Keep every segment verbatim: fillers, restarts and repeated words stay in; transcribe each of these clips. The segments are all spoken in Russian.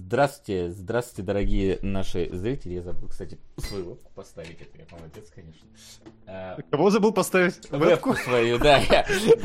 Здравствуйте, здравствуйте, дорогие наши зрители. Я забыл, кстати, свою вебку поставить. Это я молодец, конечно. Кого забыл поставить? Вебку свою, да. Я,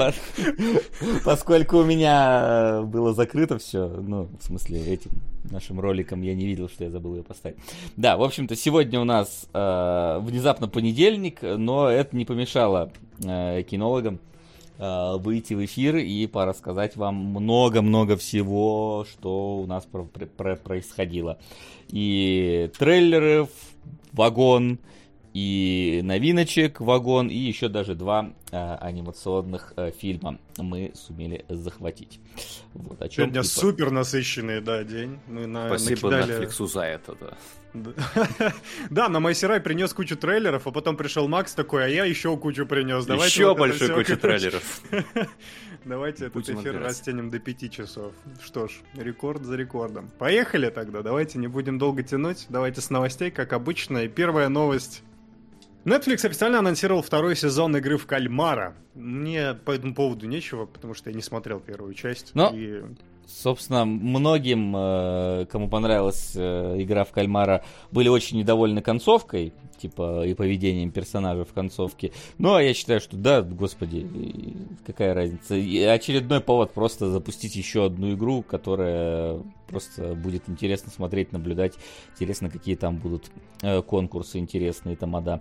поскольку у меня было закрыто все, ну, в смысле, этим нашим роликом я не видел, что я забыл ее поставить. Да, в общем-то, сегодня у нас э, внезапно понедельник, но это не помешало э, кинологам выйти в эфир и порассказать вам много-много всего, что у нас про- про- происходило. И трейлеров вагон, и новиночек вагон, и еще даже два э, анимационных э, фильма мы сумели захватить. Вот, о чем Сегодня и... супер насыщенный, да, день. Мы на, Спасибо накидали... Netflix за это, да. Да, на Майсерай принес кучу трейлеров, а потом пришел Макс такой, а я еще кучу принес. Давайте еще вот большую кучу трейлеров. Давайте этот Будем эфир отбирать. растянем до пяти часов. Что ж, рекорд за рекордом. Поехали тогда, давайте не будем долго тянуть. Давайте с новостей, как обычно. И первая новость. Netflix официально анонсировал второй сезон игры в кальмара. Мне по этому поводу нечего, потому что я не смотрел первую часть. Но... И... Собственно, многим, э, кому понравилась э, игра в кальмара, были очень недовольны концовкой, типа и поведением персонажа в концовке. Ну, а я считаю, что да, господи, какая разница. И очередной повод просто запустить еще одну игру, которая просто будет интересно смотреть, наблюдать. Интересно, какие там будут э, конкурсы интересные, тамада.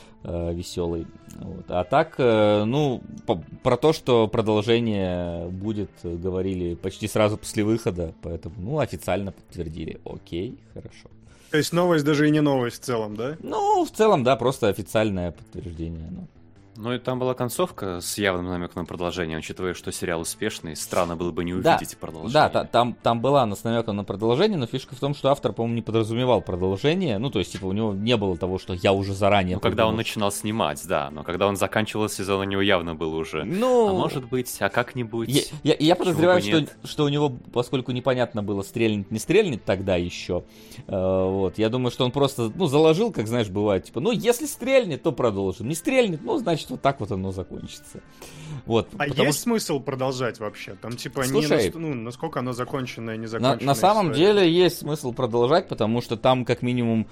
Веселый. Вот. А так, ну, по- про то, что продолжение будет, говорили почти сразу после выхода, поэтому, ну, официально подтвердили. Окей, хорошо. То есть новость даже и не новость в целом, да? Ну, в целом, да, просто официальное подтверждение. Ну. Ну и там была концовка с явным намеком на продолжение, учитывая, что сериал успешный, странно было бы не Да, увидеть продолжение. Да, та- там, там была она с намеком на продолжение, но фишка в том, что автор, по-моему, не подразумевал продолжение. Ну, то есть, типа, у него не было того, что я уже заранее... Ну, когда он придумал. начинал снимать, да, но когда он заканчивал сезон, у него явно было уже... Ну... А может быть, а как-нибудь... Я, я, я подозреваю, Почему бы что, нет? что у него, поскольку непонятно было, стрельнет, не стрельнет тогда еще, э, вот, я думаю, что он просто, ну, заложил, как, знаешь, бывает, типа, ну, если стрельнет, то продолжим, не стрельнет, ну, значит, вот так вот оно закончится. Вот, А потому есть что- смысл продолжать вообще? Там типа Слушай, не наст- ну, насколько оно законченное, не на, законченное. на самом история? деле есть смысл продолжать, потому что там, как минимум,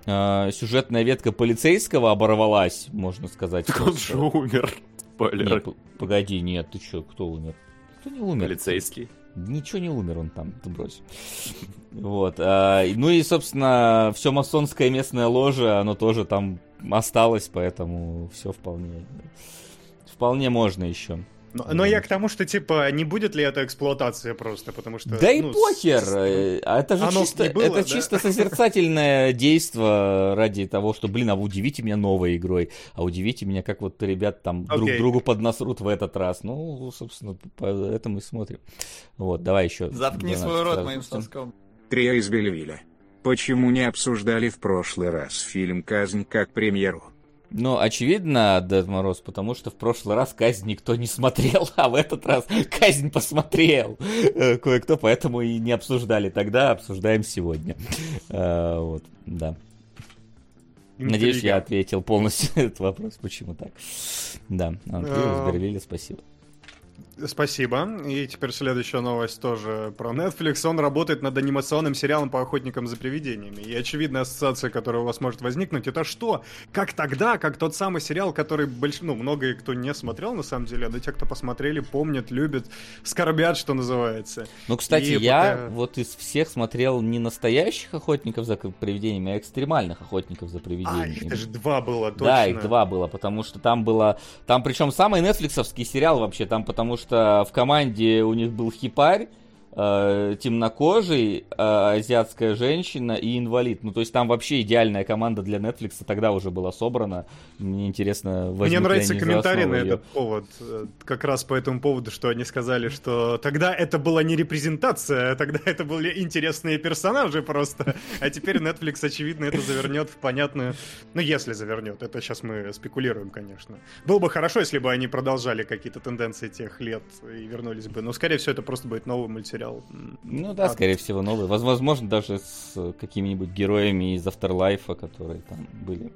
э, сюжетная ветка полицейского оборвалась, можно сказать. Он просто. же умер. Спойлер. Нет, п- погоди, нет, ты что, кто умер? Кто не умер? Полицейский. Ничего не умер он там, ты брось. Вот. а, и- ну и, собственно, все масонское местное ложе, оно тоже там осталось, поэтому все вполне... Вполне можно еще. Но, но я к тому, что типа не будет ли это эксплуатация просто, потому что... Да и ну, похер! с- э, а Это же Оно чисто, не было, это да? чисто созерцательное действо ради того, что, блин, а вы удивите меня новой игрой, а удивите меня, как вот ребят там друг Окей. другу поднасрут в этот раз. Ну, собственно, по этому и смотрим. Вот, давай еще. Заткни Донат свой рот сразу моим пустим. соском. Трия из Бельвиля. Почему не обсуждали в прошлый раз фильм «Казнь» как премьеру? Ну, очевидно, Дед Мороз, потому что в прошлый раз казнь никто не смотрел, а в этот раз казнь посмотрел э, кое-кто, поэтому и не обсуждали тогда, обсуждаем сегодня. Э, Вот, да. Надеюсь, я Интрига. ответил полностью на этот вопрос, почему так. Да, Андрей из Э, Берлиля, спасибо. Спасибо. И теперь следующая новость тоже про Netflix. Он работает над анимационным сериалом по охотникам за привидениями. И очевидная ассоциация, которая у вас может возникнуть, это что? Как тогда, как тот самый сериал, который больш... ну, много кто не смотрел, на самом деле, а да те, кто посмотрели, помнят, любят, скорбят, что называется. Ну, кстати, И я пока- вот из всех смотрел не настоящих охотников за привидениями, а экстремальных охотников за А, привидениями. их даже два было, точно. Да, их два было, потому что там было... Там причем самый нетфликсовский сериал вообще, там потому что в команде у них был хипарь, э, темнокожий, э, азиатская женщина и инвалид. Ну, то есть там вообще идеальная команда для Netflix тогда уже была собрана. Мне интересно, возьмут Мне ли нравится они за комментарий на основу её. этот повод. э, Как раз по этому поводу, что они сказали, что тогда это была не репрезентация, а тогда это были интересные персонажи просто. А теперь Netflix, очевидно, это завернет в понятную... Ну, если завернет. Это сейчас мы спекулируем, конечно. Было бы хорошо, если бы они продолжали какие-то тенденции тех лет и вернулись бы. Но, скорее всего, это просто будет новый мультсериал. М, Ну да, а- скорее всего, новый. Воз- Возможно, даже с какими-нибудь героями из Afterlife, которые там были.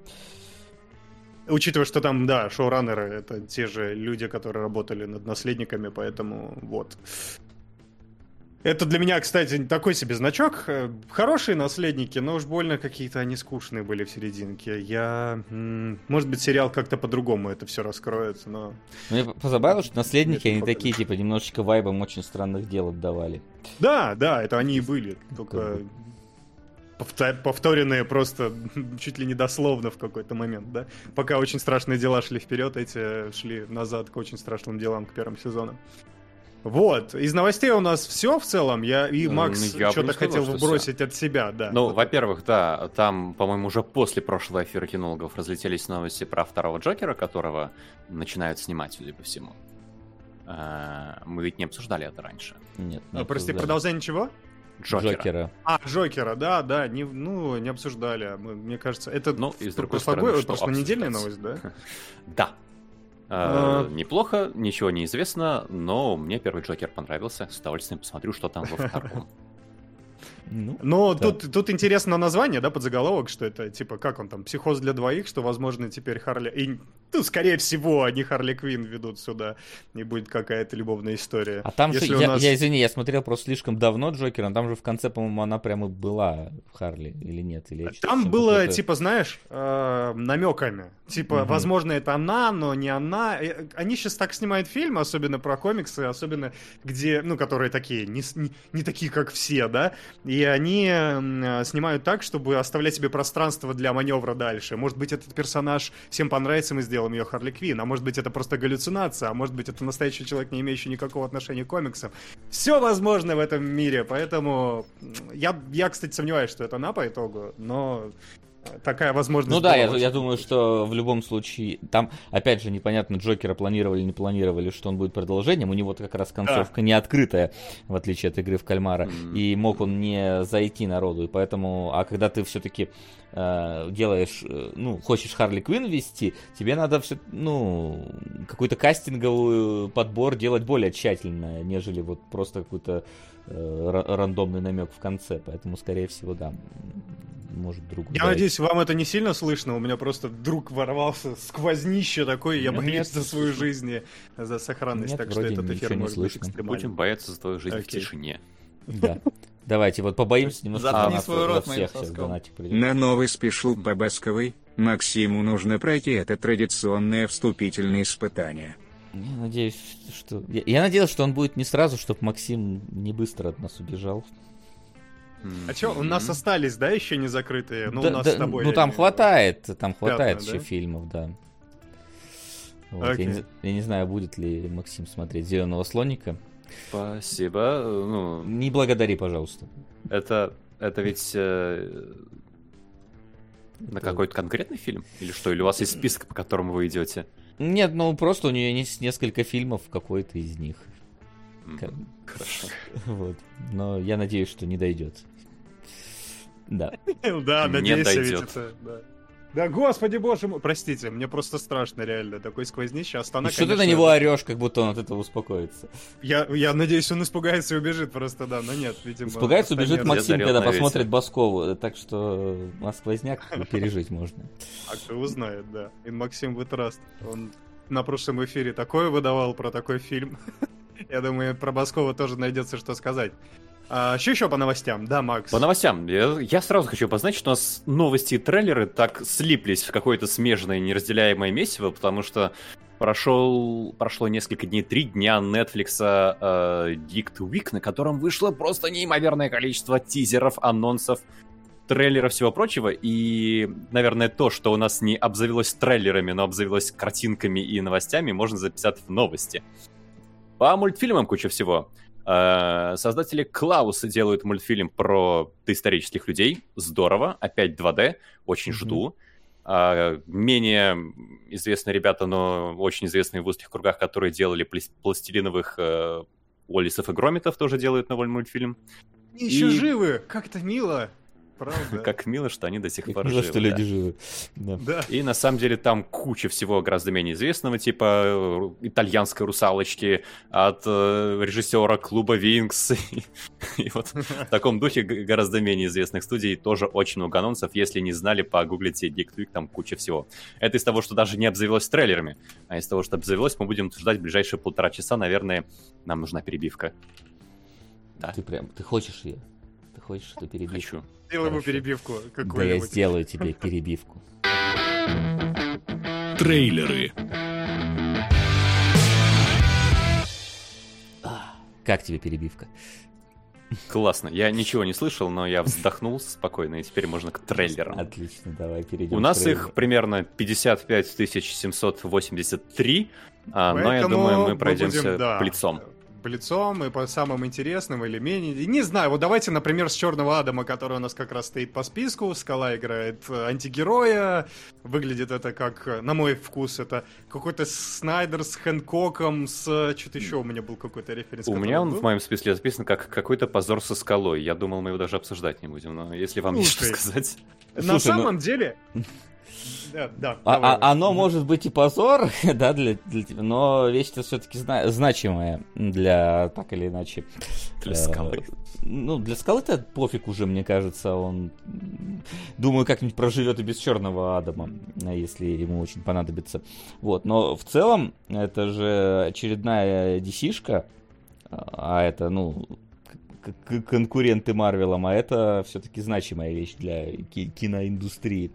Учитывая, что там, да, шоураннеры — это те же люди, которые работали над наследниками, поэтому вот. Это для меня, кстати, такой себе значок. Хорошие наследники, но уж больно какие-то они скучные были в серединке. Я... м, Может быть, сериал как-то по-другому это все раскроет, но... Мне позабавило, что наследники, Нет, они пока такие, типа, немножечко вайбом очень странных дел отдавали. Да, да, это они и были. Только Как бы. повта- повторенные просто чуть ли не дословно в какой-то момент, да? Пока очень страшные дела шли вперед, эти шли назад к очень страшным делам, к первым сезонам. Вот, из новостей у нас все в целом. Я и Ну, Макс я бы что-то не сказал, хотел что вбросить от себя, да. Ну, Вот. во-первых, да, там, по-моему, уже после прошлого эфира кинологов разлетелись новости про второго Джокера, которого начинают снимать, судя по всему. А, Мы ведь не обсуждали это раньше. Нет, А, не прости, обсуждали. продолжение чего? Джокера. Джокера. А, Джокера, да, да, не, ну, не обсуждали. Мы- Мне кажется, это Ну, и с другой прошлогодняя- стороны, что прошлонедельная обсуждать? новость, да? Да. А, А. Неплохо, ничего не известно, но мне первый Джокер понравился. С удовольствием посмотрю, что там во втором. Ну, Но да. тут, тут интересно название, да, подзаголовок, что это, типа, как он там, психоз для двоих, что, возможно, теперь Харли... И, ну, скорее всего, они Харли Квинн ведут сюда, и будет какая-то любовная история. А там Если же, у я, нас- я извини, я смотрел просто слишком давно Джокера, но там же в конце, по-моему, она прямо была Харли, или нет? Или я что-то Там чем было, какой-то- типа, знаешь, э, намеками. Типа, Мгм. возможно, это она, но не она. Э, Они сейчас так снимают фильмы, особенно про комиксы, особенно где, ну, которые такие, не, с- не, не такие, как все, да, и они м, э, снимают так, чтобы оставлять себе пространство для маневра дальше. Может быть, этот персонаж всем понравится, мы сделаем ее Харли Квинн, а может быть, это просто галлюцинация, а может быть, это настоящий человек, не имеющий никакого отношения к комиксам. Все возможно в этом мире, поэтому м, я, я, кстати, сомневаюсь, что это она по итогу, но такая возможность Ну да, я, была я очень думаю, хорошая. что в любом случае, там, опять же, непонятно, Джокера планировали, не планировали, что он будет продолжением, у него как раз концовка не открытая, в отличие от игры в кальмара, Мгм. и мог он не зайти народу, и поэтому, а когда ты все-таки э, делаешь, э, ну, хочешь Харли Квинн ввести, тебе надо все, ну, какой-то кастинговый подбор делать более тщательно, нежели вот просто какой-то э, ра- рандомный намек в конце, поэтому, скорее всего, да, может другой. Я надеюсь, вам это не сильно слышно, у меня просто вдруг ворвался сквознище такое, я Нет, боюсь нет, за свою жизнь и за сохранность, Нет, так что вроде этот ничего эфир не может быть слышно. экстремальным. Будем бояться за твою жизнь в Окей. тишине. Да. Давайте, вот побоимся немножко. Заткни за нас, свой за рот моим всех сейчас соском. донатик придет. На новый спешл по Басковой. Максиму нужно пройти это традиционное вступительное испытание. Я надеюсь, что... Я, я надеялся, что он будет не сразу, чтобы Максим не быстро от нас убежал. А чё, у нас остались, да, еще не закрытые? Ну, Да- у нас да, с тобой. ну я там имею в виду. хватает, там хватает Пятна, еще да? фильмов, да. Вот, я, Окей. не, я не знаю, будет ли Максим смотреть «Зеленого слоника». Спасибо. Ну, Не благодари, пожалуйста. это, это ведь э, на Это- какой-то конкретный фильм? Или что? Или у вас есть список, по которому вы идете? Нет, ну просто у нее есть несколько фильмов, какой-то из них. М, Как- Хорошо. Вот. Но я надеюсь, что не дойдет. Да. Да, Не надеюсь, ведь дойдет. это... Да. Да, господи боже мой, простите, мне просто страшно, реально, такой сквознище, Астана, И что ты на конечно, него орешь, как будто он от этого успокоится? Я, я надеюсь, он испугается и убежит просто, да, но нет, видимо... Испугается, Астане- убежит Максим, зарет когда на посмотрит ветер. Баскову. Так что а сквозняк пережить можно. А кто узнает, да. И Максим Витраст. Он на прошлом эфире такое выдавал про такой фильм. Я думаю, про Баскова тоже найдется что сказать. А, что еще по новостям? Да, Макс. По новостям. Я, я сразу хочу обозначить, что у нас новости и трейлеры так слиплись в какое-то смежное неразделяемое месиво, потому что прошел, прошло несколько дней, три дня Netflix э, Geek Week, на котором вышло просто неимоверное количество тизеров, анонсов, трейлеров, всего прочего. И, наверное, то, что у нас не обзавелось трейлерами, но обзавелось картинками и новостями, можно записать в новости. По мультфильмам куча всего. Э, Создатели Клауса делают мультфильм про доисторических людей. Здорово. Опять два дэ. Очень Мгм. жду. А, менее известные ребята, но очень известные в узких кругах, которые делали плас- пластилиновых э, Уоллисов и Громитов, тоже делают новый мультфильм. Они еще И- живы! Как-то мило. Правда. Как мило, что они до сих Как пор мило, живы. что да. люди живы. Да. Да. И на самом деле там куча всего гораздо менее известного, типа э, итальянской русалочки от э, режиссера клуба Винкс. И, и вот в таком духе г- гораздо менее известных студий тоже очень много анонсов. Если не знали, погуглите Geek Week, там куча всего. Это из того, что даже не обзавелось трейлерами. А из того, что обзавелось, мы будем обсуждать в ближайшие полтора часа. Наверное, нам нужна перебивка. Да. Ты прям, ты хочешь ее? Ты хочешь эту перебивку? Хочу. Сделай ему Хорошо. перебивку Да я какую-нибудь. сделаю тебе перебивку. Трейлеры. Как тебе перебивка? Классно. Я ничего не слышал, но я вздохнул спокойно, и теперь можно к трейлерам. Отлично, давай перейдем. У к нас трейлеру. их примерно пятьдесят пять тысяч семьсот восемьдесят три, а, но я Поэтому думаю, мы мы пройдемся будем, да, плицом. Плицом и по самым интересным или менее. Не знаю, вот давайте, например, с Черного Адама, который у нас как раз стоит по списку. Скала играет э, антигероя. Выглядит это как, э, на мой вкус, это какой-то Снайдер с Хэнкоком, с... Что-то еще у меня был какой-то референс. У который меня он был. в моем списке записан как какой-то позор со скалой. Я думал, мы его даже обсуждать не будем, но если вам есть что Слушай, сказать... На Слушай, ну- самом деле... Да, да, А- давай, а- давай. оно может быть и позор, да, для, для тебя, но вещь-то все-таки значимая для, так или иначе. Для э, скалы. Ну, для скалы-то пофиг уже, мне кажется, он, думаю, как-нибудь проживет и без Черного Адама, если ему очень понадобится. Вот, но в целом, это же очередная ди си-шка, а это, ну, к- к- конкуренты Марвелом, а это все-таки значимая вещь для ки- киноиндустрии.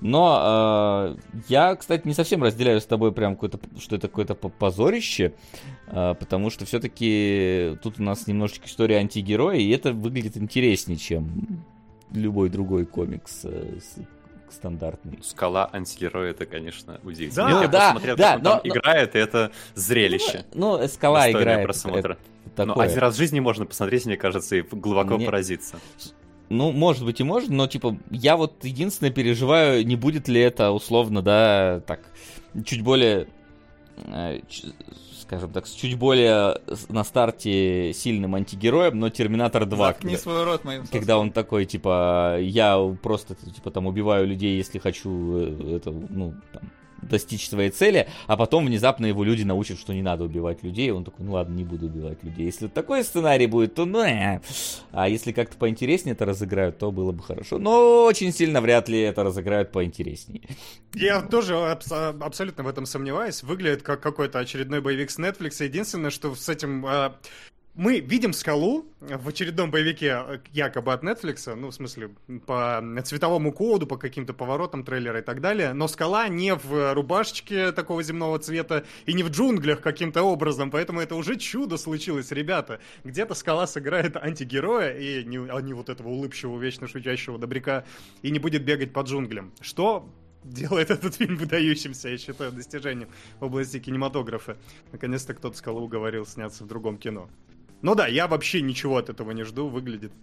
Но э, я, кстати, не совсем разделяю с тобой прям какое-то, что это какое-то по- позорище, э, потому что все-таки тут у нас немножечко история антигероя, и это выглядит интереснее, чем любой другой комикс э, с- стандартный. Скала антигероя, это, конечно, удивительно. Да, я да, посмотрел, да, как он там но- но- играет, и это зрелище. Ну, Скала Достойное играет. просмотра. это Но такое. один раз в жизни можно посмотреть, мне кажется, и глубоко Не- поразиться. Ну, может быть и можно, но, типа, я вот единственное переживаю, не будет ли это, условно, да, так, чуть более, э, ч- скажем так, с чуть более с- на старте сильным антигероем, но Терминатор два. Заткни когда- свой рот моим соском. Когда он такой, типа, я просто, типа, там, убиваю людей, если хочу, э, это, ну, там, достичь своей цели, а потом внезапно его люди научат, что не надо убивать людей, и он такой, ну ладно, не буду убивать людей. Если такой сценарий будет, то ну, э. А если как-то поинтереснее это разыграют, то было бы хорошо. Но очень сильно вряд ли это разыграют поинтереснее. Я тоже абс- абсолютно в этом сомневаюсь. Выглядит как какой-то очередной боевик с Netflix. Единственное, что с этим... э, мы видим Скалу в очередном боевике э, якобы от Netflix, ну, в смысле, по цветовому коду, по каким-то поворотам трейлера и так далее, но Скала не в рубашечке такого земного цвета и не в джунглях каким-то образом, поэтому это уже чудо случилось, ребята. Где-то Скала сыграет антигероя, и не, а не вот этого улыбчивого, вечно шутящего добряка, и не будет бегать по джунглям. Что... делает этот фильм выдающимся, я считаю, достижением в области кинематографа. Наконец-то кто-то Скалу уговорил сняться в другом кино. Ну да, я вообще ничего от этого не жду, выглядит...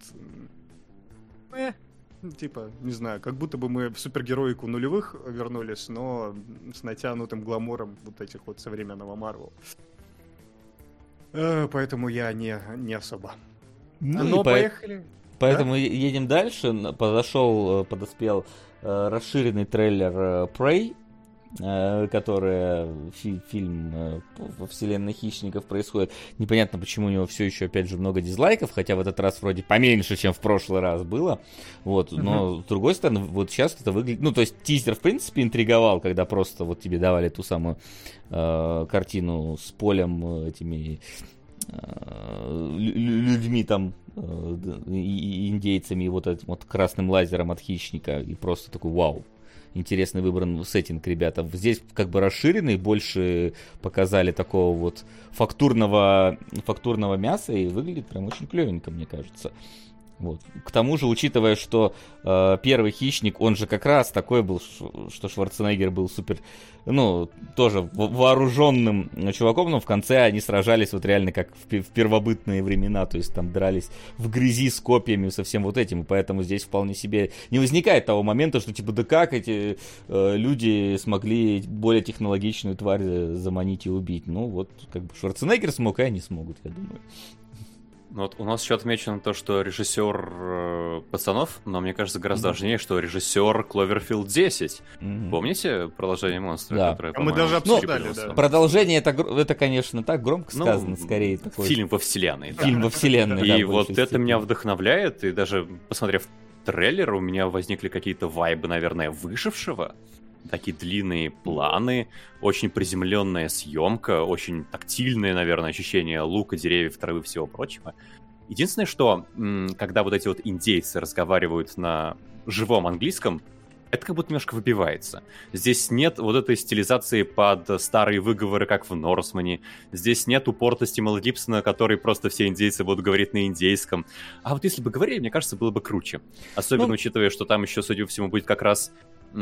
э, типа, не знаю, как будто бы мы в супергероику нулевых вернулись, но с натянутым гламуром вот этих вот современного Марвел. Э, поэтому я не, не особо. Ну, но и по- поехали. Поэтому едем дальше. Н- Подошел, э, подоспел э, расширенный трейлер э, Prey, э, который фи- фильм э, во вселенной Хищников происходит. Непонятно, почему у него все еще, опять же, много дизлайков, хотя в этот раз вроде поменьше, чем в прошлый раз было. Вот. Но, с другой стороны, вот сейчас это выглядит... Ну, то есть тизер, в принципе, интриговал, когда просто вот тебе давали ту самую э, картину с полем э, этими... э, лю- лю- людьми там, э, д- и- и индейцами, и вот этим вот красным лазером от хищника, и просто такой вау. Интересный выбран сеттинг, ребята. Здесь как бы расширенный, больше показали такого вот фактурного, фактурного мяса, и выглядит прям очень клевенько, мне кажется. Вот. К тому же, учитывая, что э, первый хищник, он же как раз такой был, ш- что Шварценеггер был супер, ну, тоже во- вооруженным чуваком, но в конце они сражались вот реально как в, пе- в первобытные времена, то есть там дрались в грязи с копьями, со всем вот этим, и поэтому здесь вполне себе не возникает того момента, что типа, да как эти э, люди смогли более технологичную тварь э, заманить и убить. Ну, вот как бы Шварценеггер смог, и они смогут, я думаю. Ну, вот у нас еще отмечено то, что режиссер э, «Пацанов», но мне кажется гораздо Мгм. важнее, что режиссер «Кловерфилд десять». Мгм. Помните продолжение «Монстра», Да. которое, А мы по-моему, даже обсуждали, щиплился? да. Продолжение, это, гр- это, конечно, так громко Ну, сказано, скорее такой Фильм во вселенной. да. фильм во вселенной. да, И в вот большей это меня степени. вдохновляет, и даже посмотрев трейлер, у меня возникли какие-то вайбы, наверное, «Выжившего». Такие длинные планы, очень приземленная съемка, очень тактильное, наверное, ощущение лука, деревьев, травы, всего прочего. Единственное, что м, когда вот эти вот индейцы разговаривают на живом английском, это как будто немножко выбивается. Здесь нет вот этой стилизации под старые выговоры, как в Норсмане. Здесь нет упортости Мела Гибсона, который просто все индейцы будут говорить на индейском. А вот если бы говорили, мне кажется, было бы круче. Особенно ну... учитывая, что там еще, судя по всему, будет как раз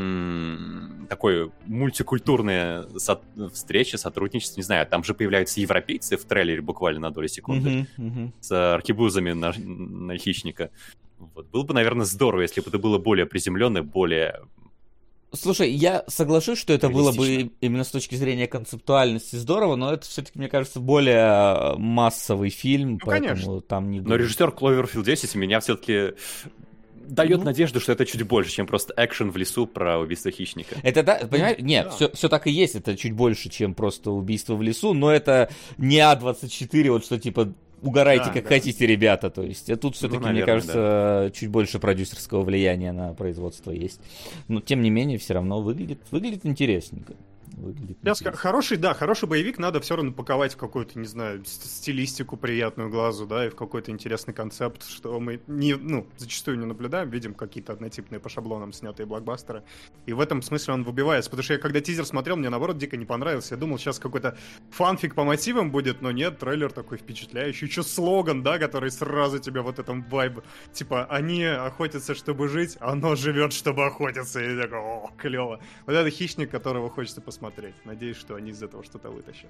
м- такое мультикультурная со- встреча, сотрудничество. Не знаю, там же появляются европейцы в трейлере буквально на долю секунды. Uh-huh, uh-huh. С аркебузами на, на хищника. Вот. Было бы, наверное, здорово, если бы это было более приземленное, более... Слушай, я соглашусь, что это было бы именно с точки зрения концептуальности здорово, но это все-таки, мне кажется, более массовый фильм, ну, поэтому конечно. Там не... Но режиссер Cloverfield десять меня все-таки дает ну... надежду, что это чуть больше, чем просто экшен в лесу про убийство хищника. Это да, понимаешь? Нет, да. все, все так и есть, это чуть больше, чем просто убийство в лесу, но это не А двадцать четыре, вот что типа... Угорайте, да, как да. хотите, ребята. То есть тут все-таки, ну, наверное, мне кажется, да. чуть больше продюсерского влияния на производство есть. Но, тем не менее, все равно выглядит, выглядит интересненько. Выглядит Сейчас хороший, да, хороший боевик надо все равно паковать в какую-то, не знаю, стилистику приятную глазу, да, и в какой-то интересный концепт, что мы не, ну, зачастую не наблюдаем, видим какие-то однотипные по шаблонам снятые блокбастеры. И в этом смысле он выбивается, потому что я когда тизер смотрел, мне наоборот дико не понравился. Я думал, сейчас какой-то фанфик по мотивам будет, но нет, трейлер такой впечатляющий. Еще слоган, да, который сразу тебе вот этом вайб, типа, они охотятся, чтобы жить, оно живет, чтобы охотиться. И такой, о, клево. Вот это хищник, которого хочется посмотреть. Надеюсь, что они из этого что-то вытащат.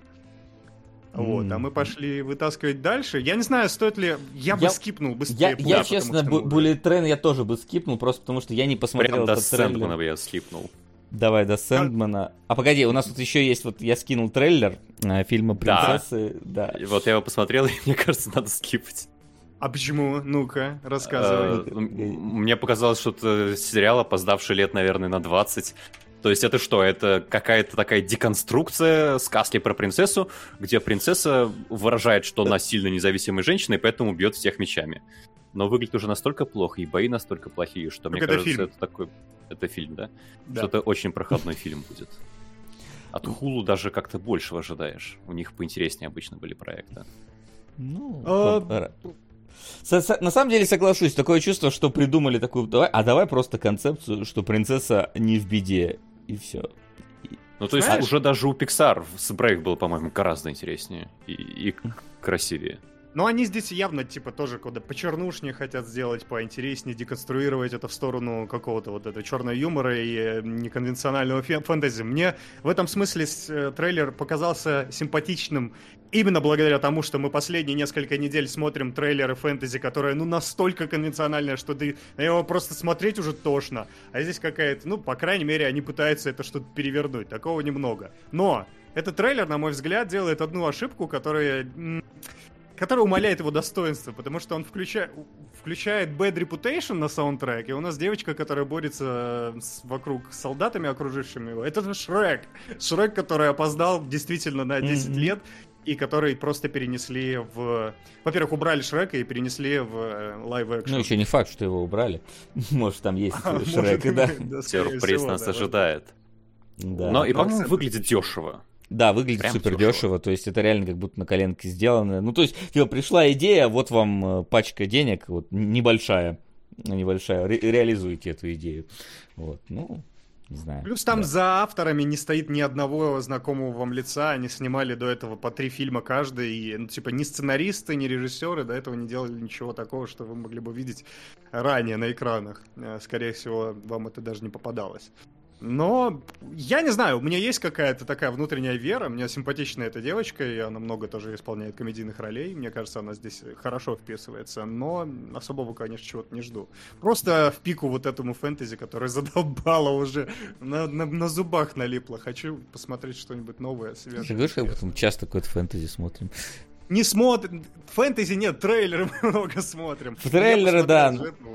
Mm. Вот, а мы пошли вытаскивать дальше. Я не знаю, стоит ли... Я, я бы скипнул быстрее. Я, я честно, Bullet Train я тоже бы скипнул, просто потому что я не посмотрел Прям этот до трейлер. Сэндмана бы я скипнул. Давай до Сэндмана. А погоди, у нас тут еще есть, вот я скинул трейлер э, фильма «Принцессы». Да. да. Вот я его посмотрел, и мне кажется, надо скипать. А почему? Ну-ка, рассказывай. Мне показалось, что это сериал, опоздавший лет, наверное, на двадцать. То есть это что? Это какая-то такая деконструкция сказки про принцессу, где принцесса выражает, что она сильно независимая женщина, и поэтому бьет всех мечами. Но выглядит уже настолько плохо, и бои настолько плохие, что, так мне это кажется, фильм. это такой... Это фильм, да? да? Что это очень проходной фильм будет. От Hulu даже как-то больше ожидаешь. У них поинтереснее обычно были проекты. Ну... А... На самом деле соглашусь, такое чувство, что придумали такую, давай, а давай просто концепцию, что принцесса не в беде, и все. Ну то есть Знаешь? Уже даже у Pixar с Brave было, по-моему, гораздо интереснее и, и красивее. Но они здесь явно, типа, тоже куда почернушнее хотят сделать, поинтереснее, деконструировать это в сторону какого-то вот этого черного юмора и неконвенционального фэнтези. Мне в этом смысле трейлер показался симпатичным именно благодаря тому, что мы последние несколько недель смотрим трейлеры фэнтези, которые, ну, настолько конвенциональные, что ты на него просто смотреть уже тошно. А здесь какая-то, ну, по крайней мере, они пытаются это что-то перевернуть. Такого немного. Но этот трейлер, на мой взгляд, делает одну ошибку, которая... который умаляет его достоинство, потому что он включа... включает Bad Reputation на саундтрек, и у нас девочка, которая борется с... вокруг солдатами, окружившими его. Это же Шрек. Шрек, который опоздал действительно на десять mm-hmm. лет, и который просто перенесли в... Во-первых, убрали Шрека и перенесли в лайв-экшн. Ну, еще не факт, что его убрали. Может, там есть а, Шрек, может, да? да Сюрприз нас да, ожидает. Да. Но и, по-моему, выглядит дешево. Да, выглядит Прям супер дешево. дешево, то есть это реально как будто на коленке сделано. Ну, то есть, типа, пришла идея, вот вам пачка денег, вот, небольшая, небольшая, ре- реализуйте эту идею. Вот, ну, не знаю. Плюс там да. за авторами не стоит ни одного знакомого вам лица, они снимали до этого по три фильма каждый, и, ну, типа, ни сценаристы, ни режиссеры до этого не делали ничего такого, что вы могли бы видеть ранее на экранах. Скорее всего, вам это даже не попадалось. Но я не знаю, у меня есть какая-то такая внутренняя вера, мне симпатична эта девочка, и она много тоже исполняет комедийных ролей, мне кажется, она здесь хорошо вписывается, но особого, конечно, чего-то не жду. Просто в пику вот этому фэнтези, которое задолбало уже, на, на, на зубах налипло, хочу посмотреть что-нибудь новое, свежее. Ты говоришь, как будто мы часто какое-то фэнтези смотрим. Не смотрим, фэнтези нет, трейлеры мы много смотрим. Трейлеры, да.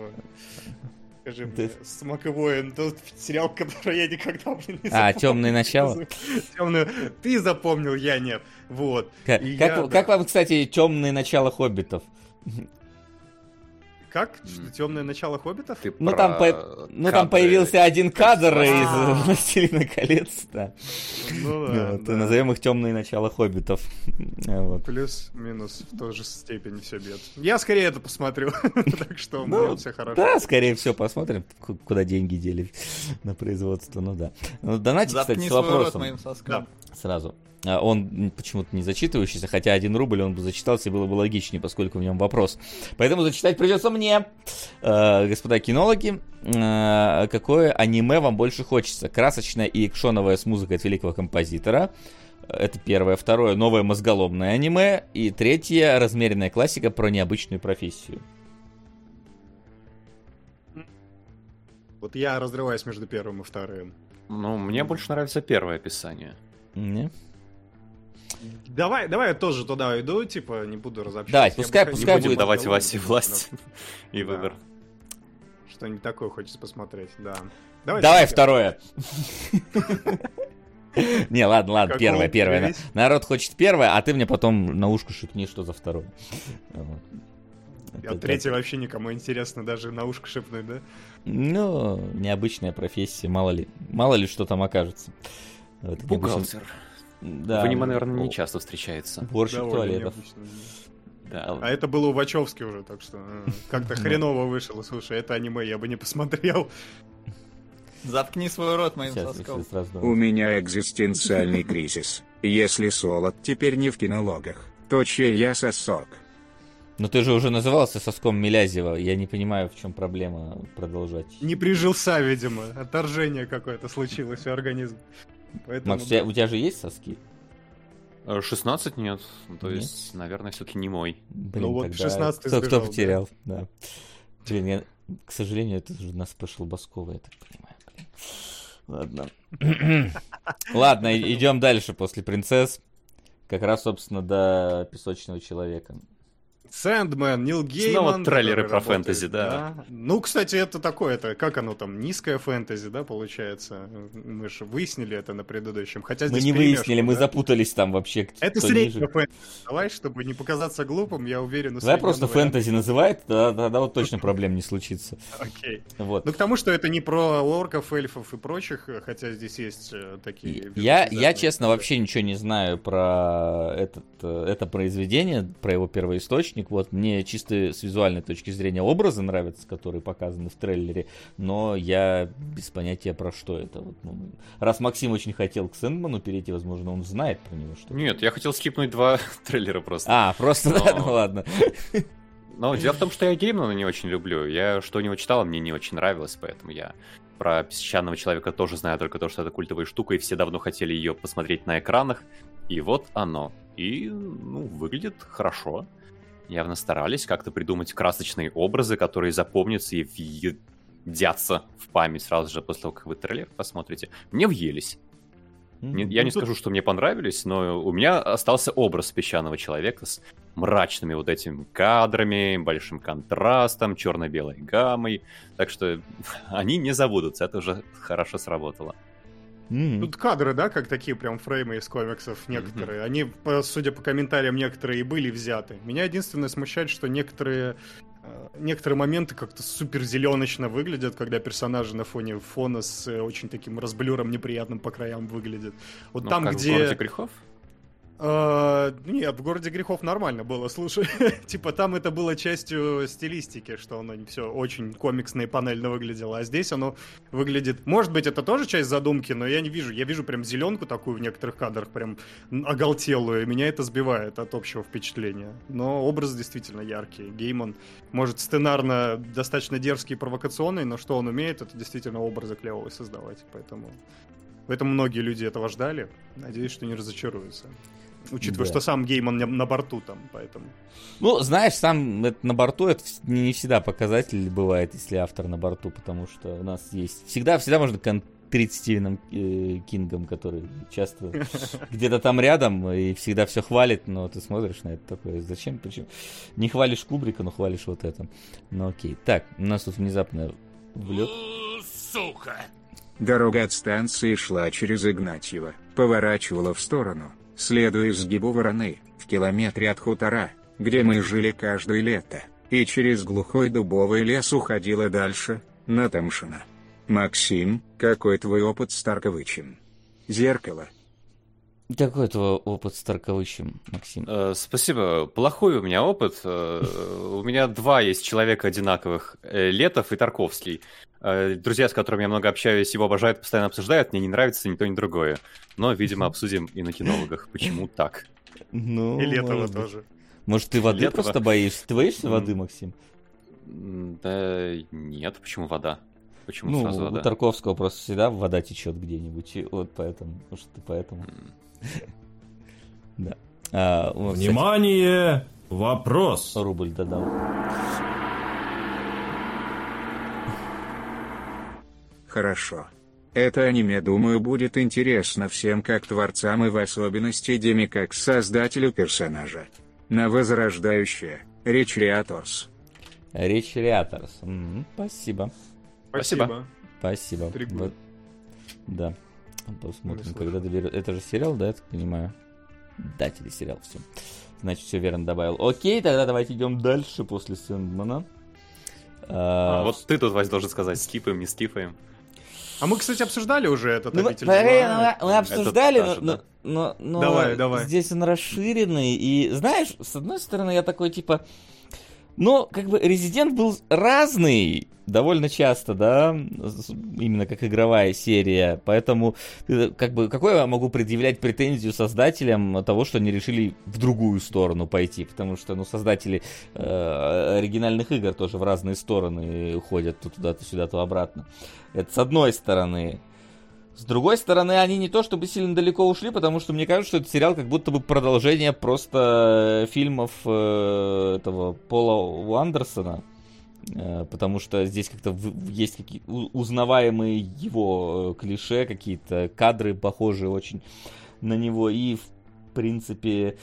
Скажи мне, Смоковой, тот сериал, который я никогда блин, не запомнил. А, «Темное начало»? Темное... Ты запомнил, я нет. Вот. Как, как, я, как да. вам, кстати, «Темное начало» «Хоббитов»? Как? Темное начало хоббитов? Ты Ну, про там, по... ну там кадры. появился один кадр из А. «Властелина колец», да. Ну да, Вот, да. назовем их «Темные начала хоббитов». Вот. Плюс-минус в той же степени все бед. Я скорее это посмотрю, так что у Ну, меня все хорошо. Да, скорее всего, посмотрим, ку- куда деньги дели на производство, ну да. Ну, донатик, кстати, Заткни с свой рот вопросом моим соскам. сразу. А, Он почему-то не зачитывающийся, хотя один рубль он бы зачитался, и было бы логичнее, поскольку в нем вопрос. Поэтому зачитать придется мне. Э, Господа кинологи, э, какое аниме вам больше хочется? Красочное и экшоновое с музыкой от великого композитора. Это первое. Второе, новое мозголомное аниме. И третье, размеренная классика про необычную профессию. Вот я разрываюсь между первым и вторым. Ну, мне больше нравится первое описание. Не? Давай, давай я тоже туда иду, типа, не буду разобщаться. Давай, Я пускай- бы Не пускай хотел будем будет давать разговор, Васе но- власть и Да. выбор. Что-нибудь такое хочется посмотреть, да. Давай второе. Не, ладно, ладно, Какого первое, первое. появись? Народ хочет первое, а ты мне потом на ушко шепни, что за второе. Вот. А Это третье так. вообще никому интересно, даже на ушко шепнуть, да? Ну, необычная профессия, мало ли. Мало ли, что там окажется. Вот, как обычно- Бухгалтер. Да. В аниме, наверное, не О, часто встречается. Уборщик Довольно туалетов. необычно, да. Да. А это было у Вачовски уже, так что э, как-то хреново вышло. Слушай, это аниме я бы не посмотрел. Заткни свой рот моим Сейчас, соском. сейчас, сразу. У меня экзистенциальный кризис. Если Солод теперь не в кинологах, то чей я сосок? Но ты же уже назывался соском Милязева. Я не понимаю, в чем проблема продолжать. Не прижился, видимо. Отторжение какое-то случилось у организма. Поэтому, Макс, у тебя, да. у тебя же есть соски? Э, шестнадцать нет. Ну, То Нет? есть, наверное, все-таки не мой. Блин, Ну вот тогда шестнадцатый кто, кто сбежал, да. потерял, да. Блин, я, к сожалению, это уже на спешл Баскова, я так понимаю. Блин. Ладно. Ладно, и- идем дальше после принцесс. Как раз, собственно, до песочного человека. Сэндмэн, Нил Гейман. Снова трейлеры который про работает, фэнтези, да. Ну, кстати, это такое, это как оно там, низкое фэнтези, да, получается? Мы же выяснили это на предыдущем. Хотя Мы здесь не перемешано, выяснили, мы да? запутались там вообще. Это кто среднее ниже. фэнтези. Давай, чтобы не показаться глупым, я уверен, у Давай среднего просто варианта. фэнтези называет, тогда, тогда вот точно проблем не случится. Окей. Вот. Ну, к тому, что это не про орков, эльфов и прочих, хотя здесь есть э, такие... И- Я, я, визуализации. честно, вообще ничего не знаю про этот, э, это произведение, про его первоисточник. Вот мне чисто с визуальной точки зрения образы нравятся, которые показаны в трейлере, но я без понятия про что это. Вот, ну, раз Максим очень хотел к Сэндману перейти, возможно, он знает про него что-то. Нет, я хотел скипнуть два трейлера просто. А, просто, Но- да, ну ладно. Но дело в том, что я Геймана не очень люблю. Я что у него читал, мне не очень нравилось, поэтому я про песчаного человека тоже знаю только то, что это культовая штука, и все давно хотели ее посмотреть на экранах. И вот оно. И, ну, выглядит хорошо. Явно старались как-то придумать красочные образы, которые запомнятся и въедятся в память сразу же после того, как вы трейлер посмотрите. Мне въелись. Не- я Ну, не тут- скажу, что мне понравились, но у меня остался образ песчаного человека с мрачными вот этими кадрами, большим контрастом, черно-белой гаммой. Так что они не забудутся, это уже хорошо сработало. М. Тут кадры, да, как такие прям фреймы из комиксов некоторые. Они, по- судя по комментариям, некоторые и были взяты. Меня единственное смущает, что некоторые, э, некоторые моменты как-то супер зеленочно выглядят, когда персонажи на фоне фона с э, очень таким разблюром неприятным по краям выглядят. Вот Ну, там, как в где... «Городе грехов»? Э, Нет, в «Городе грехов» нормально было, слушай. Типа там это было частью стилистики, что оно все очень комиксно и панельно выглядело. А здесь оно выглядит... Может быть, это тоже часть задумки, но я не вижу. Я вижу прям зеленку такую в некоторых кадрах, прям оголтелую, и меня это сбивает от общего впечатления. Но образ действительно яркий. Гейман, может, сценарно достаточно дерзкий и провокационный, но что он умеет, это действительно образы клевые создавать. Поэтому... Поэтому многие люди этого ждали. Надеюсь, что не разочаруются. Учитывая, Да. что сам Гейман не- на борту там, поэтому... Ну, знаешь, сам это на борту это вс- не всегда показатель бывает, если автор на борту, потому что у нас есть... Всегда, всегда можно контрить Стивеном э, Кингом, который часто где-то там рядом и всегда все хвалит, но ты смотришь на это такое, зачем? Почему? Не хвалишь Кубрика, но хвалишь вот это. Ну окей. Так, у нас тут внезапно влет. Дорога от станции шла через Игнатьево, поворачивала в сторону, следуя изгибу Вороны, в километре от хутора, где мы жили каждое лето, и через глухой дубовый лес уходила дальше, на Тамшина. Максим, какой твой опыт с Тарковичем? Зеркало. Какой твой опыт с Тарковичем, Максим? Э, спасибо. Плохой у меня опыт. Э, у меня два есть человека одинаковых. Э, Летов и Тарковский. Э, друзья, с которыми я много общаюсь, его обожают, постоянно обсуждают. Мне не нравится ни то, ни другое. Но, видимо, обсудим и на кинологах. Почему так? Ну, И Летова может быть. тоже. Может, ты воды Летова. просто боишься? Ты боишься воды, Максим? М, Да нет, почему вода? Почему Ну, сразу у вода? Тарковского просто всегда вода течет где-нибудь. И вот поэтому. Может, ты поэтому. Да. А, у нас, Внимание! Вопрос! кстати, рубль додал. Хорошо. Это аниме, думаю, будет интересно всем как творцам и в особенности Диме как создателю персонажа. На возрождающее. Речь Реаторс. Речь Реаторс. М, Спасибо. Спасибо. Спасибо. Интригует. Вот. Да. Посмотрим, Не когда доберет. Это же сериал, да, я так понимаю? Да, телесериал, все. Значит, все верно добавил. Окей, тогда давайте идем дальше после Сэндмана. А, А, вот ты тут, Вась, должен сказать, скипаем, не скипаем. А мы, кстати, обсуждали уже этот ну, мы, обитель погоди, зла. мы- мы обсуждали, тоже, но, да. но, но Давай, давай. здесь он расширенный. И знаешь, с одной стороны, я такой типа. Ну, как бы Резидент был разный довольно часто, да, с- именно как игровая серия, поэтому э, как бы какой я могу предъявлять претензию создателям того, что они решили в другую сторону пойти, потому что, ну, создатели э, оригинальных игр тоже в разные стороны ходят, то туда, то сюда, то обратно. Это с одной стороны. С другой стороны, они не то чтобы сильно далеко ушли, потому что мне кажется, что этот сериал как будто бы продолжение просто фильмов э, этого Пола Андерсона. Э, потому что здесь как-то в- есть какие узнаваемые его э, клише, какие-то кадры похожие очень на него. И, в принципе,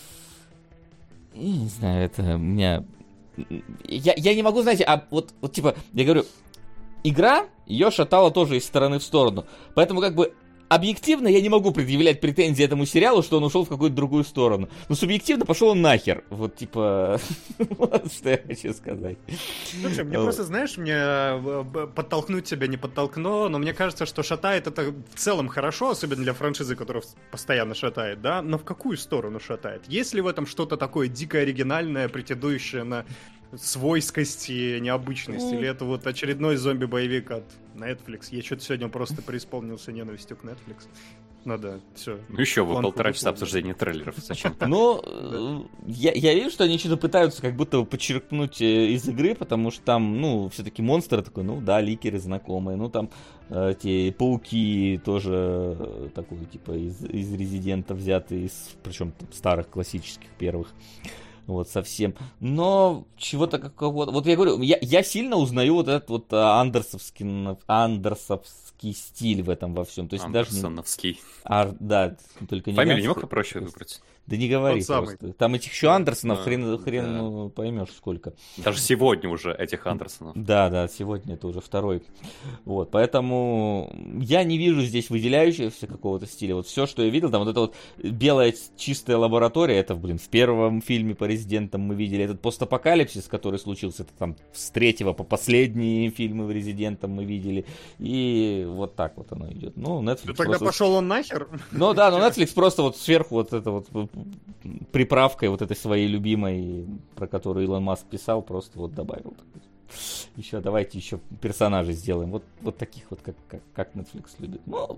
я не знаю, это у меня... Я, я не могу, знаете, а вот, вот типа, я говорю, игра, ее шатало тоже из стороны в сторону. Поэтому, как бы, объективно я не могу предъявлять претензии этому сериалу, что он ушел в какую-то другую сторону. Но субъективно пошел он нахер. Вот, типа, вот что я хочу сказать. Слушай, мне Вот. просто, знаешь, мне э, б- подтолкнуть тебя не подтолкну, но мне кажется, что шатает это в целом хорошо, особенно для франшизы, которая постоянно шатает, да? Но в какую сторону шатает? Есть ли в этом что-то такое дико оригинальное, претендующее на свойскость и необычность? Или это вот очередной зомби-боевик от Netflix? Я что-то сегодня просто преисполнился ненавистью к Netflix. Надо, все. Ну еще бы Планку полтора часа выполнил. обсуждения трейлеров. Зачем так? Ну, э, я, я вижу, что они что-то пытаются как будто бы подчеркнуть э, из игры, потому что там, ну, все-таки монстры такой, ну да, ликеры знакомые, ну там э, эти пауки тоже э, такой, типа, из, из Резидента взяты, из, причем там, старых классических первых. Вот, совсем. Но чего-то какого-то... Вот я говорю, я, я сильно узнаю вот этот вот а, андерсовский, андерсовский стиль в этом во всем. То есть даже не... Андерсоновский. Ар, да, только не Фамилию не Ганс- мог попроще выбрать? Да не говори Тот самый. просто. Там этих еще Андерсонов А, хрен, хрен да. ну, поймешь сколько. Даже сегодня уже этих Андерсонов. Да, да, сегодня это уже второй. Вот, поэтому я не вижу здесь выделяющегося какого-то стиля. Вот все, что я видел, там вот эта вот белая чистая лаборатория, это, блин, в первом фильме по Резидентам мы видели. Этот постапокалипсис, который случился, это там с третьего по последние фильмы в Резидентам мы видели. И вот так вот оно идет. Ну, Netflix Ну, тогда просто... пошел он нахер. Ну да, но Netflix просто вот сверху вот это вот приправкой вот этой своей любимой, про которую Илон Маск писал, просто вот добавил. Еще давайте еще персонажей сделаем. Вот, вот таких вот, как, как, как Netflix любит. Ну,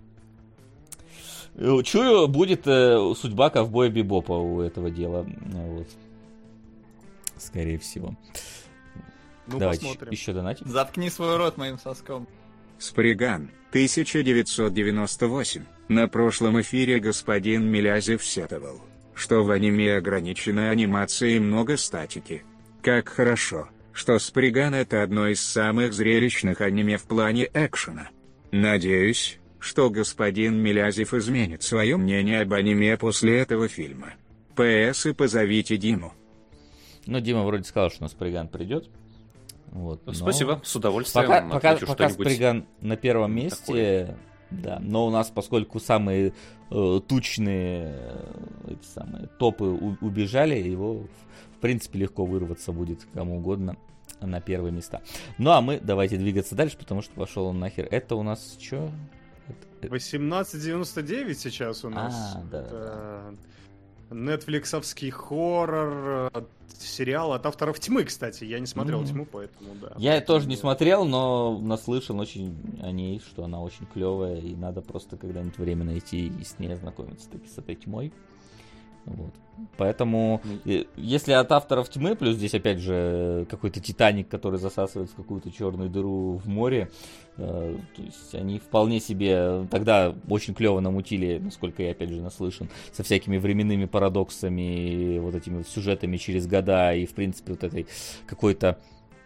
чую, будет э, судьба ковбоя Бибопа у этого дела. Вот. Скорее всего. Ну, Давайте посмотрим. еще донатим. Заткни свой рот моим соском. Сприган, тысяча девятьсот девяносто восемь. На прошлом эфире господин Милязев сетовал, что в аниме ограничена анимация и много статики. Как хорошо, что Сприган — это одно из самых зрелищных аниме в плане экшена. Надеюсь, что господин Милязев изменит свое мнение об аниме после этого фильма. ПС и позовите Диму. Ну, Дима вроде сказал, что у нас Сприган придет. Вот, но- Спасибо, с удовольствием. Пока, пока, отвечу пока что-нибудь. Сприган на первом месте, да, но у нас, поскольку самые э, тучные э, эти самые топы у- убежали, его в принципе легко вырваться будет кому угодно на первые места. Ну а мы давайте двигаться дальше, потому что пошел он нахер. Это у нас что? восемнадцать девяносто девять сейчас у нас. А, да, Это нетфликсовский хоррор, э, сериал от авторов «Тьмы», кстати. Я не смотрел Мгм. «Тьму», поэтому да. Я Поэтому тоже не смотрел, но наслышан очень о ней, что она очень клевая, и надо просто когда-нибудь время найти и с ней ознакомиться таки с этой тьмой. Вот. Поэтому, э, если от авторов «Тьмы», плюс здесь опять же какой-то Титаник, который засасывает в какую-то черную дыру в море, э, то есть они вполне себе тогда очень клево намутили, насколько я опять же наслышан, со всякими временными парадоксами, вот этими вот сюжетами через года и в принципе вот этой какой-то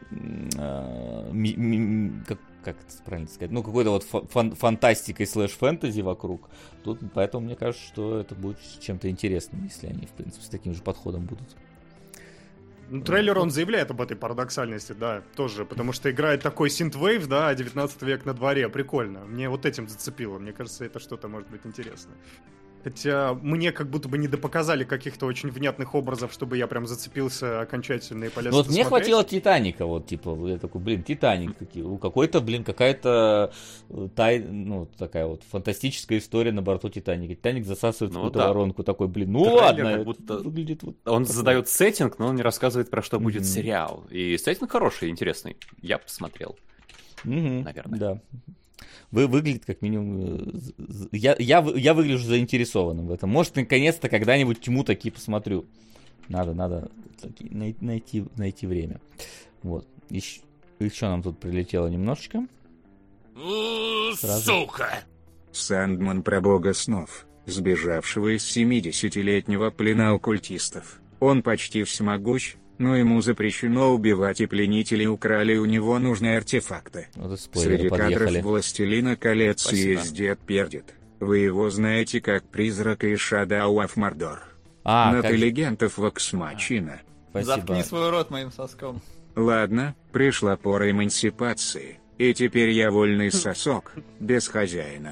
э, ми- ми- как, как это правильно сказать, ну какой-то вот фан- фантастикой слэш-фэнтези вокруг. Тут, поэтому мне кажется, что это будет чем-то интересным, если они, в принципе, с таким же подходом будут. Ну, трейлер, он заявляет об этой парадоксальности, да, тоже, потому что играет такой синтвейв, да, девятнадцатый век на дворе, прикольно. Мне вот этим зацепило, мне кажется, это что-то может быть интересно. Хотя мне как будто бы не допоказали каких-то очень внятных образов, чтобы я прям зацепился окончательно и полез Ну вот мне смотреть. хватило Титаника, вот, типа, я такой, блин, Титаник, такие, у какой-то, блин, какая-то тай, ну, такая вот фантастическая история на борту Титаника. Титаник засасывает Ну в какую-то да. воронку, такой, блин, ну Трейлер ладно, как это будто выглядит вот Он такой. задает сеттинг, но он не рассказывает, про что будет Мгм. сериал. И сеттинг хороший, интересный. Я посмотрел. Мгм, наверное. Да. Вы выглядит как минимум... э, з- з- Я, я, вы- я выгляжу заинтересованным в этом. Может, наконец-то когда-нибудь Тьму таки посмотрю. Надо, надо таки най- найти, найти время. Вот. Еще, еще нам тут прилетело немножечко. Сразу. Сука! Сандман про бога снов, сбежавшего из семидесятилетнего плена оккультистов. Он почти всемогущ, но ему запрещено убивать, и пленители украли у него нужные артефакты. Вот и спойлеры Среди подъехали. кадров «Властелина колец» Спасибо. есть Дед Пердит. Вы его знаете как призрака из Shadow of Mordor. А, как... Наталигентов Вокс Мачина. Спасибо. Заткни свой рот моим соском. Ладно, пришла пора эмансипации, и теперь я вольный сосок, без хозяина.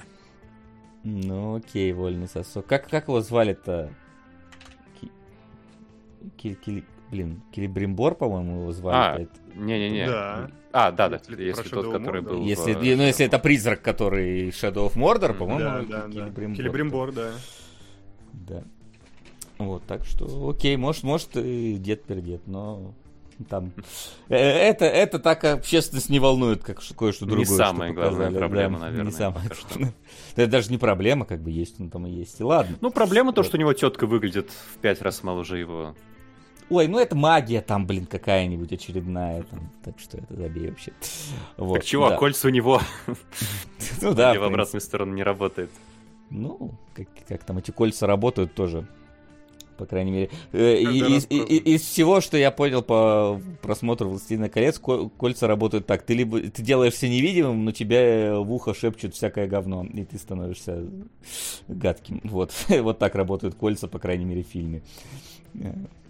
Ну, окей, вольный сосок. Как, как его звали-то? Ки... Ки- Ки- Блин, Килибримбор, по-моему, его звали. А, Это- не-не-не. Да. А, да, да. Если Если про тот, Shadow который Mordor. был... в, Если, э, ну, если это призрак, который Shadow of Mordor, Мгм. по-моему, Да, это да, да. Килибримбор. Келебримбор, да. Да. Вот, так что, окей, может, может и дед-пердед, но там... э, Это, это так общественность не волнует, как ш- кое-что Не другое. что самая главная показали, проблема, да, наверное, Не самая пока что. главная. Это даже не проблема, как бы есть, он там и есть. И ладно. Ну, проблема то, что у него тетка выглядит в пять раз моложе его. Ой, ну это магия там, блин, какая-нибудь очередная. Там, так что это забей вообще. Вот, Так чего, да. кольца у него Ну да, или в в обратную принципе. сторону не работает. Ну, как, как там эти кольца работают тоже. По крайней мере. Э, и- Каждый раз из, и- и- из всего, что я понял по просмотру «Властелина колец», ко- кольца работают так. Ты либо ты делаешься невидимым, но тебе в ухо шепчут всякое говно, и ты становишься гадким. Вот. Вот так работают кольца, по крайней мере, в фильме. Э,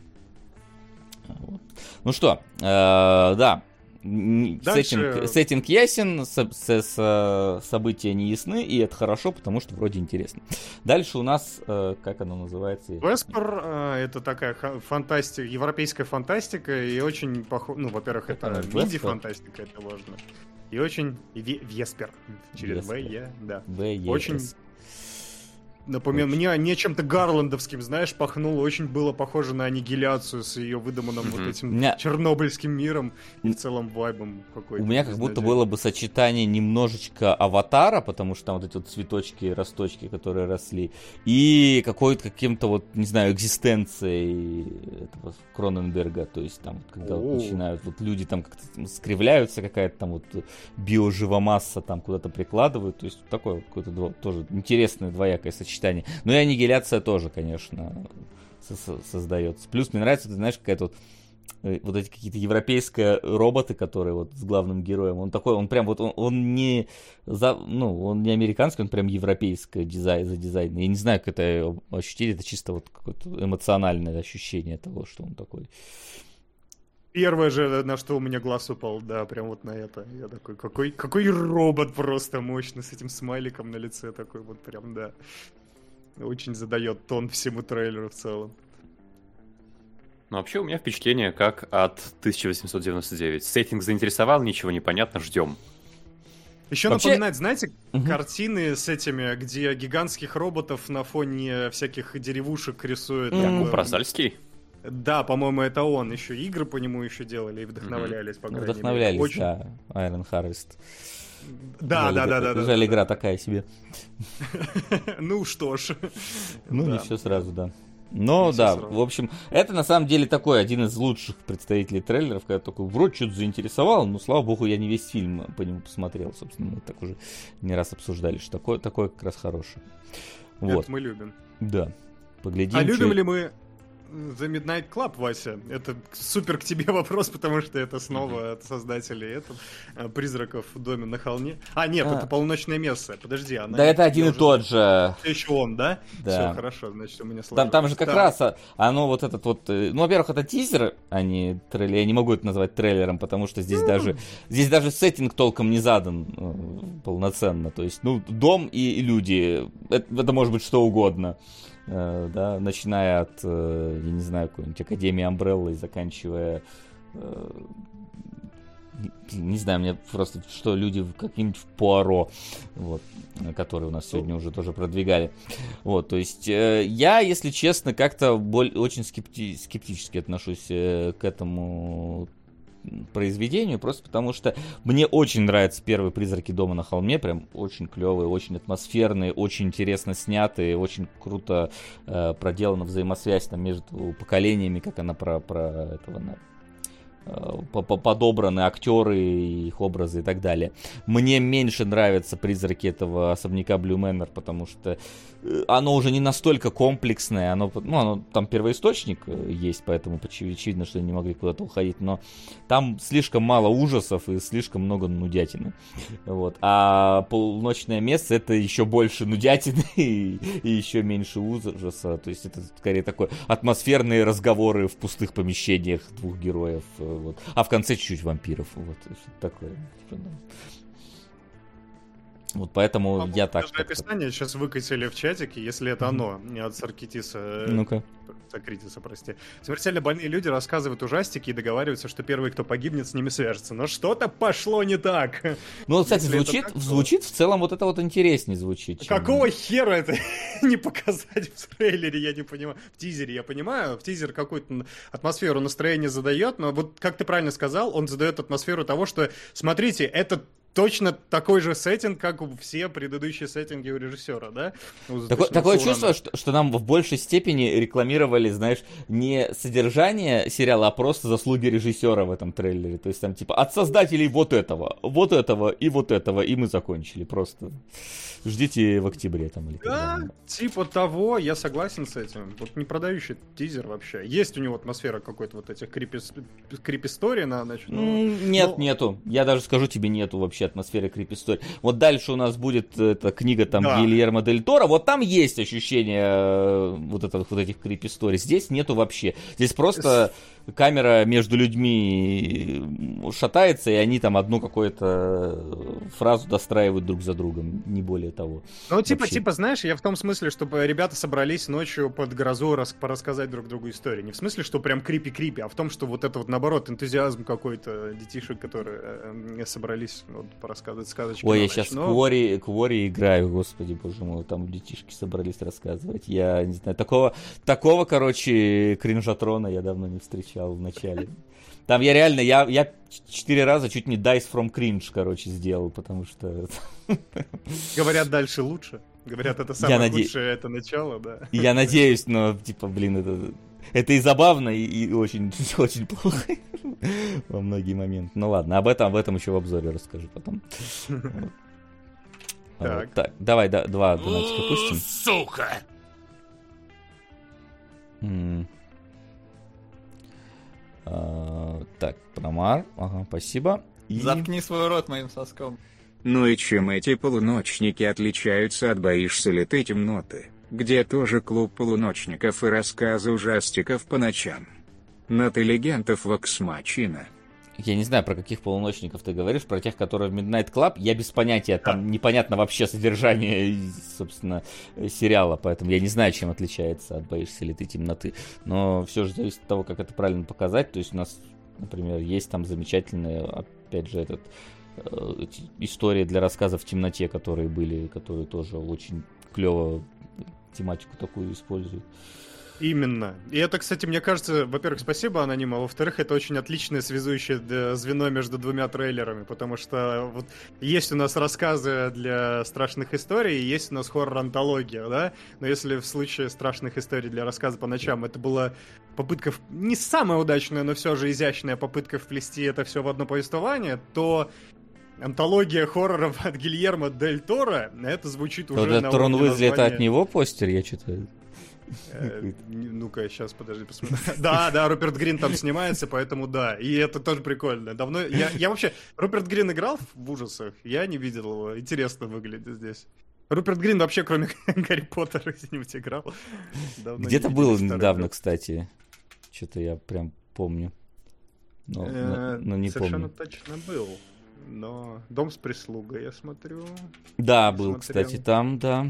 вот. Ну что, э, да. М, Дальше- Сеттинг, сеттинг ясен, со- со- со- события не ясны, и это хорошо, потому что вроде интересно. Дальше у нас, э, как оно называется? Веспер э, это такая ха- фантастика, европейская фантастика, и очень похоже, ну, во-первых, Как это она, Веспер? миди-фантастика, это важно. И очень ве- Веспер, через Б, Веспер. Е, да. Б, Е, Очень С. Напомню, мне не чем-то гарландовским, знаешь, пахнуло, очень было похоже на аннигиляцию с ее выдуманным вот Мгм. этим У меня- чернобыльским миром и в целом вайбом какой-то. У меня как будто безнадежный. было бы сочетание немножечко аватара, потому что там вот эти вот цветочки, росточки, которые росли, и какой-то каким-то вот, не знаю, экзистенцией этого Кроненберга, то есть там, вот, когда вот О. начинают, вот люди там как-то там скривляются, какая-то там вот биоживомасса там куда-то прикладывают, то есть такое вот какое-то дво- тоже интересное двоякое сочетание. Ну и аннигиляция тоже, конечно, со- со- создается. Плюс мне нравится, ты знаешь, какая-то вот э, вот эти какие-то европейские роботы, которые вот с главным героем, он такой, он прям вот, он, он не, за, ну, он не американский, он прям европейский дизайн, за дизайн. Я не знаю, как это ощутить, это чисто вот какое-то эмоциональное ощущение того, что он такой. Первое же, на что у меня глаз упал, да, прям вот на это. Я такой, какой, какой робот просто мощный с этим смайликом на лице такой вот прям, да. очень задает тон всему трейлеру в целом. Ну, вообще, у меня впечатление как от тысяча восемьсот девяносто девять. Сеттинг заинтересовал, ничего не понятно, ждем. Еще Вообще- напоминает, знаете, Мгм. картины с этими, где гигантских роботов на фоне всяких деревушек рисуют. Мгм. Такое- Якуб Прозальский? Да, по-моему, это он. Еще игры по нему еще делали и вдохновлялись, по крайней Вдохновлялись, мере. Очень- да, Iron Harvest. Да, Жаль, да, да, игра- да, да. Жаль, да, игра такая себе. да. Ну что ж. Ну, не Да. все сразу, да. Но Не всё да, сразу. в общем, это на самом деле такой один из лучших представителей трейлеров, когда такой, вроде что-то заинтересовал, но, слава богу, я не весь фильм по нему посмотрел, собственно, мы так уже не раз обсуждали, что такое, такое как раз хорошее. Вот, Это мы любим. да, поглядим. А любим чё- ли мы The Midnight Club, Вася? Это супер к тебе вопрос, потому что это снова от создателей это, а, «Призраков в доме на холме». А, нет, А. это «Полуночное место». Подожди, она... Да это один я и уже- тот же. Это еще он, да? Да. Все, хорошо, значит, у меня Там, сложилось. там же как Да. раз а, оно вот этот вот... э, Ну, во-первых, это тизер, а не трейлер. Я не могу это назвать трейлером, потому что здесь даже здесь даже сеттинг толком не задан э, полноценно. То есть, ну, дом и, и люди. Это, это может быть что угодно. Э, да, начиная от, э, я не знаю, какой-нибудь Академии Амбреллы и заканчивая... э, не- не знаю, мне просто что люди в каким-нибудь в Пуаро, вот, который у нас сегодня уже тоже продвигали. Вот, то есть э, я, если честно, как-то боль- очень скепти- скептически отношусь э, к этому произведению, просто потому что мне очень нравятся первые «Призраки дома на холме», прям очень клевые, очень атмосферные, очень интересно снятые, очень круто э, проделана взаимосвязь там между поколениями, как она про, про этого... на- по- по- подобраны актеры, их образы и так далее. Мне меньше нравятся «Призраки» этого особняка Блю Мэннер, потому что э, оно уже не настолько комплексное, оно, ну, оно там первоисточник э, есть, поэтому очи- очевидно, что они не могли куда-то уходить, но там слишком мало ужасов и слишком много нудятины. Вот. А «Полуночное место» — это еще больше нудятины и, и еще меньше ужаса, то есть это скорее такой атмосферные разговоры в пустых помещениях двух героев. э, Вот. А в конце чуть-чуть вампиров. Вот, что-то такое. Типа, да. Вот поэтому По-моему, я так. даже как-то- описание сейчас выкатили в чатике, если это Мгм. оно, не от Саркитиса. э, Ну-ка. Сокритиса, прости. Смертельно больные люди рассказывают ужастики и договариваются, что первый, кто погибнет, с ними свяжется. Но что-то пошло не так. Ну, вот, кстати, Если это звучит, так, то- звучит в целом вот это вот интереснее звучит. чем- Какого хера это не показать в трейлере, я не понимаю. В тизере я понимаю, в тизер какую-то атмосферу настроения задает, но вот, как ты правильно сказал, он задает атмосферу того, что, смотрите, это точно такой же сеттинг, как у все предыдущие сеттинги у режиссера, да? У Такое, точно такое Шоурана. чувство, что, что нам в большей степени рекламировали, знаешь, не содержание сериала, а просто заслуги режиссера в этом трейлере. То есть там типа от создателей вот этого, вот этого и вот этого, и мы закончили. Просто ждите в октябре там или Да, когда. типа того, я согласен с этим. Вот не продающий тизер вообще. Есть у него атмосфера какой-то вот этих крипи-стори на, значит, ну, М, Нет, ну- нету. Я даже скажу тебе, нету вообще атмосферы крип-истории. Вот дальше у нас будет эта книга там Да. Гильермо Дель Торо. Вот там есть ощущение э, вот, это, вот этих крип-историй. Здесь нету вообще. Здесь просто камера между людьми шатается, и они там одну какую-то фразу достраивают друг за другом. Не более того. Ну, типа, Вообще. типа, знаешь, я в том смысле, чтобы ребята собрались ночью под грозу рас- порассказать друг другу историю. Не в смысле, что прям крипи-крипи, а в том, что вот это вот, наоборот, энтузиазм какой-то детишек, которые э, э, собрались вот, порассказывать сказочки. Ой, на я ночь. сейчас Но- Квори, Квори играю, господи, боже мой, там детишки собрались рассказывать. Я не знаю, такого, такого, короче, кринжатрона я давно не встречал в начале. Там я реально, я, я четыре раза чуть не Dice from Cringe, короче, сделал, потому что... Говорят, дальше лучше. Говорят, это самое наде- лучшее, это начало, да. Я надеюсь, но, типа, блин, это... Это и забавно, и, и очень, очень плохо во многие моменты. Ну ладно, об этом, об этом еще в обзоре расскажу потом. Вот. Так. Вот, так, давай да, два донатика пустим. Сука! М. А, так, Промар, ага, спасибо. И... Заткни свой рот моим соском. Ну и чем эти полуночники отличаются от «Боишься ли ты темноты», где тоже клуб полуночников и рассказы ужастиков по ночам? Наталигентов Вокс Мачина. Я не знаю, про каких полуночников ты говоришь, про тех, которые в Midnight Club. Я без понятия, там непонятно вообще содержание, собственно, сериала, поэтому я не знаю, чем отличается от «Боишься ли ты темноты». Но все же зависит от того, как это правильно показать. То есть у нас, например, есть там замечательные, опять же, этот, э, истории для рассказов в темноте, которые были, которые тоже очень клево тематику такую используют. Именно. И это, кстати, мне кажется, во-первых, спасибо анониму, а во-вторых, это очень отличное связующее звено между двумя трейлерами, потому что вот есть у нас рассказы для страшных историй, есть у нас хоррор-антология, да? Но если в случае страшных историй для рассказа по ночам это была попытка, не самая удачная, но все же изящная попытка вплести это все в одно повествование, то антология хорроров от Гильермо Дель Торо, это звучит уже вот на этот Рон уровне Уизли, это названия... от него постер? Я что-то... Э, Ну-ка, сейчас, подожди, посмотрю. Да, да, Руперт Грин там снимается, поэтому да. И это тоже прикольно. Давно... Я, я вообще... Руперт Грин играл в ужасах? Я не видел его. Интересно выглядит здесь. Руперт Грин вообще, кроме Гарри Поттера, где-нибудь играл. Давно Где-то не был видел старый недавно, игрок. кстати. Что-то я прям помню. Но, но- Э, но не Совершенно помню. точно был. Но «Дом с прислугой» я смотрю. Да, был, смотрел. кстати, там, да.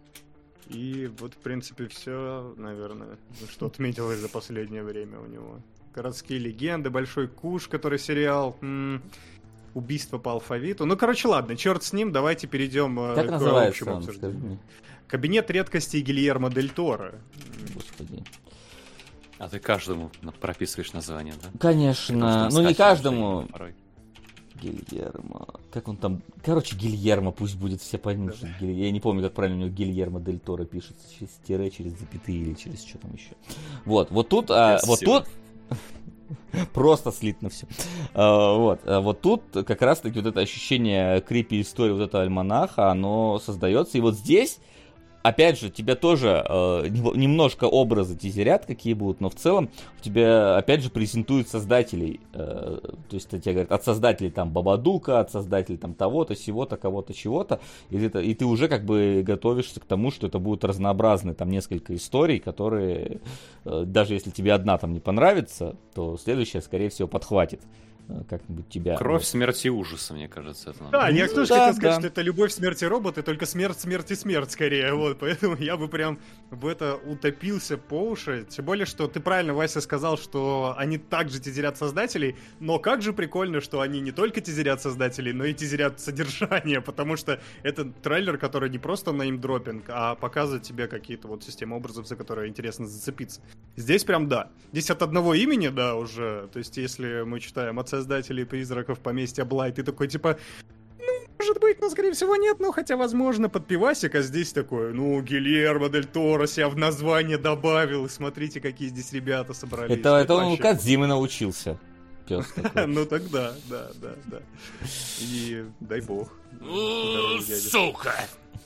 И вот, в принципе, все, наверное, ну, что отметилось за последнее время у него. «Городские легенды», «Большой куш», который сериал, м, «Убийство по алфавиту». Ну, короче, ладно, черт с ним, давайте перейдем э, Как к называется общему он, скажи обсуждению. мне? «Кабинет редкостей» Гильермо Дель Торо. Господи. А ты каждому на- прописываешь название, да? Конечно. Потому что Ну, не скачиваешь каждому. именно порой. Гильермо. Как он там? Короче, Гильермо, пусть будет, все поймут, что Гиль- Я не помню, как правильно у него Гильермо Дель Торо пишется. Через тире, через запятые или через что там еще. Вот, вот тут, а, Без вот всего. тут просто слитно все. Вот, а вот тут как раз-таки вот это ощущение крипи истории вот этого альманаха, оно создается. И вот здесь, опять же, тебя тоже э, нем- немножко образы тизерят, какие будут, но в целом у тебя, опять же, презентуют создателей. Э, то есть, тебе говорят, от создателей там Бабадука, от создателей там того-то, сего-то, кого-то, чего-то. И, это, и ты уже как бы готовишься к тому, что это будут разнообразные там несколько историй, которые, э, даже если тебе одна там не понравится, то следующая, скорее всего, подхватит э, как-нибудь тебя. Кровь, Вот. смерть и ужас, мне кажется. Это Да, я Ну, тоже да, хотел сказать, да. что это любовь, смерть и роботы, только смерть, смерть и смерть скорее, вот, поэтому я бы прям в это утопился по уши, тем более, что ты правильно, Вася, сказал, что они также тизерят создателей, но как же прикольно, что они не только тизерят создателей, но и тизерят содержание, потому что это трейлер, который не просто неймдропинг, а показывает тебе какие-то вот системы образов, за которые интересно зацепиться. Здесь прям да, здесь от одного имени, да, уже, то есть если мы читаем от создателей призраков поместья Блай, ты такой типа... Может быть, но, скорее всего, нет, ну, хотя, возможно, под пивасик, а здесь такое, ну, Гильермо Дель Торо себя в название добавил, и смотрите, какие здесь ребята собрались. Это, это он у вообще- Кодзимы научился. Пес такой. Ну, тогда, да, да, да. И дай бог. Здоровья дяде. Сука!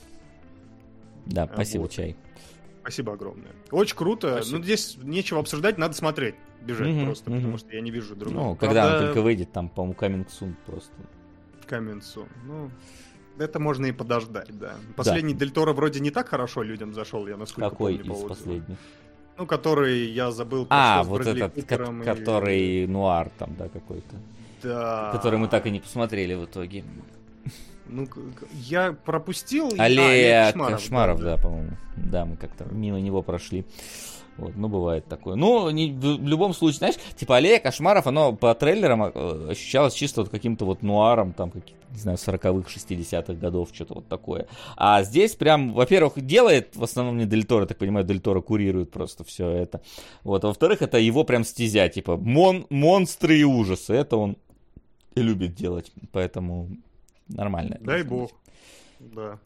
Да, А спасибо, вот. чай. Спасибо огромное. Очень круто. Спасибо. Ну, здесь нечего обсуждать, надо смотреть. Бежать Мгм, просто, мгм. потому что я не вижу другого. Ну, когда он Правда, только выйдет, там, по-моему, Coming Soon просто. Coming soon. Ну, это можно и подождать, да. Последний Дель Торо вроде не так хорошо людям зашел, я насколько Какой помню. по из отзывам. последних? Ну, который я забыл. про А, что с вот Брэдли этот, ко- Купером и- который нуар там, да, какой-то. Да. Который мы так и не посмотрели в итоге. Ну, к- к- я пропустил... и- а, Олег Кошмаров, Кошмаров, да, по-моему. Да, мы как-то мимо него прошли. Вот, ну, бывает такое. Ну, не- в, в любом случае, знаешь, типа Аллея Кошмаров, оно по трейлерам э, ощущалось чисто вот каким-то вот нуаром, там, каких-то, не знаю, сороковых, шестидесятых годов, что-то вот такое. А здесь прям, во-первых, делает в основном не Дель Торо, так понимаю, Дель Торо курирует просто все это. Вот, а во-вторых, это его прям стезя, типа, мон- монстры и ужасы, это он и любит делать, поэтому нормально. Дай бог. Да.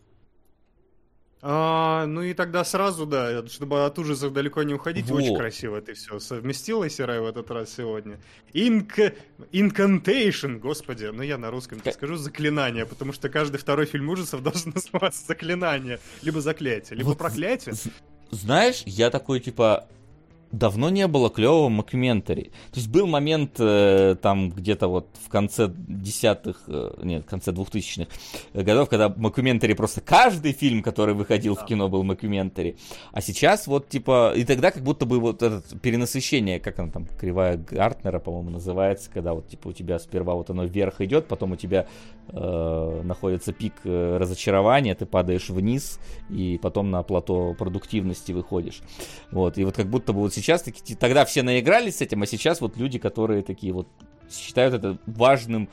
А, ну и тогда сразу, да, чтобы от ужасов далеко не уходить, Вот. очень красиво ты все совместила, Сирай, в этот раз сегодня. Инк... Incantation, господи, ну я на русском К- скажу заклинание, потому что каждый второй фильм ужасов должен называться заклинание, либо заклятие, либо Вот проклятие. З- Знаешь, я такой, типа, давно не было клевого мокюментари. То есть был момент э, там где-то вот в конце десятых, э, нет, в конце двухтысячных годов, когда мокюментари просто каждый фильм, который выходил в кино, был мокюментари. А сейчас вот типа, и тогда как будто бы вот это перенасыщение, как оно там, кривая Гартнера, по-моему, называется, когда вот типа у тебя сперва вот оно вверх идет, потом у тебя э, находится пик э, разочарования, ты падаешь вниз, и потом на плато продуктивности выходишь. Вот, и вот как будто бы вот сейчас таки, тогда все наигрались с этим, а сейчас вот люди, которые такие вот считают это важным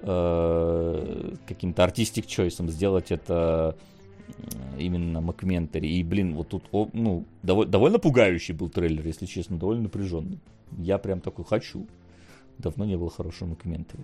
э, каким-то артистик чойсом сделать это именно мокюментари. И, блин, вот тут о, ну, довольно, довольно пугающий был трейлер, если честно, довольно напряженный. Я прям такой хочу. Давно не было хорошего мокюментари.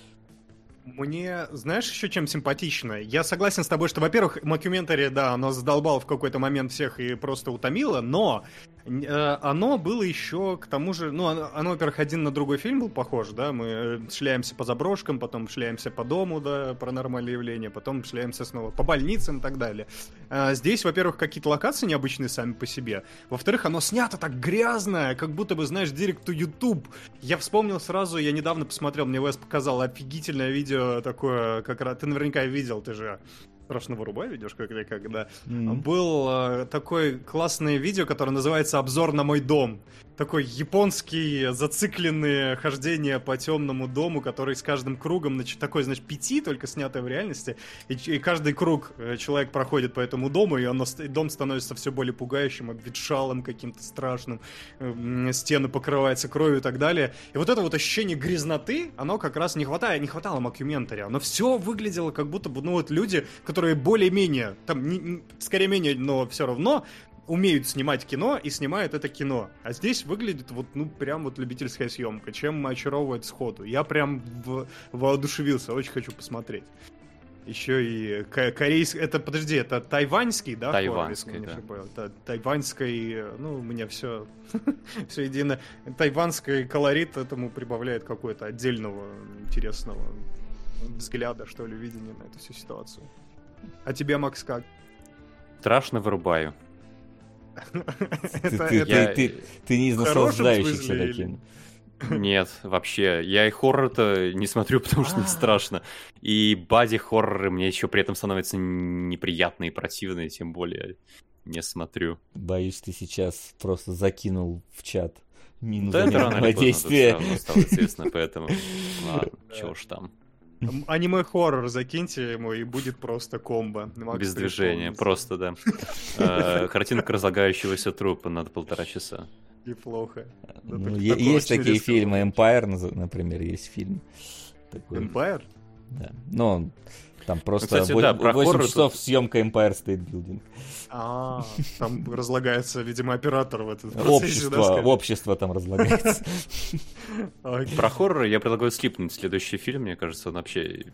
Мне, знаешь, еще чем симпатично? Я согласен с тобой, что, во-первых, мокюментари, да, оно задолбало в какой-то момент всех и просто утомило, но э, оно было еще к тому же, ну, оно, оно, во-первых, один на другой фильм был похож, да, мы шляемся по заброшкам, потом шляемся по дому, да, паранормальные явления, потом шляемся снова по больницам и так далее. А здесь, во-первых, какие-то локации необычные сами по себе, во-вторых, оно снято так грязно, как будто бы, знаешь, директ to YouTube. Я вспомнил сразу, я недавно посмотрел, мне Вес показал офигительное видео такое, как раз ты наверняка видел, ты же «Страшно вырубай» ведешь, как или как, да. Mm-hmm. Был э, такое классное видео, которое называется «Обзор на мой дом». Такой японский зацикленное хождение по темному дому, который с каждым кругом, значит, такой, значит, пяти, только снятое в реальности, и, и каждый круг человек проходит по этому дому, и, оно, и дом становится все более пугающим, обветшалым, каким-то страшным, э, стены покрываются кровью и так далее. И вот это вот ощущение грязноты, оно как раз не хватает, не хватало мокюментари. Оно все выглядело как будто бы, ну вот люди, которые более-менее, там, не, не, скорее менее, но все равно умеют снимать кино и снимают это кино. А здесь выглядит вот, ну, прям вот любительская съемка, чем очаровывает сходу. Я прям в... воодушевился, очень хочу посмотреть. Еще и корейский, это, подожди, это тайваньский, да? Тайваньский, хоррор, да. Это тайваньский, ну, у меня все, все едино. Тайванский колорит этому прибавляет какой-то отдельного интересного взгляда, что ли, видения на эту всю ситуацию. А тебе, Макс, как? Страшно вырубаю. Ты не из наслаждающихся таким. Нет, вообще. Я и хоррор-то не смотрю, потому что мне страшно. И боди-хорроры мне еще при этом становятся неприятные и противные, тем более не смотрю. Боюсь, ты сейчас просто закинул в чат минус да, взаимодействия. Да, стало известно, поэтому ладно, чего уж там. Аниме-хоррор закиньте ему, и будет просто комбо. Макс без движения, просто, да. Картинка разлагающегося трупа надо полтора часа. Неплохо. Ну, есть такие фильмы, Empire, например, есть фильм. Empire? Да. Ну, там просто ну, кстати, да, восемь часов съемка Empire State Building. А, там разлагается, видимо, оператор в этом процессе. Общество, общество там разлагается. Про хорроры я предлагаю слипнуть следующий фильм, мне кажется, он вообще...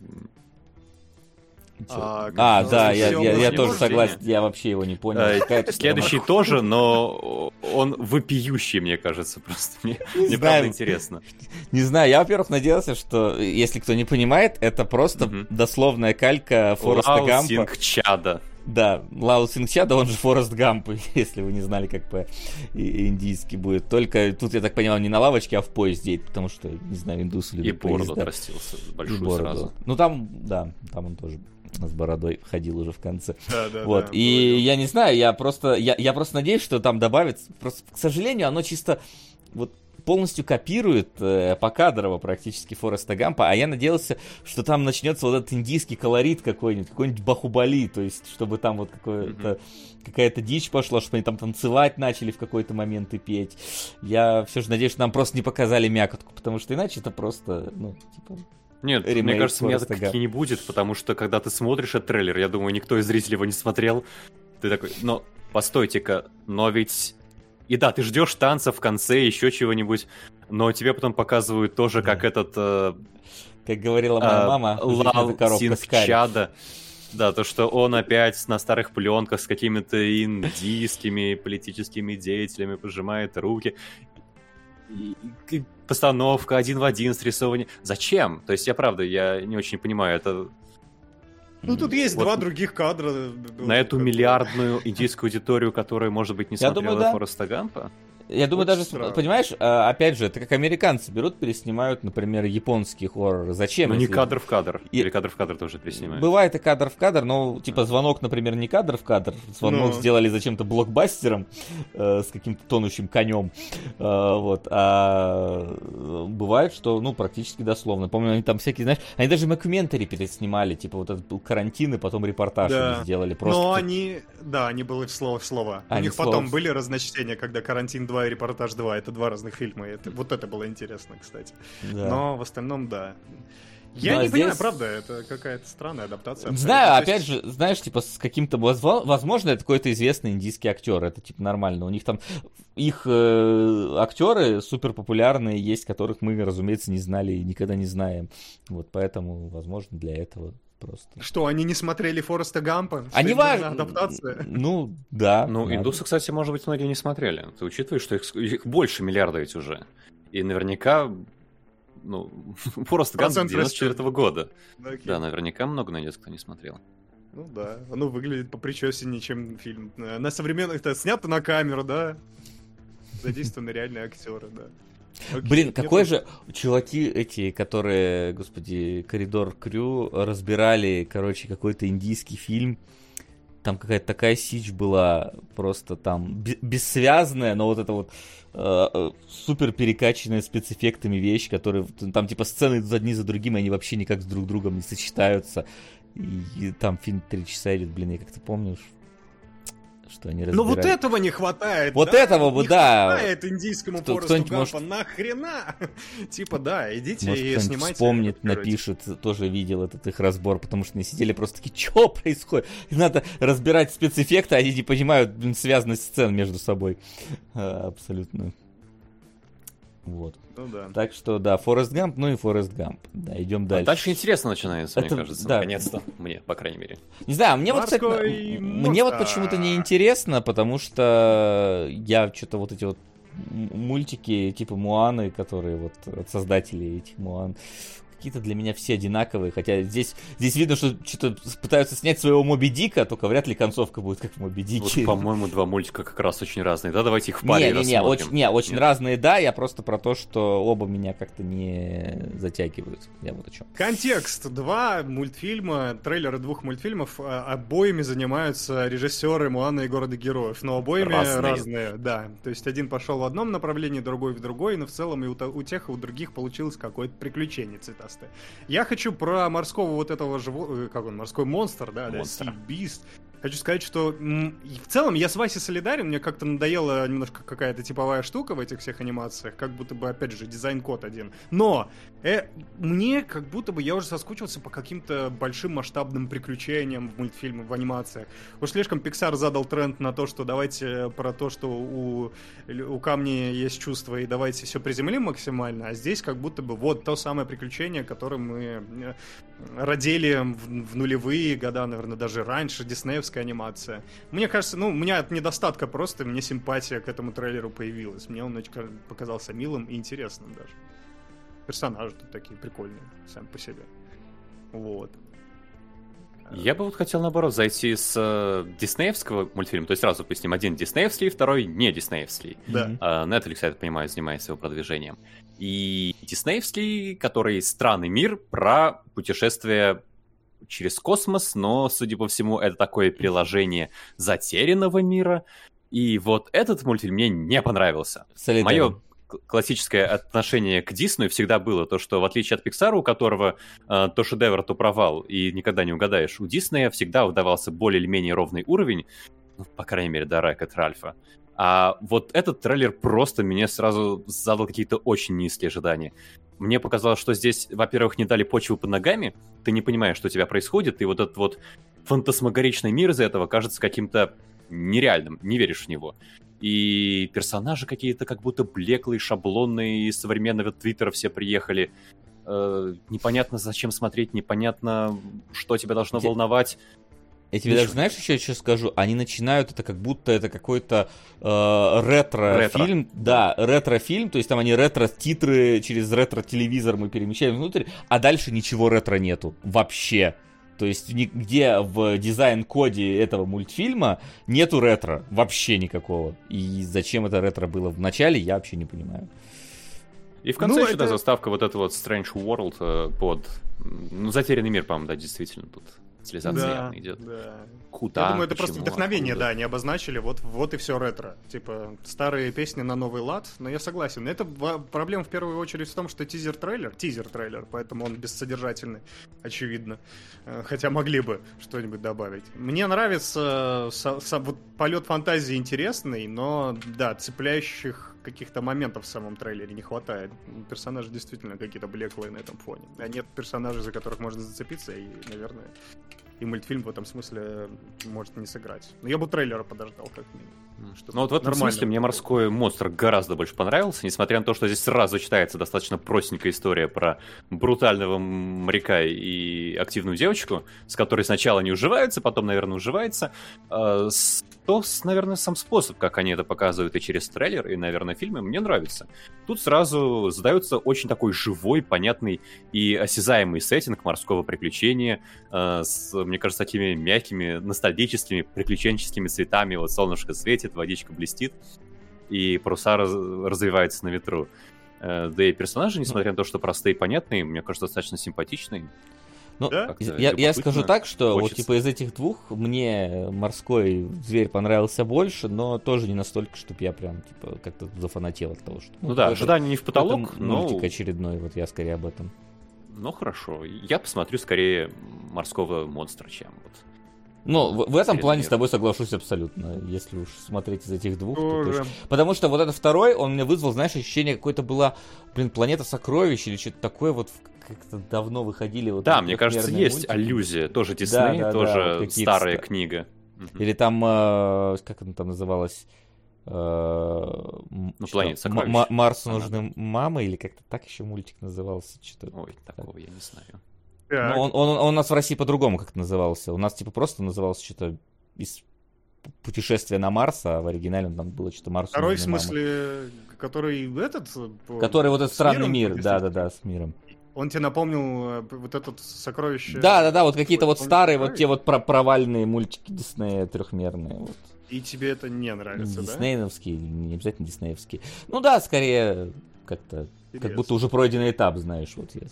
А, а да, я, я, я тоже согласен, я вообще его не понял. А, следующий тоже, но он вопиющий, мне кажется, просто. Мне, мне правда интересно. Не знаю, я, во-первых, надеялся, что, если кто не понимает, это просто mm-hmm. дословная калька Фореста Гампа. Лао Сингчада. Да, Лао Сингчада, он же Форест Гамп, если вы не знали, как по-индийски будет. Только тут, я так понимаю, не на лавочке, а в поезде, потому что, не знаю, индусы любят и бороду поезда. отрастился большую сразу. Ну там, да, там он тоже с бородой ходил уже в конце. Да, да, вот. да, и я не знаю, я просто, я, я просто надеюсь, что там добавится. Просто, к сожалению, оно чисто вот полностью копирует э, покадрово практически Фореста Гампа, а я надеялся, что там начнется вот этот индийский колорит какой-нибудь, какой-нибудь Бахубали, то есть, чтобы там вот какое-то, mm-hmm. какая-то дичь пошла, чтобы они там танцевать начали в какой-то момент и петь. Я все же надеюсь, что нам просто не показали мякотку, потому что иначе это просто, ну, типа... Нет, мне кажется, мякотки не будет, потому что, когда ты смотришь этот трейлер, я думаю, никто из зрителей его не смотрел, ты такой, но, постойте-ка, но ведь... И да, ты ждешь танца в конце, еще чего-нибудь, но тебе потом показывают тоже, как этот... Э, как говорила моя э, мама, Лао Сингчада. Да, то, что он опять на старых пленках с какими-то индийскими политическими деятелями пожимает руки. И, и постановка один в один срисовывание. Зачем? То есть, я правда, я не очень понимаю, это... Ну, тут есть вот два других кадра. На эту миллиардную индийскую аудиторию, которая, может быть, не я смотрела думаю, да. Фореста Гампа? Я думаю, Очень даже, странно. понимаешь, а, опять же, это как американцы берут, переснимают, например, японские хорроры. Зачем? Ну не если- кадр в кадр. И- Или кадр в кадр тоже переснимают. Бывает и кадр в кадр, но, типа, звонок, например, не кадр в кадр. Звонок Ну. сделали зачем-то блокбастером э, с каким-то тонущим конем. Э, вот. А э, бывает, что, ну, практически дословно. Помню, они там всякие, знаешь, они даже мокюментари переснимали. Типа, вот этот был карантин, и потом репортаж Да. они сделали. Просто Но типа, они, да, они были в слово в слово. У Они них слово потом в- были разночтения, когда «Карантин два» и «Репортаж два» — это два разных фильма. и это, вот это было интересно, кстати. да. Но в остальном, да. Я Ну, а не понимаю, здесь- правда, это какая-то странная адаптация. Знаю, абсолютно. То опять есть- же, знаешь, типа с каким-то, возво- возможно, это какой-то известный индийский актер, это типа нормально. У них там, их э, актеры супер популярные есть, которых мы, разумеется, не знали и никогда не знаем. Вот, поэтому, возможно, для этого просто. Что, они не смотрели Фореста Гампа? Что Они им нужна важны. адаптация? Ну, да. Ну, надо. индусы, кстати, может быть, многие не смотрели. Ты учитываешь, что их, их больше миллиарда ведь уже. И наверняка, ну, Форест Гамп Процент девяносто четвёртого года. Окей. Да, наверняка много найдется, кто не смотрел. Ну да, оно выглядит попричесеннее, чем фильм. Э, На современных, это снято на камеру, да? Задействованы реальные актеры, да. Окей, Блин, мне какой тоже- же чуваки эти, которые, господи, Коридор Крю разбирали, короче, какой-то индийский фильм. Там какая-то такая сичь была, просто там бе- бессвязная, но вот это вот э, э, супер перекачанная спецэффектами вещь, которые там типа сцены идут одни за другими, они вообще никак с друг другом не сочетаются. И, и там фильм три часа идет, блин, я как-то помню, что они разбирали. Ну вот этого не хватает, Вот да? этого бы, не да. хватает индийскому Кто- Форесту кто-нибудь Гампа, может- нахрена? Типа, да, идите Может, и кто-нибудь снимайте. вспомнит, короче. напишет, тоже видел этот их разбор, потому что они сидели просто такие, что происходит? И надо разбирать спецэффекты, они не понимают, блин, связанность сцен между собой. А, абсолютно. Вот. Ну да. Так что, да, Форест Гамп, ну и Форест Гамп. Да, идем А дальше. дальше интересно начинается, Это- мне кажется, да. наконец-то. Мне, по крайней мере. Не знаю, мне вот, кстати, Морской м- мне вот монстр. почему-то не интересно, потому что я что-то вот эти вот м- мультики типа Муаны, которые вот от создателей этих Муан, какие-то для меня все одинаковые, хотя здесь, здесь видно, что что-то пытаются снять своего Моби Дика, только вряд ли концовка будет как в Моби Дике. Вот, по-моему, два мультика как раз очень разные. Да, давайте их в паре Не, не, не, рассмотрим. очень, не, очень Нет. разные, да, я просто про то, что оба меня как-то не затягивают. Я вот о чем. Контекст. Два мультфильма, трейлеры двух мультфильмов, а, обоими занимаются режиссеры «Муаны и города героев», но обоими Разные. разные. Да, то есть один пошел в одном направлении, другой в другой, но в целом и у, то- у тех, и у других получилось какое-то приключение цветастое. Я хочу про морского вот этого живого, как он, морской монстр, да, да, Монстр. Sea Beast. Хочу сказать, что м, и в целом я с Васей солидарен, мне как-то надоела немножко какая-то типовая штука в этих всех анимациях, как будто бы, опять же, дизайн-код один. Но э, мне как будто бы я уже соскучился по каким-то большим масштабным приключениям в мультфильмах, в анимациях. Уж слишком Pixar задал тренд на то, что давайте про то, что у, у камня есть чувства, и давайте все приземлим максимально, а здесь как будто бы вот то самое приключение, которое мы э, родили в, в нулевые года, наверное, даже раньше, диснеевская анимация. Мне кажется, ну, у меня от недостатка просто, мне симпатия к этому трейлеру появилась. Мне он очень показался милым и интересным даже. Персонажи тут такие прикольные, сами по себе. Вот. Я бы вот хотел, наоборот, зайти с э, диснеевского мультфильма, то есть сразу поясним, один диснеевский, второй не диснеевский. Да. Мгм. А Netflix, я так понимаю, занимается его продвижением. И диснеевский, который «Странный мир» про путешествие через космос, но, судя по всему, это такое приложение затерянного мира. И вот этот мультфильм мне не понравился. Солидарен. Мое к- классическое отношение к Диснею всегда было то, что в отличие от Пиксара, у которого э, то шедевр, то провал, и никогда не угадаешь, у Диснея всегда удавался более или менее ровный уровень, ну, по крайней мере, до Рэкет Ральфа. А вот этот трейлер просто мне сразу задал какие-то очень низкие ожидания. Мне показалось, что здесь, во-первых, не дали почву под ногами, ты не понимаешь, что у тебя происходит, и вот этот вот фантасмагоричный мир из этого кажется каким-то нереальным, не веришь в него. И персонажи какие-то как будто блеклые, шаблонные, из современного твиттера все приехали. Э, непонятно, зачем смотреть, непонятно, что тебя должно Те- волновать. Я тебе Ничего. даже, знаешь, еще что скажу? Они начинают это как будто это какой-то э, ретро-фильм. Да, ретро-фильм, то есть там они ретро-титры через ретро-телевизор мы перемещаем внутрь, а дальше ничего ретро нету. Вообще. То есть нигде в дизайн-коде этого мультфильма нету ретро. Вообще никакого. И зачем это ретро было в начале, я вообще не понимаю. И в конце Ну, еще, это- да, заставка вот эта вот Strange World э, под... Ну, Затерянный мир, по-моему, да, действительно, тут стилизация Да, явно идет. да. Куда? Я думаю, это просто Почему? вдохновение, Откуда? да, они обозначили, вот, вот и все ретро. Типа, старые песни на новый лад, но я согласен. Это в- проблема в первую очередь в том, что тизер-трейлер, тизер-трейлер, поэтому он бессодержательный, очевидно. Э, Хотя могли бы что-нибудь добавить. Мне нравится со- со- вот полет фантазии интересный, но, да, цепляющих каких-то моментов в самом трейлере не хватает. Персонажи действительно какие-то блеклые на этом фоне. А нет персонажей, за которых можно зацепиться, и, наверное, и мультфильм в этом смысле может не сыграть. Но я бы трейлера подождал, как минимум. Чтобы Ну вот в этом нормально смысле мне было. «Морской монстр» гораздо больше понравился, несмотря на то, что здесь сразу читается достаточно простенькая история про брутального моряка и активную девочку, с которой сначала не уживаются, потом, наверное, уживается. Э, с- То, с- наверное, сам способ, как они это показывают и через трейлер, и, наверное, фильмы, мне нравится. Тут сразу задается очень такой живой, понятный и осязаемый сеттинг морского приключения, э, с, мне кажется, такими мягкими, ностальгическими, приключенческими цветами. Вот солнышко светит, водичка блестит, и паруса раз- развиваются на ветру. Э, Да и персонажи, несмотря на то, что простые и понятные, мне кажется, достаточно симпатичные. Ну, Да? Как-то я, я любопытно. скажу так, что вот Хочется. типа из этих двух мне морской зверь понравился больше, но тоже не настолько, чтобы я прям типа как-то зафанател от того, что... Ну да, какой-то- ожидания не в потолок, какой-то но... мультик очередной, вот я скорее об этом. Ну хорошо. Я посмотрю скорее «Морского монстра», чем вот. Ну, в, в этом Середный плане мир. с тобой соглашусь абсолютно, если уж смотреть из этих двух. то Тоже. точно. Потому что вот этот второй, он мне вызвал, знаешь, ощущение какой-то была, блин, планета сокровищ или что-то такое, вот в- как-то давно выходили вот Да, эти мне кажется, трехмерные есть мультики. аллюзия. Тоже Дисней, да, да, тоже вот какие-то старая ста- книга. Мгм. Или там, э, как она там называлась? Э, м, Ну, что, «Планета М- сокровищ». Ма- Марсу Она, нужны мамы, или как-то так еще мультик назывался. Что-то. Ой, такого я не знаю. Так. Ну, он, он, он у нас в России по-другому как-то назывался. У нас типа просто назывался что-то из путешествия на Марс, а в оригинале он там было что-то Марсу Второй, в нужны мамы. смысле, который этот... э, Который вот этот с странный миром, мир, действительно. да-да-да, с миром. Он тебе напомнил э, вот этот сокровище... Да-да-да, вот какие-то вот Он старые, тебе вот те вот про- провальные мультики Диснея трехмерные. Вот. И тебе это не нравится, да? Диснеевские, не обязательно диснеевские. Ну да, скорее как-то, как Интересно. будто уже пройденный этап, знаешь, вот я.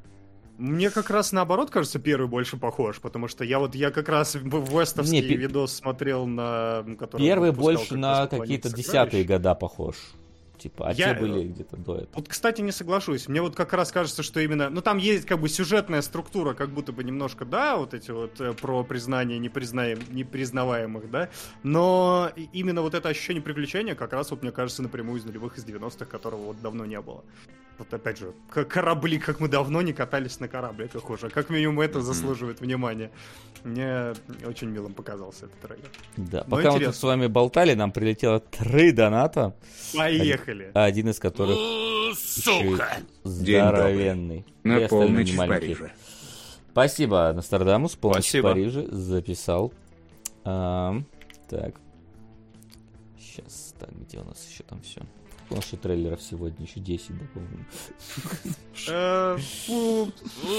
Мне как раз наоборот кажется, первый больше похож, потому что я вот я как раз в в вестовский Не, пе- видос смотрел на... который Первый выпускал больше как на раз «Планета какие-то сокровищ». десятые года похож. Типа, а Я- те были где-то до этого. Вот, кстати, не соглашусь. Мне вот как раз кажется, что именно... Ну, там есть как бы сюжетная структура, как будто бы немножко, да, вот эти вот э, про признание непризнаем... непризнаваемых, да, но и- именно вот это ощущение приключения как раз, вот мне кажется, напрямую из нулевых, из девяностых, которого вот давно не было. Вот опять же, к- корабли, как мы давно не катались на корабликах уже. Как минимум это Мгм. заслуживает внимания. Мне очень милым показался этот трейлер. Да. Ну, Пока мы интересно. тут с вами болтали, нам прилетело три доната, Поехали! один из которых еще и День добрый. здоровенный. На И остальные полночь не в маленькие. Париже. Спасибо, Нострадамус. Полночь Спасибо. в Париже. Записал. А, так. Сейчас, так, где у нас еще там все? Потому что трейлеров сегодня еще десять, да, по-моему. Э, фу.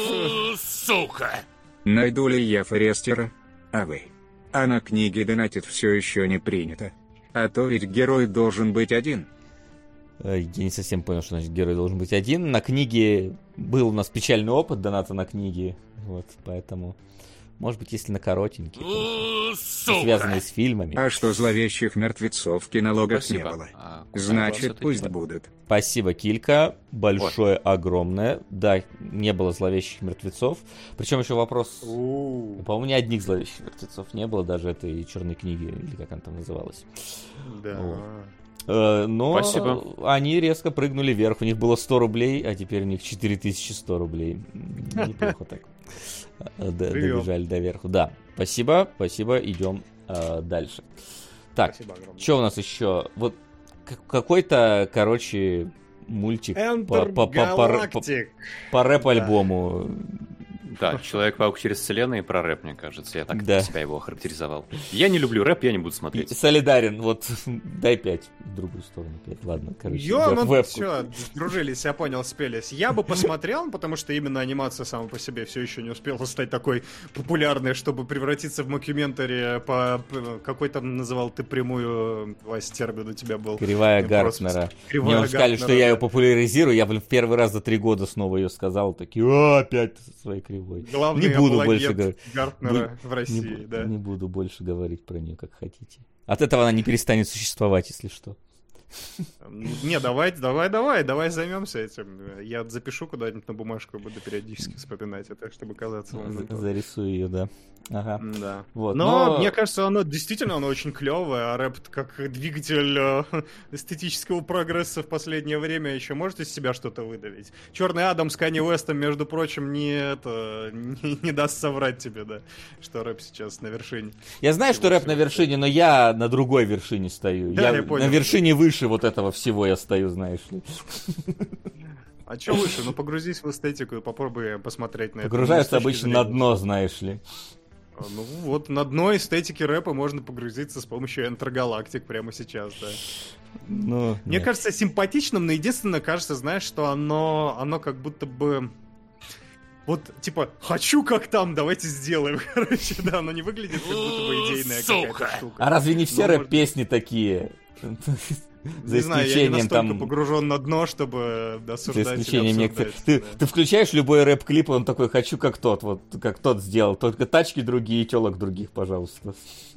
Найду ли я Форестера? А вы? А на книге донатит все еще не принято. А то ведь герой должен быть один. Э, Я не совсем понял, что значит герой должен быть один. На книге был у нас печальный опыт доната на книги. Вот, поэтому... Может быть, если на коротенький, то, связанный с фильмами. А что зловещих мертвецов в кинологах не Спасибо. было? А куда Значит, вас это пусть типа? будут. Спасибо, Килька. Большое, огромное. Да, не было зловещих мертвецов. Причем еще вопрос... У, По-моему, ни одних зловещих мертвецов не было, даже этой черной книги, или как она там называлась. Да. Вот. Э, Но Спасибо. они резко прыгнули вверх. У них было сто рублей, а теперь у них четыре тысячи сто рублей. М, Неплохо так. Э, д- Живем. Добежали до верху. Да, спасибо, спасибо. Идем э, дальше. Так, Спасибо огромное. что у нас еще? Вот к- какой-то, короче, мультик по, по, по, по, р- по- Энтергалактик. по рэп-альбому. Да, Человек-паук через вселенную про рэп, мне кажется. Я так Да. для себя его охарактеризовал. Я не люблю рэп, я не буду И смотреть. солидарен, вот дай пять в другую сторону. пять. Ладно, короче, Ё, в ну вебку. все, дружились, я понял, спелись. Я бы посмотрел, потому что именно анимация сама по себе все еще не успела стать такой популярной, чтобы превратиться в мокюментари по... Какой там называл ты прямую, Вась, термин у тебя был? Кривая Я просто- Гартнера. Кривая Мне он сказали, Гартнера, что я да. ее популяризирую. Я, блин, в первый раз за три года снова ее сказал. Такие, о, опять со своей кривой. Главный Не буду апологет больше говорить. Гартнера в Не, России, бу- да. не буду больше говорить про нее, как хотите. От этого она не перестанет существовать, если что. Не, давай, давай, давай, давай займемся этим. Я запишу куда-нибудь на бумажку и буду периодически вспоминать это, чтобы казаться вам. За- Зарисую ее, да. Ага. Да. Вот, но, но- мне кажется, оно действительно оно очень клевое, а рэп как двигатель э, эстетического прогресса в последнее время еще может из себя что-то выдавить. Черный Адам с Канье Уэстом, между прочим, не это не, не даст соврать тебе, да, что рэп сейчас на вершине. Я знаю, что рэп на вершине, но я на другой вершине стою. Да, я я понял. на вершине выше вот этого всего я стою, знаешь ли. А что выше? Ну погрузись в эстетику и попробуй посмотреть на это. Погружаются Ну, с точки обычно на зрения- дно, знаешь ли. А, Ну вот на дно эстетики рэпа можно погрузиться с помощью Энтергалактик прямо сейчас, да. Ну, Мне нет. кажется симпатичным, но единственное, кажется, знаешь, что оно, оно как будто бы... Вот, типа, хочу как там, давайте сделаем. Короче, да, оно не выглядит как будто бы идейная какая-то штука. А разве не все Ну, может- рэп-песни такие? За Не знаю, я не исключением настолько там... погружен на дно, чтобы За осуждать или исключением некоторых. обсуждать. Ты, да. ты включаешь любой рэп-клип, и он такой, хочу как тот, вот как тот сделал. Только тачки другие, телок других, пожалуйста.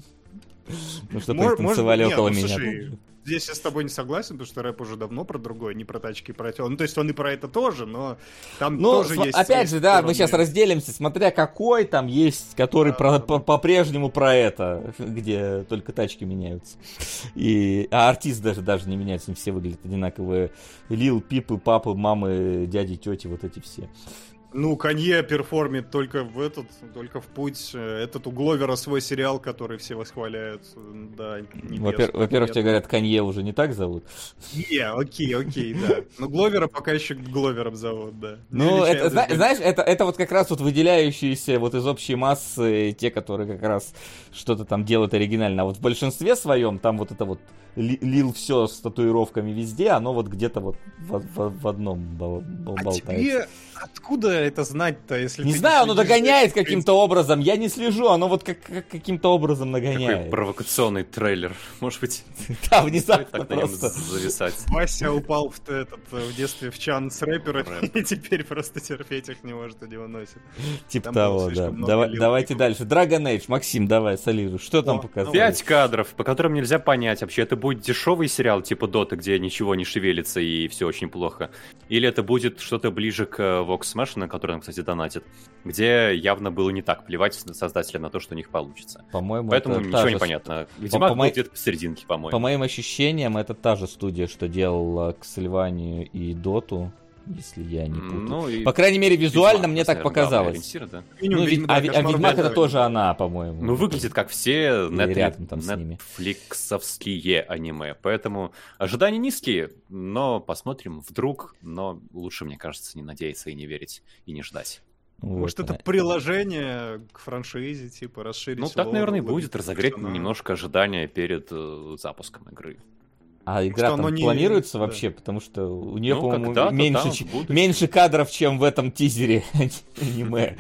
Ну, чтобы Мор- они танцевали может- не, около ну, меня. слушай, здесь я с тобой не согласен, потому что рэп уже давно про другое, не про тачки, про тело. Ну, то есть он и про это тоже, но там Ну, тоже см- есть... опять свои же, да, мы стороны. сейчас разделимся, смотря какой там есть, который Да, про- да, по- да. по-прежнему про это, где только тачки меняются. И, а артист даже, даже не меняется, они все выглядят одинаковые. Лил, Пипы, папы, мамы, дяди, тети, вот эти все. Ну, Канье перформит только в этот, только в путь. Этот у Гловера свой сериал, который все восхваляют. Да, небес. Во-пер- Во-первых, тебе говорят, Канье уже не так зовут. Не, окей, окей, да. Но Гловера пока еще Гловером зовут, да. Ну, Или это, Чайлдж зна- Бен- знаешь, это, это вот как раз вот выделяющиеся вот из общей массы те, которые как раз что-то там делают оригинально. А вот в большинстве своем там вот это вот ли- лил все с татуировками везде, оно вот где-то вот в, в- в одном бол- бол- А болтается. тебе откуда это знать-то, если Не ты знаю, оно следишь за догоняет этим? каким-то образом. Я не слежу, оно вот как, как- каким-то образом Такой нагоняет. провокационный трейлер. Может быть, Да, стоит внезапно так на нем просто. зависать. Вася упал в, т- этот, в детстве в чан с рэперами, Рэп. и теперь просто терпеть их не может и не выносит. Типа Там было того, слишком да. много Давай- лил давайте клипов. дальше. Dragon Age. Максим, давай, солируй. Что там О, показывают? Пять кадров, по которым нельзя понять, вообще это будет дешевый сериал типа Дота, где ничего не шевелится и все очень плохо. Или это будет что-то ближе к э, Vox Smash, на который он, кстати, донатит, где явно было не так плевать создателям на то, что у них получится. По-моему, Поэтому это та ничего же не с- понятно. Ведьмак по был моей- где-то посерединке, По по-моему. моим ощущениям, это та же студия, что делала Ксельванию и Доту, если я не путаю. Ну, и По крайней мере, визуально Ведьмак, мне так наверное, главный показалось. ориентир, да. Ну, Ведьм- ведь- да, а, Ви- а Кошмар Ведьмак Бэтмена. это тоже она, по-моему. Ну, выглядит как все Или рядом там с ними. нетфликсовские аниме. Поэтому ожидания низкие, но посмотрим вдруг. Но лучше, мне кажется, не надеяться и не верить, и не ждать. Вот. Может, это приложение к франшизе, типа, расширить Ну, так, лор, наверное, и вложить будет. Разогреть персонажа. немножко ожидания перед э, запуском игры. А игра что там оно не- планируется да. вообще, потому что у нее, Ну, по-моему, когда-то, меньше, да, ч- в будущем. меньше кадров, чем в этом тизере аниме.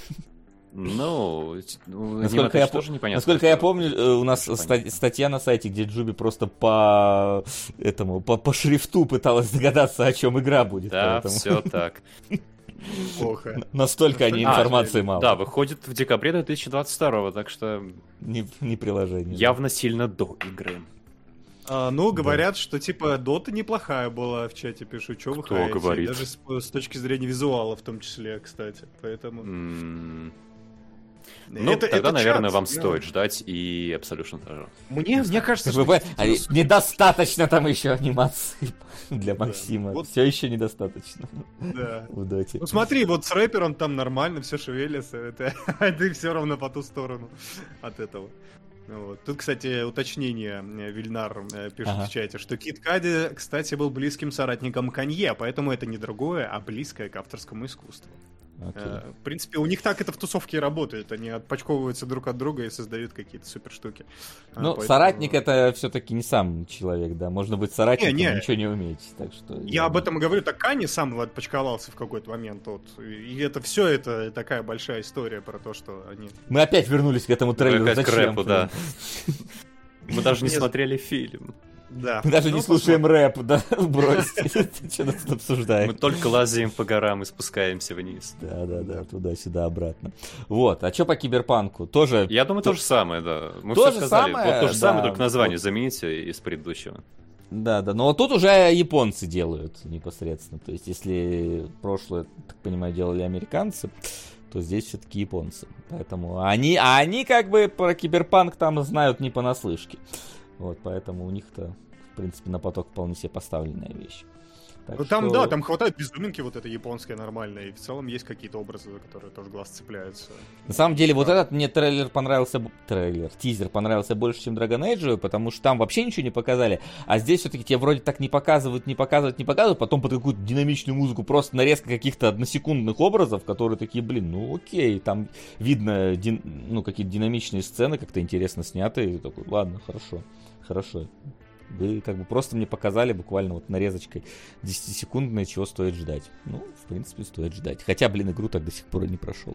Ну, ну, Насколько аниме я, тоже по- непонятно. насколько я что- помню, э, у нас Тоже ста- понятно. статья на сайте, где Джуби просто по этому по, по шрифту пыталась догадаться, о чем игра будет. Да, поэтому все так. Плохо. настолько они А, информации мало. Да, выходит в декабре две тысячи двадцать второго, так что Не, не приложение. явно сильно до игры. А, ну, говорят, что, типа, Дота неплохая была в чате, пишу, что вы Кто хаете. говорит? Даже с, с точки зрения визуала, в том числе, кстати. Поэтому... М, Ну, Это- тогда, это наверное, чат, вам да. стоит ждать и Absolution тоже. Мне, мне кажется, Вы что... понимаете, а действительно недостаточно там еще анимации для Максима. Вот. Все еще недостаточно Да. в доте. Ну смотри, вот с рэпером там нормально, все шевелится, это, а ты все равно по ту сторону от этого. Ну вот. Тут, кстати, уточнение, э, Вильнар э, пишет Ага. в чате, что Кид Кади, кстати, был близким соратником Канье, поэтому это не другое, а близкое к авторскому искусству. Э, В принципе, у них так это в тусовке и работает. Они отпочковываются друг от друга и создают какие-то супер штуки. А, Ну, поэтому- соратник это все-таки не сам человек, да. Можно быть соратником Не, и не. ничего не уметь. Так что Я об этом и говорю, так Кани сам отпочковался в какой-то момент. Вот. И это все это такая большая история про то, что они... Мы опять вернулись к этому трейлеру. Опять к Зачем? рэпу, да. Мы даже не Нет. смотрели фильм. Да. Мы даже Ну, не слушаем посмотрим. рэп, да? Бросьте. Что нас тут Мы обсуждаем? только лазаем по горам и спускаемся вниз. Да, да, да, туда-сюда, обратно. Вот, а что по Киберпанку? Тоже... Я думаю, то же самое, да. Мы То все же сказали. самое, Вот то же самое, да. только название замените из предыдущего. Да, да, но вот тут уже японцы делают непосредственно. То есть, если прошлое, так понимаю, делали американцы, то здесь все-таки японцы. Поэтому они, а они как бы про Киберпанк там знают не понаслышке. Вот, поэтому у них-то, в принципе, на поток вполне себе поставленная вещь. Так Ну там, что- да, там хватает безуминки вот этой японской нормальной, и в целом есть какие-то образы, за которые тоже глаз цепляются. На самом деле, вот этот мне трейлер понравился, б- трейлер, тизер понравился больше, чем Dragon Age, потому что там вообще ничего не показали, а здесь все-таки тебе вроде так не показывают, не показывают, не показывают, потом под какую-то динамичную музыку, просто нарезка каких-то односекундных образов, которые такие, блин, ну окей, там видно, дин- ну, какие-то динамичные сцены, как-то интересно сняты, и такой, ладно, хорошо, хорошо. Вы как бы просто мне показали буквально вот нарезочкой десятисекундной, чего стоит ждать. Ну, в принципе, стоит ждать. Хотя, блин, игру так до сих пор и не прошел.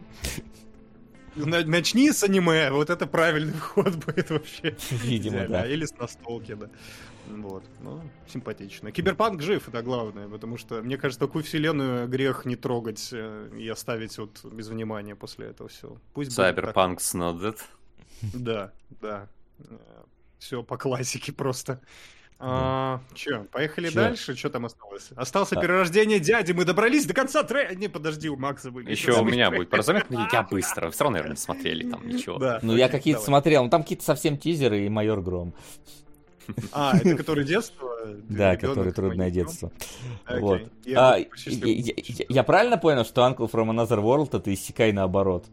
На- Начни с аниме, вот это правильный вход будет вообще. Видимо, Идеально. да. Или с настолки, да. Вот, ну, симпатично. Киберпанк жив, это главное, потому что, мне кажется, такую вселенную грех не трогать э, и оставить вот без внимания после этого всего. Пусть будет так. Cyberpunk not dead. Да, да. Все по классике просто. А, Че, поехали Чё? дальше? Что там осталось? Осталось А. перерождение дяди. Мы добрались до конца трека. Не, подожди, у Макса будет. Еще у меня будет про заметку, я быстро. Все равно, наверное, не смотрели там ничего. Да. Ну, я окей, какие-то давай. смотрел, ну там какие-то совсем тизеры и Майор Гром. А, это который детство? Да, Ребёнок который трудное Майор Гром? детство. Окей. Вот. Я А, буду посчастливым. я, я- я правильно понял, что Uncle from Another World это Иссякай наоборот?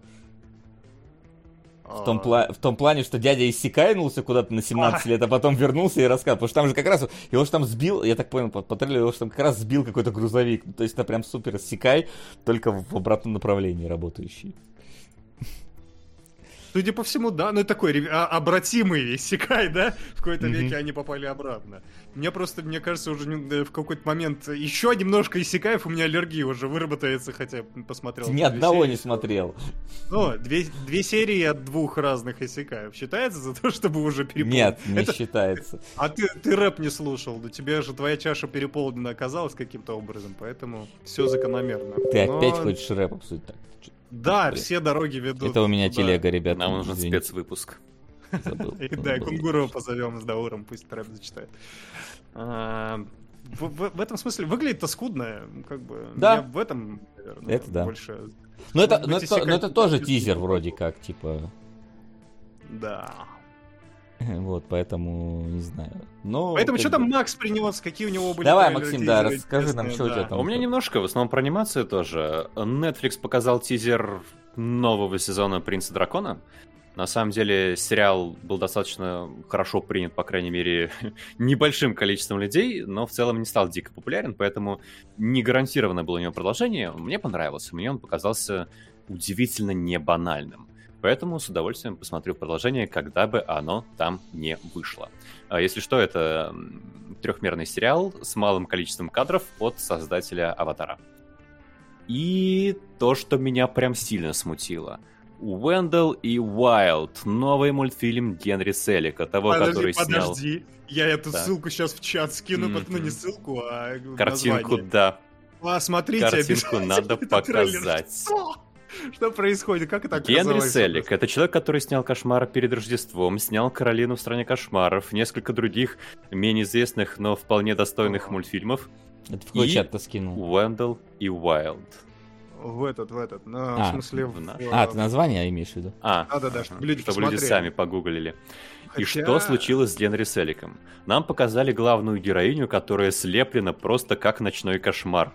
В том, А, пла- в том плане, что дядя иссякайнулся куда-то на семнадцать лет, а потом вернулся и рассказал. Потому что там же как раз его же там сбил, я так понял, по, по трейлеру, его же там как раз сбил какой-то грузовик. То есть это прям супер иссякай, только в, в обратном направлении работающий. Судя по всему, да. Ну, это такой ре- а- обратимый иссякай, да? В какой-то Мгм. веке они попали обратно. Мне просто, мне кажется, уже не- э, в какой-то момент еще немножко иссякаев, у меня аллергия уже выработается, хотя посмотрел. Ни две одного серии. не смотрел. Ну, две, две серии от двух разных иссякаев считается за то, чтобы уже переполнить? Нет, не Это- считается. А ты, ты рэп не слушал, да тебе же твоя чаша переполнена оказалась каким-то образом, поэтому все закономерно. Ты Но- опять хочешь рэп обсудить так? Чё- Да, Блин. все дороги ведут. Это у меня туда. телега, ребят. Нам нужен извините, спецвыпуск. забыл, И, Да, и забыл. Кунгурова позовем с Дауром, пусть рэп зачитает. А, В, в- в этом смысле выглядит-то скудно, как бы. Да. Я в этом, наверное, Это да. больше. Ну это, Может ну быть, это, иссякай ну это тоже без- тизер вроде как, типа, Да. вот, поэтому не знаю. Но Поэтому как что там бы- Макс принес, какие у него были Давай, трейлеры, Максим, да, тизеры расскажи нам, интересные, что у тебя да. там. А у меня немножко, в основном про анимацию тоже. Netflix показал тизер нового сезона «Принца Дракона». На самом деле, сериал был достаточно хорошо принят, по крайней мере, небольшим количеством людей, но в целом не стал дико популярен, поэтому не гарантированно было у него продолжение. Мне понравился, мне он показался удивительно не банальным. Поэтому с удовольствием посмотрю продолжение, когда бы оно там не вышло. А Если что, это м, трехмерный сериал с малым количеством кадров от создателя «Аватара». И то, что меня прям сильно смутило. Уэндell и Уайлд. Новый мультфильм Генри Селика, того, Подожди, который снял подожди. Я эту Так. ссылку сейчас в чат скину, Мгм. ну не ссылку, а картинку, название. да. А, смотрите, Картинку обязательно надо этот трейлер. показать. Что? Что происходит? Как это Генри оказалось? Селик — это человек, который снял «Кошмар перед Рождеством», снял «Каролину в стране кошмаров», несколько других менее известных, но вполне достойных Ага. мультфильмов. Это в какой И- чат-то скинул? Уэндell и Уайлд. В этот, в этот. Ну, А, в смысле, в в... наш. А, ты название имеешь в виду? А, Да-да-да, ага. чтобы люди Чтобы люди посмотрели. сами погуглили. И Хотя- что случилось с Генри Селиком? Нам показали главную героиню, которая слеплена просто как ночной кошмар.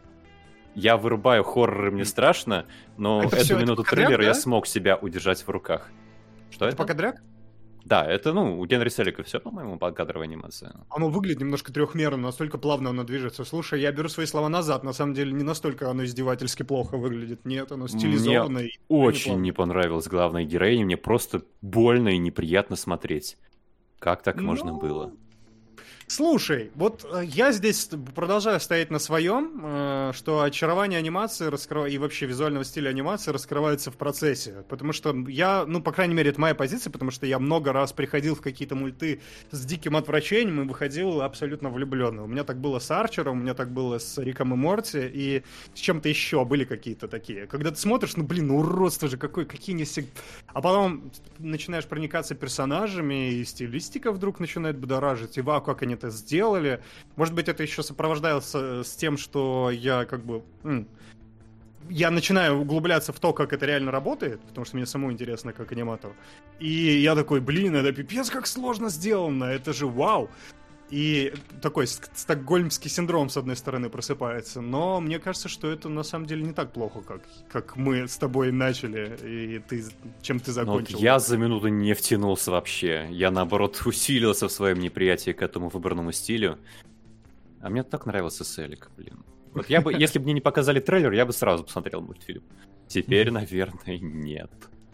Я вырубаю хорроры, мне страшно, но Это эту всё, это минуту подряд, трейлера я да? смог себя удержать в руках. Что Это это? покадряк? Да, это, ну, у Генри Селика все, по-моему, кадровая анимация. Оно выглядит немножко трехмерно, настолько плавно оно движется. Слушай, я беру свои слова назад, на самом деле не настолько оно издевательски плохо выглядит. Нет, оно стилизовано. Мне и очень неплохо. не понравилась главная героиня, мне просто больно и неприятно смотреть. Как так можно Ну, было? Слушай, вот э, я здесь продолжаю стоять на своем, э, что очарование анимации раскрыва... и вообще визуального стиля анимации раскрывается в процессе. Потому что я, ну, по крайней мере, это моя позиция, потому что я много раз приходил в какие-то мульты с диким отвращением и выходил абсолютно влюбленным. У меня так было с Арчером, у меня так было с Риком и Морти, и с чем-то еще были какие-то такие. Когда ты смотришь, ну, блин, ну, уродство же какое, какие не все... А потом начинаешь проникаться персонажами, и стилистика вдруг начинает будоражить, и вау, как они это сделали. Может быть, это еще сопровождалось с тем, что я как бы... м, я начинаю углубляться в то, как это реально работает, потому что мне самому интересно, как аниматору. И я такой, блин, это пипец как сложно сделано, это же вау. И такой ст- стокгольмский синдром, с одной стороны, просыпается. Но мне кажется, что это на самом деле не так плохо, как, как мы с тобой начали, и ты, чем ты Ну, вот закончил. я за минуту не втянулся вообще. Я, наоборот, усилился в своем неприятии к этому выбранному стилю. А мне так нравился Селик, блин. Вот я бы, если бы мне не показали трейлер, я бы сразу посмотрел мультфильм. Теперь, наверное, нет.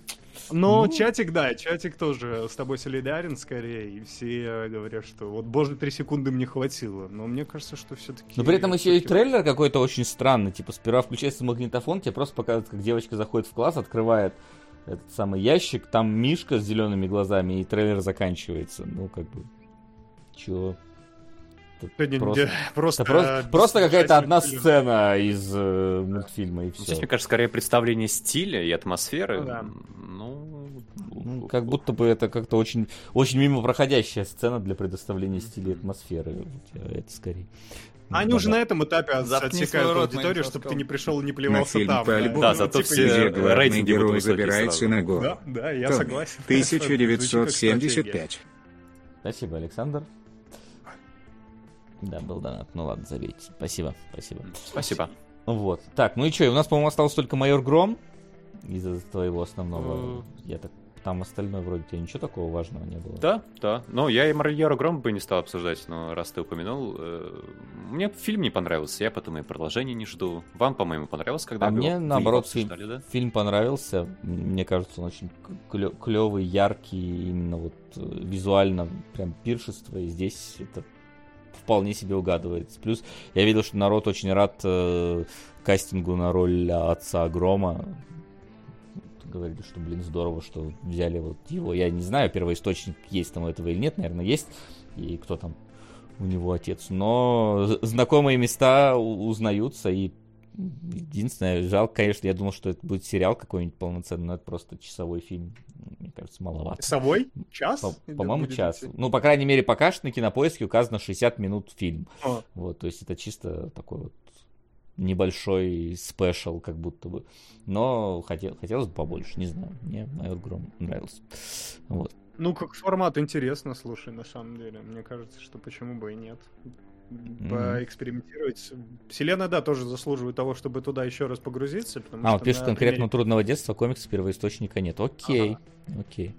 Но Ну. чатик, да, чатик тоже с тобой солидарен скорее, и все говорят, что вот, боже, три секунды мне хватило. Но мне кажется, что все-таки... Но при этом еще и трейлер какой-то очень странный. Типа, сперва включается магнитофон, тебе просто показывают, как девочка заходит в класс, открывает этот самый ящик, там Мишка с зелеными глазами, и трейлер заканчивается. Ну, как бы, чё? Тут Да не- просто, не- просто, это просто, э, просто какая-то одна трейлер. сцена из э, мультфильма, и Здесь, все. мне кажется, скорее представление стиля и атмосферы. Ну да. Ну, Ну, как будто бы это как-то очень, очень мимо проходящая сцена для предоставления стиля и атмосферы. Вот, э, Это скорее. Они Ну, уже да. на этом этапе от- Заткни свой отсекают рот аудиторию, моим чтобы ты соском. не пришел и не На плевался фильм там. по альбому, Да, зато типа, все где главный рейтинги будут герой высокие забирается сразу. на гору. Да, да, я Томми, согласен. тысяча девятьсот семьдесят пять. Спасибо, Александр. Да, был донат. Ну ладно, забейте. Спасибо, спасибо. Спасибо. Вот. Так, ну и что, у нас, по-моему, остался только майор Гром из твоего основного. Я так... Там остальное вроде у тебя ничего такого важного не было. Да, да. Ну, я и Майора Гром бы не стал обсуждать, но раз ты упомянул, э, мне фильм не понравился, я потом и продолжение не жду. Вам, по-моему, понравилось, когда А вы мне, его- вы наоборот, его фильм, обсуждали, да? фильм понравился. Мне кажется, он очень клевый, яркий, именно вот э, визуально прям пиршество. И здесь это вполне себе угадывается. Плюс я видел, что народ очень рад э, кастингу на роль отца Грома. Говорили, что, блин, здорово, что взяли вот его. Я не знаю, первоисточник есть там у этого или нет, наверное, есть. И кто там у него отец. Но з- знакомые места у- узнаются. И единственное, жалко, конечно, я думал, что это будет сериал какой-нибудь полноценный, но это просто часовой фильм. Мне кажется, маловато. Часовой? Час? По- Или По-моему, будет час. идти? Ну, по крайней мере, пока что на Кинопоиске указано шестьдесят минут фильм. О. Вот, то есть это чисто такой вот небольшой спешл, как будто бы. Но хотел, хотелось бы побольше, не знаю. Мне майор Гром нравился. Вот. Ну, как формат интересно, слушай, на самом деле. Мне кажется, что почему бы и нет. Поэкспериментировать. Вселенная, да, тоже заслуживает того, чтобы туда еще раз погрузиться. Потому А, что вот пишет на конкретно примере- трудного детства, комикс первоисточника нет. Окей, окей.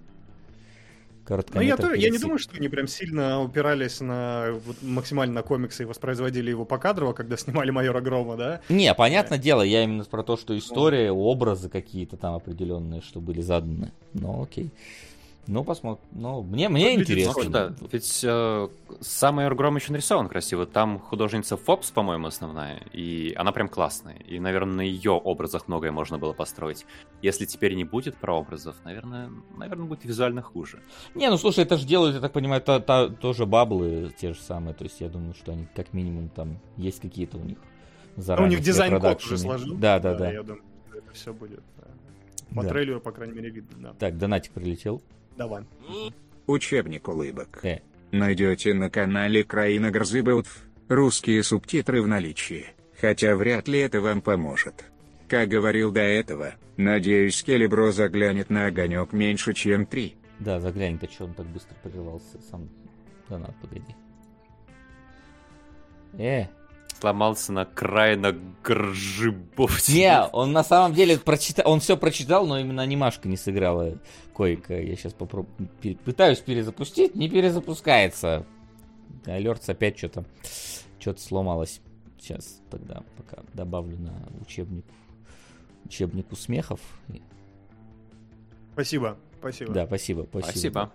Ну, я, Короткометр тоже, я не перед думаю, что они прям сильно упирались на вот, максимально на комиксы и воспроизводили его покадрово, когда снимали «Майора Грома», да? Не, понятное дело, я именно про то, что история, образы какие-то там определенные, что были заданы. Ну, окей. Ну, посмотрим. Ну, мне, мне Выглядит интересно. Ну, да, ведь э, сам Майор Гром еще нарисован красиво. Там художница Фобс, по-моему, основная, и она прям классная. И, наверное, на ее образах многое можно было построить. Если теперь не будет прообразов, наверное, наверное, будет визуально хуже. Не, ну слушай, это же делают, я так понимаю, та, та- тоже баблы те же самые. То есть я думаю, что они как минимум там есть какие-то у них Ну, заранее. у них дизайн-код препродакшены. уже сложил. Да, да, да. Я думаю, что это все будет. да. По Да. трейлеру, по крайней мере, видно, да. Так, донатик прилетел. Давай. Учебник улыбок. Э. Найдете на канале Краина Грзыбаутф. Русские субтитры в наличии. Хотя вряд ли это вам поможет. Как говорил до этого, надеюсь, Келебро заглянет на огонек меньше, чем три. Да, заглянь-ка, что он так быстро прервался. Сам донат, погоди. Э, сломался на крайно Гржибовте. Не, он на самом деле прочитал, он все прочитал, но именно анимашка не сыграла койка. Я сейчас попробую, пытаюсь перезапустить, не перезапускается. Алертс опять что-то, что-то сломалось. Сейчас тогда пока добавлю на учебник, учебнику смехов. Спасибо, спасибо. Да, спасибо, спасибо. Спасибо.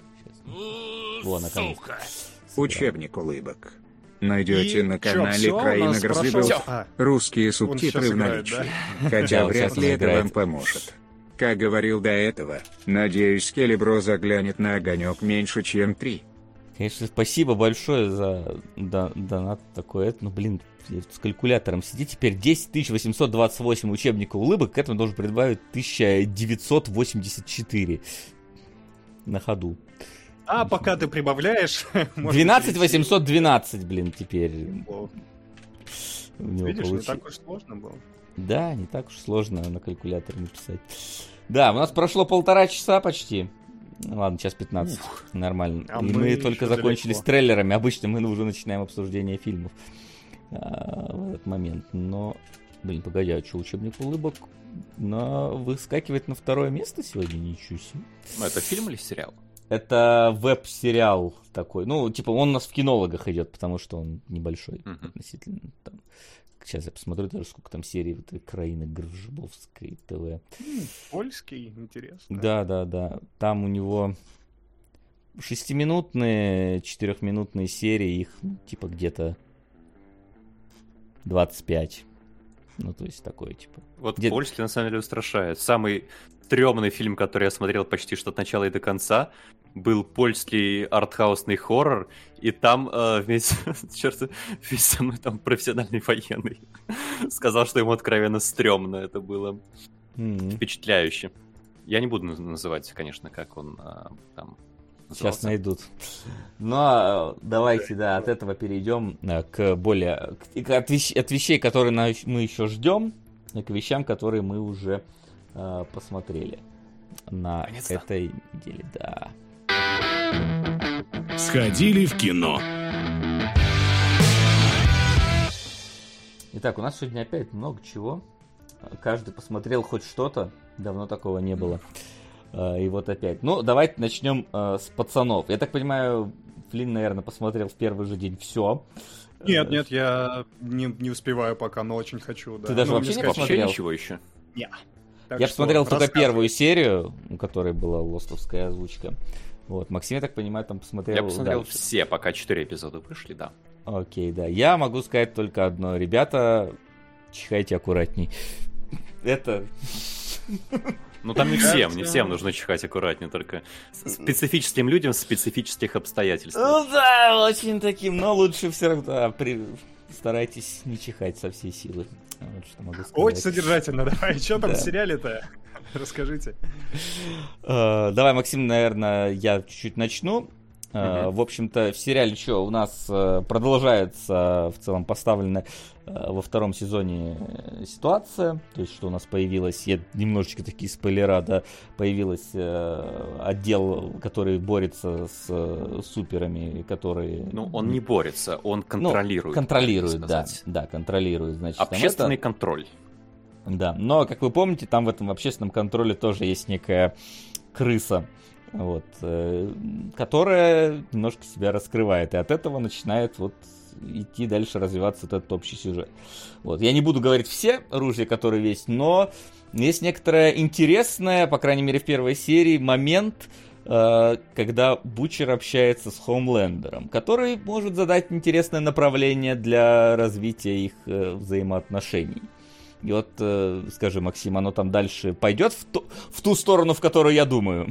Во, наконец. Учебник улыбок. Найдете И на чё, канале всё, у Краина нас Грозыбов прошёл- А, русские сейчас субтитры в играет, наличии. Да, Хотя он вряд сейчас ли это играет. вам поможет. Как говорил до этого, надеюсь, Келебро заглянет на огонек меньше, чем три. Конечно, спасибо большое за до- донат такой. Ну, блин, с калькулятором сиди. Теперь десять тысяч восемьсот двадцать восемь учебников улыбок. К этому должен прибавить тысяча девятьсот восемьдесят четыре на ходу. а пока ты прибавляешь... можно двенадцать перейти. восемьсот двенадцать, блин, теперь О, у него Видишь, не получилось. так уж сложно было. Да, не так уж сложно на калькуляторе написать. Да, у нас прошло полтора часа почти. Ну, ладно, час пятнадцать. Нормально. А И мы мы еще только закончили далеко. с трейлерами. Обычно мы уже начинаем обсуждение фильмов а, в этот момент. Но, блин, погоди, а что, учебник улыбок на... выскакивает на второе место сегодня? Ничего себе. Ну, это фильм или сериал? Это веб-сериал такой. Ну, типа, он у нас в кинологах идет, потому что он небольшой Мгм. относительно. Там. Сейчас я посмотрю даже, сколько там серий в этой Краины Гржибовской ТВ. Польский, интересно. Да, да, да. Там у него шестиминутные, четырехминутные серии, их ну, типа где-то двадцать пять. Ну, то есть такое, типа. Вот Где- польский на самом деле устрашает. Самый стрёмный фильм, который я смотрел почти что от начала и до конца, был польский артхаусный хоррор, и там э, вместе, черт, вместе со мной там профессиональный военный сказал, что ему откровенно стрёмно. Это было М. впечатляюще. Я не буду наз- называть, конечно, как он а, там Сейчас назывался. найдут. Но э, давайте, да, от этого перейдем э, к более... к- к- от, вещ- от вещей, которые на- мы еще ждем, к вещам, которые мы уже э, посмотрели на Наконец-то. этой неделе. Да. Сходили в кино. Итак, у нас сегодня опять много чего. Каждый посмотрел хоть что-то. Давно такого не было. Э, И вот опять. Ну, давайте начнем э, с пацанов. Я так понимаю, Флинн, наверное, посмотрел в первый же день все. Нет, нет, я не, не успеваю пока, но очень хочу, да. Ты даже Ну, вообще не сказать, посмотрел? Вообще ничего еще. так Я что посмотрел только рассказывай. первую серию, у которой была лостовская озвучка. Вот, Максим, я так понимаю, там посмотрел Я посмотрел дальше. все, пока четыре эпизода вышли, да. Окей, да. Я могу сказать только одно. Ребята, чихайте аккуратней. Это... Ну там не всем, не Кажется- всем нужно чихать аккуратнее, только с- специфическим людям в специфических обстоятельствах. Ну да, очень таким, но лучше все равно да, при- старайтесь не чихать со всей силы. Вот что могу сказать. Очень содержательно, давай. Что там Да. в сериале-то? Расскажите. Э, Давай, Максим, наверное, я чуть-чуть начну. Э, Мгм. В общем-то, в сериале что, у нас э, продолжается в целом поставлена э, во втором сезоне э, ситуация, то есть что у нас появилась, я немножечко такие спойлера, да, появилась э, отдел, который борется с э, суперами, которые... Ну, он не борется, он Ну, контролирует. контролирует, правильно да, сказать. да, контролирует, значит. там Общественный это- контроль. Да, но, как вы помните, там в этом общественном контроле тоже есть некая крыса, вот, э, которая немножко себя раскрывает, и от этого начинает вот идти дальше развиваться этот общий сюжет. Вот, я не буду говорить все ружья, которые есть, но есть некоторое интересное, по крайней мере в первой серии, момент, э, когда Бутчер общается с Хоумлендером, который может задать интересное направление для развития их э, взаимоотношений. И вот, э, скажи, Максим, оно там дальше пойдет в ту, в ту сторону, в которую я думаю?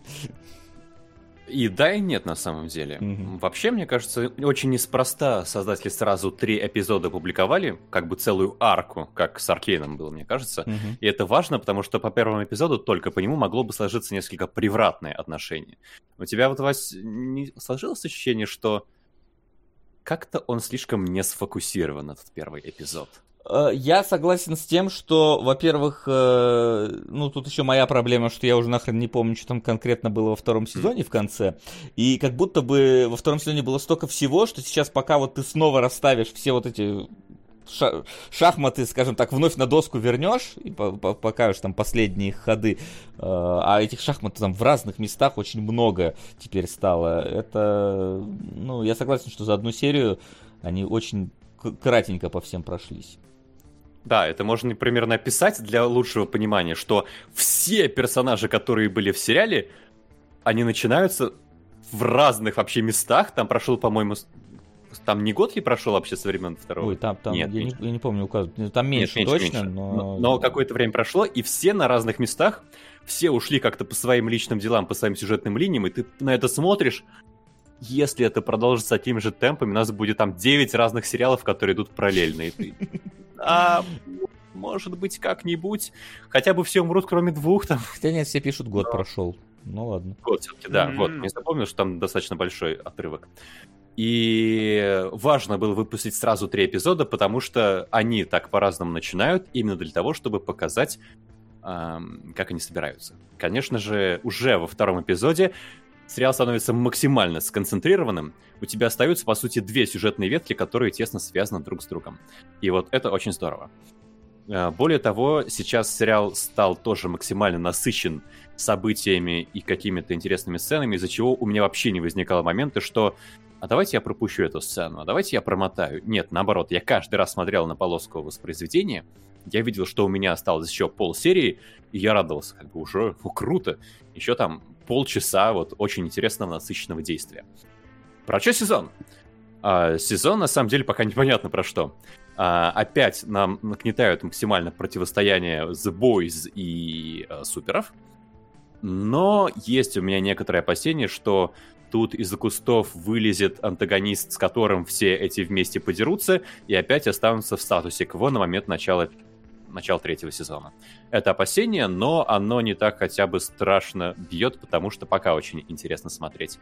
И да, и нет на самом деле. Мгм. Вообще, мне кажется, очень неспроста создатели сразу три эпизода публиковали, как бы целую арку, как с Аркейном было, мне кажется. Мгм. И это важно, потому что по первому эпизоду только по нему могло бы сложиться несколько превратное отношение. У тебя вот, Вась, не сложилось ощущение, что как-то он слишком не сфокусирован, этот первый эпизод? Э, Я согласен с тем, что, во-первых, э, ну, тут еще моя проблема, что я уже нахрен не помню, что там конкретно было во втором сезоне в конце. И как будто бы во втором сезоне было столько всего, что сейчас, пока вот ты снова расставишь все вот эти ша- шахматы, скажем так, вновь на доску вернешь и по- по- покажешь там последние ходы, а этих шахмат там в разных местах очень много теперь стало. Это, ну, я согласен, что за одну серию они очень кратенько по всем прошлись. Да, это можно примерно описать для лучшего понимания, что все персонажи, которые были в сериале, они начинаются в разных вообще местах. Там прошел, по-моему, там не год ли прошел вообще со времен второго? Ой, там, там Нет, я, не, я не помню, указывают. Там меньше, Нет, меньше точно, меньше. Но... но... Но какое-то время прошло, и все на разных местах, все ушли как-то по своим личным делам, по своим сюжетным линиям, и ты на это смотришь. Если это продолжится такими же темпами, у нас будет там девять разных сериалов, которые идут параллельно. И ты... А, может быть, как-нибудь. Хотя бы все умрут, кроме двух там. Хотя нет, все пишут, год прошел. Ну ладно. Год все-таки, да. Mm-hmm. Вот, не запомнил, что там достаточно большой отрывок. И важно было выпустить сразу три эпизода, потому что они так по-разному начинают, именно для того, чтобы показать, эм, как они собираются. Конечно же, уже во втором эпизоде сериал становится максимально сконцентрированным. У тебя остаются, по сути, две сюжетные ветки, которые тесно связаны друг с другом. И вот это очень здорово. Более того, сейчас сериал стал тоже максимально насыщен событиями и какими-то интересными сценами, из-за чего у меня вообще не возникало момента, что «а давайте я пропущу эту сцену, а давайте я промотаю». Нет, наоборот, я каждый раз смотрел на полоску воспроизведения, я видел, что у меня осталось еще полсерии, и я радовался, как бы уже, ну, круто. Еще там полчаса вот очень интересного, насыщенного действия. Про что сезон? А, сезон, на самом деле, пока непонятно про что. А, опять нам нагнетают максимально противостояние The Boys и а, суперов. Но есть у меня некоторые опасения, что тут из-за кустов вылезет антагонист, с которым все эти вместе подерутся, и опять останутся в статусе КВО на момент начала, начала третьего сезона. Это опасение, но оно не так хотя бы страшно бьет, потому что пока очень интересно смотреть.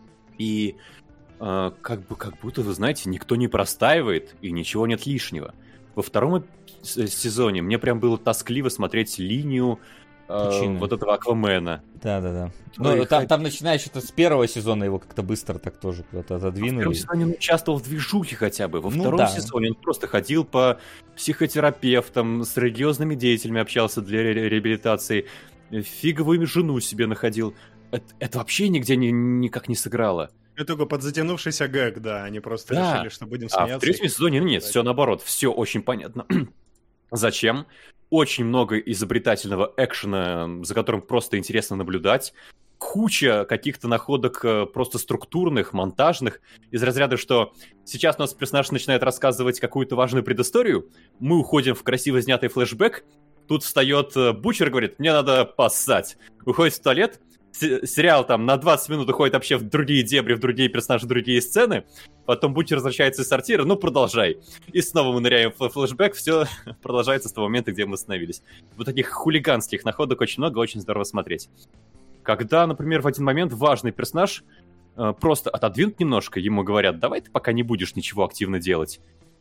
И э, как бы, как будто, вы знаете, никто не простаивает, и ничего нет лишнего. Во втором сезоне мне прям было тоскливо смотреть линию э, вот этого Аквамена. Да-да-да. Ну, там, там начиная что-то с первого сезона его как-то быстро так тоже куда-то отодвинули. В первом сезоне он участвовал в движухе хотя бы. Во ну, втором да. сезоне он просто ходил по психотерапевтам, с религиозными деятелями общался для ре- реабилитации, фиговую жену себе находил. Это, это вообще нигде не, никак не сыграло. Это только подзатянувшийся гэг, да, они просто Да. решили, что будем смеяться. А в третьем сезоне ну, нет, все наоборот, все очень понятно. Зачем? Очень много изобретательного экшена, за которым просто интересно наблюдать. Куча каких-то находок просто структурных, монтажных, из разряда, что сейчас у нас персонаж начинает рассказывать какую-то важную предысторию, мы уходим в красиво снятый флешбэк, тут встает Бучер и говорит, мне надо поссать. Уходит в туалет, сериал там на двадцать минут уходит вообще в другие дебри, в другие персонажи, в другие сцены, потом Бутчер возвращается из сортира, ну продолжай. И снова мы ныряем в флешбэк, все продолжается с того момента, где мы остановились. Вот таких хулиганских находок очень много, очень здорово смотреть. Когда, например, в один момент важный персонаж э, просто отодвинут немножко, ему говорят, давай ты пока не будешь ничего активно делать.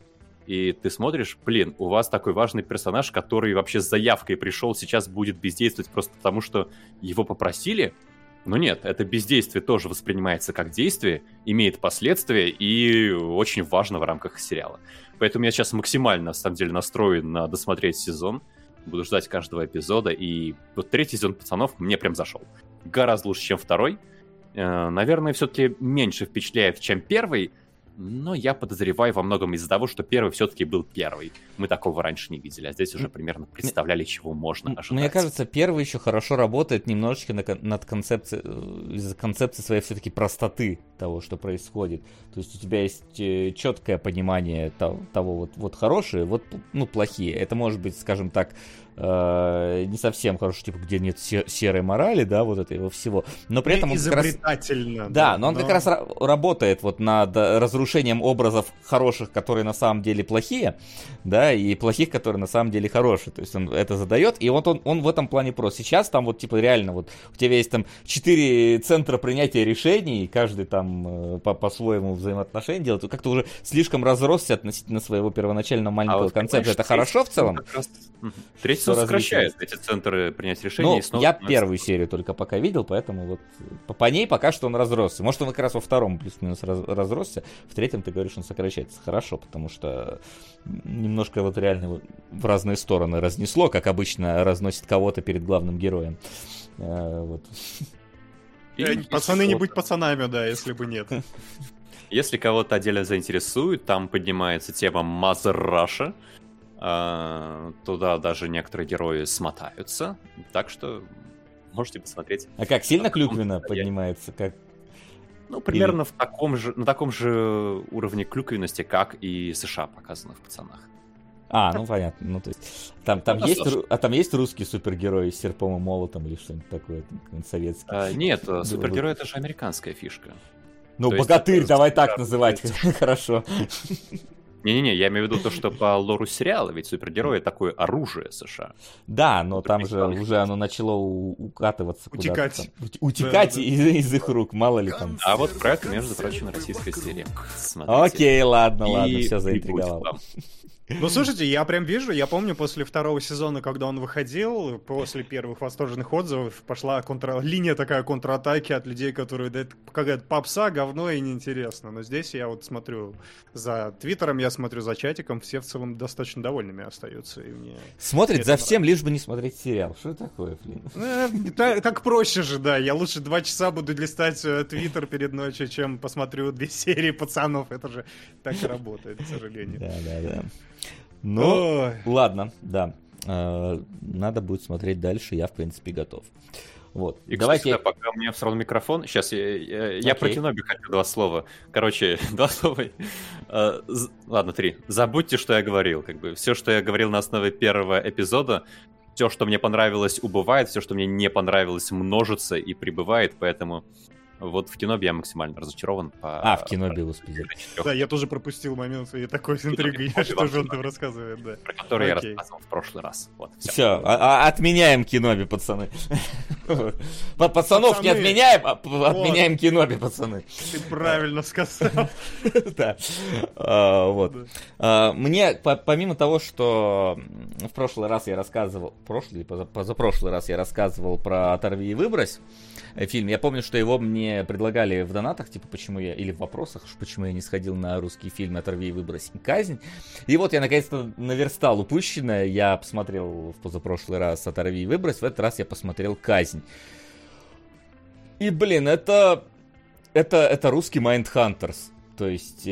И ты смотришь, блин, у вас такой важный персонаж, который вообще с заявкой пришел, сейчас будет бездействовать просто потому, что его попросили. Но нет, это бездействие тоже воспринимается как действие, имеет последствия и очень важно в рамках сериала. Поэтому я сейчас максимально, на самом деле, настроен на досмотреть сезон. Буду ждать каждого эпизода. И вот третий сезон «Пацанов» мне прям зашел. Гораздо лучше, чем второй. Наверное, все-таки меньше впечатляет, чем первый. Но я подозреваю во многом из-за того, что первый все-таки был первый. Мы такого раньше не видели, а здесь уже примерно представляли, чего можно ожидать. Мне кажется, первый еще хорошо работает немножечко над концепцией, из-за концепции своей все-таки простоты того, что происходит. То есть у тебя есть четкое понимание того, того вот, вот хорошие, вот ну, плохие. Это может быть, скажем так, э, не совсем хороший, типа, где нет серой морали, да, вот этого всего. Но при этом он как раз... Изобретательно. Да, но он но... как раз работает вот над разрушением образов хороших, которые на самом деле плохие, да, и плохих, которые на самом деле хорошие. То есть он это задает, и вот он, он в этом плане прост. Сейчас там вот, типа, реально вот у тебя есть там четыре центра принятия решений, каждый там э, по- по-своему взаимоотношения делает. Как-то уже слишком разросся относительно своего первоначального маленького а вот, концепта. Это хорошо в целом? Раз... Третий сезон сокращает эти центры принятия решений. Ну, и снова я первую серию только пока видел, поэтому вот по, по ней пока что он разросся. Может, он как раз во втором плюс-минус раз, разросся. в третьем ты говоришь, он сокращается. Хорошо, потому что немножко вот реально в разные стороны разнесло, как обычно разносит кого-то перед главным героем. Вот. И пацаны не будь пацанами, да, если бы нет. Если кого-то отдельно заинтересует, там поднимается тема Mother Russia. А, туда даже некоторые герои смотаются. Так что можете посмотреть. А как, сильно клюквенно поднимается? Как... Ну, примерно Или... в таком же, на таком же уровне клюквенности, как и США показано в «Пацанах». А, ну понятно. Ну, то есть, там, там, ну, есть, а там есть русский супергерой с серпом и молотом или что-нибудь такое, советский? А, нет, супергерой — это же американская фишка. Ну, то богатырь, есть, давай так называть. Хорошо. Не-не-не, я имею в виду то, что по лору сериала, ведь супергерои — такое оружие США. Да, но там же уже оно начало укатываться куда-то. Утекать. Утекать из их рук, мало ли там. А вот про это, между прочим, российская серия. Окей, ладно, ладно, все заинтриговал. Ну, слушайте, я прям вижу, я помню, после второго сезона, когда он выходил, после первых восторженных отзывов, пошла контра... линия такая контратаки от людей, которые, да, это какая-то попса, говно и неинтересно. Но здесь я вот смотрю за твиттером, я смотрю за чатиком, все в целом достаточно довольными остаются. И мне смотрит за всем, лишь бы не смотреть сериал. Что такое, блин? Э, так, так проще же, да. Я лучше два часа буду листать твиттер перед ночью, чем посмотрю две серии «Пацанов». Это же так и работает, к сожалению. Да, да, да. Ну, Ой. ладно, да. Э, надо будет смотреть дальше, я, в принципе, готов. Вот. И, давайте... кстати, да, пока у меня все равно микрофон, сейчас я, я, я про Кеноби хочу два слова. Короче, два слова. Uh, з... Ладно, три. Забудьте, что я говорил. Как бы все, что я говорил на основе первого эпизода, все, что мне понравилось, убывает, все, что мне не понравилось, множится и прибывает, поэтому... Вот в Кеноби я максимально разочарован. По... А, в Кеноби, господи. Да, я тоже пропустил момент, и такой с интригой, что же он там рассказывает, да. Про который я рассказывал в прошлый раз. Вот, все, все а- отменяем Кеноби, пацаны. Пацанов не отменяем, а отменяем Кеноби, пацаны. Ты правильно сказал. Да. Вот. Мне, помимо того, что в прошлый раз я рассказывал, прошлый или позапрошлый раз я рассказывал про «Оторви и выбрось» фильм, я помню, что его мне предлагали в донатах, типа, почему я, или в вопросах, почему я не сходил на русский фильм «Оторви и выбрось» «Казнь». И вот я наконец-то наверстал упущенное, я посмотрел в позапрошлый раз «Оторви и выбрось», в этот раз я посмотрел «Казнь». И, блин, это, это, это русский Mindhunters. То есть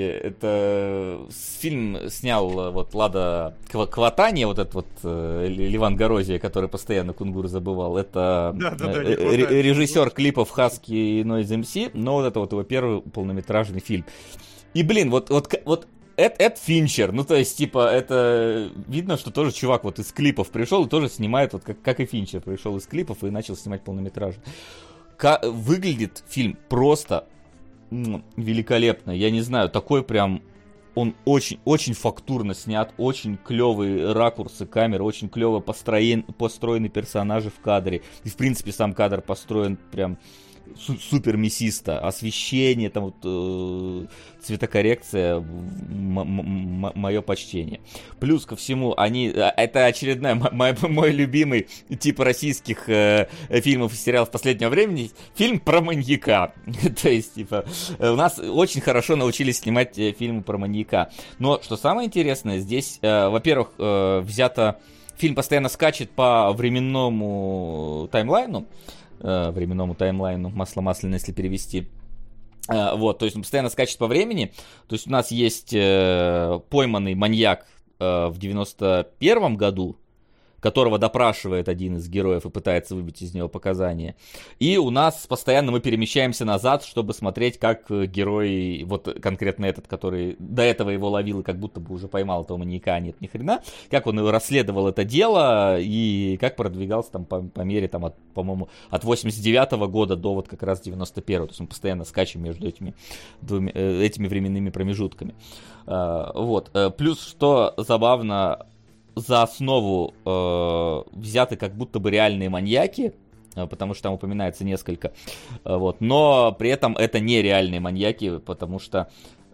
это фильм снял вот Лада Кватания, вот этот вот Ливан Горозия, который постоянно кунгур забывал. Это да, да, да, режиссер клипов Husky и Noise эм си, но вот это вот его первый полнометражный фильм. И, блин, вот, вот, вот это, это Финчер, ну то есть типа это видно, что тоже чувак вот из клипов пришел и тоже снимает, вот как, как и Финчер пришел из клипов и начал снимать полнометражный. К- выглядит фильм просто великолепно, я не знаю, такой прям, он очень, очень фактурно снят, очень клевые ракурсы камеры, очень клево построен, построены персонажи в кадре, и в принципе сам кадр построен прям су- супер мясисто, освещение, там вот э- цветокоррекция, м- м- мое почтение. Плюс ко всему, они, это очередной м- мой, мой любимый тип российских э- фильмов и сериалов последнего времени, фильм про маньяка. То есть, типа, у нас очень хорошо научились снимать э- фильмы про маньяка. Но, что самое интересное, здесь, э- во-первых, э- взято, фильм постоянно скачет по временному таймлайну, э- временному таймлайну, масло масляное, если перевести. Uh, вот, то есть он постоянно скачет по времени. То есть у нас есть э, пойманный маньяк э, в девяносто первом году, которого допрашивает один из героев и пытается выбить из него показания. И у нас постоянно мы перемещаемся назад, чтобы смотреть, как герой, вот конкретно этот, который до этого его ловил и как будто бы уже поймал этого маньяка, а нет, ни хрена, как он расследовал это дело и как продвигался там по, по мере, там, от, по-моему, от восемьдесят девятого года до вот как раз девяносто первого. То есть мы постоянно скачем между этими, двумя, этими временными промежутками. Вот. Плюс, что забавно, за основу э, взяты как будто бы реальные маньяки, э, потому что там упоминается несколько, э, вот, но при этом это не реальные маньяки, потому что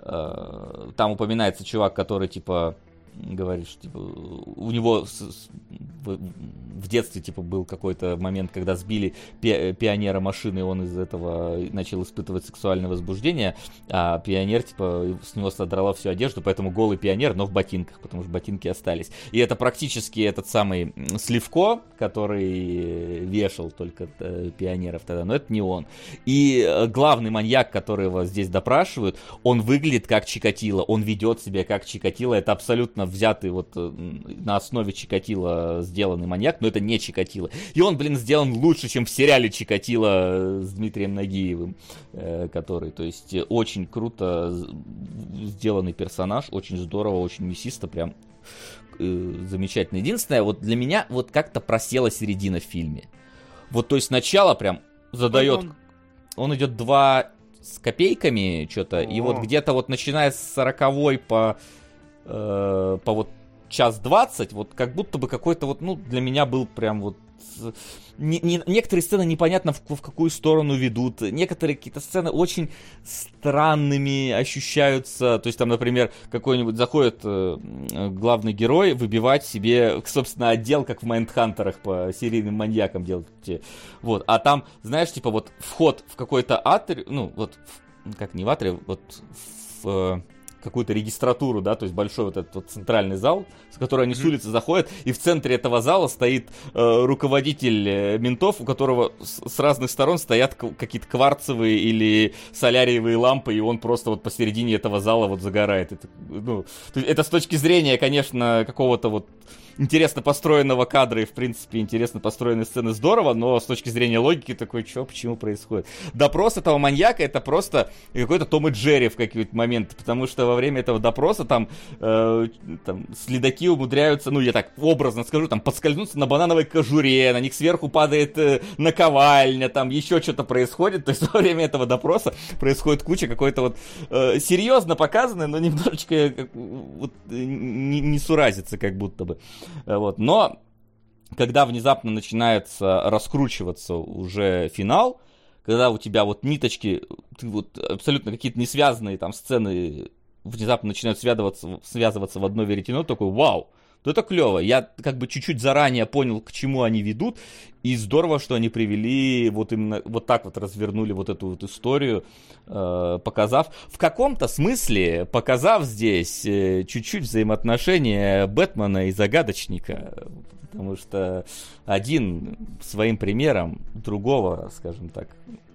э, там упоминается чувак, который типа говорит, что типа, у него с, с, в, в детстве, типа, был какой-то момент, когда сбили пи- пионера машины, и он из этого начал испытывать сексуальное возбуждение, а пионер, типа, с него содрала всю одежду, поэтому голый пионер, но в ботинках, потому что ботинки остались. И это практически этот самый Сливко, который вешал только э, пионеров тогда, но это не он. И э, главный маньяк, которого здесь допрашивают, он выглядит как Чикатило, он ведет себя как Чикатило, это абсолютно взятый вот э, на основе Чикатило сделанный маньяк, но это не Чикатило. И он, блин, сделан лучше, чем в сериале Чикатило с Дмитрием Нагиевым, э, который, то есть, очень круто сделанный персонаж, очень здорово, очень мясисто, прям э, замечательно. Единственное, вот для меня вот как-то просела середина в фильме. Вот, то есть, сначала прям задает... Он, он идет два с копейками что-то, и вот где-то вот начиная с сороковой по, э, по вот час двадцать, вот как будто бы какой-то вот, ну, для меня был прям вот... Не, не, некоторые сцены непонятно в, в какую сторону ведут, некоторые какие-то сцены очень странными ощущаются, то есть там, например, какой-нибудь заходит э, главный герой выбивать себе, собственно, отдел, как в Майндхантерах по серийным маньякам делают, вот, а там, знаешь, типа вот вход в какой-то атри, ну, вот, в, как не в атри, вот в... Э, какую-то регистратуру, да, то есть большой вот этот вот центральный зал, с которого они mm-hmm. с улицы заходят, и в центре этого зала стоит э, руководитель э, ментов, у которого с, с разных сторон стоят к- какие-то кварцевые или соляриевые лампы, и он просто вот посередине этого зала вот загорает. Это, ну, это с точки зрения, конечно, какого-то вот интересно построенного кадра и, в принципе, интересно построенной сцены здорово, но с точки зрения логики такой, что, почему происходит? Допрос этого маньяка — это просто какой-то Том и Джерри в какие-то моменты, потому что во время этого допроса там, э, там следаки умудряются, ну, я так образно скажу, там, подскользнуться на банановой кожуре, на них сверху падает э, наковальня, там еще что-то происходит, то есть во время этого допроса происходит куча какой-то вот э, серьезно показанной, но немножечко как, вот, не, не суразится как будто бы. Вот. Но когда внезапно начинается раскручиваться уже финал, когда у тебя вот ниточки, ты вот абсолютно какие-то несвязанные там сцены внезапно начинают связываться, связываться в одно веретено, такой вау, то это клево. Я как бы чуть-чуть заранее понял, к чему они ведут, и здорово, что они привели, вот именно вот так вот развернули вот эту вот историю, э, показав, в каком-то смысле показав здесь э, чуть-чуть взаимоотношения Бэтмена и Загадочника, потому что один своим примером другого, скажем так,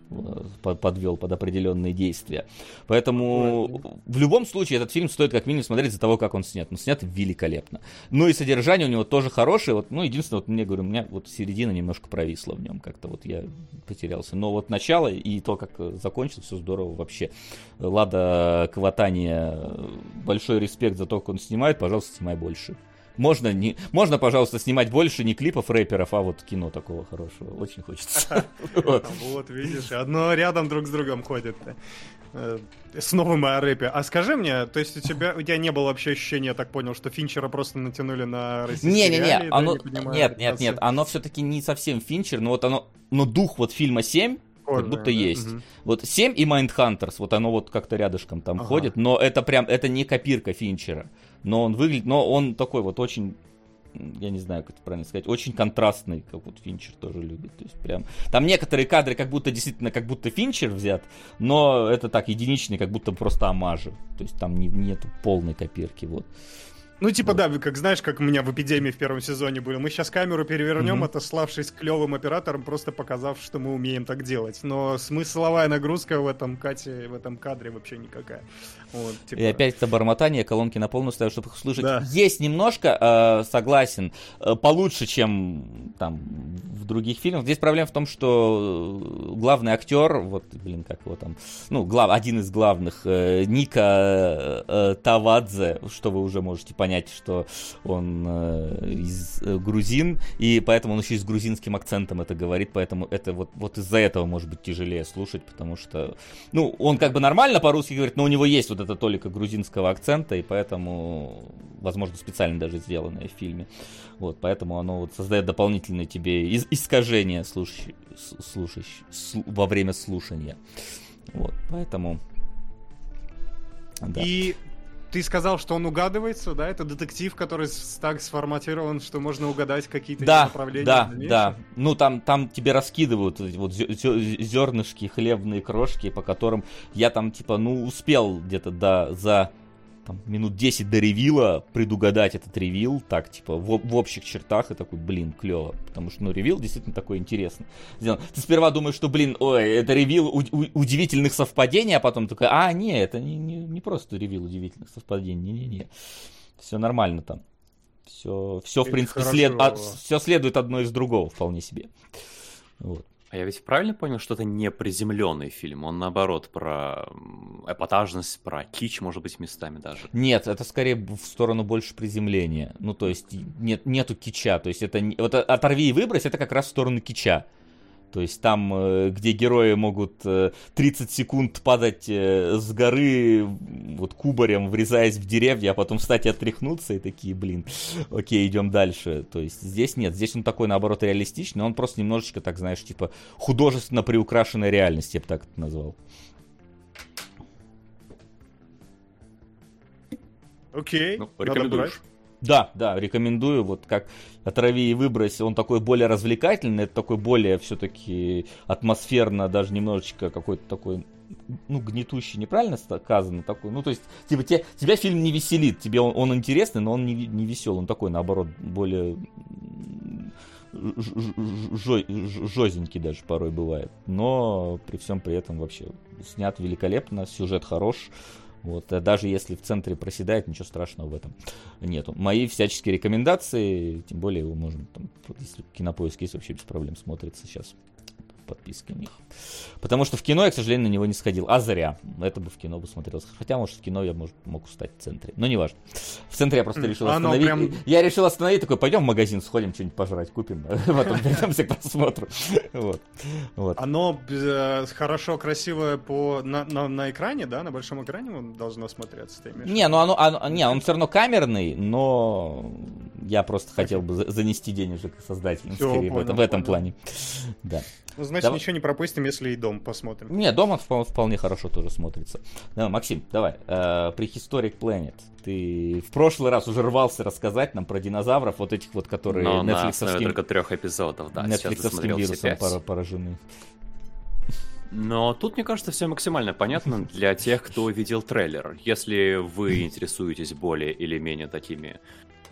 подвел под определенные действия. Поэтому в любом случае этот фильм стоит как минимум смотреть из-за того, как он снят. Он снят великолепно. Ну и содержание у него тоже хорошее. Вот, ну, единственное, вот мне, говорю, у меня вот середина немножко провисла в нем. Как-то вот я потерялся. Но вот начало и то, как закончилось, все здорово вообще. Лада Кватани, большой респект за то, как он снимает. Пожалуйста, снимай больше. Можно, не, можно, пожалуйста, снимать больше не клипов рэперов, а вот кино такого хорошего. Очень хочется. Вот, видишь, одно рядом друг с другом ходит. Снова мы о рэпе. А скажи мне, то есть у тебя, у тебя не было вообще ощущения, я так понял, что Финчера просто натянули на российские реалии? Не-не-не, оно... нет, нет, нет, оно все-таки не совсем Финчер, но вот оно, но дух вот фильма «семь», как будто да? есть. Угу. Вот «семь» и «Майндхантерс», вот оно вот как-то рядышком там ага. ходит, но это прям, это не копирка Финчера. Но он выглядит, но он такой вот очень, я не знаю, как это правильно сказать, очень контрастный, как вот Финчер тоже любит. То есть прям, там некоторые кадры как будто действительно, как будто Финчер взят, но это так, единичные, как будто просто омажи. То есть там не, нету полной копирки, вот. Ну, типа, вот. Да, как знаешь, как у меня в «Эпидемии» в первом сезоне были. Мы сейчас камеру перевернем, mm-hmm. отославшись клевым оператором, просто показав, что мы умеем так делать. Но смысловая нагрузка в этом кате, в этом кадре вообще никакая. Вот, типа... И опять это бормотание, колонки на полную ставят, чтобы их услышать. Да. Есть немножко, э, согласен, э, получше, чем там в других фильмах. Здесь проблема в том, что главный актер, вот, блин, как его там, ну, глав, один из главных, э, Ника э, Тавадзе, что вы уже можете понять, что он э, из э, грузин, и поэтому он еще и с грузинским акцентом это говорит, поэтому это вот, вот из-за этого может быть тяжелее слушать, потому что, ну, он как бы нормально по-русски говорит, но у него есть вот эта толика грузинского акцента, и поэтому, возможно, специально даже сделанное в фильме. Вот, поэтому оно вот создает дополнительные тебе из- искажения слушай, слушай, слу- во время слушания. Вот, поэтому... Да. И ты сказал, что он угадывается, да? Это детектив, который с- так сформатирован, что можно угадать какие-то Да, направления. да, в дальнейшем? да. Ну, там, там тебе раскидывают эти вот зё- зё- зернышки, хлебные крошки, по которым я там, типа, ну, успел где-то до, за там, минут десять до ревила предугадать этот ревил, так, типа, в, в общих чертах, и такой, блин, клево. Потому что, ну, ревил действительно такой интересный. Сделан. Ты сперва думаешь, что, блин, ой, это ревил у- у- удивительных совпадений, а потом такой, а, не, это не, не, не просто ревил удивительных совпадений, не-не-не. Все нормально там. Все, все в Это принципе, хорошо. след, от- все следует одно из другого вполне себе. Вот. А я ведь правильно понял, что это не приземленный фильм? Он, наоборот, про м, эпатажность, про кич, может быть, местами даже. Нет, это скорее в сторону больше приземления. Ну, то есть, нет, нету кича. То есть, это не- вот «Оторви и выбрось» это как раз в сторону кича. То есть, там, э, где герои могут э, тридцать секунд падать э, с горы вот кубарем, врезаясь в деревья, а потом встать и отряхнуться, и такие, блин, окей, идем дальше. То есть, здесь нет. Здесь он такой, наоборот, реалистичный. Он просто немножечко, так знаешь, типа, художественно приукрашенная реальность, я бы так это назвал. Окей, Ну, надо рекомендуешь? брать. Да, да, рекомендую, вот как «Отрави и выбрось», он такой более развлекательный, это такой более все-таки атмосферно, даже немножечко какой-то такой, ну, гнетущий, неправильно сказано, такой, ну, то есть, типа, те, тебя фильм не веселит, тебе он, он интересный, но он не, не весел, он такой, наоборот, более жёзенький даже порой бывает, но при всем при этом вообще снят великолепно, сюжет хорош. Вот, а даже если в центре проседает, ничего страшного в этом нету. Мои всяческие рекомендации, тем более его можно, там, если Кинопоиск есть, вообще без проблем смотрится сейчас. Подписки у них. Потому что в кино я, к сожалению, на него не сходил. А зря. Это бы в кино бы смотрелось. Хотя, может, в кино я может, мог устать в центре. Но не важно. В центре я просто решил Оно остановить. прям- Я решил остановить, такой, пойдем в магазин, сходим, что-нибудь пожрать, купим. Потом вернемся к просмотру. Вот. Вот. Оно э, хорошо, красиво по, на, на, на экране, да? На большом экране он должно смотреться, ты имеешь в виду? Не, ну оно, оно- не, он все равно камерный, но я просто хотел бы за- занести денежек создателям, Всё, скорее, в понял, этом, в этом понял. плане. Да. Ну, значит, Давай. ничего не пропустим, если и дом посмотрим. Не, дома впол- вполне хорошо тоже смотрится. Да, Максим, давай, э, Prehistoric Planet. Ты в прошлый раз уже рвался рассказать нам про динозавров, вот этих вот, которые Но на основе нетфликсовским, только трех эпизодов, да. Сейчас нетфликсовским досмотрел все вирусом пять. пора- поражены. Но тут, мне кажется, все максимально понятно для тех, кто видел трейлер. Если вы интересуетесь более или менее такими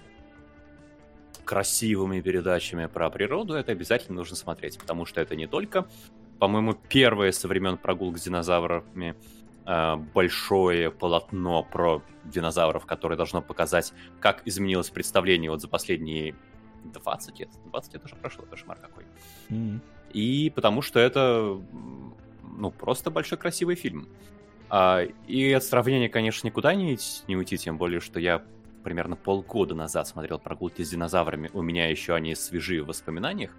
красивыми передачами про природу, это обязательно нужно смотреть, потому что это не только, по-моему, первое со времен прогулок с динозаврами э, большое полотно про динозавров, которое должно показать, как изменилось представление вот за последние двадцать лет. двадцать лет уже прошло, кошмар какой. М. И потому что это, м, ну, просто большой красивый фильм. А, и от сравнения, конечно, никуда не, идти- не уйти, тем более, что я примерно полгода назад смотрел «Прогулки с динозаврами», у меня еще они свежи в воспоминаниях.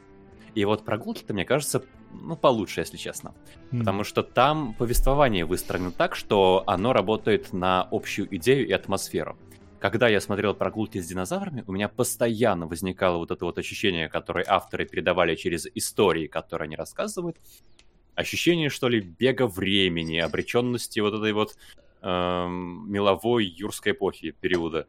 И вот «Прогулки»-то, мне кажется, ну, получше, если честно. Потому что там повествование выстроено так, что оно работает на общую идею и атмосферу. Когда я смотрел «Прогулки с динозаврами», у меня постоянно возникало вот это вот ощущение, которое авторы передавали через истории, которые они рассказывают. Ощущение, что ли, бега времени, обреченности вот этой вот эм, меловой юрской эпохи периода.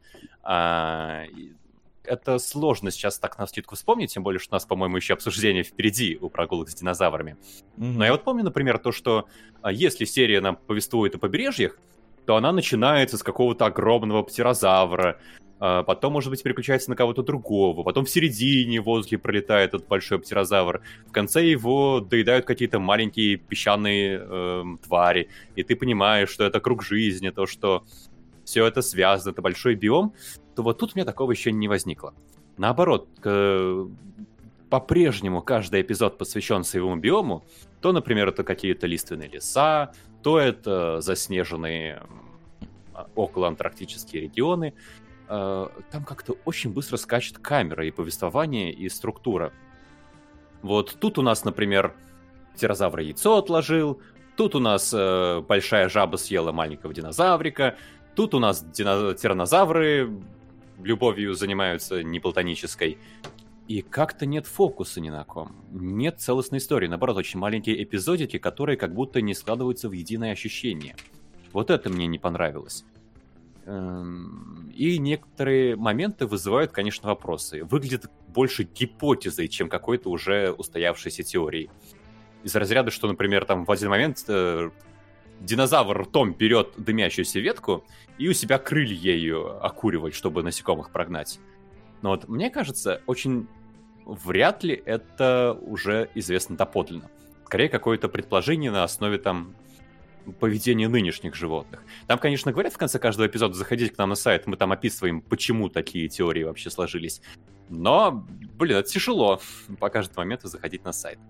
А, и это сложно сейчас так навскидку вспомнить, тем более, что у нас, по-моему, еще обсуждение впереди у «Прогулок с динозаврами». Мгм. Но я вот помню, например, то, что а, если серия нам повествует о побережьях, то она начинается с какого-то огромного птерозавра, а, потом, может быть, переключается на кого-то другого, потом в середине в воздухе пролетает этот большой птерозавр, в конце его доедают какие-то маленькие песчаные эм, твари, и ты понимаешь, что это круг жизни, то, что все это связано, это большой биом, то вот тут у меня такого еще не возникло. Наоборот, к- по-прежнему каждый эпизод посвящен своему биому, то, например, это какие-то лиственные леса, то это заснеженные м, околоантарктические регионы. Э, Там как-то очень быстро скачет камера и повествование, и структура. Вот тут у нас, например, птерозавр яйцо отложил, тут у нас э, большая жаба съела маленького динозаврика, тут у нас дино- тираннозавры любовью занимаются неплатонической. И как-то нет фокуса ни на ком. Нет целостной истории. Наоборот, очень маленькие эпизодики, которые как будто не складываются в единое ощущение. Вот это мне не понравилось. И некоторые моменты вызывают, конечно, вопросы. Выглядит больше гипотезой, чем какой-то уже устоявшейся теорией. Из разряда, что, например, там в один момент э, динозавр ртом берет дымящуюся ветку и у себя крылья ею окуривает, чтобы насекомых прогнать. Но вот мне кажется, очень вряд ли это уже известно доподлинно. Скорее, какое-то предположение на основе там поведения нынешних животных. Там, конечно, говорят в конце каждого эпизода: заходите к нам на сайт, мы там описываем, почему такие теории вообще сложились. Но, блин, это тяжело по каждому моменту заходить на сайт.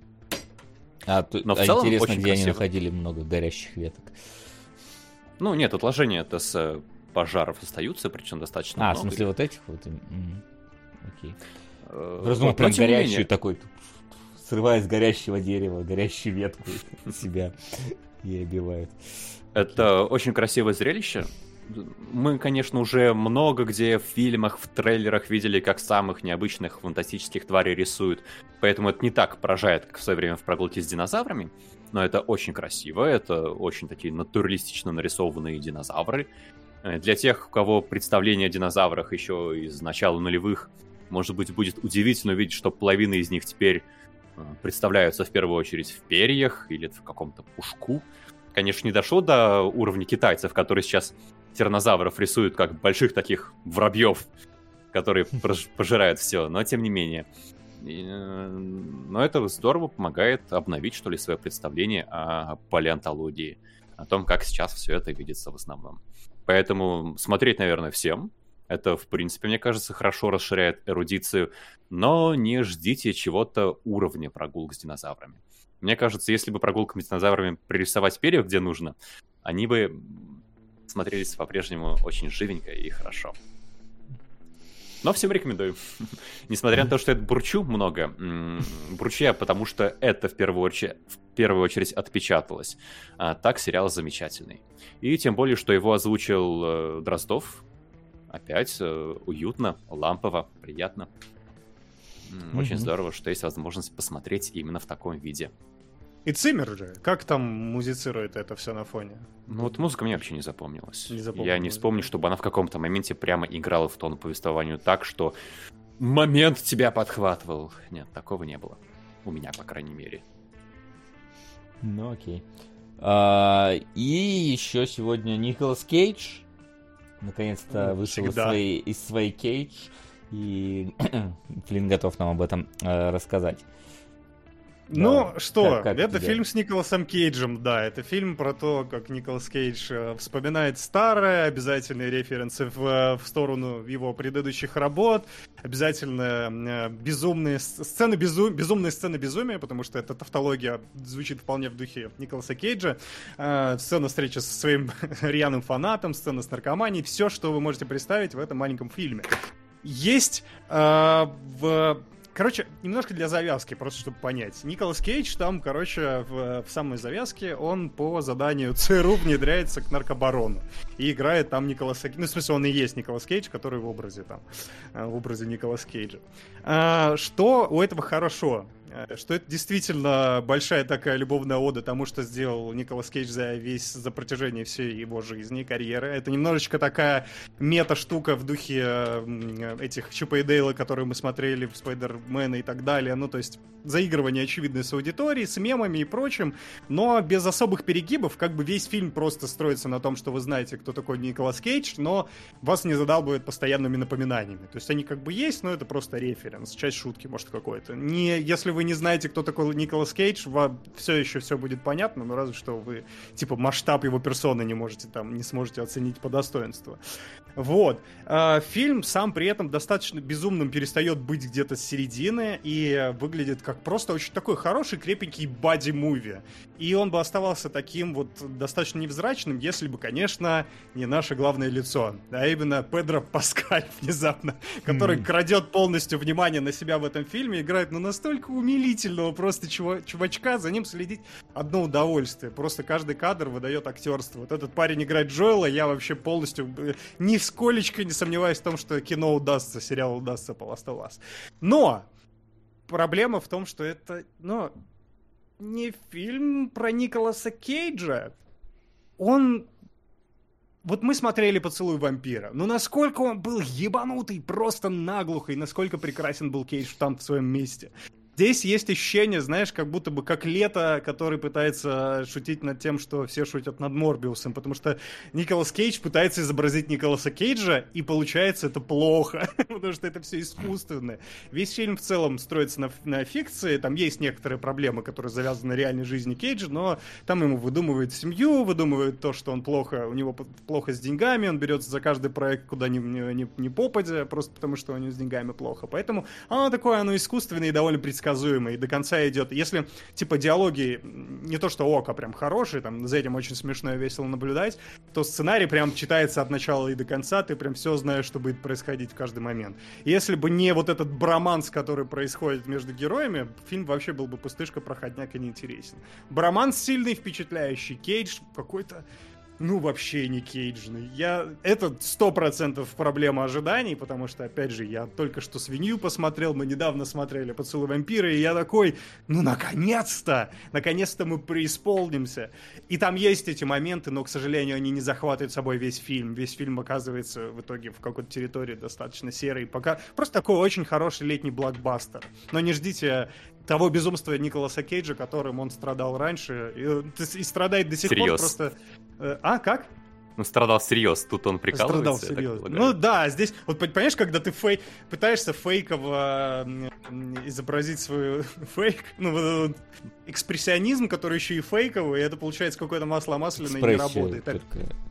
А, Но в а целом интересно, очень где красиво. они находили много горящих веток. Ну, нет, отложения это с пожаров остаются, причем достаточно А, много. в смысле вот этих вот? М, Окей. Э, Просто думал, вот, прям но тем не горящую менее, такой, срывая с горящего дерева горящую ветку себя и обивает. Это очень красивое зрелище. Мы, конечно, уже много где в фильмах, в трейлерах видели, как самых необычных фантастических тварей рисуют. Поэтому это не так поражает, как в свое время в «Прогулке с динозаврами». Но это очень красиво, это очень такие натуралистично нарисованные динозавры. Для тех, у кого представление о динозаврах еще из начала нулевых, может быть, будет удивительно увидеть, что половина из них теперь представляются в первую очередь в перьях или в каком-то пушку. Конечно, не дошло до уровня китайцев, которые сейчас тираннозавров рисуют как больших таких воробьев, которые пожирают все, но тем не менее. И, но это здорово помогает обновить, что ли, свое представление о палеонтологии, о том, как сейчас все это видится в основном. Поэтому смотреть, наверное, всем. Это, в принципе, мне кажется, хорошо расширяет эрудицию, но не ждите чего-то уровня прогулок с динозаврами. Мне кажется, если бы прогулками с динозаврами пририсовать перья, где нужно, они бы смотрелись по-прежнему очень живенько и хорошо. Но всем рекомендую. Несмотря на то, что это бурчу много, бурчу я, потому что это в первую очередь, в первую очередь отпечаталось. А так сериал замечательный. И тем более, что его озвучил э, Дроздов. Опять э, уютно, лампово, приятно. М, Очень Мгм. здорово, что есть возможность посмотреть именно в таком виде. И Циммер же, как там музицирует это все на фоне? Ну вот музыка мне вообще не запомнилась. Не Я не запомнилась, вспомню, да. чтобы она в каком-то моменте прямо играла в тон повествованию так, что момент тебя подхватывал. Нет, такого не было. У меня, по крайней мере. Ну окей. А, и еще сегодня Николас Кейдж наконец-то Ну, вышел из всегда. своей, из своей кейдж. И Флинн готов нам об этом э, рассказать. Ну Да. что, Как- как это тебе? фильм с Николасом Кейджем, да, это фильм про то, как Николас Кейдж э, вспоминает старое, обязательные референсы в, в сторону его предыдущих работ, обязательно э, безумные с- сцены, безу, безумные сцены безумия, потому что эта тавтология звучит вполне в духе Николаса Кейджа, э, сцена встречи со своим рьяным фанатом, сцена с наркоманией, все, что вы можете представить в этом маленьком фильме. Есть э, в... Короче, немножко для завязки, просто чтобы понять. Николас Кейдж там, короче, в, в самой завязке, он по заданию ЦРУ внедряется к наркобарону. И играет там Николаса Кейджа. Ну, в смысле, он и есть Николас Кейдж, который в образе там, э, в образе Николаса Кейджа. А, что у этого хорошо? Э, Что это действительно большая такая любовная ода тому, что сделал Николас Кейдж за весь, за протяжении всей его жизни и карьеры. Это немножечко такая мета-штука в духе э, этих Чипа и Дейла, которые мы смотрели в Спайдермена и так далее. Ну, то есть заигрывание очевидное с аудиторией, с мемами и прочим, но без особых перегибов. Как бы весь фильм просто строится на том, что вы знаете, кто такой Николас Кейдж, но вас не задалбывает постоянными напоминаниями. То есть они как бы есть, но это просто референс, часть шутки, может, какой-то. Не, если вы не знаете, кто такой Николас Кейдж, вам все еще все будет понятно, но разве что вы, типа, масштаб его персоны не можете там, не сможете оценить по достоинству. Вот. А, фильм сам при этом достаточно безумным перестает быть где-то с середины и выглядит как просто очень такой хороший, крепенький бади-муви. И он бы оставался таким вот достаточно невзрачным, если бы, конечно, не наше главное лицо, а именно Педро Паскаль внезапно, который Мгм. крадет полностью внимание на себя в этом фильме, играет ну настолько умилительного просто чува- чувачка, за ним следить одно удовольствие. Просто каждый кадр выдает актерство. Вот этот парень играет Джоэла, я вообще полностью э, нисколечко не сомневаюсь в том, что кино удастся, сериал удастся по Last of Us. Но проблема в том, что это, ну, не фильм про Николаса Кейджа. Он вот мы смотрели «Поцелуй вампира». Ну, насколько он был ебанутый, просто наглухо, и насколько прекрасен был Кейдж там в своем месте. Здесь есть ощущение, знаешь, как будто бы как Лето, который пытается шутить над тем, что все шутят над Морбиусом, потому что Николас Кейдж пытается изобразить Николаса Кейджа, и получается это плохо, потому что это все искусственное. Весь фильм в целом строится на, на фикции, там есть некоторые проблемы, которые завязаны на реальной жизни Кейджа, но там ему выдумывают семью, выдумывают то, что он плохо, у него плохо с деньгами, он берется за каждый проект, куда ни, ни, ни попадя, просто потому что у него с деньгами плохо. Поэтому оно такое, оно искусственное и довольно предсказуемое. И до конца идет. Если, типа, диалоги не то что око прям хорошие, там, за этим очень смешно и весело наблюдать, то сценарий прям читается от начала и до конца, ты прям все знаешь, что будет происходить в каждый момент. И если бы не вот этот броманс, который происходит между героями, фильм вообще был бы пустышка, проходняк и неинтересен. Броманс сильный, впечатляющий. Кейдж какой-то... Ну, вообще не кейджный. Я... Это сто процентов проблема ожиданий, потому что, опять же, я только что «Свинью» посмотрел, мы недавно смотрели «Поцелуй вампира», и я такой, ну, наконец-то! Наконец-то мы преисполнимся. И там есть эти моменты, но, к сожалению, они не захватывают собой весь фильм. Весь фильм оказывается в итоге в какой-то территории достаточно серой. Пока... Просто такой очень хороший летний блокбастер. Но не ждите того безумства Николаса Кейджа, которым он страдал раньше, и, и страдает до сих Серьез. пор просто... А, как? Ну, страдал всерьез, тут он прикалывается. Страдал серьезно. Ну да, здесь, вот понимаешь, когда ты фей... пытаешься фейково изобразить свой фейк, ну, экспрессионизм, который еще и фейковый, и это получается какое-то масло масляное и не работает. Так...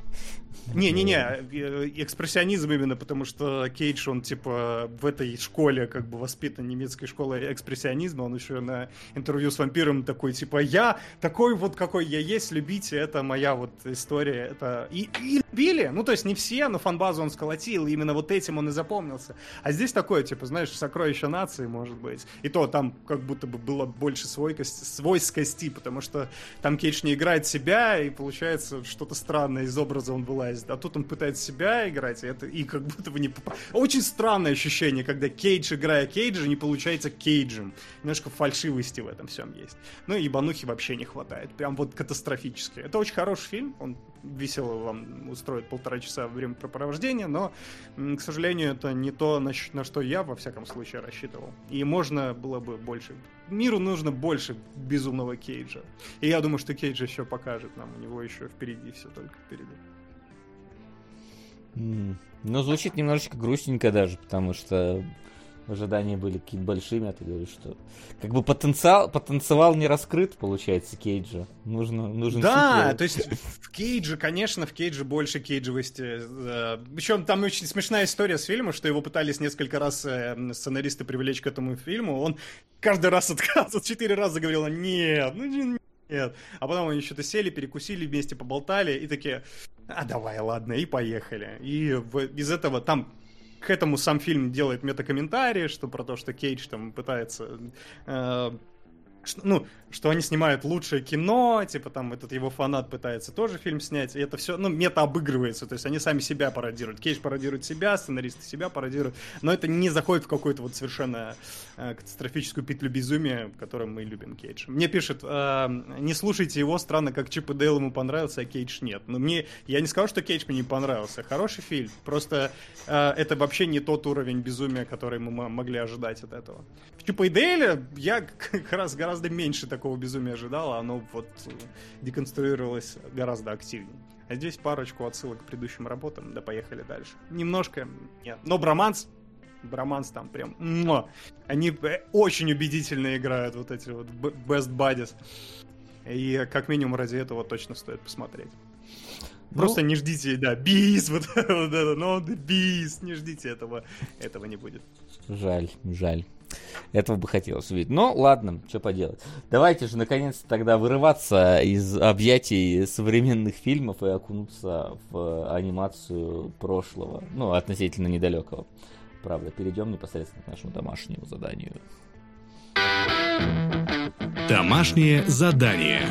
Не-не-не, экспрессионизм именно, потому что Кейдж, он типа в этой школе как бы воспитан, немецкой школой экспрессионизма, он еще на интервью с вампиром такой, типа, я такой вот, какой я есть, любите, это моя вот история, это... И, и любили, ну то есть не все, но фан-базу он сколотил, и именно вот этим он и запомнился. А здесь такое, типа, знаешь, сокровище нации, может быть. И то там как будто бы было больше свойкости, свойскости, потому что там Кейдж не играет себя, и получается что-то странное из образа он вылазит. А тут он пытается себя играть, и, это, и как будто бы не попа... Очень странное ощущение, когда Кейдж, играя Кейджа, не получается Кейджем. Немножко фальшивости в этом всем есть. Ну и ебанухи вообще не хватает. Прям вот катастрофически. Это очень хороший фильм, он весело вам устроит полтора часа времяпрепровождения, но, к сожалению, это не то, на, на что я, во всяком случае, рассчитывал. И можно было бы больше... Миру нужно больше безумного Кейджа. И я думаю, что Кейдж еще покажет нам. У него еще впереди все только впереди. Mm. Ну, звучит немножечко грустненько даже, потому что ожидания были какие-то большими, а ты говоришь, что как бы потенциал, потенциал не раскрыт, получается, Кейджа. Нужно, нужен Да, сиквел. то есть в Кейдже, конечно, в Кейдже больше кейджевости. Причем там очень смешная история с фильмом, что его пытались несколько раз сценаристы привлечь к этому фильму, он каждый раз отказывал, четыре раза говорил, нет, ну нет. А потом они что-то сели, перекусили вместе, поболтали и такие, а давай, ладно, и поехали. И в, из этого там к этому сам фильм делает метакомментарии, что про то, что Кейдж там пытается... Э, что, ну, что они снимают лучшее кино, типа там этот его фанат пытается тоже фильм снять, и это все, ну, мета обыгрывается, то есть они сами себя пародируют. Кейдж пародирует себя, сценаристы себя пародируют, но это не заходит в какую-то вот совершенно э, катастрофическую петлю безумия, которую мы любим Кейдж. Мне пишет, э, не слушайте его, странно, как Чип и Дейл ему понравился, а Кейдж нет. Но мне, я не сказал, что Кейдж мне не понравился, хороший фильм, просто э, это вообще не тот уровень безумия, который мы могли ожидать от этого. В Чипа и Дейле я как раз гораздо меньше такого безумия ожидал, а оно вот деконструировалось гораздо активнее. А здесь парочку отсылок к предыдущим работам, да поехали дальше. Немножко, нет. Но броманс, броманс там прям, муа, они очень убедительно играют, вот эти вот best buddies. И как минимум ради этого точно стоит посмотреть. Просто ну, не ждите, да, бис, вот, вот это, но бис, не ждите этого, этого не будет. Жаль, жаль. Этого бы хотелось увидеть. Но ладно, что поделать. Давайте же наконец-то тогда вырываться из объятий современных фильмов и окунуться в анимацию прошлого. Ну, относительно недалекого. Правда, перейдем непосредственно к нашему домашнему заданию. Домашнее задание.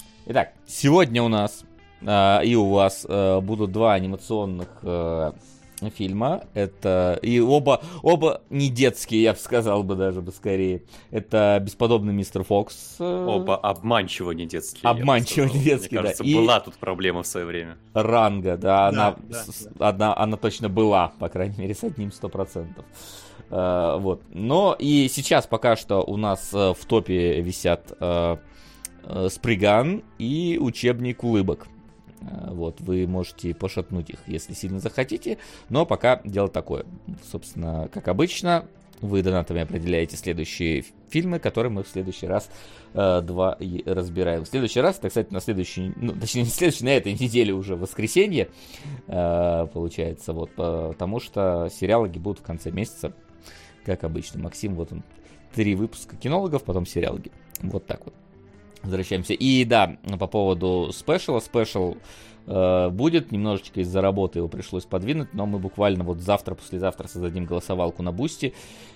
Итак, сегодня у нас э, и у вас э, будут два анимационных э, фильма. Это и оба, оба не детские, я бы сказал бы даже бы скорее. Это «Бесподобный мистер Фокс». Оба обманчиво не детские. Обманчиво не детские, Мне кажется, да. И была тут проблема в свое время. «Ранго», да, Да, она, да, с- да. Она, она точно была, по крайней мере, с одним сто процентов. Э, вот. Но и сейчас пока что у нас э, в топе висят э, э, Сприган и учебник улыбок. Э, Вот, вы можете пошатнуть их, если сильно захотите, но пока дело такое. Собственно, как обычно, вы донатами определяете следующие ф- фильмы, которые мы в следующий раз э, два и разбираем. В следующий раз, это, кстати, на следующей, ну, точнее, не следующей, на этой неделе уже воскресенье, э, получается, вот, потому что сериалоги будут в конце месяца, как обычно. Максим, вот он, три выпуска кинологов, потом сериалоги. Вот так вот. Возвращаемся. И да, по поводу спешала. Спешл э, будет. Немножечко из-за работы его пришлось подвинуть, но мы буквально вот завтра, послезавтра создадим голосовалку на Бусти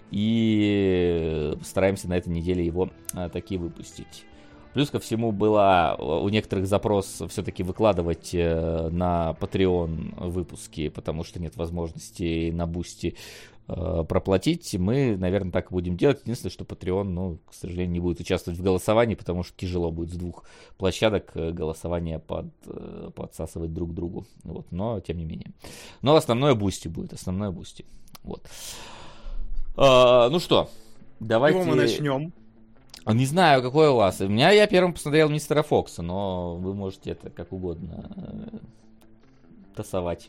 и постараемся на этой неделе его э, таки выпустить. Плюс ко всему была у некоторых запрос все-таки выкладывать э, на Patreon выпуски, потому что нет возможности на Бусти э, проплатить. Мы, наверное, так и будем делать. Единственное, что Patreon, ну, к сожалению, не будет участвовать в голосовании, потому что тяжело будет с двух площадок э, голосование под, э, подсасывать друг другу. Вот, но тем не менее. Но основное Бусти будет, основное Бусти. Вот. А, ну что, давайте... Его мы начнем. Не знаю, какой у вас. У меня я первым посмотрел мистера Фокса, но вы можете это как угодно э, тасовать.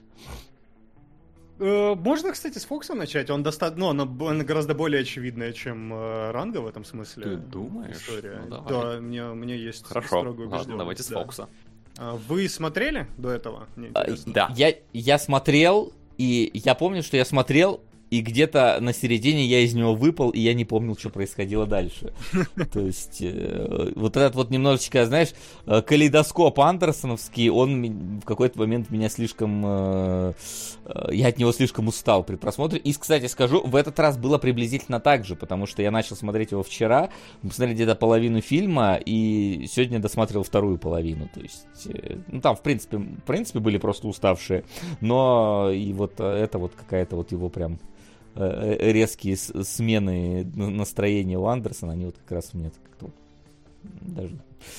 Э, Можно, кстати, с Фоксом начать. Он достаточно, ну, она, б- она гораздо более очевидная, чем э, Ранго в этом смысле. Ты думаешь? История. Ну, давай. Да, мне, у меня есть Хорошо, строгая ладно, убежденность, давайте с да. Фокса. А Вы смотрели до этого? Мне А, интересно. Да. Я, я смотрел, и я помню, что я смотрел, и где-то на середине я из него выпал, и я не помнил, что происходило дальше. То есть, э, вот этот вот немножечко, знаешь, э, калейдоскоп андерсоновский, он ми- в какой-то момент меня слишком... э, э, я от него слишком устал при просмотре. И, кстати, скажу, в этот раз было приблизительно так же, потому что я начал смотреть его вчера, мы посмотрели где-то половину фильма, и сегодня досмотрел вторую половину. То есть, э, ну, там, в принципе, в принципе, были просто уставшие, но и вот э, это вот какая-то вот его прям... э, резкие с- смены на- настроения у Андерсона, они вот как раз мне как-то вот даже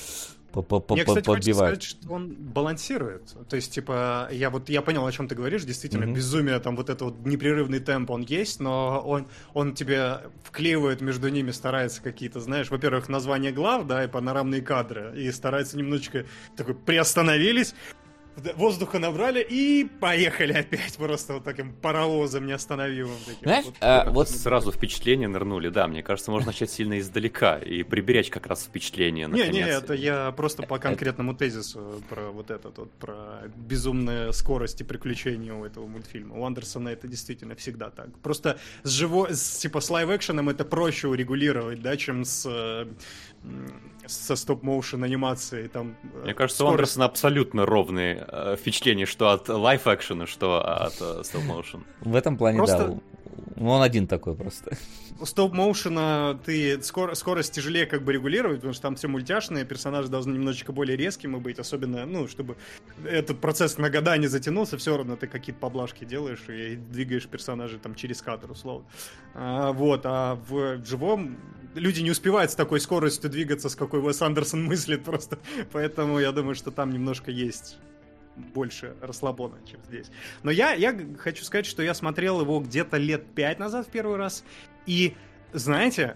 по- по- по- Мне, кстати, хочется подбивают. сказать, что он балансирует. То есть, типа, я вот я понял, о чем ты говоришь. Действительно, Мгм. безумие, там вот это вот непрерывный темп, он есть, но он, он тебе вклеивает между ними, старается какие-то, знаешь, во-первых, названия глав, да, и панорамные кадры, и старается немножечко такой приостановились, вд- воздуха набрали и поехали опять просто вот таким паровозом неостановимым. Таким. Знаешь, Вот. а, Вот вот сразу впечатления нырнули, да, мне кажется, можно начать сильно издалека и приберечь как раз впечатление, Не, наконец. не, это я просто по конкретному тезису про вот этот вот, про безумную скорость и приключения у этого мультфильма. У Андерсона это действительно всегда так. Просто с живо, с, типа с лайв-экшеном это проще урегулировать, да, чем с э, м, со стоп-моушен анимацией. Там, э, Мне кажется, у скорость- Андерсона абсолютно ровные э, впечатления, что от лайф-экшена, что от э, стоп-моушен. в этом плане, Просто- да, ну, он один такой просто. У стоп-моушена ты скор- скорость тяжелее как бы регулировать, потому что там все мультяшные, персонажи должны немножечко более резкими быть, особенно, ну, чтобы этот процесс на года не затянулся, все равно ты какие-то поблажки делаешь и двигаешь персонажей там через кадр, условно. А, вот, а в живом люди не успевают с такой скоростью двигаться, с какой Уэс Андерсон мыслит просто, поэтому я думаю, что там немножко есть больше расслабона, чем здесь. Но я, я г- хочу сказать, что я смотрел его где-то лет пять назад в первый раз, и, знаете,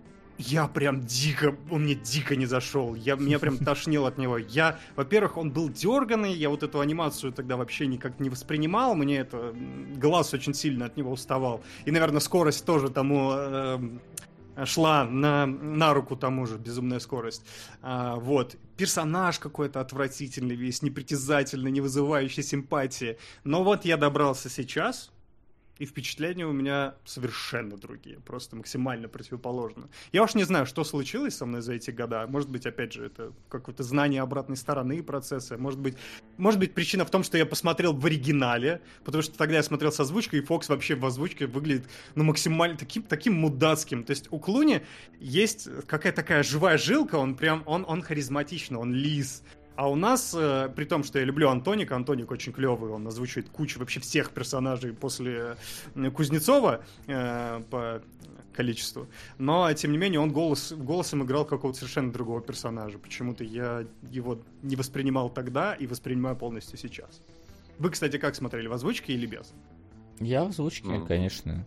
я прям дико, он мне дико не зашел, я, меня прям тошнил от него. Я, во-первых, он был дерганый, я вот эту анимацию тогда вообще никак не воспринимал, мне это, м, глаз очень сильно от него уставал. И, наверное, скорость тоже тому... эм, шла на, на руку тому же, безумная скорость. А, вот. Персонаж какой-то отвратительный весь, непритязательный, не вызывающий симпатии. Но вот я добрался сейчас, и впечатления у меня совершенно другие, просто максимально противоположные. Я уж не знаю, что случилось со мной за эти года. Может быть, опять же, это какое-то знание обратной стороны процесса. Может быть, может быть, причина в том, что я посмотрел в оригинале, потому что тогда я смотрел с озвучкой, и Фокс вообще в озвучке выглядит, ну, максимально таким, таким мудацким. То есть у Клуни есть какая-то такая живая жилка, он прям, он, он харизматичный, он лис. А у нас, э, при том, что я люблю Антоника, Антоник очень клевый, он озвучивает кучу вообще всех персонажей после Кузнецова э, по количеству. Но, тем не менее, он голос, голосом играл какого-то совершенно другого персонажа. Почему-то я его не воспринимал тогда и воспринимаю полностью сейчас. Вы, кстати, как смотрели, в озвучке или без? Я в озвучке, Ну. конечно.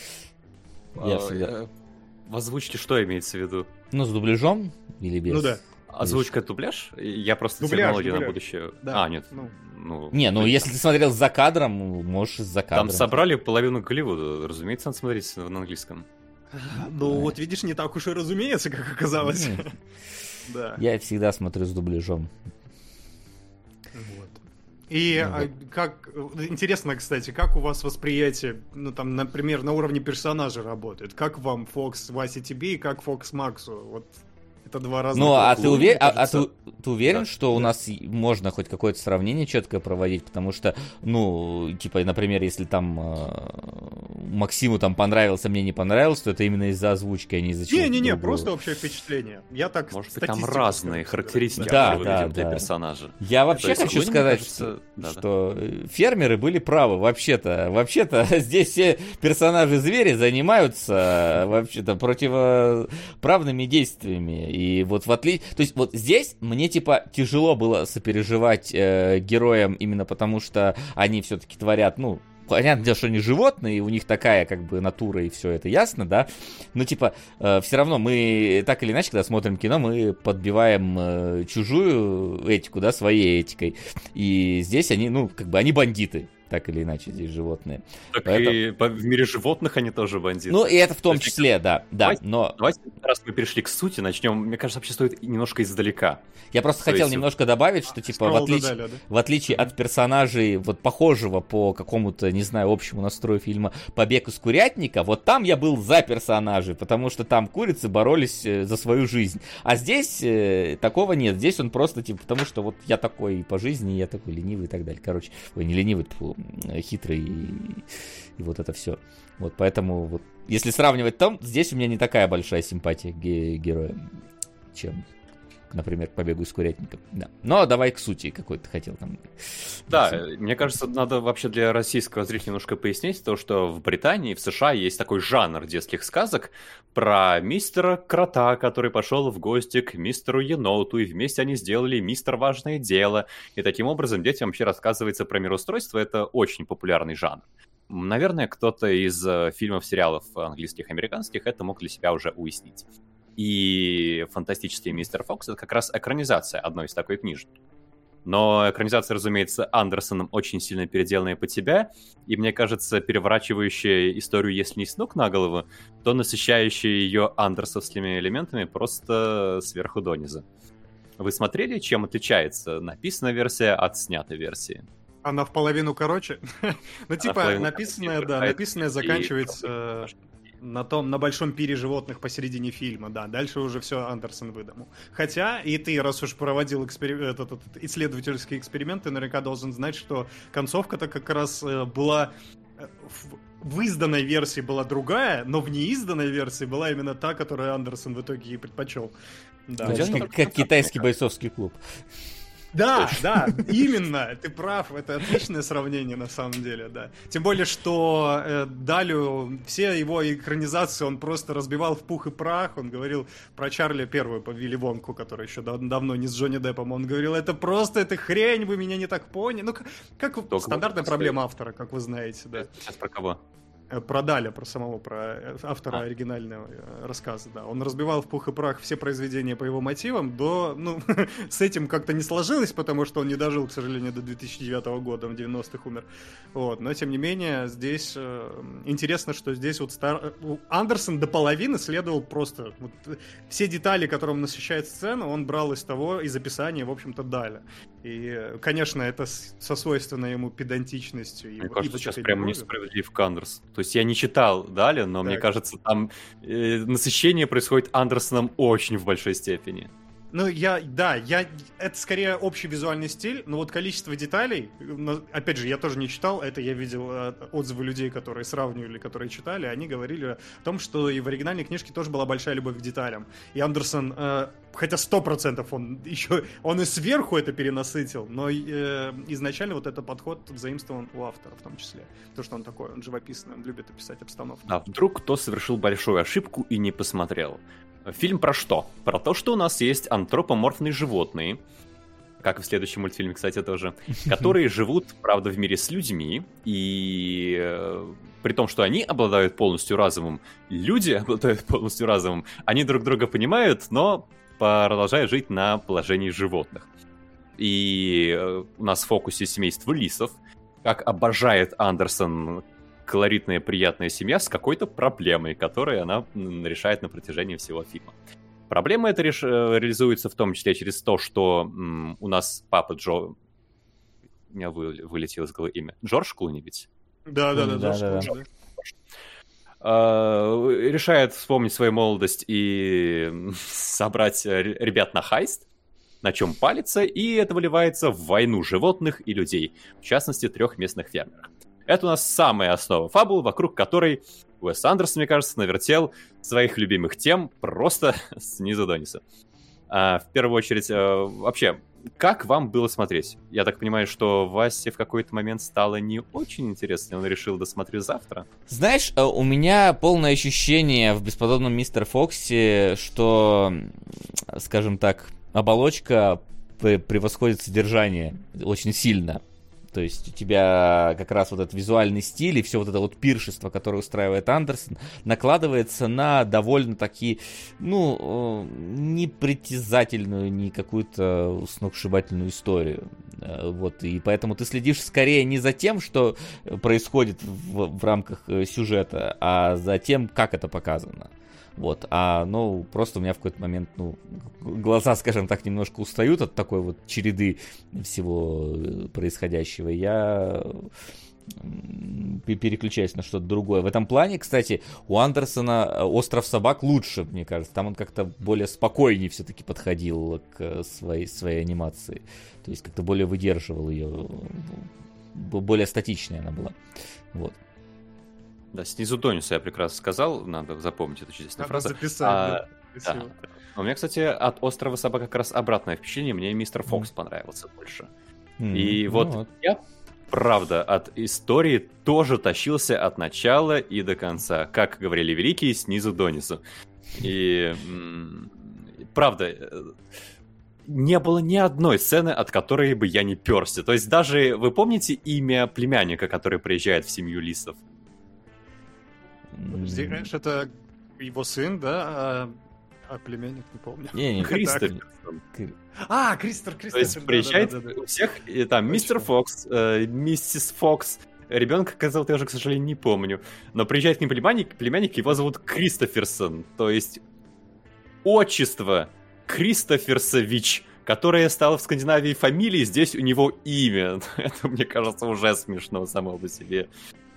А, Я всегда... э, В озвучке что имеется в виду? Ну, с дубляжом или без? Ну да. Озвучка — это дубляж? Я просто Дубляж, терминологию на дубляж. будущее... Да. А, нет. Ну. Ну, Не, ну если ты смотрел за кадром, можешь за кадром. там собрали половину Голливуда. Разумеется, надо смотреть на английском. Ну, вот видишь, не так уж и разумеется, как оказалось. Нет. Да. Я всегда смотрю с дубляжом. Вот. И Ну, а, как интересно, кстати, как у вас восприятие, ну там, например, на уровне персонажа работает? Как вам Фокс Васе тебе и как Фокс Максу? Вот это два разных. Ну, а ты, клуба, увер... мне а, а кажется. ты, ты уверен, Да, что у да. нас и- можно хоть какое-то сравнение четкое проводить? Потому что, ну, типа, например, если там э, Максиму там понравился, мне не понравился, то это именно из-за озвучки, а не из-за чего-то Не-не-не, другого. просто общее впечатление. Я так Может быть, там статистику разные скажу. характеристики Да, мы да, видим для да. персонажа. Я вообще То есть хочу Лунин, сказать, кажется, что, да-да. что э, фермеры были правы, вообще-то. Вообще-то здесь все персонажи звери занимаются вообще-то противоправными действиями. И вот в отличие... То есть вот здесь мне типа тяжело было сопереживать э, героям именно потому, что они все-таки творят, ну, понятно дело, что они животные, и у них такая как бы натура, и все это ясно, да, но типа э, все равно мы так или иначе, когда смотрим кино, мы подбиваем э, чужую этику, да, своей этикой, и здесь они, ну, как бы они бандиты, так или иначе, здесь животные. Так Поэтому- и по- в мире животных они тоже бандиты. Ну, и это в том То есть, числе, да, да, давайте- но Давайте, раз мы перешли к сути, начнем, мне кажется, вообще стоит немножко издалека. я просто То хотел есть- немножко добавить, что типа в Скролл отличие... додали, да? В отличие от персонажей, вот похожего по какому-то, не знаю, общему настрою фильма «Побег из курятника», вот там я был за персонажей, потому что там курицы боролись э, за свою жизнь. А здесь э, такого нет. Здесь он просто, типа, потому что вот я такой по жизни, я такой ленивый и так далее. Короче, ой, не ленивый, тьфу, э, хитрый и, и вот это все. Вот поэтому, вот, если сравнивать там, здесь у меня не такая большая симпатия к ге- героям, чем... например, к «Побегу из курятника». Да. Но давай к сути, какой ты хотел там. Да, Максим. мне кажется, надо вообще для российского зрителя немножко пояснить то, что в Британии, в США есть такой жанр детских сказок про мистера Крота, который пошел в гости к мистеру Еноту, и вместе они сделали «Мистер Важное дело». И таким образом детям вообще рассказывается про мироустройство. Это очень популярный жанр. Наверное, кто-то из э, фильмов, сериалов английских, американских это мог для себя уже уяснить. И «Фантастический мистер Фокс» — это как раз экранизация одной из такой книжек. Но экранизация, разумеется, Андерсоном очень сильно переделанная под себя, и, мне кажется, переворачивающая историю, если не с ног на голову, то насыщающая ее андерсовскими элементами просто сверху донизу. Вы смотрели, чем отличается написанная версия от снятой версии? Она в половину короче. Ну, типа, половину написанное, короче, да, и- написанное заканчивается на том, на большом пире животных посередине фильма, да. Дальше уже все Андерсон выдумал. Хотя, и ты, раз уж проводил экспери- этот, этот исследовательский эксперимент, ты наверняка должен знать, что концовка-то как раз э, была... э, в- В изданной версии была другая, но в неизданной версии была именно та, которую Андерсон в итоге и предпочел. Да, Да, Где как, они как только китайский так, бойцовский клуб. Да, да, именно, ты прав, это отличное сравнение на самом деле, да. Тем более, что э, Далю, все его экранизации он просто разбивал в пух и прах, он говорил про Чарли первую, по Вилли Вонку, который еще дав- давно не с Джонни Деппом, он говорил, это просто, это хрень, вы меня не так поняли. Ну, как, как Только стандартная вот проблема автора, как вы знаете, да. Сейчас про кого? Э, Про Даля, про самого, про э, автора А. оригинального э, рассказа, да. Он разбивал в пух и прах все произведения по его мотивам, до, ну, с этим как-то не сложилось, потому что он не дожил, к сожалению, до две тысячи девятого года, он в девяностых умер. Вот, но, тем не менее, здесь э, интересно, что здесь вот стар... у- Андерсон до половины следовал просто... Вот, э, все детали, которым насыщает сцену, он брал из того, из описания, в общем-то, Даля. И, э, конечно, это с- со свойственной ему педантичностью. И, Мне и кажется, вот сейчас этой прям любовью. несправедлив к Андерсу. То есть я не читал Далее, но мне Так. кажется, там э, насыщение происходит Андерсоном очень в большой степени. Ну, я, да, я, это скорее общий визуальный стиль, но вот количество деталей, но, опять же, я тоже не читал, это я видел э, отзывы людей, которые сравнивали, которые читали, они говорили о том, что и в оригинальной книжке тоже была большая любовь к деталям. И Андерсон, э, хотя сто процентов он еще, он и сверху это перенасытил, но э, изначально вот этот подход заимствован у автора в том числе. То, что он такой, он живописный, он любит описать обстановку. А вдруг кто совершил большую ошибку и не посмотрел? Фильм про что? Про то, что у нас есть антропоморфные животные, как и в следующем мультфильме, кстати, тоже, которые живут, правда, в мире с людьми, и э, при том, что они обладают полностью разумом, люди обладают полностью разумом, они друг друга понимают, но продолжают жить на положении животных. И э, у нас в фокусе семейство лисов, как обожает Андерсон колоритная, приятная семья с какой-то проблемой, которую она решает на протяжении всего фильма. Проблема эта реш... реализуется в том числе через то, что м, у нас папа Джо... У меня вы... вылетело из головы имя. Джордж Клуни ведь? Да-да-да, Джордж Клуни. Решает вспомнить свою молодость и собрать ребят на хайст, на чем палится, и это выливается в войну животных и людей, в частности, трех местных фермеров. Это у нас самая основа фабулы, вокруг которой Уэс Андерсон, мне кажется, навертел своих любимых тем просто снизу донизу. А, в первую очередь, а, вообще, как вам было смотреть? Я так понимаю, что Васе в какой-то момент стало не очень интересно, и он решил досмотрю завтра. Знаешь, у меня полное ощущение в «Бесподобном мистер Фоксе», что, скажем так, оболочка превосходит содержание очень сильно. То есть у тебя как раз вот этот визуальный стиль и все вот это вот пиршество, которое устраивает Андерсон, накладывается на довольно-таки, ну, непритязательную, не какую-то сногсшибательную историю. Вот, и поэтому ты следишь скорее не за тем, что происходит в, в рамках сюжета, а за тем, как это показано. Вот, а, ну, просто у меня в какой-то момент, ну, глаза, скажем так, немножко устают от такой вот череды всего происходящего. Я переключаюсь на что-то другое. В этом плане, кстати, у Андерсона «Остров собак» лучше, мне кажется. Там он как-то более спокойнее все-таки подходил к своей, своей анимации. То есть как-то более выдерживал ее. Более статичная она была. Вот. Да, снизу донизу я прекрасно сказал, надо запомнить эту чудесную надо фразу. записать, а, да. да. У меня, кстати, от «Острова собак» как раз обратное впечатление, мне мистер Фокс mm. понравился больше. Mm. И ну вот, вот я, правда, от истории тоже тащился от начала и до конца, как говорили великие, снизу донизу. И, м- правда, не было ни одной сцены, от которой бы я не перся. То есть даже, вы помните имя племянника, который приезжает в семью лисов? Знаешь, это его сын, да? А, а племянник, не помню. Не, не, Кристофер. А, Кристер, Кристофер. То есть приезжает да, да, да, да. у всех, и там Точно. Мистер Фокс, э, миссис Фокс. Ребенка, как зовут, я уже, к сожалению, не помню. Но приезжает к ним племянник, племянник, его зовут Кристоферсон. То есть отчество Кристоферсович, которое стало в Скандинавии фамилией, здесь у него имя. Это, мне кажется, уже смешно само по себе.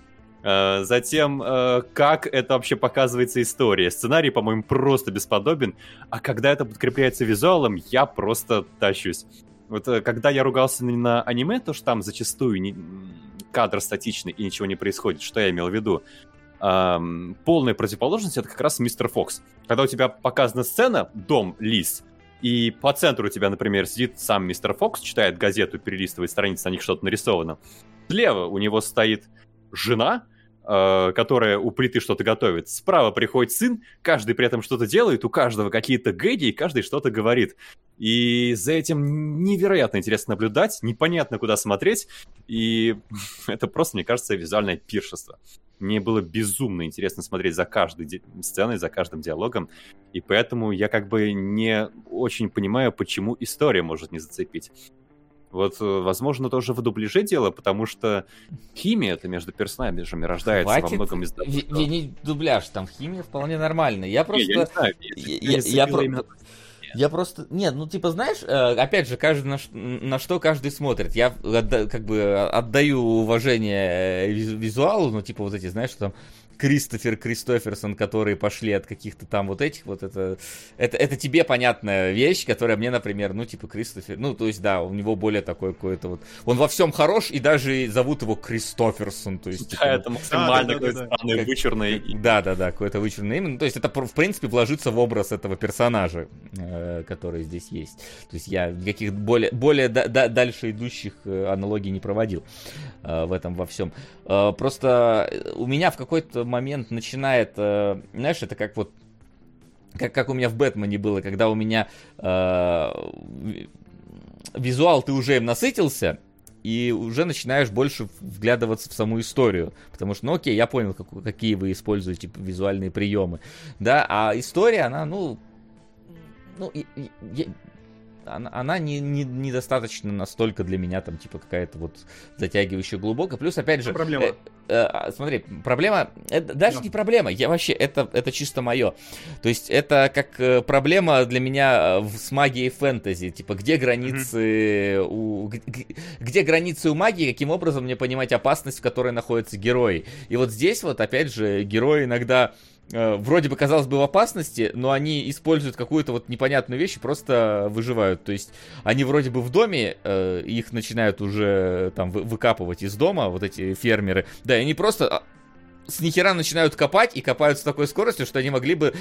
Затем, как это вообще показывается история. Сценарий, по-моему, просто бесподобен. А когда это подкрепляется визуалом, я просто тащусь. Вот когда я ругался на аниме, то что там зачастую не... кадр статичный и ничего не происходит. Что я имел в виду? Эм, полная противоположность — это как раз мистер Фокс. Когда у тебя показана сцена, дом лис, и по центру у тебя, например, сидит сам мистер Фокс, читает газету, перелистывает страницы, на них что-то нарисовано. Слева у него стоит жена, которая у плиты что-то готовит. Справа приходит сын, каждый при этом что-то делает, у каждого какие-то гэги, и каждый что-то говорит. И за этим невероятно интересно наблюдать, непонятно куда смотреть, и это просто, мне кажется, визуальное пиршество. Мне было безумно интересно смотреть за каждой ди- сценой, за каждым диалогом, и поэтому я как бы не очень понимаю, почему история может не зацепить. Вот, возможно, тоже в дубляже дело, потому что химия это между персонажами рождается Хватит во многом из... ви- не дубляж, там химия вполне нормальная. Я просто... Не, я не знаю, я, я, я, про... именно... я просто... Нет, ну типа, знаешь, опять же, каждый на, ш... на что каждый смотрит. Я отда... как бы отдаю уважение визуалу, ну типа вот эти, знаешь, что там Кристофер Кристоферсон, которые пошли от каких-то там вот этих вот, это, это, это тебе понятная вещь, которая мне, например, ну, типа Кристофер, ну, то есть, да, у него более такой какой-то вот, он во всем хорош, и даже зовут его Кристоферсон, то есть... Да, типа, это максимально да, какое-то да, да, странное, как... вычурное имя. Да-да-да, какое-то вычурное имя, ну, то есть это, в принципе, вложится в образ этого персонажа, э, которые здесь есть. То есть я никаких более, более да, да, дальше идущих э, аналогий не проводил э, в этом во всем. Э, просто у меня в какой-то момент начинает, э, знаешь, это как вот, как, как у меня в Бэтмене было, когда у меня э, визуал, ты уже им насытился, и уже начинаешь больше вглядываться в саму историю. Потому что, ну окей, я понял, как, какие вы используете визуальные приемы. Да, а история, она, ну... ну и, и, и, она, она не, не, недостаточно настолько для меня, там, типа, какая-то вот затягивающая глубоко. Плюс, опять же... Проблема. Э, э, смотри, проблема... Это даже no. не проблема, я вообще... Это, это чисто мое. То есть, это как э, проблема для меня в, с магией фэнтези. Типа, где границы mm-hmm. у... Где, где границы у магии, каким образом мне понимать опасность, в которой находятся герои. И вот здесь вот, опять же, герои иногда... вроде бы, казалось бы, в опасности, но они используют какую-то вот непонятную вещь и просто выживают. То есть они вроде бы в доме, э, их начинают уже там вы, выкапывать из дома, вот эти фермеры. Да, и они просто с нихера начинают копать и копают с такой скоростью, что они могли бы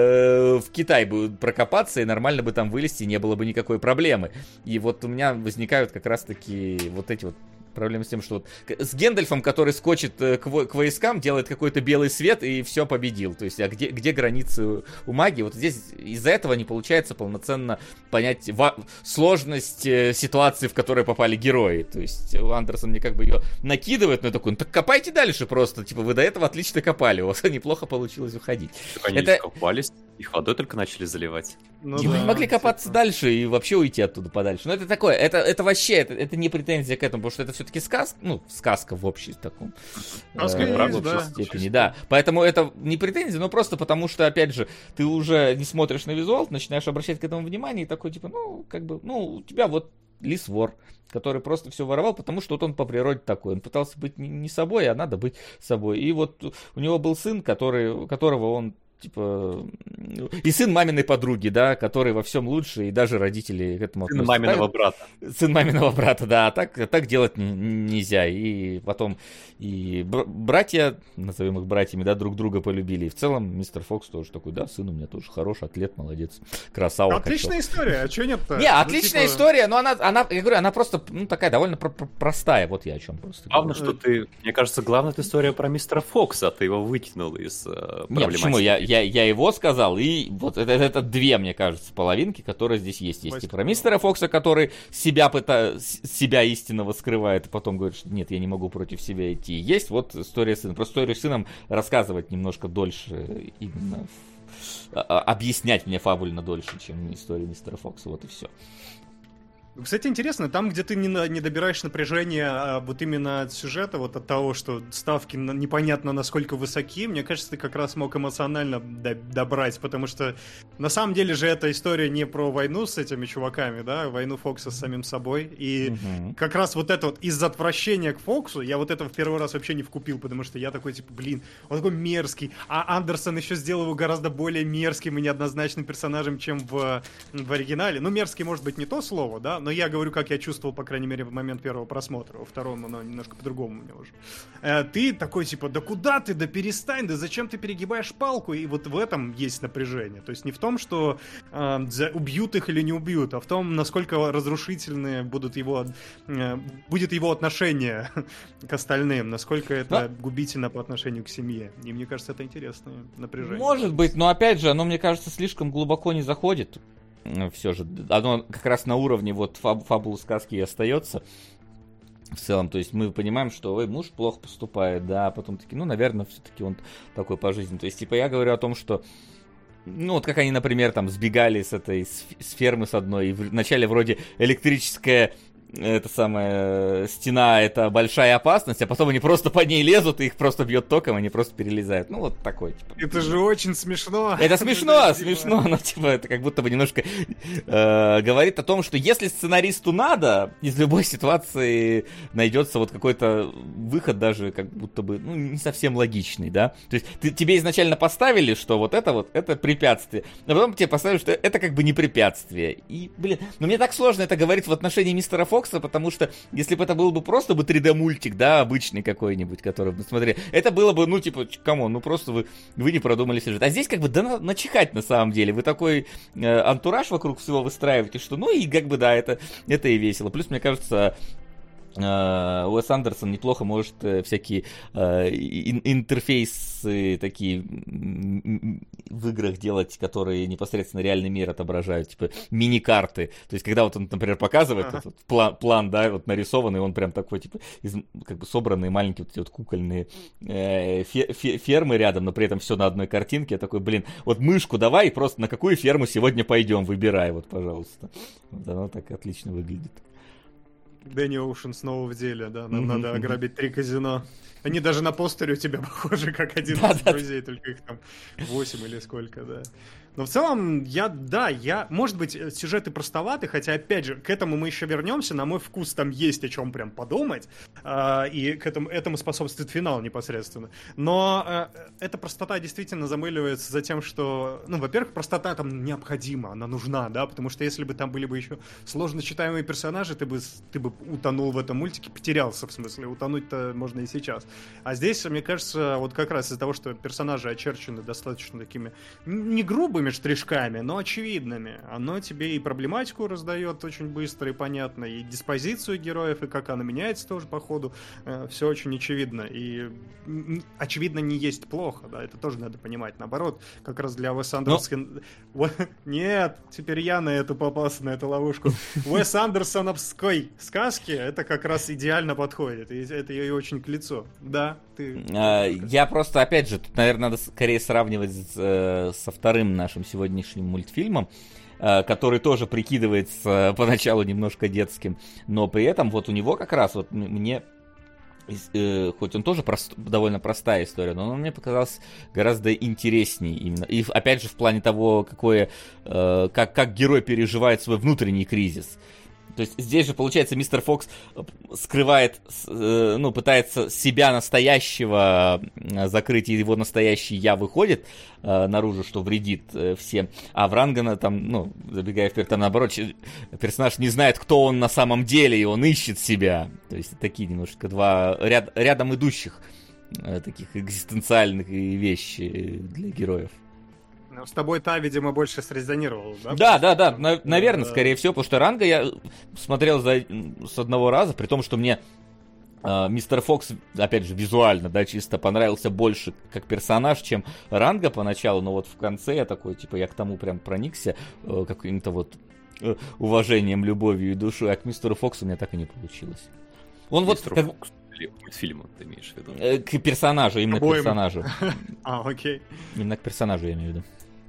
э, в Китай бы прокопаться и нормально бы там вылезти, не было бы никакой проблемы. И вот у меня возникают как раз-таки вот эти вот проблема с тем, что вот с Гэндальфом, который скочит к, к войскам, делает какой-то белый свет и все победил. То есть, а где, где границы у магии? Вот здесь из-за этого не получается полноценно понять ва- сложность э, ситуации, в которой попали герои. То есть Андерсон мне как бы ее накидывает, но я такой, ну так копайте дальше просто. Типа вы до этого отлично копали, у вас неплохо получилось уходить. Так они это... копались, их водой только начали заливать. Ну, и да, мы не могли копаться типа... дальше и вообще уйти оттуда подальше. Но это такое, это, это вообще, это, это не претензия к этому, потому что это все-таки сказка, ну, сказка в общей таком. Сказка э, есть, в общей да. степени, да. Поэтому это не претензия, но просто потому что, опять же, ты уже не смотришь на визуал, начинаешь обращать к этому внимание и такой, типа, ну, как бы, ну, у тебя вот лис-вор, который просто все воровал, потому что вот он по природе такой. Он пытался быть не, не собой, а надо быть собой. И вот у него был сын, который, которого он типа, и сын маминой подруги, да, который во всем лучше, и даже родители к этому сын относятся. маминого брата. Сын маминого брата, да, а так, так делать не, нельзя. И потом и бр- братья, назовем их братьями, да, друг друга полюбили. И в целом мистер Фокс тоже такой, да, сын у меня тоже хороший, атлет, молодец, красава. Отличная качок. история, а чё нет-то? Не, ну, отличная типа... история, но она, она, я говорю, она просто, ну, такая довольно про- про- простая, вот я о чем просто Главное, говорю. что ты, мне кажется, главная история про мистера Фокса, ты его вытянул из э, Нет, почему? Я, проблематики. я, я его сказал, и вот это, это две, мне кажется, половинки, которые здесь есть. Есть и про мистера Фокса, который себя, пыта... себя истинного скрывает, и потом говорит, что нет, я не могу против себя идти. Есть вот история сына. Просто историю с сыном рассказывать немножко дольше, именно объяснять мне фабульно дольше, чем историю мистера Фокса, вот и все. Кстати, интересно, там, где ты не, на, не добираешь напряжения а вот именно от сюжета, вот от того, что ставки на, непонятно насколько высоки, мне кажется, ты как раз мог эмоционально до, добрать, потому что на самом деле же эта история не про войну с этими чуваками, да, войну Фокса с самим собой, и mm-hmm. как раз вот это вот из-за отвращения к Фоксу, я вот этого в первый раз вообще не вкупил, потому что я такой, типа, блин, он такой мерзкий, а Андерсон еще сделал его гораздо более мерзким и неоднозначным персонажем, чем в, в оригинале. Ну, мерзкий может быть не то слово, да, но я говорю, как я чувствовал, по крайней мере, в момент первого просмотра. Во втором оно немножко по-другому у меня уже. Э, ты такой, типа, да куда ты, да перестань, да зачем ты перегибаешь палку? И вот в этом есть напряжение. То есть не в том, что э, за, убьют их или не убьют, а в том, насколько разрушительные будут его, э, будет его отношение к остальным, насколько это но... губительно по отношению к семье. И мне кажется, это интересное напряжение. Может быть, но опять же, оно, мне кажется, слишком глубоко не заходит. Все же, оно как раз на уровне вот фаб, фабулы сказки и остается в целом, то есть мы понимаем, что ой, муж плохо поступает, да, а потом такие, ну, наверное, все-таки он такой по жизни, то есть, типа, я говорю о том, что ну, вот как они, например, там сбегали с этой, с, с фермы с одной, и вначале вроде электрическая эта самая стена, это большая опасность, а потом они просто по ней лезут, и их просто бьет током, они просто перелезают. Ну, вот такой, типа. Это же очень смешно. Это смешно, смешно, но, типа, это как будто бы немножко э, говорит о том, что если сценаристу надо, из любой ситуации найдется вот какой-то выход даже как будто бы, ну, не совсем логичный, да? То есть ты, тебе изначально поставили, что вот это вот, это препятствие, но потом тебе поставили, что это как бы не препятствие. И, блин, ну мне так сложно это говорить в отношении мистера Фокса, Фокса, потому что если бы это был бы просто бы три дэ-мультик, да, обычный какой-нибудь, который бы смотрели, это было бы, ну, типа, камон, ну, просто вы, вы не продумали сюжет. А здесь как бы, да, на, начихать на самом деле. Вы такой э, антураж вокруг всего выстраиваете, что, ну, и как бы, да, это, это и весело. Плюс, мне кажется, Уэс Андерсон неплохо может э, всякие э, ин- интерфейсы такие в играх делать, которые непосредственно реальный мир отображают, типа мини-карты. То есть, когда вот он, например, показывает Ага. этот план, план, да, вот нарисованный, он прям такой, типа, из, как бы собранные маленькие вот эти вот кукольные э, фе- фе- фермы рядом, но при этом все на одной картинке. Я такой, блин, вот мышку давай и просто на какую ферму сегодня пойдем, выбирай, вот, пожалуйста. Вот оно так отлично выглядит. Дэнни Оушен снова в деле, да, нам Мгм, надо мгм. ограбить три казино. Они даже на постере у тебя похожи, как один Да, из да. друзей, только их там восемь или сколько, да. Но в целом, я, да, я, может быть, э, сюжеты простоваты, хотя, опять же, к этому мы еще вернемся, на мой вкус там есть о чем прям подумать, а, и к этому, этому способствует финал непосредственно. Но э, эта простота действительно замыливается за тем, что, ну, во-первых, простота там необходима, она нужна, да, потому что если бы там были бы еще сложно читаемые персонажи, ты бы, с- ты бы утонул в этом мультике, потерялся, в смысле, утонуть-то можно и сейчас. А здесь, мне кажется, вот как раз из-за того, что персонажи очерчены достаточно такими н- не грубыми штришками, но очевидными, оно тебе и проблематику раздает очень быстро и понятно, и диспозицию героев, и как она меняется тоже по ходу, э, все очень очевидно. И м, очевидно не есть плохо, да, это тоже надо понимать. Наоборот, как раз для Уэса Андерсона... Во- Нет, теперь я на эту попался, на эту ловушку. Уэс Андерсоновской сказки это как раз идеально подходит, и это ей очень к лицу. Да, ты... А, Я просто, опять же, тут, наверное, надо скорее сравнивать с, э, со вторым нашим сегодняшним мультфильмом, э, который тоже прикидывается э, поначалу немножко детским, но при этом вот у него как раз вот м- мне, из- э, хоть он тоже прост- довольно простая история, но он мне показался гораздо интереснее именно. И в- опять же в плане того, какое, э, как, как герой переживает свой внутренний кризис. То есть здесь же, получается, мистер Фокс скрывает, э, ну, пытается себя настоящего э, закрыть, и его настоящий я выходит э, наружу, что вредит э, всем. А Врангана там, ну, забегая вперед, там наоборот, ч- персонаж не знает, кто он на самом деле, и он ищет себя. То есть такие немножко два ряд, рядом идущих э, таких экзистенциальных и вещи для героев. Ну, с тобой та, видимо, больше срезонировала, да? Да, да, да, на- наверное, Э, скорее всего, потому что Ранга я смотрел за, с одного раза, при том, что мне э, мистер Фокс, опять же, визуально, да, чисто понравился больше как персонаж, чем Ранга поначалу, но вот в конце я такой, типа, я к тому прям проникся э, каким-то вот э, уважением, любовью и душой, а к мистеру Фоксу у меня так и не получилось. Он вот Мистер как- Фокс или мультфильму, ты имеешь в виду? э, к персонажу, именно к Обоим. персонажу. А, окей. Именно к персонажу я имею в виду.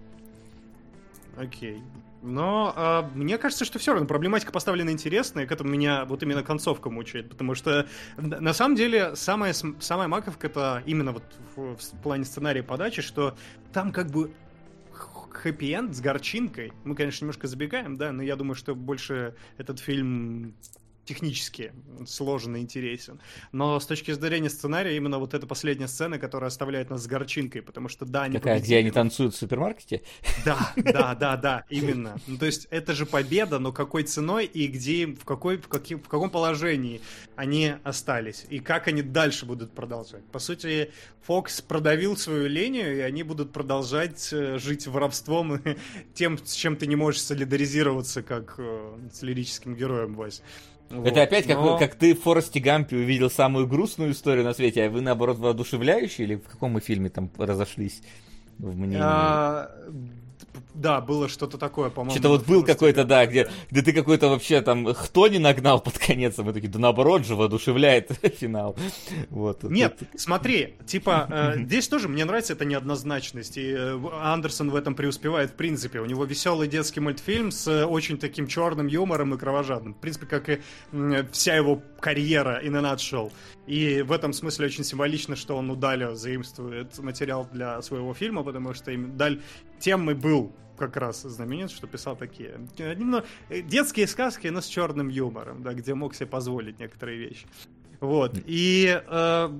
Окей. Но а, мне кажется, что все равно проблематика поставлена интересная, и к этому меня вот именно концовка мучает, потому что н- на самом деле самая, см- самая маковка это именно вот в, в плане сценария подачи, что там как бы х- хэппи-энд с горчинкой. Мы, конечно, немножко забегаем, да, но я думаю, что больше этот фильм технически сложен и интересен. Но с точки зрения сценария именно вот эта последняя сцена, которая оставляет нас с горчинкой, потому что да, они Какая, где они танцуют в супермаркете? да, да, да, да, именно. Ну, то есть это же победа, но какой ценой и где, в, какой, в, каким, в каком положении они остались, и как они дальше будут продолжать. По сути, Фокс продавил свою линию, и они будут продолжать э, жить воровством и тем, с чем ты не можешь солидаризироваться, как э, с лирическим героем, Вась. Вот. Это опять как, Но- как ты в Форесте Гампе увидел самую грустную историю на свете, а вы, наоборот, воодушевляющие? Или в каком мы фильме там разошлись в мнении? А, да, было что-то такое, по-моему. Что-то вот был просто- какой-то, да, где, где ты какой-то вообще там кто не нагнал под конец, а мы такие, да наоборот же, воодушевляет финал. Вот. Нет, Вот. смотри, типа, э, здесь тоже мне нравится эта неоднозначность, и э, Андерсон в этом преуспевает в принципе. У него веселый детский мультфильм с э, очень таким черным юмором и кровожадным. В принципе, как и м, вся его карьера in a nutshell. И в этом смысле очень символично, что он у Даля заимствует материал для своего фильма, потому что им Даль тем и был как раз знаменит, что писал такие ну, детские сказки, но с черным юмором, да, где мог себе позволить некоторые вещи. Вот. И э,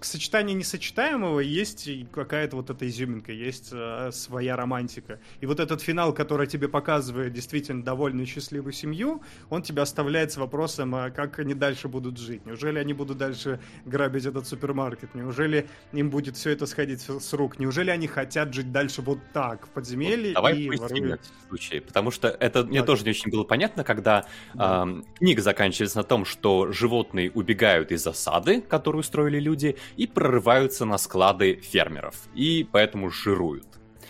сочетание несочетаемого есть какая-то вот эта изюминка, есть э, своя романтика. И вот этот финал, который тебе показывает действительно довольную счастливую семью, он тебя оставляет с вопросом, а как они дальше будут жить. Неужели они будут дальше грабить этот супермаркет? Неужели им будет все это сходить с рук? Неужели они хотят жить дальше вот так, в подземелье? Давай и поясним воруют... этот случай, потому что это мне Да. тоже не очень было понятно, когда Да. эм, книга заканчивается на том, что животные убегают из засады, которую строили люди, и прорываются на склады фермеров, и поэтому жируют.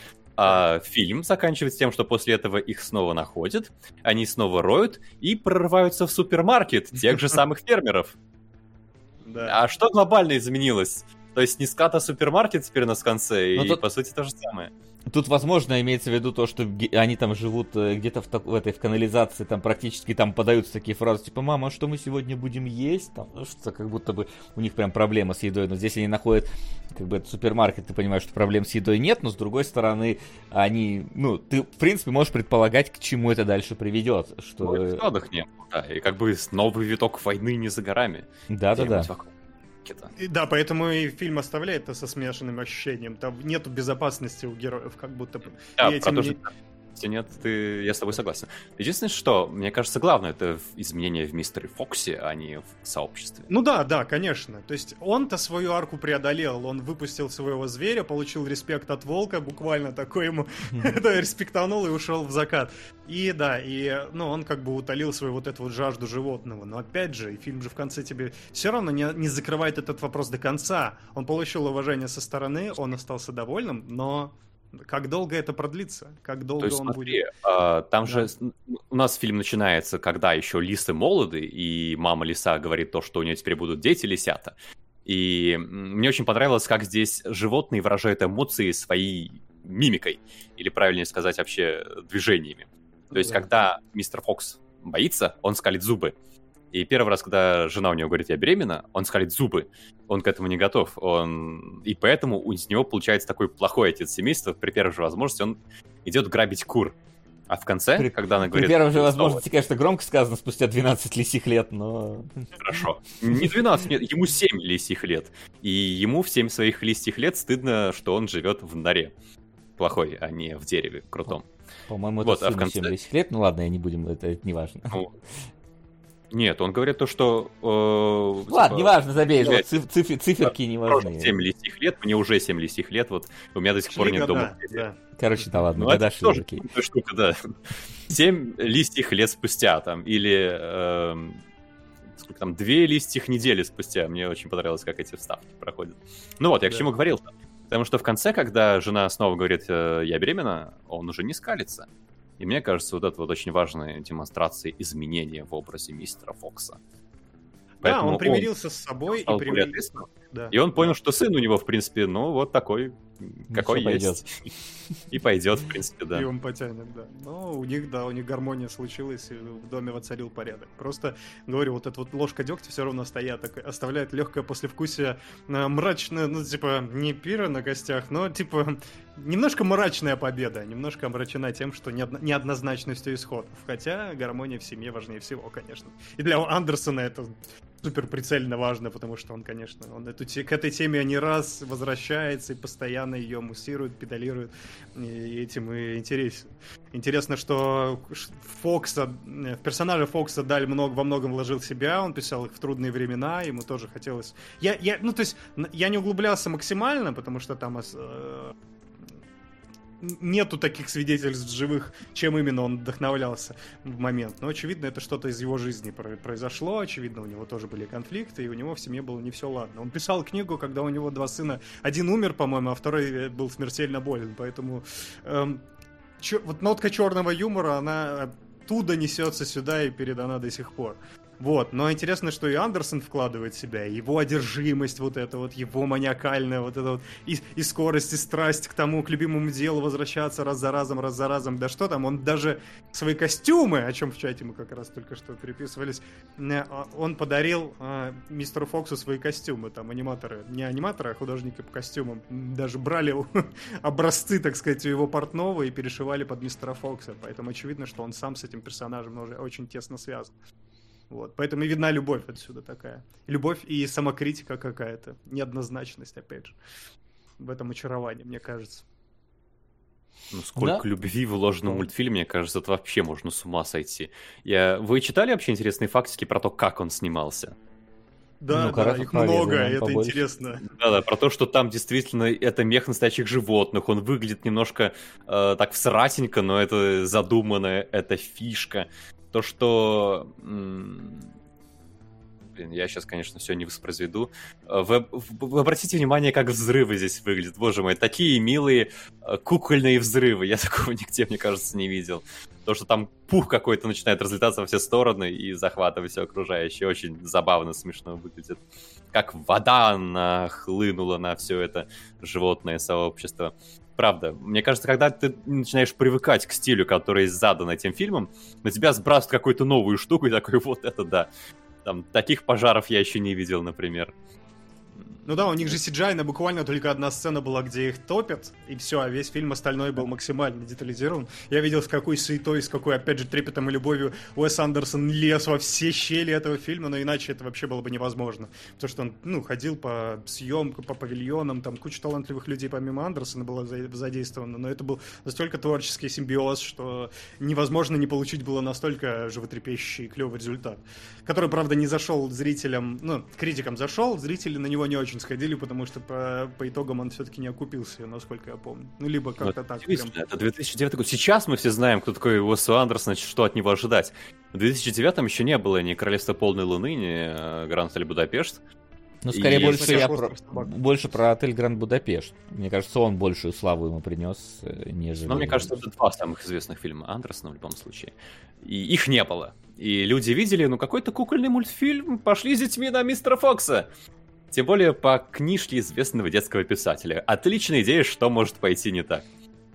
А фильм заканчивается тем, что после этого их снова находят, они снова роют и прорываются в супермаркет тех же самых фермеров. Да. А что глобально изменилось? То есть не скат, а супермаркет теперь у нас в конце, Ну, и тут- по сути то же самое. Тут, возможно, имеется в виду то, что ге- они там живут э, где-то в, так- в этой в канализации, там практически там подаются такие фразы, типа, мама, а что мы сегодня будем есть? Там, ну, что как будто бы у них прям проблема с едой. Но здесь они находят, как бы, этот супермаркет, ты понимаешь, что проблем с едой нет, но с другой стороны, они, ну, ты, в принципе, можешь предполагать, к чему это дальше приведет. Что... Ну, эпизодах не было, да, и как бы с- новый виток войны не за горами. Да-да-да. Где-нибудь вокруг маркета. И да, поэтому и фильм оставляет это со смешанным ощущением. Там нету безопасности у героев, как будто бы. Да, И про этим то, не- что нет, ты... я с тобой согласен. Единственное, что, мне кажется, главное, это в- изменение в мистере Фоксе, а не в сообществе. Ну да, да, конечно. То есть он-то свою арку преодолел, он выпустил своего зверя, получил респект от волка, буквально такой ему да, респектанул и ушел в закат. И да, и ну он как бы утолил свою вот эту вот жажду животного. Но опять же, и фильм же в конце тебе все равно не, не закрывает этот вопрос до конца. Он получил уважение со стороны, он остался довольным, но как долго это продлится? Как долго То есть, он смотри, будет? а, там Да. же с- у нас фильм начинается, когда еще лисы молоды, и мама лиса говорит то, что у нее теперь будут дети лисята. И м, мне очень понравилось, как здесь животные выражают эмоции своей мимикой, или правильнее сказать, вообще движениями. То есть, Да. когда мистер Фокс боится, он скалит зубы. И первый раз, когда жена у него говорит, я беременна, он скалит зубы. Он к этому не готов. Он... И поэтому у него получается такой плохой отец семейства. При первой же возможности он идет грабить кур. А в конце, При- когда она При говорит... первой же «Ну, возможности, конечно, громко сказано, спустя двенадцать лисих лет, но... Хорошо. Не двенадцать, нет, ему семь лисьих лет. И ему в семь своих лисьих лет стыдно, что он живет в норе. Плохой, а не в дереве крутом. По-моему, Вот, это а в сыну конце- семь лисих лет, ну ладно, я не будем, это, это не важно. Ну, нет, он говорит то, что... э, Ладно, типа, не важно, забей, блядь, вот циф- циф- циферки не прожил важны. семь лисьих лет, мне уже семь лисьих лет, вот у меня до сих пор Шли нет дома. года, да. Короче, да ладно, Ну, года это шли, тоже окей. крутая штука, да. Семь листьев лет спустя, там, или эм, сколько там, две листьев недели спустя. Мне очень понравилось, как эти вставки проходят. Ну вот, я к Да. чему говорил. Потому что в конце, когда жена снова говорит, э, я беременна, он уже не скалится. И мне кажется, вот это вот очень важная демонстрация изменения в образе мистера Фокса. Да, Поэтому он примирился с собой стал и более примирился. ответственным. Да. И он понял, что сын у него, в принципе, ну, вот такой, какой всё есть. И пойдет, в принципе, да. И он потянет, да. Но у них, да, у них гармония случилась, и в доме воцарил порядок. Просто, говорю, вот эта вот ложка дегтя все равно стоят, так, оставляет легкое послевкусие, э, мрачное, ну, типа, не пира на костях, но, типа, немножко мрачная победа, немножко омрачена тем, что неодно- неоднозначностью исходов. Хотя гармония в семье важнее всего, конечно. И для Андерсона это супер прицельно важно, потому что он, конечно, он эту, те- к этой теме не раз возвращается и постоянно ее муссирует, педалирует, и этим и интересен. Интересно, что Фокса, в персонажа Фокса Даль много, во многом вложил себя, он писал их в трудные времена, ему тоже хотелось... Я, я, ну, то есть, н- я не углублялся максимально, потому что там... ос- э, нету таких свидетельств живых, чем именно он вдохновлялся в момент. Но, очевидно, это что-то из его жизни про- произошло. Очевидно, у него тоже были конфликты, и у него в семье было не все ладно. Он писал книгу, когда у него два сына. Один умер, по-моему, а второй был смертельно болен. Поэтому эм, чё- вот нотка черного юмора, она оттуда несется сюда и передана до сих пор. Вот, но интересно, что и Андерсон вкладывает в себя, его одержимость вот это вот, его маниакальная вот это вот, и, и скорость, и страсть к тому, к любимому делу возвращаться раз за разом, раз за разом, да что там, он даже свои костюмы, о чем в чате мы как раз только что переписывались, э, он подарил э, мистеру Фоксу свои костюмы, там аниматоры, не аниматоры, а художники по костюмам, даже брали образцы, так сказать, у его портного и перешивали под мистера Фокса, поэтому очевидно, что он сам с этим персонажем уже очень тесно связан. Вот. Поэтому и видна любовь отсюда такая. Любовь и самокритика какая-то. Неоднозначность, опять же. В этом очаровании, мне кажется. Ну, сколько Да. любви вложено в мультфильм, мне кажется, это вообще можно с ума сойти. Я... Вы читали вообще интересные фактики про то, как он снимался? Да, Ну-ка, да, раз их поведай много, нам это побольше. интересно. Да-да, про то, что там действительно это мех настоящих животных, он выглядит немножко э, так всратенько, но это задуманная, это фишка. То, что... м, Блин, я сейчас, конечно, все не воспроизведу. Э, Вы, вы обратите внимание, как взрывы здесь выглядят. Боже мой, такие милые э, кукольные взрывы. Я такого нигде, мне кажется, не видел. То, что там пух какой-то начинает разлетаться во все стороны и захватывать все окружающее. Очень забавно, смешно выглядит. Как вода нахлынула на все это животное сообщество. Правда, мне кажется, когда ты начинаешь привыкать к стилю, который задан этим фильмом, на тебя сбрасывают какую-то новую штуку и такой, вот это да. Там таких пожаров я еще не видел, например. Ну да, у них же си джи ай, на буквально только одна сцена была, где их топят, и все, а весь фильм остальной был максимально детализирован. Я видел, с какой суетой, с какой, опять же, трепетом и любовью Уэс Андерсон лез во все щели этого фильма, но иначе это вообще было бы невозможно. Потому что он, ну, ходил по съемкам, по павильонам, там куча талантливых людей помимо Андерсона было задействовано, но это был настолько творческий симбиоз, что невозможно не получить было настолько животрепещущий и клевый результат, который, правда, не зашел зрителям, ну, критикам зашел, зрители на него не очень сходили, потому что по, по итогам он все-таки не окупился, насколько я помню. Ну, либо как-то Вот так. Прям... это две тысячи девятый год. Сейчас мы все знаем, кто такой Уэс Андерсон, что от него ожидать. В две тысячи девятом еще не было ни «Королевства полной луны», ни «Гранд Отель Будапешт». Ну, скорее, И больше, если я остров про... собак. больше про отель Гранд Будапешт. Мне кажется, он большую славу ему принес, э, нежели... Но мне кажется, это два самых известных фильма Андерсона в любом случае. И их не было. И люди видели, ну, какой-то кукольный мультфильм, пошли с детьми на Мистера Фокса. Тем более по книжке известного детского писателя. Отличная идея, что может пойти не так.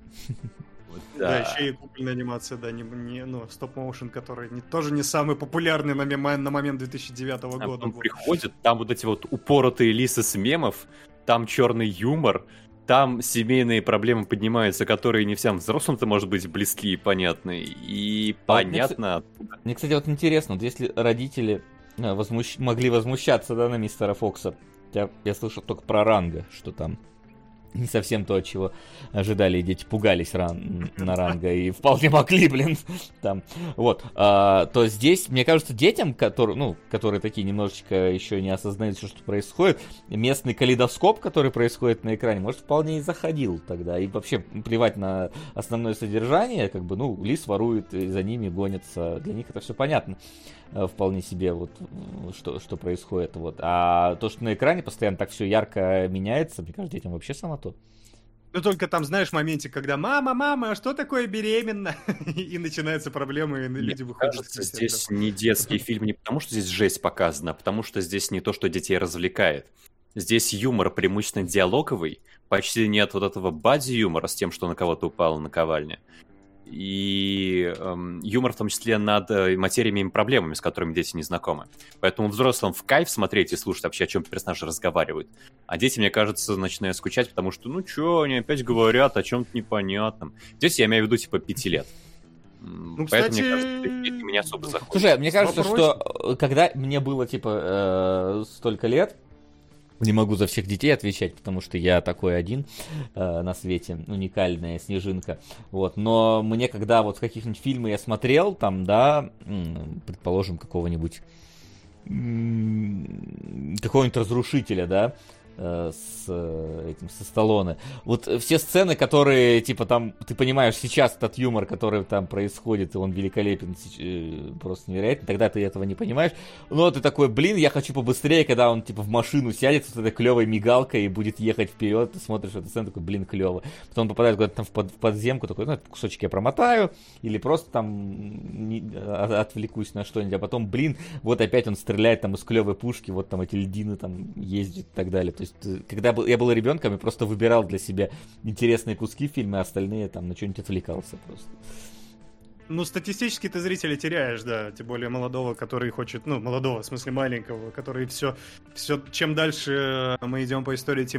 Вот, Да, да. еще и кукольная анимация, да, не, не, ну, стоп-моушен, который не, тоже не самый популярный на, мем- на момент две тысячи девятого Там года он был. приходит, там вот эти вот упоротые лисы с мемов, там черный юмор, там семейные проблемы поднимаются, которые не всем взрослым-то, может быть, близки и понятны. И А вот мне, понятно... Мне, кстати, вот интересно, вот если родители э, возмущ... могли возмущаться, да, на мистера Фокса, я, я слышал только про Ранга, что там не совсем то, от чего ожидали, и дети пугались ран... на Ранга, и вполне могли, блин, там, вот, а, то здесь, мне кажется, детям, которые, ну, которые такие немножечко еще не осознают, что происходит, местный калейдоскоп, который происходит на экране, может, вполне и заходил тогда, и вообще плевать на основное содержание, как бы, ну, лис ворует, и за ними гонятся, для них это все понятно, вполне себе, вот, что, что происходит, вот, а то, что на экране постоянно так все ярко меняется, мне кажется, детям вообще само то. Ну, только там, знаешь, в моменте, когда «Мама, мама, что такое беременна?» И начинаются проблемы, и люди Мне выходят. кажется, здесь не детский фильм не потому, что здесь жесть показана, а потому что здесь не то, что детей развлекает. Здесь юмор преимущественно диалоговый, почти нет вот этого бади-юмора с тем, что на кого-то упало наковальня. И эм, юмор в том числе над э, материями и проблемами, с которыми дети не знакомы. Поэтому взрослым в кайф смотреть и слушать вообще, о чем персонажи разговаривают. А дети, мне кажется, начинают скучать, потому что, ну чё, они опять говорят о чем-то непонятном. Здесь я имею в виду, типа, пяти лет. Ну, Поэтому, кстати, мне кажется, это не особо заходит. Слушай, мне кажется, Вопрос. что э, когда мне было, типа, э, столько лет, не могу за всех детей отвечать, потому что я такой один э, на свете, уникальная снежинка. Вот. Но мне, когда вот в каких-нибудь фильмах я смотрел, там, да, м, предположим, какого-нибудь м, какого-нибудь разрушителя, да, э, с э, этим, со Сталлоне. Вот все сцены, которые, типа, там, ты понимаешь, сейчас этот юмор, который там происходит, и он великолепен, э, просто невероятно, тогда ты этого не понимаешь. Но ты такой, блин, я хочу побыстрее, когда он, типа, в машину сядет с этой клевой мигалкой и будет ехать вперед, ты смотришь эту сцену, такой, блин, клево. Потом он попадает куда-то там в, под, в подземку, такой, ну, этот кусочек я промотаю, или просто там не, а, отвлекусь на что-нибудь, а потом, блин, вот опять он стреляет там из клевой пушки, вот там эти льдины там ездят и так далее. То есть, когда был, я был ребенком, я просто выбирал для себя интересные куски фильма, а остальные там на что-нибудь отвлекался просто. Ну, статистически ты зрителя теряешь, да, тем более молодого, который хочет, ну, молодого, в смысле маленького, который все, все, чем дальше мы идем по истории, тем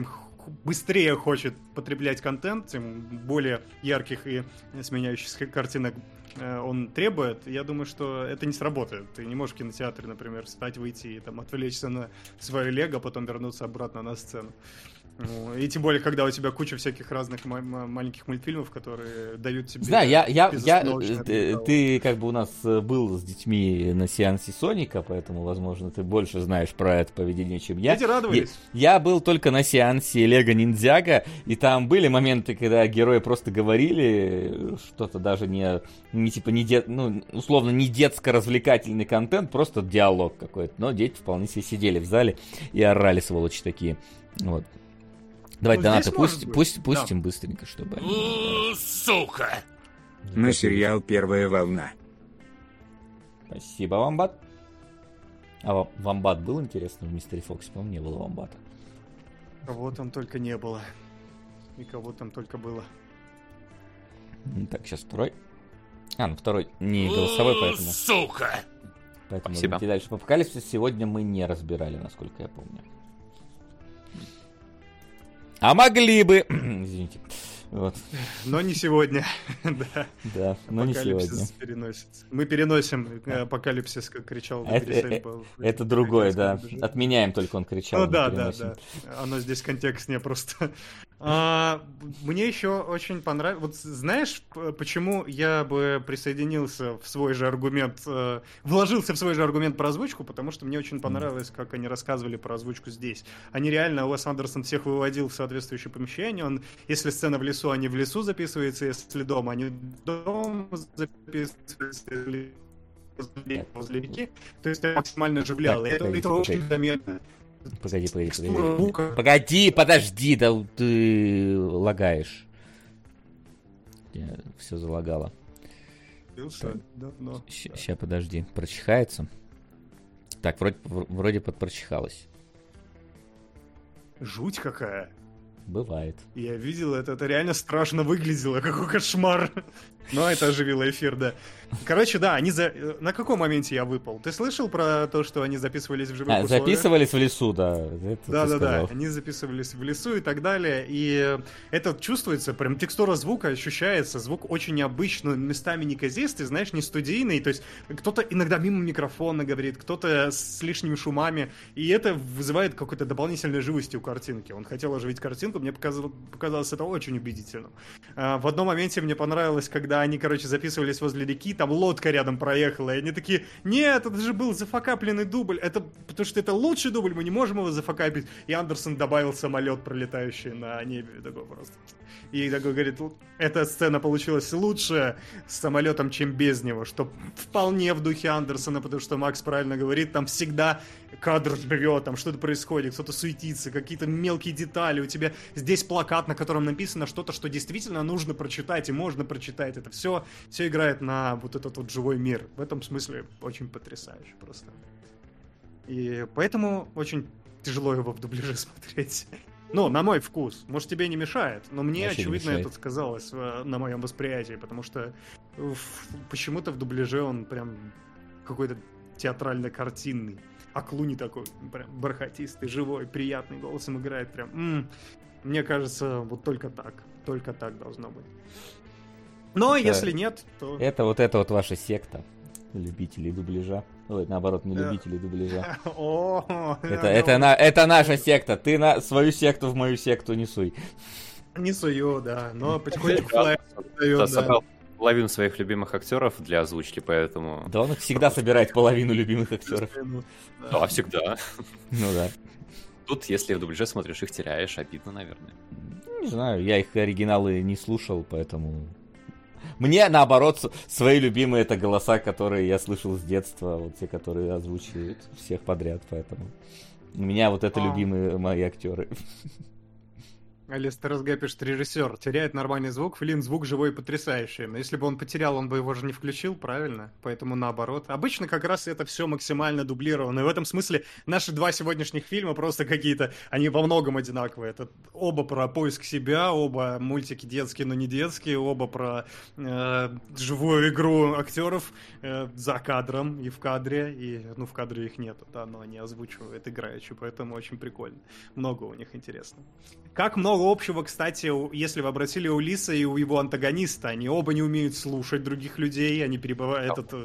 быстрее хочет потреблять контент, тем более ярких и сменяющихся картинок он требует, я думаю, что это не сработает. Ты не можешь в кинотеатре, например, встать, выйти и там отвлечься на свое лего, потом вернуться обратно на сцену. Ну, и тем более, когда у тебя куча всяких разных ма- маленьких мультфильмов, которые дают тебе... Знаю, я, я, я, ты, ты как бы у нас был с детьми на сеансе Соника, поэтому, возможно, ты больше знаешь про это поведение, чем я. Дети радовались. Я, я был только на сеансе Лего Ниндзяго, и там были моменты, когда герои просто говорили что-то даже не, не типа, не дет, ну, условно, не детско-развлекательный контент, просто диалог какой-то. Но дети вполне себе сидели в зале и орали, сволочи такие. Вот. Давай, ну, донаты, пусть, пусть, пустим да. быстренько, чтобы... Сука! На сериал «Первая волна». Спасибо, Вамбат. А Вамбат был интересно в Мистере Фоксе? По-моему, не было Вамбата. Кого там только не было. И кого там только было. Так, сейчас второй. А, ну второй не голосовой, поэтому... Сука! Поэтому Спасибо. идти дальше. По Апокалипсис сегодня мы не разбирали, насколько я помню. А могли бы... Извините. Вот. Но не сегодня. Да, да но не сегодня. Переносится. Мы переносим Апокалипсис, как кричал Это, это другое, да. Отменяем, только он кричал. Ну да, да, да. Оно здесь контекстнее просто. А, мне еще очень понравилось... Вот знаешь, почему я бы присоединился в свой же аргумент, э, вложился в свой же аргумент про озвучку? Потому что мне очень понравилось, как они рассказывали про озвучку здесь. Они реально, Уэс Андерсон всех выводил в соответствующее помещение. Он, если сцена в лесу, они в лесу записываются, если дома, они дома записываются, если возле реки. То есть это максимально оживляло. Это, это очень заметно. Погоди, погоди, погоди. Погоди, подожди, да ты лагаешь. Все залагало. Сейчас, подожди, прочихается. Так, вроде, вроде подпрочихалось. Жуть какая. Бывает. Я видел это, это реально страшно выглядело, какой кошмар. Но это оживило эфир, да. Короче, да, они за... На каком моменте я выпал? Ты слышал про то, что они записывались в живых а, условиях? Записывались в лесу, да. Да-да-да, они записывались в лесу и так далее. И это чувствуется, прям текстура звука ощущается. Звук очень необычный, местами неказистый, знаешь, не студийный. То есть кто-то иногда мимо микрофона говорит, кто-то с лишними шумами. И это вызывает какой-то дополнительной живости у картинки. Он хотел оживить картинку, мне показалось, показалось это очень убедительным. В одном моменте мне понравилось, когда они, короче, записывались возле реки, там лодка рядом проехала, и они такие: нет, это же был зафакапленный дубль, это потому что это лучший дубль, мы не можем его зафакапить. И Андерсон добавил самолет, пролетающий на небе, такой просто. И такой говорит: эта сцена получилась лучше с самолетом, чем без него, что вполне в духе Андерсона, потому что Макс правильно говорит, там всегда кадр живет, там что-то происходит, кто-то суетится, какие-то мелкие детали, у тебя здесь плакат, на котором написано что-то, что действительно нужно прочитать и можно прочитать. Это все, все играет на вот этот вот живой мир. В этом смысле очень потрясающе просто. И поэтому очень тяжело его в дубляже смотреть. Ну, на мой вкус. Может, тебе не мешает, но мне, вообще очевидно, это сказалось на моем восприятии, потому что почему-то в дубляже он прям какой-то театрально-картинный. А Клуни такой прям бархатистый, живой, приятный голосом играет прям. М-м. Мне кажется, вот только так. Только так должно быть. Но это, если нет, то... Это вот это вот ваша секта любителей дубляжа. Ой, наоборот, не любителей дубляжа. Это, это, на, это наша секта. Ты на свою секту в мою секту не суй. Не сую, да. Но потихонечку флайер дает, собрал половину своих любимых актеров для озвучки, поэтому... Да он их всегда собирает половину любимых актеров. Да, всегда. Ну да. Тут, если в дубляже смотришь, их теряешь, обидно, наверное. Не знаю, я их оригиналы не слушал, поэтому... Мне, наоборот, свои любимые это голоса, которые я слышал с детства, вот те, которые озвучивают всех подряд, поэтому... У меня вот это любимые мои актеры. Алистер СГ пишет: режиссер теряет нормальный звук, Флинн звук живой и потрясающий. Но если бы он потерял, он бы его же не включил, правильно? Поэтому наоборот. Обычно как раз это все максимально дублировано. И в этом смысле наши два сегодняшних фильма просто какие-то, они во многом одинаковые. Это оба про поиск себя, оба мультики детские, но не детские, оба про э, живую игру актеров э, за кадром и в кадре. И, ну, в кадре их нету, да, но они озвучивают играючи, поэтому очень прикольно. Много у них интересно. Как много общего, кстати, если вы обратили, у Лиса и у его антагониста. Они оба не умеют слушать других людей, они перебывают... Этот...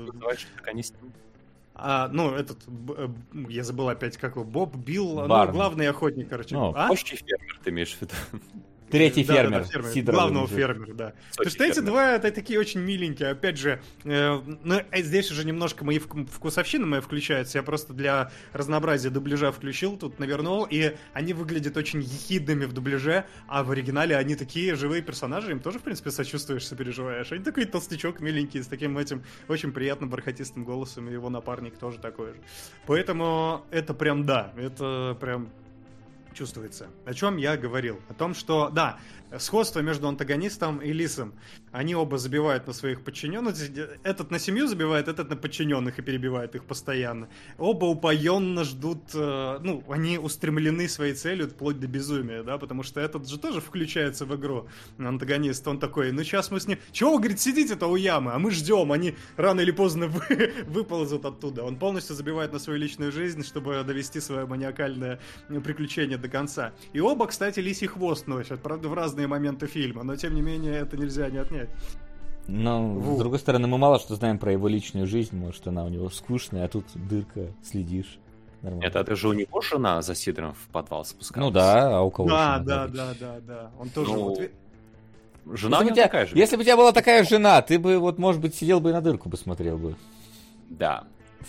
А, ну, этот... Я забыл опять, как его... Боб, Билл... Ну, главный охотник, короче. Ну, а? Почти фермер, ты имеешь в виду. Третий да, фермер. Да, да, фермер. Сидоровый Главного мужик. фермера, да. Сочи Потому что эти фермер. два, это такие очень миленькие. Опять же, э, ну, э, здесь уже немножко мои вк- вкусовщины мои включаются. Я просто для разнообразия дубляжа включил, тут навернул, и они выглядят очень ехидными в дубляже, а в оригинале они такие живые персонажи, им тоже, в принципе, сочувствуешь, сопереживаешь. Они такой толстячок миленький, с таким этим очень приятным бархатистым голосом, и его напарник тоже такой же. Поэтому это прям, да, это прям... чувствуется. О чем я говорил? О том, что, да, сходство между антагонистом и Лисом. Они оба забивают на своих подчиненных. Этот на семью забивает, этот на подчиненных и перебивает их постоянно. Оба упоенно ждут, э, ну, они устремлены своей целью вплоть до безумия, да, потому что этот же тоже включается в игру. Антагонист, он такой, ну, сейчас мы с ним... Чего, говорит, сидите-то у ямы, а мы ждем, они рано или поздно вы... выползут оттуда. Он полностью забивает на свою личную жизнь, чтобы довести свое маниакальное приключение до конца. И оба, кстати, лисий хвост носят, правда, в разные моменты фильма, но, тем не менее, это нельзя не отнять. Но, Ву. с другой стороны, мы мало что знаем про его личную жизнь. Может, она у него скучная, а тут дырка, следишь. Нормально. Это, это же у него жена за Сидором в подвал спускалась. Ну да, а у кого Да, еще да, надо? да, да, да. Он тоже... Ну, вот ви- Жена Если у бы, него у тебя, такая же. если бы у тебя была такая жена, ты бы, вот, может быть, сидел бы и на дырку бы смотрел бы. Да.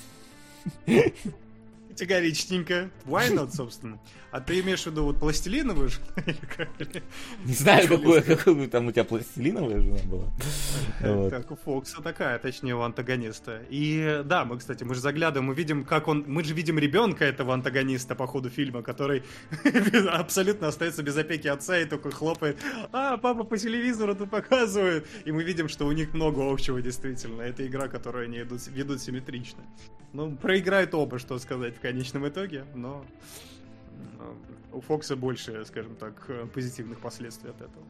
Категоричненько. Why not, собственно? А ты имеешь в виду вот пластилиновую же? Или как? Не знаю, какую, какую там у тебя пластилиновая жена была. Вот. Так, у Фокса такая, точнее, у антагониста. И да, мы, кстати, мы же заглядываем, мы видим, как он... Мы же видим ребенка этого антагониста по ходу фильма, который абсолютно остается без опеки отца и только хлопает. А, папа по телевизору тут показывает. И мы видим, что у них много общего, действительно. Это игра, которую они идут, ведут симметрично. Ну, проиграют оба, что сказать в конечном итоге, но... У Фокса больше, скажем так, позитивных последствий от этого.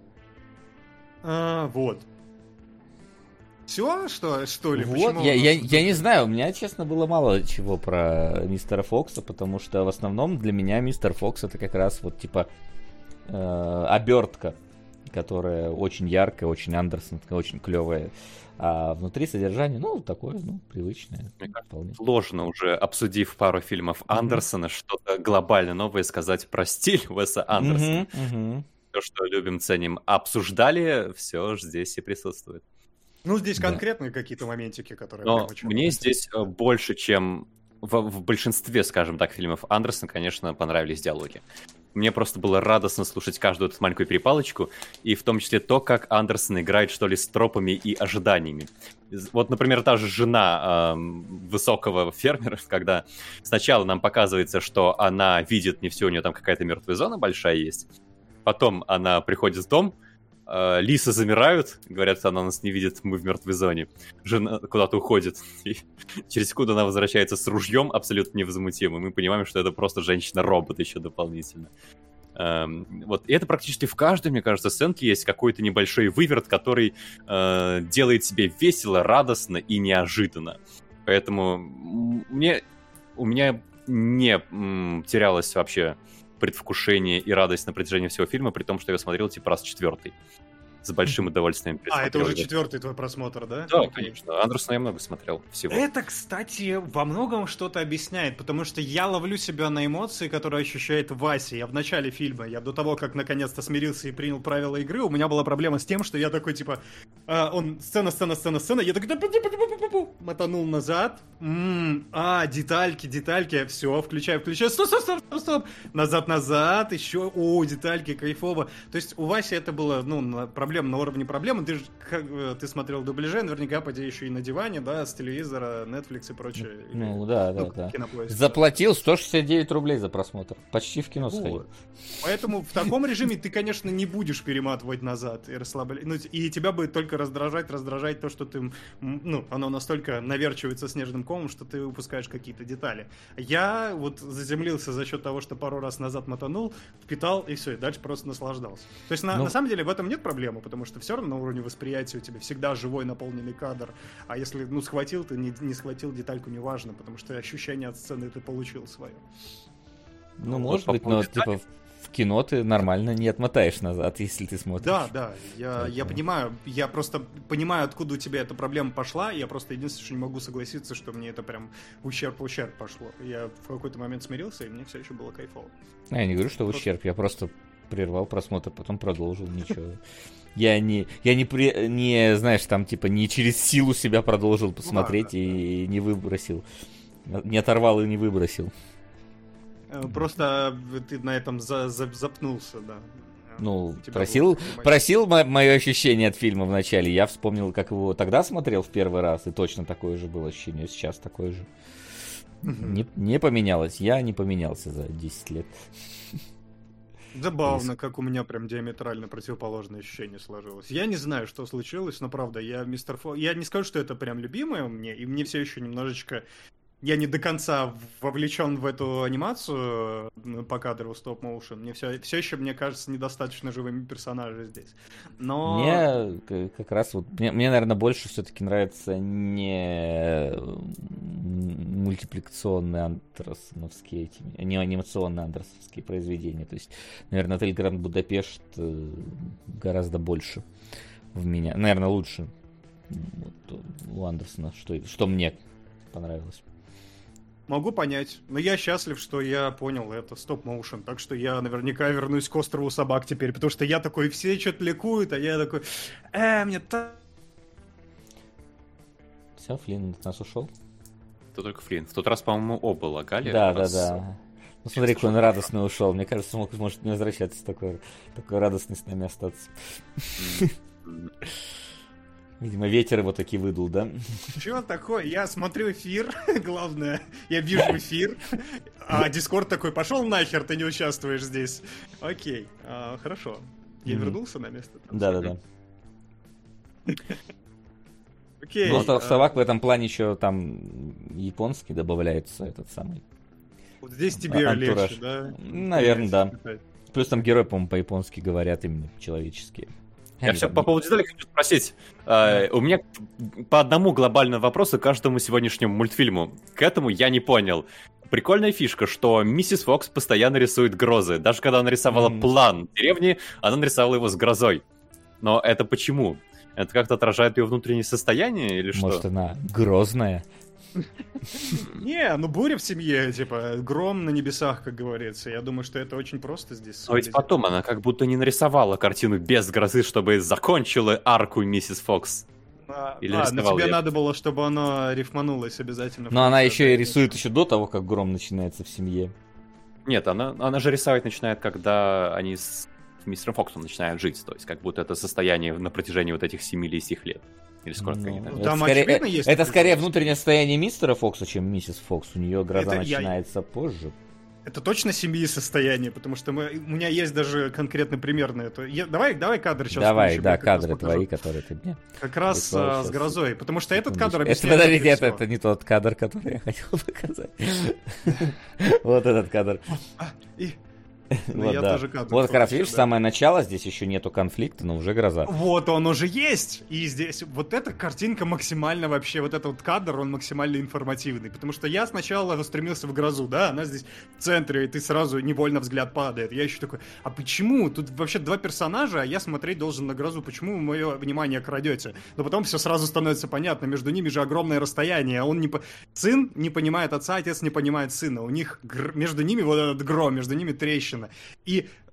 А, вот. Все, что, что ли? Вот, Почему я, у нас я, тут- я не знаю, у меня, честно, было мало чего про мистера Фокса, потому что в основном для меня мистер Фокс это как раз вот типа э, обертка, которая очень яркая, очень андерсонская, очень клевая. А внутри содержание, ну, такое, ну, привычное. Мне кажется, вполне. сложно уже, обсудив пару фильмов Андерсона, что-то глобально новое сказать про стиль Уэса Андерсона. Мгм, мгм. То, что любим, ценим, обсуждали, все же здесь и присутствует. Ну, здесь Да. конкретные какие-то моментики, которые... Но прям очень мне нравятся. здесь э, больше, чем в, в большинстве, скажем так, фильмов Андерсона, конечно, понравились диалоги. Мне просто было радостно слушать каждую эту маленькую перепалочку, и в том числе то, как Андерсон играет, что ли, с тропами и ожиданиями. Из- Вот, например, та же жена эм, высокого фермера, когда сначала нам показывается, что она видит не все, у нее там какая-то мертвая зона большая есть. Потом она приходит в дом, э, лисы замирают, говорят, что она нас не видит, мы в мертвой зоне. Жена куда-то уходит, и через секунду она возвращается с ружьем абсолютно невозмутимым. Мы понимаем, что это просто женщина-робот еще дополнительно. Эм, вот, и это практически в каждой, мне кажется, сценке есть какой-то небольшой выверт, который э, делает себе весело, радостно и неожиданно. Поэтому м, мне, у меня не м, терялось вообще предвкушение и радость на протяжении всего фильма, при том, что я смотрел типа раз четвертый. С большим удовольствием А, это пересмотрел уже его. четвертый твой просмотр, да? Да, Окей. конечно. Андерсона я много смотрел всего. Это, кстати, во многом что-то объясняет, потому что я ловлю себя на эмоции, которые ощущает Вася. Я в начале фильма, я до того, как наконец-то смирился и принял правила игры, у меня была проблема с тем, что я такой, типа, А, он сцена, сцена, сцена, сцена. Я такой мотанул назад. М-м, а, детальки, детальки. Все, включаю, включаю. Стоп, стоп, стоп, стоп, стоп. Назад, назад. Еще. О, детальки, кайфово. То есть у Васи это было, ну, на- проблема на уровне проблемы. Ты же, как, э, ты смотрел дубляже, наверняка поди еще и на диване, да, с телевизора, Netflix и прочее. Ну Или, да, да, ну, да. Кинопоиск. Заплатил сто шестьдесят девять рублей за просмотр. Почти в кино Вот. сходил. Поэтому в таком режиме ты, конечно, не будешь перематывать назад и расслаблять. Ну, и тебя будет только раздражать, раздражать то, что ты, м, ну, оно настолько наверчивается снежным комом, что ты упускаешь какие-то детали. Я вот заземлился за счет того, что пару раз назад мотанул, впитал и все, и дальше просто наслаждался. То есть на, Ну- на самом деле в этом нет проблемы, потому что все равно на уровне восприятия у тебя всегда живой наполненный кадр. А если, ну, схватил ты, не, не схватил детальку, неважно, потому что ощущение от сцены ты получил свое. Ну, Вот может по быть, но поводу типа в кино ты нормально не отмотаешь назад, если ты смотришь. Да, да, я, я Поэтому- понимаю, я просто понимаю, откуда у тебя эта проблема пошла, я просто единственное, что не могу согласиться, что мне это прям ущерб-ущерб пошло. Я в какой-то момент смирился, и мне все еще было кайфово. А, Я не говорю, что в ущерб, я просто прервал просмотр, потом продолжил, ничего. Я не, я не, при, не, знаешь, там, типа, не через силу себя продолжил посмотреть да, и не выбросил. Не оторвал и не выбросил. Э, Просто ты на этом за- за- запнулся, да. Ну, У тебя просил, было- просил мое ощущение от фильма в начале. Я вспомнил, как его тогда смотрел в первый раз, и точно такое же было ощущение. Сейчас такое же. Мгм. Не, не поменялось. Я не поменялся за десять лет. Забавно, как у меня прям диаметрально противоположное ощущение сложилось. Я не знаю, что случилось, но правда, я мистер Фо... Я не скажу, что это прям любимое мне, и мне все еще немножечко... Я не до конца вовлечен в эту анимацию э, по кадру стоп-моушен. Мне все, все еще, мне кажется, недостаточно живыми персонажи здесь. Но... Мне к- как раз вот, мне, мне, наверное, больше все-таки нравятся не мультипликационные андерсоновские, эти, не анимационные андерсоновские произведения. То есть, наверное, отель Гранд Будапешт э, гораздо больше в меня. Наверное, лучше вот, у Андерсона, что, что мне понравилось. Могу понять, но я счастлив, что я понял это стоп-моушен, так что я наверняка вернусь к острову собак теперь, потому что я такой, все что-то ликуют, а я такой, э, мне так... Все, Флинн от нас ушел? Это только Флинн. В тот раз, по-моему, оба лагали. Да, У да, нас- да. Ну смотри, какой он радостный ушел. Мне кажется, он может не возвращаться такой, такой радостный с нами остаться. М. Видимо, ветер его таки выдул, да? Чё такое? Я смотрю эфир, главное, я вижу эфир, а Дискорд такой, пошел нахер, ты не участвуешь здесь. Окей, а, хорошо. Я Мгм. вернулся на место? Да-да-да. Окей. Ну, а а, в Совак в этом плане еще там японский добавляется, этот самый. вот здесь тебе а- легче, антураж. да? Наверное, да. Плюс там герои, по-моему, по-японски говорят именно человеческие. Я Они все там- по поводу деталей хочу спросить. Э, У меня по одному глобальному вопросу к каждому сегодняшнему мультфильму. К этому я не понял. Прикольная фишка, что миссис Фокс постоянно рисует грозы. Даже когда она рисовала Мгм. план деревни, она нарисовала его с грозой. Но это почему? Это как-то отражает ее внутреннее состояние или что? Может, она грозная? Не, ну буря в семье, типа, гром на небесах, как говорится. Я думаю, что это очень просто здесь. Но ведь выглядит. потом она как будто не нарисовала картину без грозы, чтобы закончила арку миссис Фокс. А, Или а, на рисовал тебе я. надо было, чтобы оно рифманулось обязательно. в Но она конце, еще да, и рисует еще до того, как гром начинается в семье. Нет, она, она же рисовать начинает, когда они с мистером Фоксом начинают жить. То есть как будто это состояние на протяжении вот этих семи или сих лет. Или сколько Ну, они там. Ну, это там скорее, очевидно э, есть это такой скорее замысел. внутреннее состояние мистера Фокса, чем миссис Фокс. У нее гроза Это я- начинается позже. Это точно семьи состояние, потому что мы, у меня есть даже конкретный пример на это. Я- давай, давай кадр сейчас. Давай, включим, да, я как раз кадры покажу. твои, которые ты мне... Как раз прислал а, щас. с грозой, потому что этот Секундочку. кадр Это, объясняет подождите, вообще это, всё. это не тот кадр, который я хотел показать. Вот этот кадр. А, и- Ну, Вот, я да. тоже кадр Вот как раз, включил, видишь, да. самое начало, здесь еще нету конфликта, но уже гроза. Вот он уже есть. И здесь вот эта картинка максимально вообще, вот этот вот кадр, он максимально информативный. Потому что я сначала устремился в грозу, да, она здесь в центре, и ты сразу невольно взгляд падает. Я еще такой, а почему? Тут вообще два персонажа, а я смотреть должен на грозу. Почему вы мое внимание крадете? Но потом все сразу становится понятно. Между ними же огромное расстояние. А он не по... Сын не понимает отца, отец не понимает сына. У них гр- между ними вот этот гром, между ними трещина. И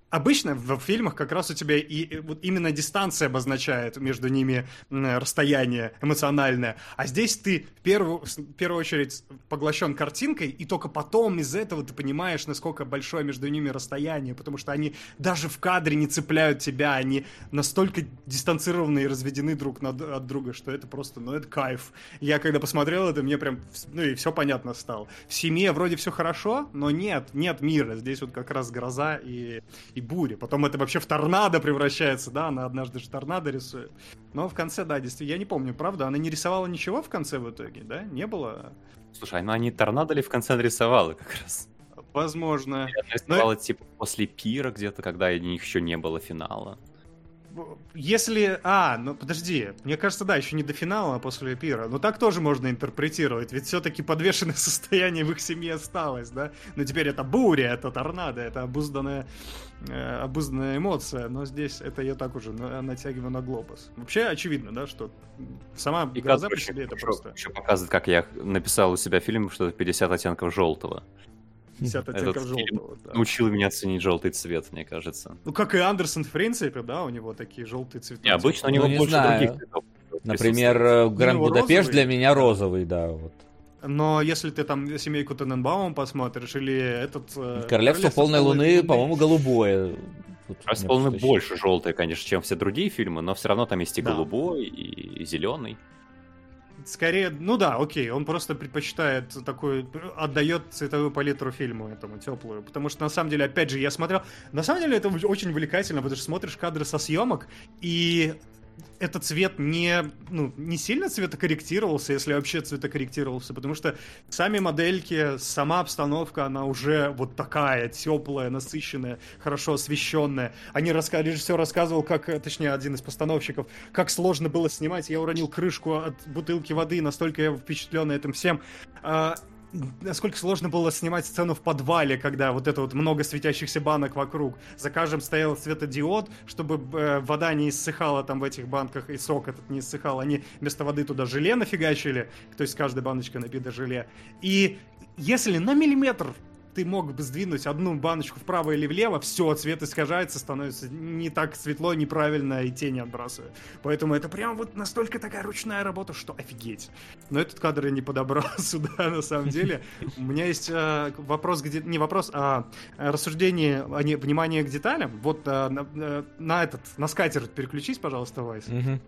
обычно в, в фильмах как раз у тебя и, и вот именно дистанция обозначает между ними м, расстояние эмоциональное, а здесь ты в первую, в первую очередь поглощен картинкой, и только потом из этого ты понимаешь, насколько большое между ними расстояние, потому что они даже в кадре не цепляют тебя, они настолько дистанцированы и разведены друг над, от друга, что это просто, ну это кайф. Я когда посмотрел это, мне прям, ну и все понятно стало. В «Семье» вроде все хорошо, но нет, нет мира, здесь вот как раз гроза и и буря. Потом это вообще в торнадо превращается, да, она однажды же торнадо рисует. Но в конце, да, действительно, я не помню, правда, она не рисовала ничего в конце в итоге, да? Не было? Слушай, ну они торнадо ли в конце нарисовала как раз? Возможно. Она нарисовала, Но... типа, после пира где-то, когда у них еще не было финала. Если... А, ну подожди, мне кажется, да, еще не до финала, а после пира. Но так тоже можно интерпретировать, ведь все-таки подвешенное состояние в их семье осталось, да? Но теперь это буря, это торнадо, это обузданная, э, обузданная эмоция, но здесь это я так уже натягиваю на глобус. Вообще очевидно, да, что сама И гроза по еще, себе это еще, просто... еще показывает, как я написал у себя фильм, что пятьдесят оттенков желтого. пятьдесят оттенков Этот желтого, да. Научил меня ценить желтый цвет, мне кажется. Ну, как и Андерсон, в принципе, да, у него такие желтые цвета. Не, обычно у него Ну, не больше знаю. других цветов. Например, Гранд Ну, Будапешт розовый. для меня розовый, да, вот. Но если ты там «Семейку Тененбаум» посмотришь, или этот... э, Королевство полной луны, по-моему, голубое. Тут Раз мне полный что-то больше желтый, конечно, чем все другие фильмы, но все равно там есть и Да. голубой, и зеленый. Скорее, ну да, окей, он просто предпочитает такой, отдает цветовую палитру фильму этому, теплую. Потому что, на самом деле, опять же, я смотрел... На самом деле, это очень увлекательно, потому что смотришь кадры со съемок, и этот цвет не, ну, не сильно цветокорректировался, если вообще цветокорректировался, потому что сами модельки, сама обстановка, она уже вот такая, теплая, насыщенная, хорошо освещенная. Они раска... Режиссер рассказывал, как, точнее, один из постановщиков, как сложно было снимать. Я уронил крышку от бутылки воды, настолько я впечатлен этим всем. А, насколько сложно было снимать сцену в подвале, когда вот это вот много светящихся банок вокруг. За каждым стоял светодиод, чтобы э, вода не иссыхала там в этих банках, и сок этот не иссыхал. Они вместо воды туда желе нафигачили, то есть каждая баночка набита желе. И если на миллиметр ты мог бы сдвинуть одну баночку вправо или влево, все, цвет искажается, становится не так светло, неправильно, и тени отбрасывает. Поэтому это прям вот настолько такая ручная работа, что офигеть. Но этот кадр я не подобрал сюда, на самом деле. У меня есть э, вопрос, где... не вопрос, а рассуждение, а не, внимание к деталям. Вот э, на, э, на этот, на скатерть переключись, пожалуйста, Вайс. Мгм.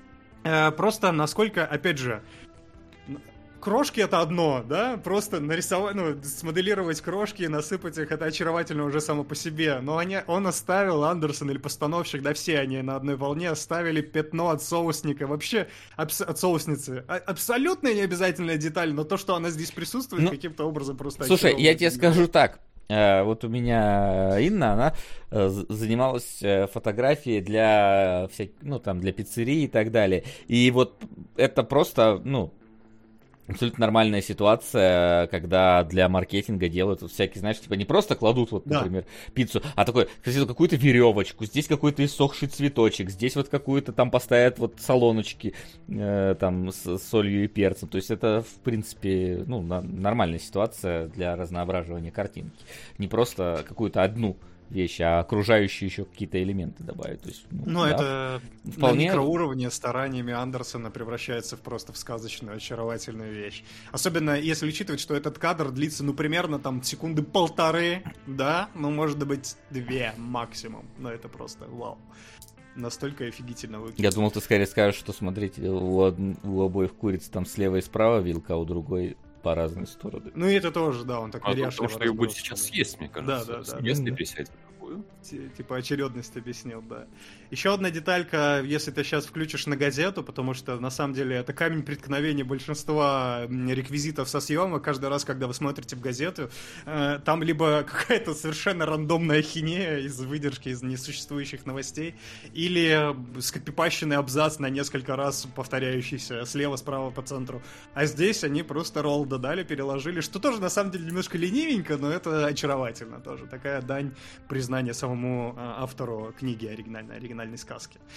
Э, просто насколько, опять же, крошки — это одно, да, просто нарисовать, ну, смоделировать крошки, насыпать их, это очаровательно уже само по себе, но они, он оставил, Андерсон или постановщик, да, все они на одной волне оставили пятно от соусника, вообще абс- от соусницы. А- абсолютно необязательная деталь, но то, что она здесь присутствует, Ну, каким-то образом просто Слушай, я тебе очаровывает. скажу так. Э, Вот у меня Инна, она э, з- занималась э, фотографией для всяких, ну там для пиццерий и так далее. И вот это просто, ну, абсолютно нормальная ситуация, когда для маркетинга делают вот всякие, знаешь, типа не просто кладут вот, Да. например, пиццу, а такой, кстати, какую-то веревочку, здесь какой-то иссохший цветочек, здесь вот какую-то там поставят вот солоночки э, там с солью и перцем. То есть это, в принципе, ну, на- нормальная ситуация для разноображивания картинки. Не просто какую-то одну вещь, а окружающие еще какие-то элементы добавить. То есть, ну, Ну, да, это вполне- на микроуровне стараниями Андерсона превращается в просто в сказочную, очаровательную вещь. Особенно если учитывать, что этот кадр длится, ну, примерно там секунды полторы, да? Ну, может быть, две максимум. Но это просто вау. Настолько офигительно выглядит. Я думал, ты скорее скажешь, что смотрите, у, од- у обоих куриц там слева и справа вилка, а у другой по разные стороны. Ну, и это тоже, да, он так А неряшливо потому что ее будет разбросал. сейчас съесть, мне кажется. Да, да, да. С места Да. пересядет в другую. Ти- Типа очередность объяснил, да. Еще одна деталька, если ты сейчас включишь на газету, потому что на самом деле это камень преткновения большинства м, реквизитов со съемок. Каждый раз, когда вы смотрите в газету, э, там либо какая-то совершенно рандомная хинея из выдержки из несуществующих новостей, или скопипащенный абзац на несколько раз повторяющийся слева, справа, по центру. А здесь они просто ролл додали, переложили, что тоже на самом деле немножко ленивенько, но это очаровательно тоже. Такая дань признания самому а, автору книги оригинальной, оригинальной сказки.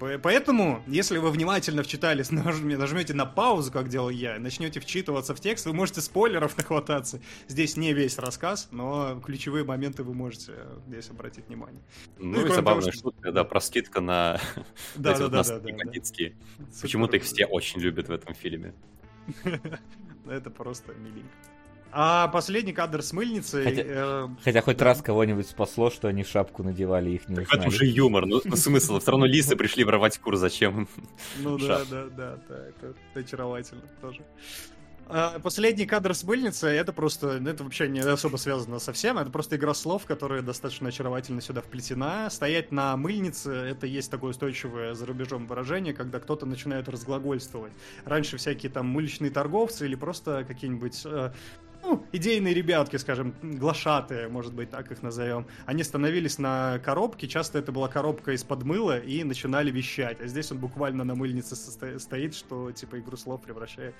Поэтому, если вы внимательно вчитались, нажмете на паузу, как делал я, начнете вчитываться в текст, вы можете спойлеров нахвататься. Здесь не весь рассказ, но ключевые моменты вы можете здесь обратить внимание. Ну, ну и забавная того, шутка, что... да, про скидка на да, эти да, вот да, носки да, бандитские. да. Почему-то их все очень любят в этом фильме. Это просто миленько. А последний кадр с мыльницей... Хотя, э, хотя хоть да. раз кого-нибудь спасло, что они шапку надевали, их не так узнали. это уже юмор, ну, ну смысл, все равно лисы пришли воровать кур, зачем? Ну да, да, да, да, это очаровательно тоже. А последний кадр с мыльницей, это просто, это вообще не особо связано со всем, это просто игра слов, которая достаточно очаровательно сюда вплетена. Стоять на мыльнице, это есть такое устойчивое за рубежом выражение, когда кто-то начинает разглагольствовать. Раньше всякие там мыльничные торговцы или просто какие-нибудь... ну, идейные ребятки, скажем, глашатые, может быть, так их назовем, они становились на коробке, часто это была коробка из-под мыла, и начинали вещать. А здесь он буквально на мыльнице состо- стоит, что типа игру слов превращает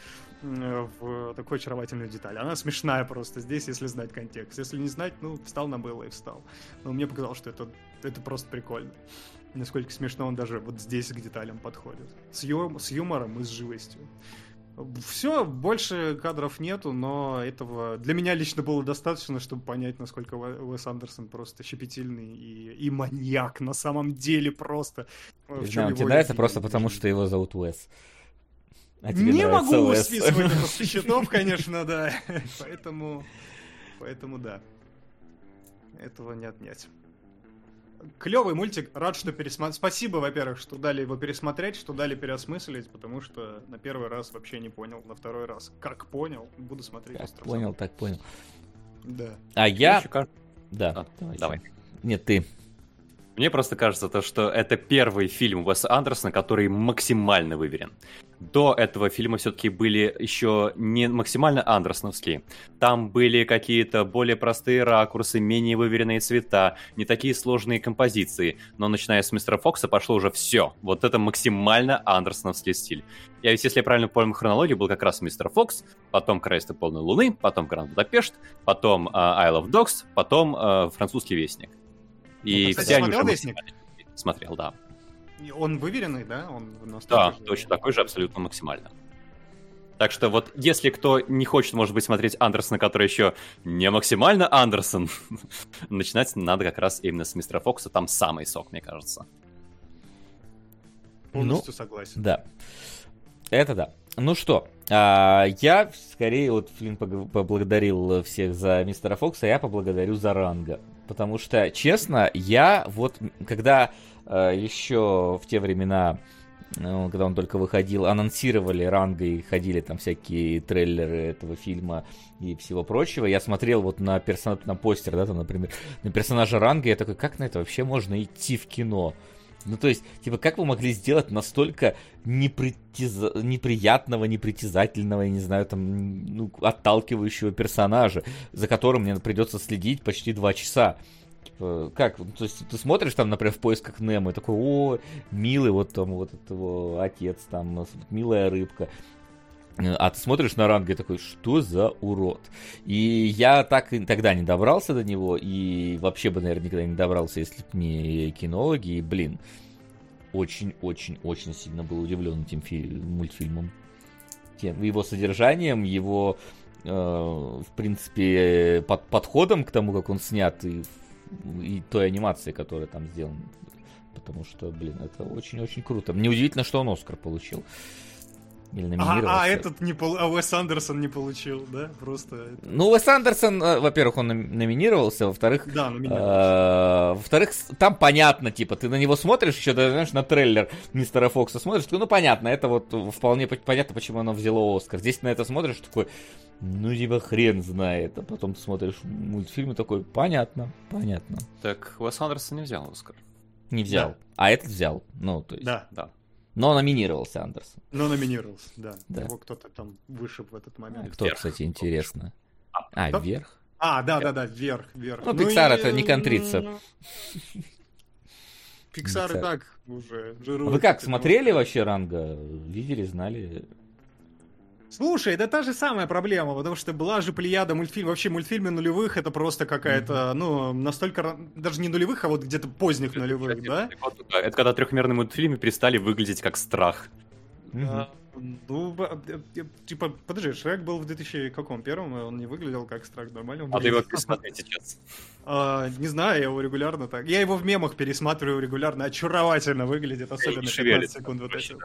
в такую очаровательную деталь. Она смешная просто здесь, если знать контекст. Если не знать, ну, встал на мыло и встал. Но мне показалось, что это, это просто прикольно. Насколько смешно он даже вот здесь к деталям подходит. С, ю- с юмором и с живостью. Все, больше кадров нету, но этого для меня лично было достаточно, чтобы понять, насколько Уэс Андерсон просто щепетильный и, и маньяк на самом деле просто. Не знаю, он тебе нравится просто потому, что его зовут Уэс. А не могу списывать это со счетов, конечно, да. Поэтому, поэтому да. Этого не отнять. Клевый мультик, рад, что пересмотрел. Спасибо, во-первых, что дали его пересмотреть, что дали переосмыслить, потому что на первый раз вообще не понял, на второй раз как понял, буду смотреть. Как понял, так понял. Да. А я... Еще... Да, а, давай. давай. Нет, ты. Мне просто кажется, то, что это первый фильм Уэса Андерсона, который максимально выверен. До этого фильма все-таки были еще не максимально андерсоновские. Там были какие-то более простые ракурсы, менее выверенные цвета, не такие сложные композиции. Но начиная с Мистера Фокса пошло уже все. Вот это максимально андерсоновский стиль. Я ведь, если я правильно помню хронологию, был как раз Мистер Фокс, потом Краесты полной луны, потом Гранд Будапешт, потом uh, Isle of Dogs, потом uh, Французский вестник. И ну, кстати, все они уже вестник? Смотрел, да. Он выверенный, да? Он да, же... точно такой же, абсолютно максимально. Так что вот, если кто не хочет, может быть, смотреть Андерсона, который еще не максимально Андерсон, начинать надо как раз именно с Мистера Фокса, там самый сок, мне кажется. Полностью ну, согласен. Да. Это да. Ну что, а, я скорее, вот Флинн поблагодарил всех за Мистера Фокса, я поблагодарю за Ранга. Потому что, честно, я вот, когда а, еще в те времена, ну, когда он только выходил, анонсировали Ранга и ходили там всякие трейлеры этого фильма и всего прочего, я смотрел вот на, персон... на постер, да, там, например, на персонажа Ранга, я такой, как на это вообще можно идти в кино? Ну, то есть, типа, как вы могли сделать настолько непритяз... неприятного, непритязательного, я не знаю, там, ну, отталкивающего персонажа, за которым мне придется следить почти два часа. Типа, как? То есть, ты смотришь там, например, в поисках Немо, и такой, о, милый вот там, вот этот его отец, там, милая рыбка. А ты смотришь на Ранга и такой, что за урод? И я так и тогда не добрался до него, и вообще бы, наверное, никогда не добрался, если бы не кинологи. И, блин, очень-очень-очень сильно был удивлен этим фи- мультфильмом. Тем, его содержанием, его, э, в принципе, под, подходом к тому, как он снят, и, и той анимацией, которая там сделана. Потому что, блин, это очень-очень круто. Мне удивительно, что он Оскар получил. Или номинировался. А, а этот не пол... а Уэс Андерсон не получил, да? Просто. Это... Ну, Уэс Андерсон, во-первых, он номинировался, во-вторых, да, номинировался. Э, во-вторых, там понятно, типа, ты на него смотришь, еще, ты, знаешь, на трейлер Мистера Фокса смотришь, такой, ну, понятно, это вот вполне понятно, почему оно взяло Оскар. Здесь на это смотришь, такой, ну, типа, хрен знает. А потом ты смотришь мультфильм и такой, понятно, понятно. Так Уэс Андерсон не взял Оскар. Не взял. Да. А этот взял. Ну, то есть. Да, да. Но номинировался Андерсон. Но номинировался, да. да. Его кто-то там вышиб в этот момент. А кто, вверх. Кстати, интересно. А, кто? вверх? А, да, да, да, вверх, вверх. Ну, Пиксар ну, это и... не контрится. Пиксар и так уже жирует. Вы как, смотрели вообще Ранга? Видели, знали? Слушай, это та же самая проблема, потому что была же плеяда мультфильмов, вообще мультфильмы нулевых, это просто какая-то, mm-hmm. ну, настолько, даже не нулевых, а вот где-то поздних нулевых, да? Это когда трехмерные мультфильмы перестали выглядеть как страх. Mm-hmm. Ну, типа, подожди, Шрек был в две тысячи каком первом, и он не выглядел как страх, нормально. Надо его пересмотреть сейчас. А, не знаю, я его регулярно так. Я его в мемах пересматриваю регулярно, очаровательно выглядит, особенно пятнадцать секунд вот эти.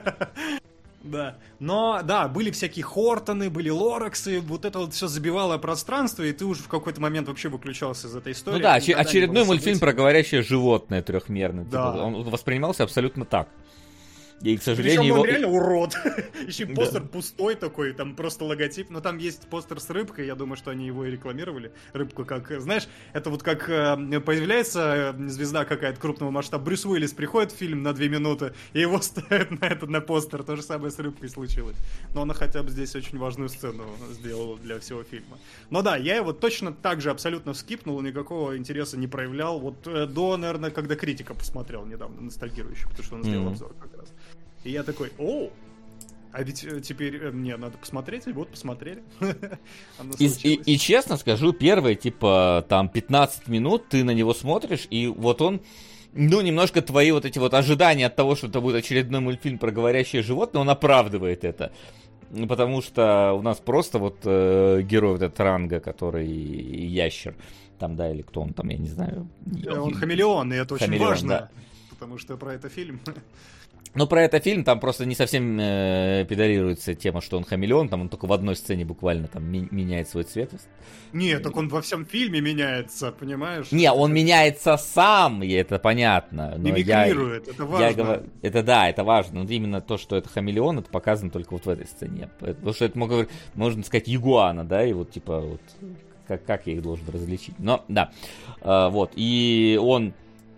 Да. Но, да, были всякие Хортоны, были Лораксы, вот это вот все забивало пространство, и ты уже в какой-то момент вообще выключался из этой истории. Ну да, оч- очередной мультфильм про говорящее животное трехмерное. Да. Типа, он воспринимался абсолютно так. И, к сожалению, причем он его... реально урод. Еще постер да. пустой такой, там просто логотип. Но там есть постер с рыбкой, я думаю, что они его и рекламировали. Рыбку как, знаешь, это вот как э, появляется звезда какая-то крупного масштаба. Брюс Уиллис приходит в фильм на две минуты, и его ставят на этот, на постер. То же самое с рыбкой случилось. Но она хотя бы здесь очень важную сцену сделала для всего фильма. Но да, я его точно так же абсолютно скипнул, никакого интереса не проявлял. Вот э, до, наверное, когда Критика посмотрел недавно, ностальгирующий, потому что он сделал mm-hmm. обзор как раз. И я такой, о, а ведь теперь мне надо посмотреть, и вот посмотрели. и, и, и честно скажу, первые, типа, там, пятнадцать минут ты на него смотришь, и вот он, ну, немножко твои вот эти вот ожидания от того, что это будет очередной мультфильм про говорящее животное, он оправдывает это. Потому что у нас просто вот э, герой вот этот Ранга, который ящер, там, да, или кто он там, я не знаю. Он хамелеон, и это очень хамелеон, важно, да. Потому что про это фильм. Ну, про это фильм, там просто не совсем э, педалируется тема, что он хамелеон, там он только в одной сцене буквально там ми- меняет свой цвет. Нет, так он во всем фильме меняется, понимаешь? Не, он меняется сам, и это понятно. Но мимикрирует, я, это важно. Я говорю, это да, это важно, но именно то, что это хамелеон, это показано только вот в этой сцене. Потому что это, могу, можно сказать, игуана, да, и вот типа вот как, как я их должен различить. Но, да, а, вот, и он...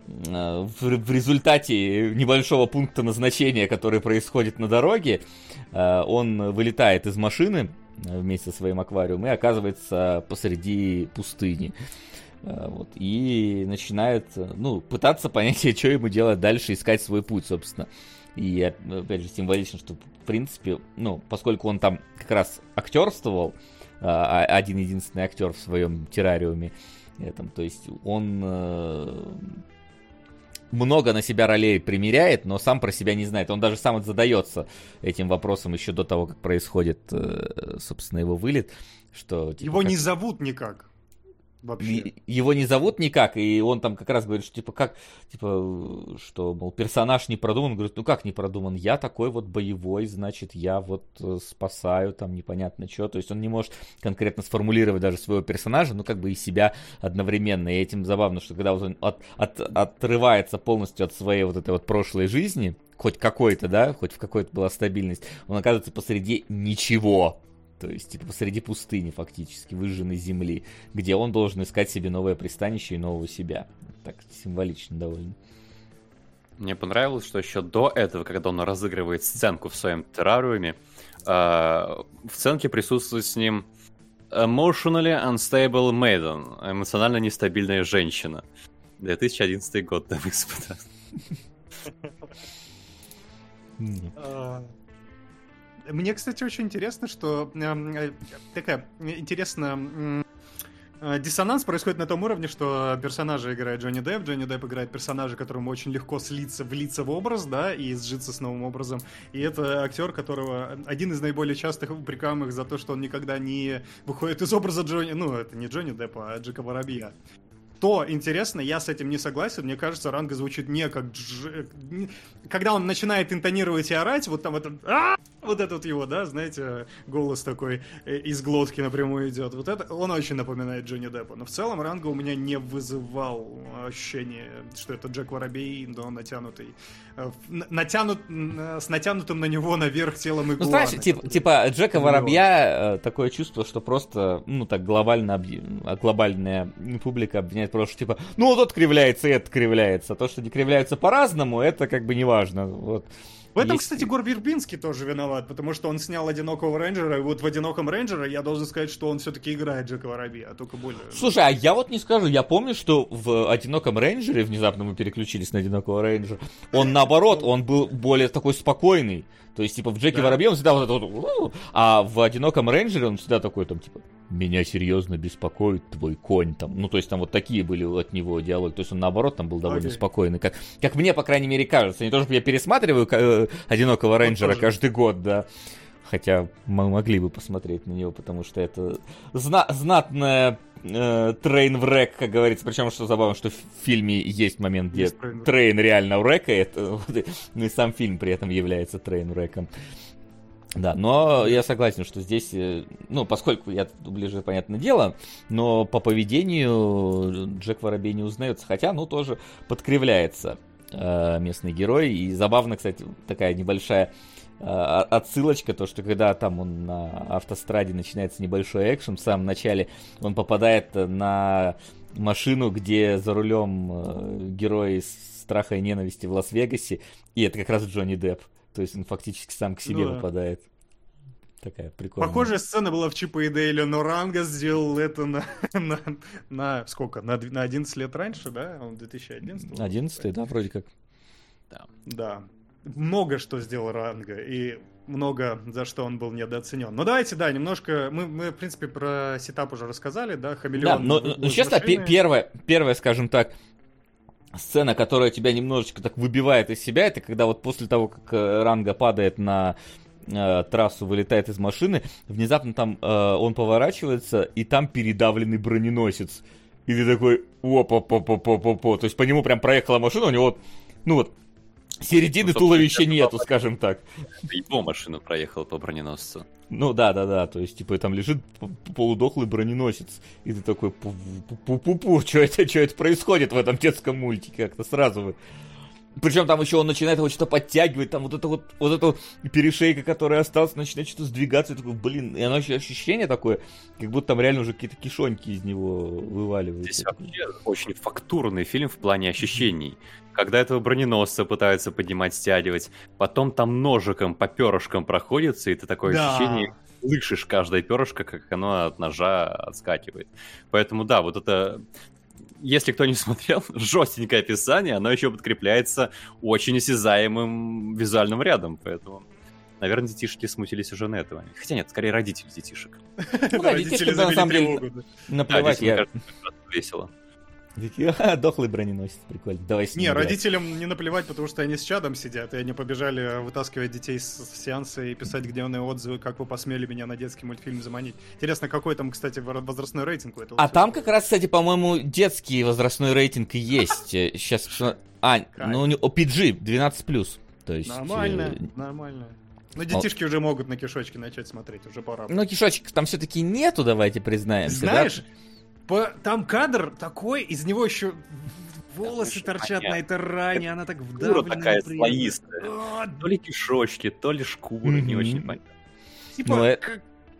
В результате небольшого пункта назначения, который происходит на дороге, он вылетает из машины вместе со своим аквариумом и оказывается посреди пустыни. Вот, и начинает, ну, пытаться понять, что ему делать дальше, искать свой путь, собственно. И, опять же, символично, что, в принципе, ну, поскольку он там как раз актерствовал, один-единственный актер в своем террариуме, этом, то есть он... много на себя ролей примеряет, но сам про себя не знает. Он даже сам задается этим вопросом еще до того, как происходит, собственно, его вылет. Что, типа, его как... не зовут никак. Вообще. Его не зовут никак, и он там как раз говорит, что типа как, типа, что, мол, персонаж не продуман. Он говорит, ну как не продуман? Я такой вот боевой, значит, я вот спасаю там непонятно что. То есть он не может конкретно сформулировать даже своего персонажа, ну как бы и себя одновременно. И этим забавно, что когда вот он от, от, отрывается полностью от своей вот этой вот прошлой жизни, хоть какой-то, да, хоть в какой-то была стабильность, он оказывается посреди ничего. То есть, типа, посреди пустыни, фактически, выжженной земли, где он должен искать себе новое пристанище и нового себя. Так символично довольно. Мне понравилось, что еще до этого, когда он разыгрывает сценку в своем террариуме, э, в сценке присутствует с ним Emotionally Unstable Maiden, эмоционально нестабильная женщина. две тысячи одиннадцатый год, дамы и господа. Мне, кстати, очень интересно, что э, такая интересная э, диссонанс происходит на том уровне, что персонажа играет Джонни Депп, Джонни Депп играет персонажа, которому очень легко слиться, влиться в образ, да, и сжиться с новым образом. И это актер, которого один из наиболее частых упрекаемых за то, что он никогда не выходит из образа Джонни, ну, это не Джонни Деппа, а Джека Воробья. То интересно, я с этим не согласен. Мне кажется, Ранга звучит не как дж... когда он начинает интонировать и орать, вот там этот а! вот этот его, да, знаете, голос такой из глотки напрямую идет. Вот это он очень напоминает Джонни Деппа. Но в целом Ранга у меня не вызывал ощущения, что это Джек Воробей, но натянутый, натянут с натянутым на него наверх телом игуаны. Ну, знаешь, типа, типа Джека Воробья такое чувство, что просто, ну так глобально глобальная публика обвиняет просто, типа, ну вот тот кривляется, и этот кривляется. То, что они кривляются по-разному, это как бы не важно. Вот. В этом, есть... кстати, Гор Вербинский тоже виноват, потому что он снял «Одинокого рейнджера», и вот в «Одиноком рейнджере» я должен сказать, что он все-таки играет Джека Воробья, только более... Слушай, а я вот не скажу, я помню, что в «Одиноком рейнджере», внезапно мы переключились на «Одинокого рейнджера», он наоборот, он был более такой спокойный. То есть, типа, в Джеке Да. Воробье он всегда вот это вот... А в «Одиноком рейнджере» он всегда такой, там, типа, «Меня серьезно беспокоит твой конь», там. Ну, то есть, там вот такие были от него диалоги. То есть, он, наоборот, там был довольно Окей. спокойный. Как, как мне, по крайней мере, кажется. Не то, что я пересматриваю э, «Одинокого рейнджера» тоже. каждый год, да. Хотя мы могли бы посмотреть на него, потому что это зна- знатная э, трейн врек, как говорится. Причем, что забавно, что в фильме есть момент, где Есть трейн-врек. трейн реально врекает, вот, ну и сам фильм при этом является трейн вреком. Да, но я согласен, что здесь, э, ну, поскольку я тут ближе, понятное дело, но по поведению Джек Воробей не узнается, хотя, ну, тоже подкривляется э, местный герой. И забавно, кстати, такая небольшая отсылочка, то, что когда там он на автостраде начинается небольшой экшен, в самом начале он попадает на машину, где за рулем э, герой из «Страха и ненависти» в Лас-Вегасе, и это как раз Джонни Депп. То есть он фактически сам к себе Ну да. попадает. Такая прикольная. Похожая сцена была в Чипа и Дейле, но Ранго сделал это на, на, на сколько? На, дв- на одиннадцать лет раньше, да? Он две тысячи одиннадцатый. одиннадцатый, да, вроде как. Да. Много что сделал Ранго, и много за что он был недооценен. Ну давайте, да, немножко... Мы, мы в принципе, про сетап уже рассказали, да? Хамелеон. Да, но, вы- но честно, машины. пе- первое, первое, скажем так, сцена, которая тебя немножечко так выбивает из себя, это когда вот после того, как э, Ранго падает на э, трассу, вылетает из машины, внезапно там э, он поворачивается, и там передавленный броненосец. И ты такой, опа-па-па-па-па-па. То есть по нему прям проехала машина, у него вот, ну вот, середины Ну, туловища собственно, нету, скажем так. Его машина проехала по броненосцу. Ну да, да, да, то есть, типа, там лежит п- полудохлый броненосец, и ты такой, пу-пу-пу-пу, что это, что это происходит в этом детском мультике, как-то сразу вы. Причем там еще он начинает его что-то подтягивать, там вот это вот, вот эта вот перешейка, которая осталась, начинает что-то сдвигаться, и такой, блин, и оно еще ощущение такое, как будто там реально уже какие-то кишоньки из него вываливаются. Здесь вообще очень фактурный фильм в плане ощущений. Когда этого броненосца пытаются поднимать, стягивать, потом там ножиком по перышкам проходится, и ты такое Да. ощущение, слышишь каждое перышко, как оно от ножа отскакивает. Поэтому да, вот это... Если кто не смотрел, жестенькое описание, оно еще подкрепляется очень осязаемым визуальным рядом, поэтому... Наверное, детишки смутились уже на этом. Хотя нет, скорее родители детишек. Ну да, детишки, да, на забили самом деле, тревогу, да. наплевать, Да, я... здесь, мне кажется, весело. Такие, «Ха, дохлый броненосец, прикольно, давай с ним Не, играть». родителям не наплевать, потому что они с чадом сидят, и они побежали вытаскивать детей с с сеанса и писать гневные отзывы, как вы посмели меня на детский мультфильм заманить. Интересно, какой там, кстати, вор- возрастной рейтинг у этого? А всего? там как раз, кстати, по-моему, детский возрастной рейтинг и есть. Сейчас, а, ну, у него пи джи, двенадцать плюс. То есть... Нормально, э, нормально. Ну, детишки уже могут на кишочки начать смотреть, уже пора. Ну, кишочек там все-таки нету, давайте признаемся. Знаешь, по- там кадр такой, из него еще волосы Конечно, торчат понятно. на этой ране, она так Шкура вдавлена. такая при этом. слоистая. А, То ли кишочки, то ли шкуры, не Мгм. очень понятно. Типа, Ну, э- как,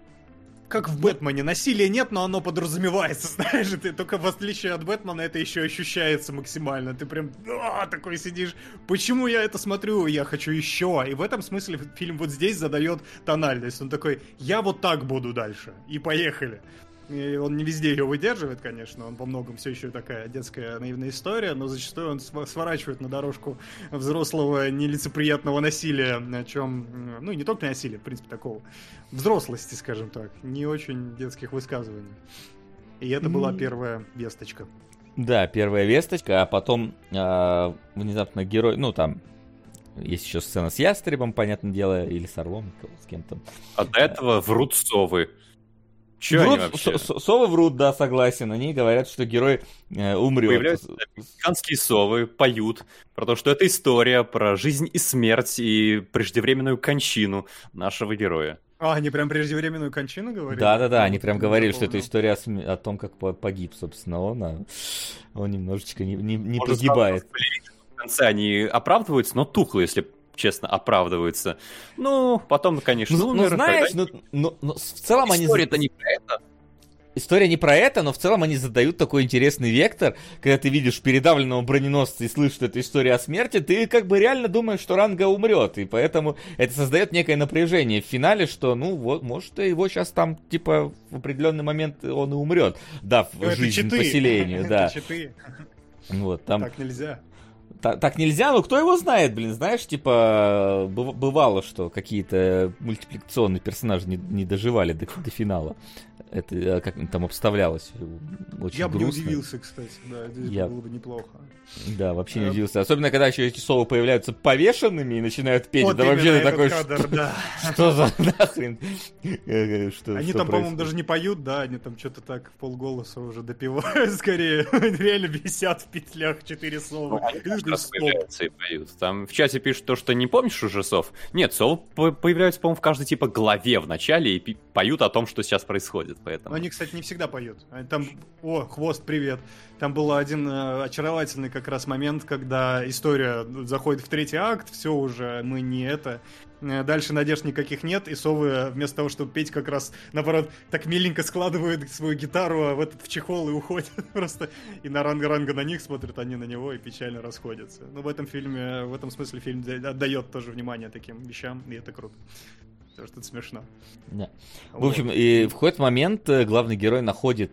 как в Бэтмене. Насилия нет, но оно подразумевается, знаешь, ты только в отличие от Бэтмена это еще ощущается максимально. Ты прям а, такой сидишь. Почему я это смотрю? Я хочу еще. И в этом смысле фильм вот здесь задает тональность. Он такой, я вот так буду дальше. И поехали. И он не везде ее выдерживает, конечно, он по многому все еще такая детская наивная история, но зачастую он св- сворачивает на дорожку взрослого нелицеприятного насилия, о чем, ну, не только насилия, в принципе, такого взрослости, скажем так, не очень детских высказываний. И это была М. первая весточка. Да, первая весточка, а потом а, внезапно герой, ну там есть еще сцена с ястребом, понятное дело, или с орлом, с кем-то. А до этого врут совы. Че они Врут, вообще? со- со- совы врут, да, согласен. Они говорят, что герой э, умрет. Появляются мексиканские совы, поют про то, что это история про жизнь и смерть и преждевременную кончину нашего героя. А, они прям преждевременную кончину говорили? Да-да-да, они Вот прям не говорили, что это запомнил. история о, см- о том, как по- погиб, собственно, он, а он немножечко не, не, не Может, погибает. В конце они оправдываются, но тухло, если честно, оправдываются. Ну, потом, конечно, Ну, ну, умер. знаешь, тогда- ну, ну, ну, в целом они... История-то не про это. история не про это, но в целом они задают такой интересный вектор, когда ты видишь передавленного броненосца и слышишь эту историю о смерти, ты как бы реально думаешь, что Ранго умрет, и поэтому это создает некое напряжение в финале, что, ну, вот, может, его сейчас там, типа, в определенный момент он и умрет, дав Это жизнь читы. поселению, да. Это читы. Вот, там... Так нельзя. Так, так нельзя, но кто его знает, блин, знаешь, типа, быв- бывало, что какие-то мультипликационные персонажи не, не доживали до, до финала. Это как там обставлялось. Очень Я бы не грустно. удивился, кстати, да, здесь Я- было бы неплохо. Да, вообще не Э, удивился. Особенно, когда еще эти совы появляются повешенными и начинают петь. Вот это вообще именно ты такой, этот кадр, что, да. что за нахрен? Э, что- Они что там, по-моему, происходит? даже не поют, да, они там что-то так в полголоса уже допивают, скорее. Реально висят в петлях четыре слова. Ну, они И каждый такой, раз стоп. появляются и поют. Там в чате пишут то, что не помнишь уже сов. Нет, совы по- появляются, по-моему, в каждой типа главе в начале и пи- поют о том, что сейчас происходит. Но Поэтому. они, кстати, не всегда поют. Они Там, о, хвост, привет. Там был один э, очаровательный как раз момент, когда история заходит в третий акт, все уже, мы не это. Э, Дальше надежд никаких нет, и совы вместо того, чтобы петь, как раз, наоборот, так миленько складывают свою гитару в этот в чехол и уходят просто. И на ранга-ранга на них смотрят, они на него и печально расходятся. Но в этом фильме, в этом смысле фильм да- отдает тоже внимание таким вещам, и это круто. Потому что это смешно. Да. В Вот. общем, и в какой-то момент э, главный герой находит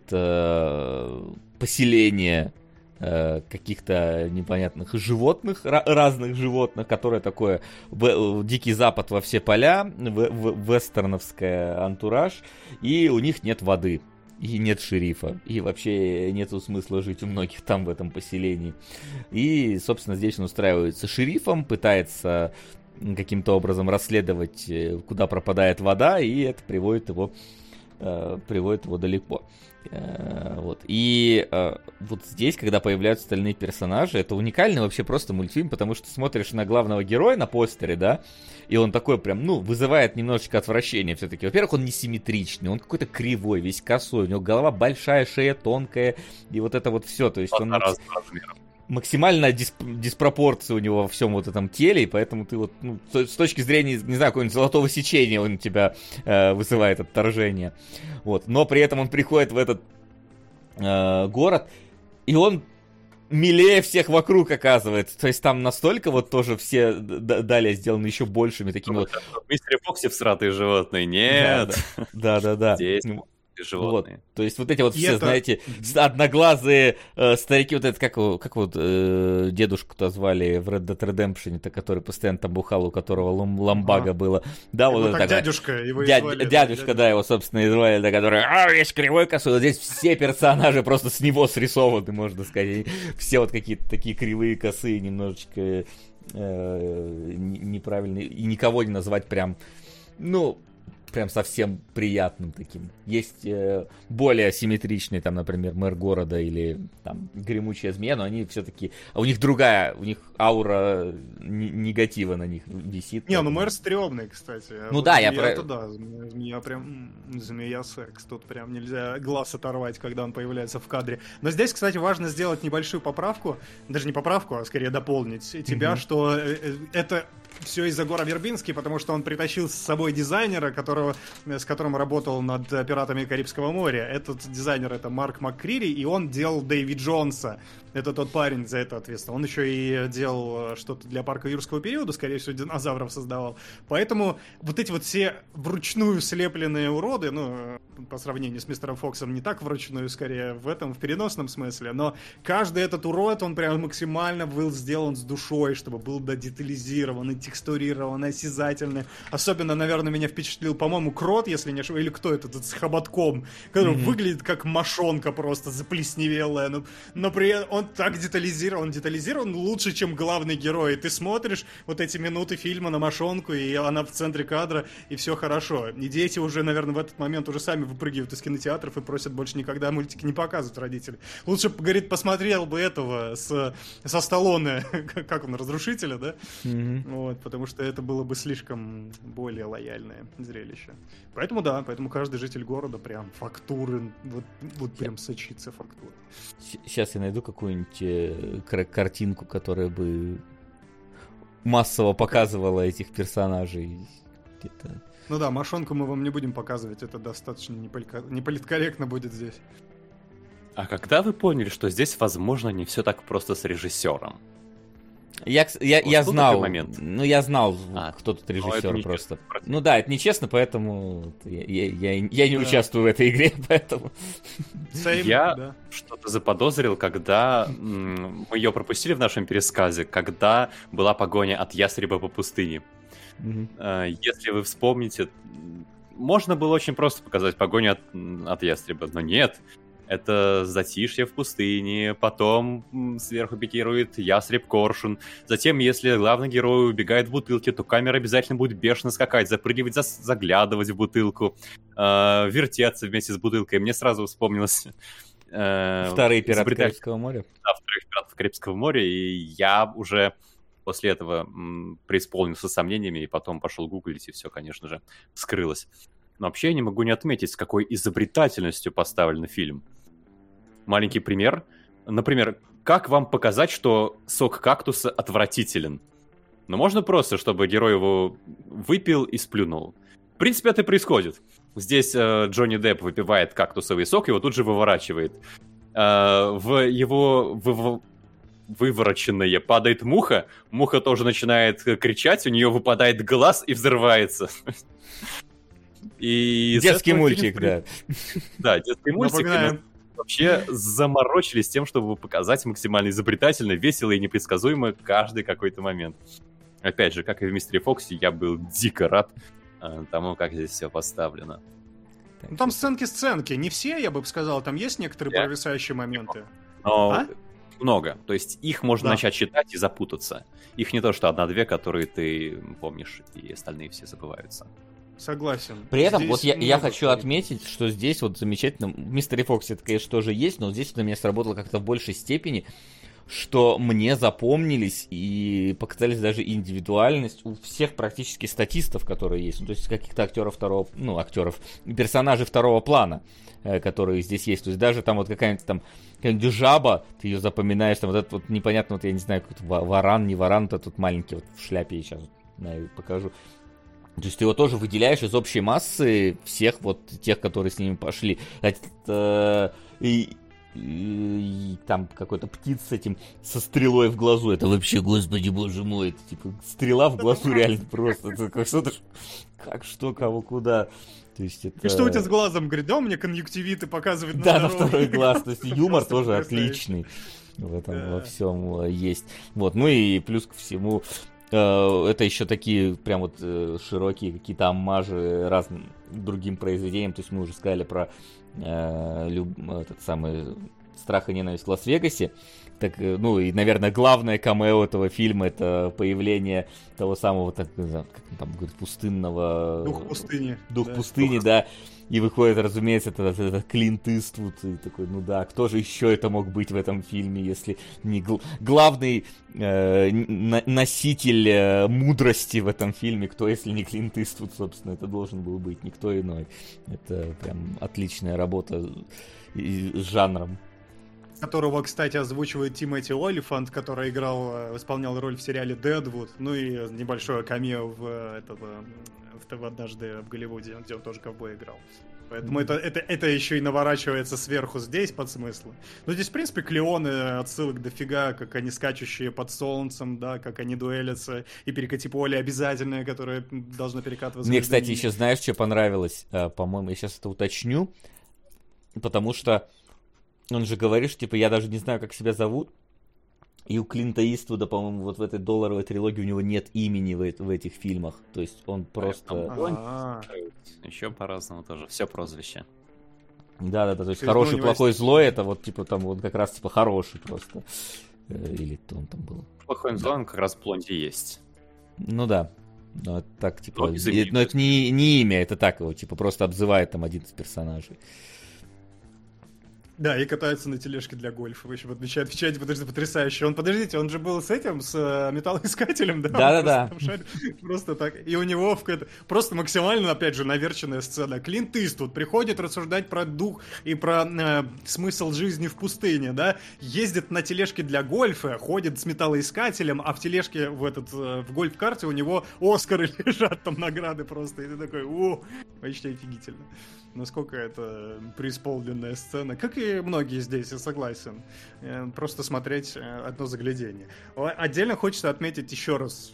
э, поселение э, каких-то непонятных животных, ра- разных животных, которое такое в- Дикий Запад во все поля, в- в- вестерновская антураж, и у них нет воды. И нет шерифа, и вообще нету смысла жить у многих там в этом поселении. И, собственно, здесь он устраивается шерифом, пытается каким-то образом расследовать, э, куда пропадает вода, и это приводит его, э, приводит его далеко. Э, вот. И э, вот здесь, когда появляются остальные персонажи, это уникальный вообще просто мультфильм, потому что смотришь на главного героя на постере, да, и он такой прям, ну, вызывает немножечко отвращения все-таки. Во-первых, он несимметричный, он какой-то кривой, весь косой, у него голова большая, шея тонкая, и вот это вот все, то есть он... Разных размеров. максимально дисп- диспропорция у него во всем вот этом теле, и поэтому ты вот, ну, с с точки зрения, не знаю, какого-нибудь золотого сечения он у тебя э, вызывает отторжение. Вот. Но при этом он приходит в этот э, город, и он милее всех вокруг оказывается. То есть там настолько вот тоже все д- далее сделаны еще большими такими вот... В Мистере Фоксе всратые животные. Нет. Да-да-да. Здесь Ну, животные. Вот. То есть вот эти вот И все, это- знаете, с- одноглазые э, старики, вот это как, его- как вот э, дедушку-то звали в Red Dead Redemption, который постоянно там бухал, у которого лом- ламбага Ага. было. Да, Его вот это так такая- дядюшка, его и Дядь- звали, да, дядюшка, да, его, собственно, и звали, да, который, а, весь кривой косой. Вот здесь все персонажи просто с него срисованы, можно сказать. Они все вот какие-то такие кривые, косые, немножечко э, не- неправильные. И никого не назвать прям, ну... прям совсем приятным таким. Есть э, более симметричные, там, например, мэр города или там гремучая змея, но они все-таки... А у них другая, у них аура не- негатива на них висит. Не, ну поэтому- мэр стрёмный, кстати. А Ну вот да, я змея-то про- да, змея, змея прям... м, Змея секс. Тут прям нельзя глаз оторвать, когда он появляется в кадре. Но здесь, кстати, важно сделать небольшую поправку. Даже не поправку, а скорее дополнить тебя, что э, э, это... Все из-за Гора Вербински, потому что он притащил с собой дизайнера, которого, с которым работал над э, «Пиратами Карибского моря». Этот дизайнер — это Марк МакКрири, и он делал Дэйви Джонса. Это тот парень за это ответственный. Он еще и делал э, что-то для парка юрского периода, скорее всего, динозавров создавал. Поэтому вот эти вот все вручную слепленные уроды, ну, э, по сравнению с мистером Фоксом, не так вручную, скорее в этом, в переносном смысле, но каждый этот урод, он прям максимально был сделан с душой, чтобы был додетализирован, текстурированный, осязательный. Особенно, наверное, меня впечатлил, по-моему, Крот, если не ошибаюсь, или кто это, этот с хоботком, который mm-hmm. выглядит как мошонка просто заплесневелая, но, но при этом он так детализирован, он детализирован лучше, чем главный герой. И ты смотришь вот эти минуты фильма на мошонку, и она в центре кадра, и все хорошо. И дети уже, наверное, в этот момент уже сами выпрыгивают из кинотеатров и просят больше никогда мультики не показывать родители. Лучше, говорит, посмотрел бы этого с, со Сталлоне, как он, Разрушителя, да? Mm-hmm. Вот, потому что это было бы слишком более лояльное зрелище. Поэтому да, поэтому каждый житель города прям фактуры, вот, вот прям сочится фактурой. Сейчас я найду какую-нибудь э, кар- картинку, которая бы массово показывала этих персонажей. Где-то... Ну да, мошонку мы вам не будем показывать, это достаточно неполитко- неполиткорректно будет здесь. А когда вы поняли, что здесь, возможно, не все так просто с режиссером? Я, я, Вот я был знал, такой момент? ну я знал, А, кто тут это режиссер нечестно, просто. простите. Ну да, это нечестно, поэтому я, я, я, я не Да. участвую в этой игре, поэтому... Same, Я да. что-то заподозрил, когда м, мы ее пропустили в нашем пересказе, когда была погоня от ястреба по пустыне. Мгм. Э, Если вы вспомните, м, можно было очень просто показать погоню от, м, от ястреба, но нет. Это затишье в пустыне, потом м, сверху пикирует ястреб-коршун. Затем, если главный герой убегает в бутылке, то камера обязательно будет бешено скакать, запрыгивать, зас- заглядывать в бутылку, э, вертеться вместе с бутылкой. Мне сразу вспомнилось... э, Вторые пираты изобретатель- Карибского моря. да, вторых пиратов Карибского моря, и я уже после этого м, преисполнился сомнениями, и потом пошел гуглить, и все, конечно же, вскрылось. Но вообще я не могу не отметить, с какой изобретательностью поставлен фильм. Маленький пример. Например, как вам показать, что сок кактуса отвратителен? Ну, можно просто, чтобы герой его выпил и сплюнул. В принципе, это и происходит. Здесь э, Джонни Депп выпивает кактусовый сок, его тут же выворачивает. Э, в его выво- вывороченное падает муха, муха тоже начинает э, кричать, у нее выпадает глаз и взрывается. И с Детский этого фильм, мультик, в принципе, да. Да, детский мультик. и Напоминаем. нас Вообще заморочились тем, чтобы показать максимально изобретательно, весело и непредсказуемо каждый какой-то момент. Опять же, как и в Мистере Фоксе, я был дико рад э, тому, как здесь все поставлено. Ну, там сценки-сценки. Не все, я бы сказал, там есть некоторые Я- провисающие моменты. Но А? много. То есть их можно Да. начать читать и запутаться. Их не то, что одна-две, которые ты помнишь, и остальные все забываются. Согласен. При этом, Здесь вот я, я много хочу всего. отметить, что здесь вот замечательно, в Мистере Фоксе это, конечно, тоже есть, но здесь это у меня сработало как-то в большей степени, что мне запомнились и показались даже индивидуальность у всех практически статистов, которые есть, ну, то есть каких-то актеров второго, ну, актеров, персонажей второго плана, э, которые здесь есть, то есть даже там вот какая-нибудь там какая-нибудь жаба, ты ее запоминаешь, там вот этот вот непонятно, вот я не знаю, какой-то ва- варан, не варан, вот этот вот маленький вот в шляпе, я сейчас покажу. То есть ты его тоже выделяешь из общей массы всех вот тех, которые с ними пошли. Это, и, и- и там какой-то птиц с этим, со стрелой в глазу. Это вообще, господи, боже мой, это типа стрела в глазу реально просто. Это как что-то, как что, кого, куда. То есть это... И что у тебя с глазом? Говорит, да, у меня конъюнктивиты показывает на Да, на здоровый второй глаз. То есть юмор Просто тоже потрясающе. отличный в этом Да. во всем э, есть. Вот, ну и плюс ко всему, э, это еще такие прям вот э, широкие какие-то оммажи разным другим произведениям. То есть мы уже сказали про э, люб- этот самый «Страх и ненависть в Лас-Вегасе». Так, э, ну и, наверное, главное камео этого фильма — это появление того самого, так, не знаю, как он там говорит, пустынного... Дух пустыни. Дух да. пустыни, да. И выходит, разумеется, этот, этот Клинт Иствуд. И такой, ну да, кто же еще это мог быть в этом фильме, если не гл- главный э, н- носитель э, мудрости в этом фильме, кто, если не Клинт Иствуд, собственно, это должен был быть никто иной. Это прям отличная работа и- с жанром. Которого, кстати, озвучивает Тимоти Олифант, который играл, э, исполнял роль в сериале «Дэдвуд», ну и небольшое камео в, э, этого, в «ТВ однажды в Голливуде», где он тоже ковбой играл. Поэтому это, это, это еще и наворачивается сверху здесь под смыслы. Но здесь, в принципе, клеоны, отсылок дофига, как они скачущие под солнцем, да, как они дуэлятся, и перекати поле обязательное, которое должно перекатываться. Мне, между кстати, ними. еще знаешь, что понравилось? А, по-моему, я сейчас это уточню. Потому что он же говорит, что, типа, я даже не знаю, как себя зовут. И у Клинта Иствуда, по-моему, вот в этой долларовой трилогии у него нет имени в, в этих фильмах. То есть он просто... А-а-а. Еще по-разному тоже. Все прозвище. Да-да-да, то есть То есть хороший, у него плохой, есть- злой, это вот, типа, там вот как раз, типа, хороший просто. Э, Или кто он там был. Плохой зон как раз в Блонде есть. Ну да. Но это так, типа... Ну, извини. и- но это не, не имя, это так его, типа, просто обзывает там один из персонажей. Да, и катается на тележке для гольфа. Вы еще отвечаете, отвечаете, подожди, потрясающе. Он, подождите, он же был с этим, с э, металлоискателем, да? Да-да-да. Просто, просто так. И у него в это, просто максимально, опять же, наверченная сцена. Клинт Иствуд приходит рассуждать про дух и про э, смысл жизни в пустыне, да? Ездит на тележке для гольфа, ходит с металлоискателем, а в тележке в этот э, в гольф-карте у него Оскары лежат, там награды просто. И ты такой, о, почти офигительно. Насколько это преисполненная сцена. Как и многие здесь, я согласен. Просто смотреть одно заглядение. Отдельно хочется отметить еще раз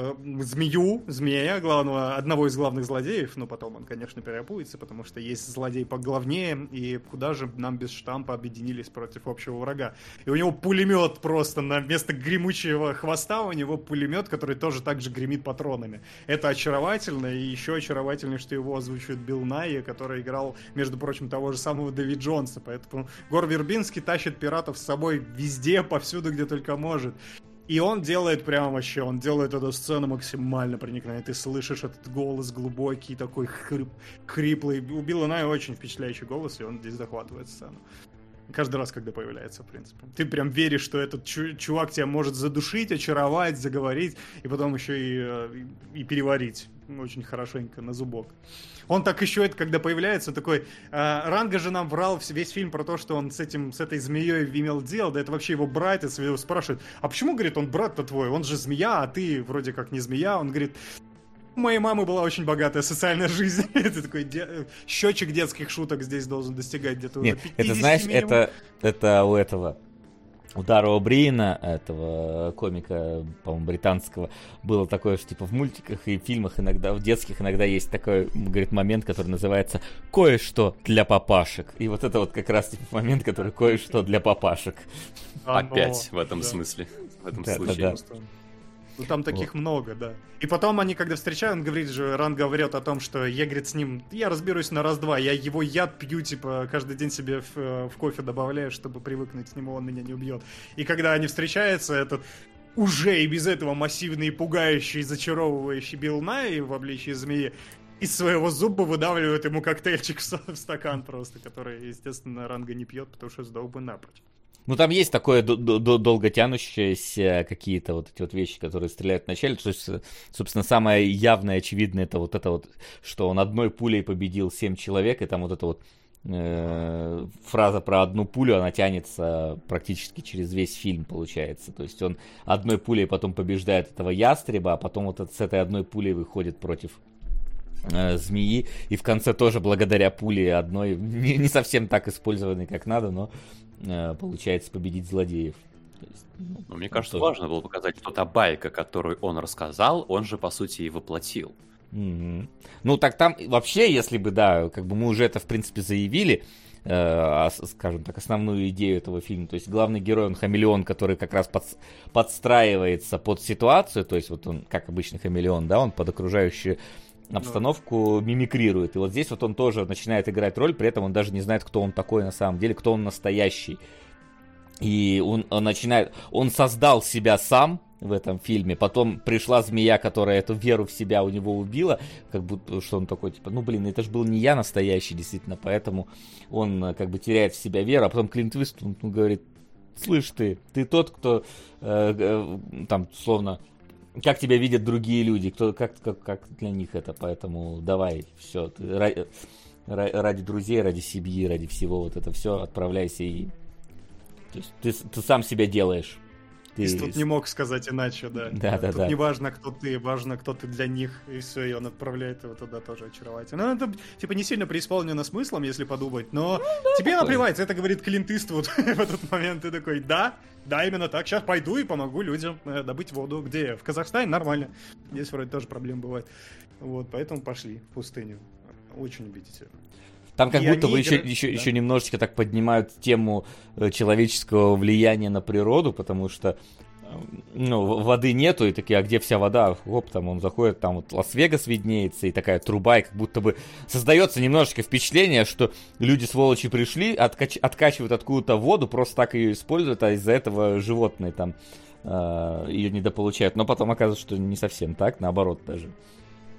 змею, змея, главного, одного из главных злодеев. Но потом он, конечно, переобуется, потому что есть злодей поглавнее. И куда же нам без штампа объединились против общего врага. И у него пулемет просто на вместо гремучего хвоста у него пулемет, который тоже так же гремит патронами. Это очаровательно. И еще очаровательнее, что его озвучивает Билл Найи, который играл, между прочим, того же самого Дэви Джонса. Поэтому Гор Вербинский тащит пиратов с собой везде, повсюду, где только может. И он делает прямо вообще, он делает эту сцену максимально проникновенной. Ты слышишь этот голос глубокий, такой хрип, хриплый. У Билла Найи очень впечатляющий голос, и он здесь захватывает сцену. Каждый раз, когда появляется, в принципе. Ты прям веришь, что этот чу- чувак тебя может задушить, очаровать, заговорить, и потом еще и, и, и переварить очень хорошенько на зубок. Он так еще, это, когда появляется, такой... Э, Ранга же нам врал весь фильм про то, что он с, этим, с этой змеей имел дело, да это вообще его братец, его спрашивает, а почему, говорит, он брат-то твой, он же змея, а ты вроде как не змея, он говорит... У моей мамы была очень богатая социальная жизнь. Это такой де... счетчик детских шуток здесь должен достигать где-то Нет, уже это, знаешь, минимум. это, это у этого... У Дара О'Бриена, этого комика, по-моему, британского, было такое, что типа в мультиках и фильмах иногда, в детских иногда есть такой, говорит, момент, который называется «Кое-что для папашек». И вот это вот как раз типа момент, который «Кое-что для папашек». Опять Оно, в этом да. смысле, в этом Да, случае. да, да. Ну, там таких Вот. много, да. И потом они, когда встречают, он говорит же, Ран говорит о том, что я, говорит, с ним, я разберусь на раз-два, я его яд пью, типа, каждый день себе в, в кофе добавляю, чтобы привыкнуть к нему, он меня не убьет. И когда они встречаются, этот уже и без этого массивный, и пугающий, зачаровывающий Билл Найи в обличии змеи из своего зуба выдавливает ему коктейльчик в стакан просто, который, естественно, Ранга не пьет, потому что сдох бы напрочь. Ну, там есть такое д- д- долго тянущееся какие-то вот эти вот вещи, которые стреляют вначале. То есть, собственно, самое явное, очевидное, это вот это вот, что он одной пулей победил семь человек, и там вот эта вот э, фраза про одну пулю, она тянется практически через весь фильм, получается. То есть он одной пулей потом побеждает этого ястреба, а потом вот это, с этой одной пулей выходит против э, змеи, и в конце тоже благодаря пуле одной, не, не совсем так использованной, как надо, но получается победить злодеев. То есть, ну, Но мне кажется, тоже. важно было показать, что та байка, которую он рассказал, он же, по сути, и воплотил. Mm-hmm. Ну, так там вообще, если бы, да, как бы мы уже это, в принципе, заявили, э, скажем так, основную идею этого фильма. То есть главный герой, он хамелеон, который как раз под, подстраивается под ситуацию. То есть вот он, как обычный хамелеон, да, он под окружающую обстановку мимикрирует. И вот здесь вот он тоже начинает играть роль, при этом он даже не знает, кто он такой на самом деле, кто он настоящий. И он, он начинает... Он создал себя сам в этом фильме, потом пришла змея, которая эту веру в себя у него убила, как будто, что он такой, типа, ну, блин, это же был не я настоящий, действительно, поэтому он как бы теряет в себя веру, а потом Клинт Иствуд, он говорит, слышь ты, ты тот, кто э, э, там, словно... Как тебя видят другие люди, кто, как, как, как для них это, поэтому давай, все, ты, ради, ради друзей, ради семьи, ради всего вот это все, отправляйся и... То есть ты, ты сам себя делаешь. Ты... Иствуд не мог сказать иначе, да. Да, да, Тут да. не важно, кто ты, важно, кто ты для них, и все, и он отправляет его туда тоже очаровательно. Ну, это, типа, не сильно преисполнено смыслом, если подумать, но ну, да, тебе такое. Наплевать, это говорит Клинт Иствуд в этот момент, ты такой, да, да, именно так, сейчас пойду и помогу людям э, добыть воду. Где? В Казахстане? Нормально. Здесь вроде тоже проблем бывает. Вот, поэтому пошли в пустыню. Очень убедительно. Там как и будто бы еще, играют... еще, да. еще немножечко так поднимают тему человеческого влияния на природу, потому что ну, воды нету, и такие, а где вся вода? Оп, там он заходит, там вот Лас-Вегас виднеется, и такая труба, и как будто бы создается немножечко впечатление, что люди сволочи пришли, откач... откачивают откуда-то воду, просто так ее используют, а из-за этого животные там э, ее недополучают. Но потом оказывается, что не совсем так, наоборот даже.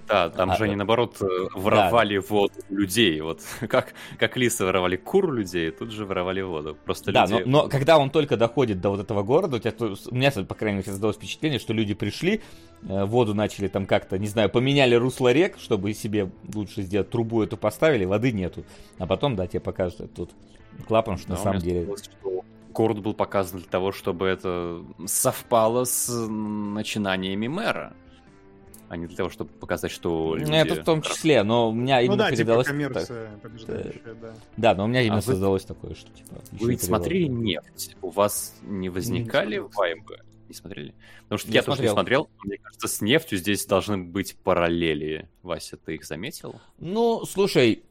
Да, там А, же они, да. наоборот, э, воровали воду у людей. Вот как, как лисы воровали кур у людей, тут же воровали воду. Просто Да, люди... но, но когда он только доходит до вот этого города, у, тебя, то- у меня, по крайней мере, создалось впечатление, что люди пришли, э, воду начали там как-то, не знаю, поменяли русло рек, чтобы себе лучше сделать, трубу эту поставили, воды нету. А потом, да, тебе покажут тут клапан, что Да, на у самом меня деле... сказалось, что город был показан для того, чтобы это совпало с начинаниями мэра. А не для того, чтобы показать, что люди... Ну, это в том числе, но у меня Ну именно да, типа передалось... коммерция побеждающая, да. Да, но у меня именно А вы- создалось такое, что типа... еще Вы и смотрели перевод. «Нефть»? У вас не возникали смотрел, кстати. вайбы? Не смотрели? Потому что Не я тоже не смотрел. смотрел. Мне кажется, с «Нефтью» здесь должны быть параллели. Вася, ты их заметил? Ну, слушай,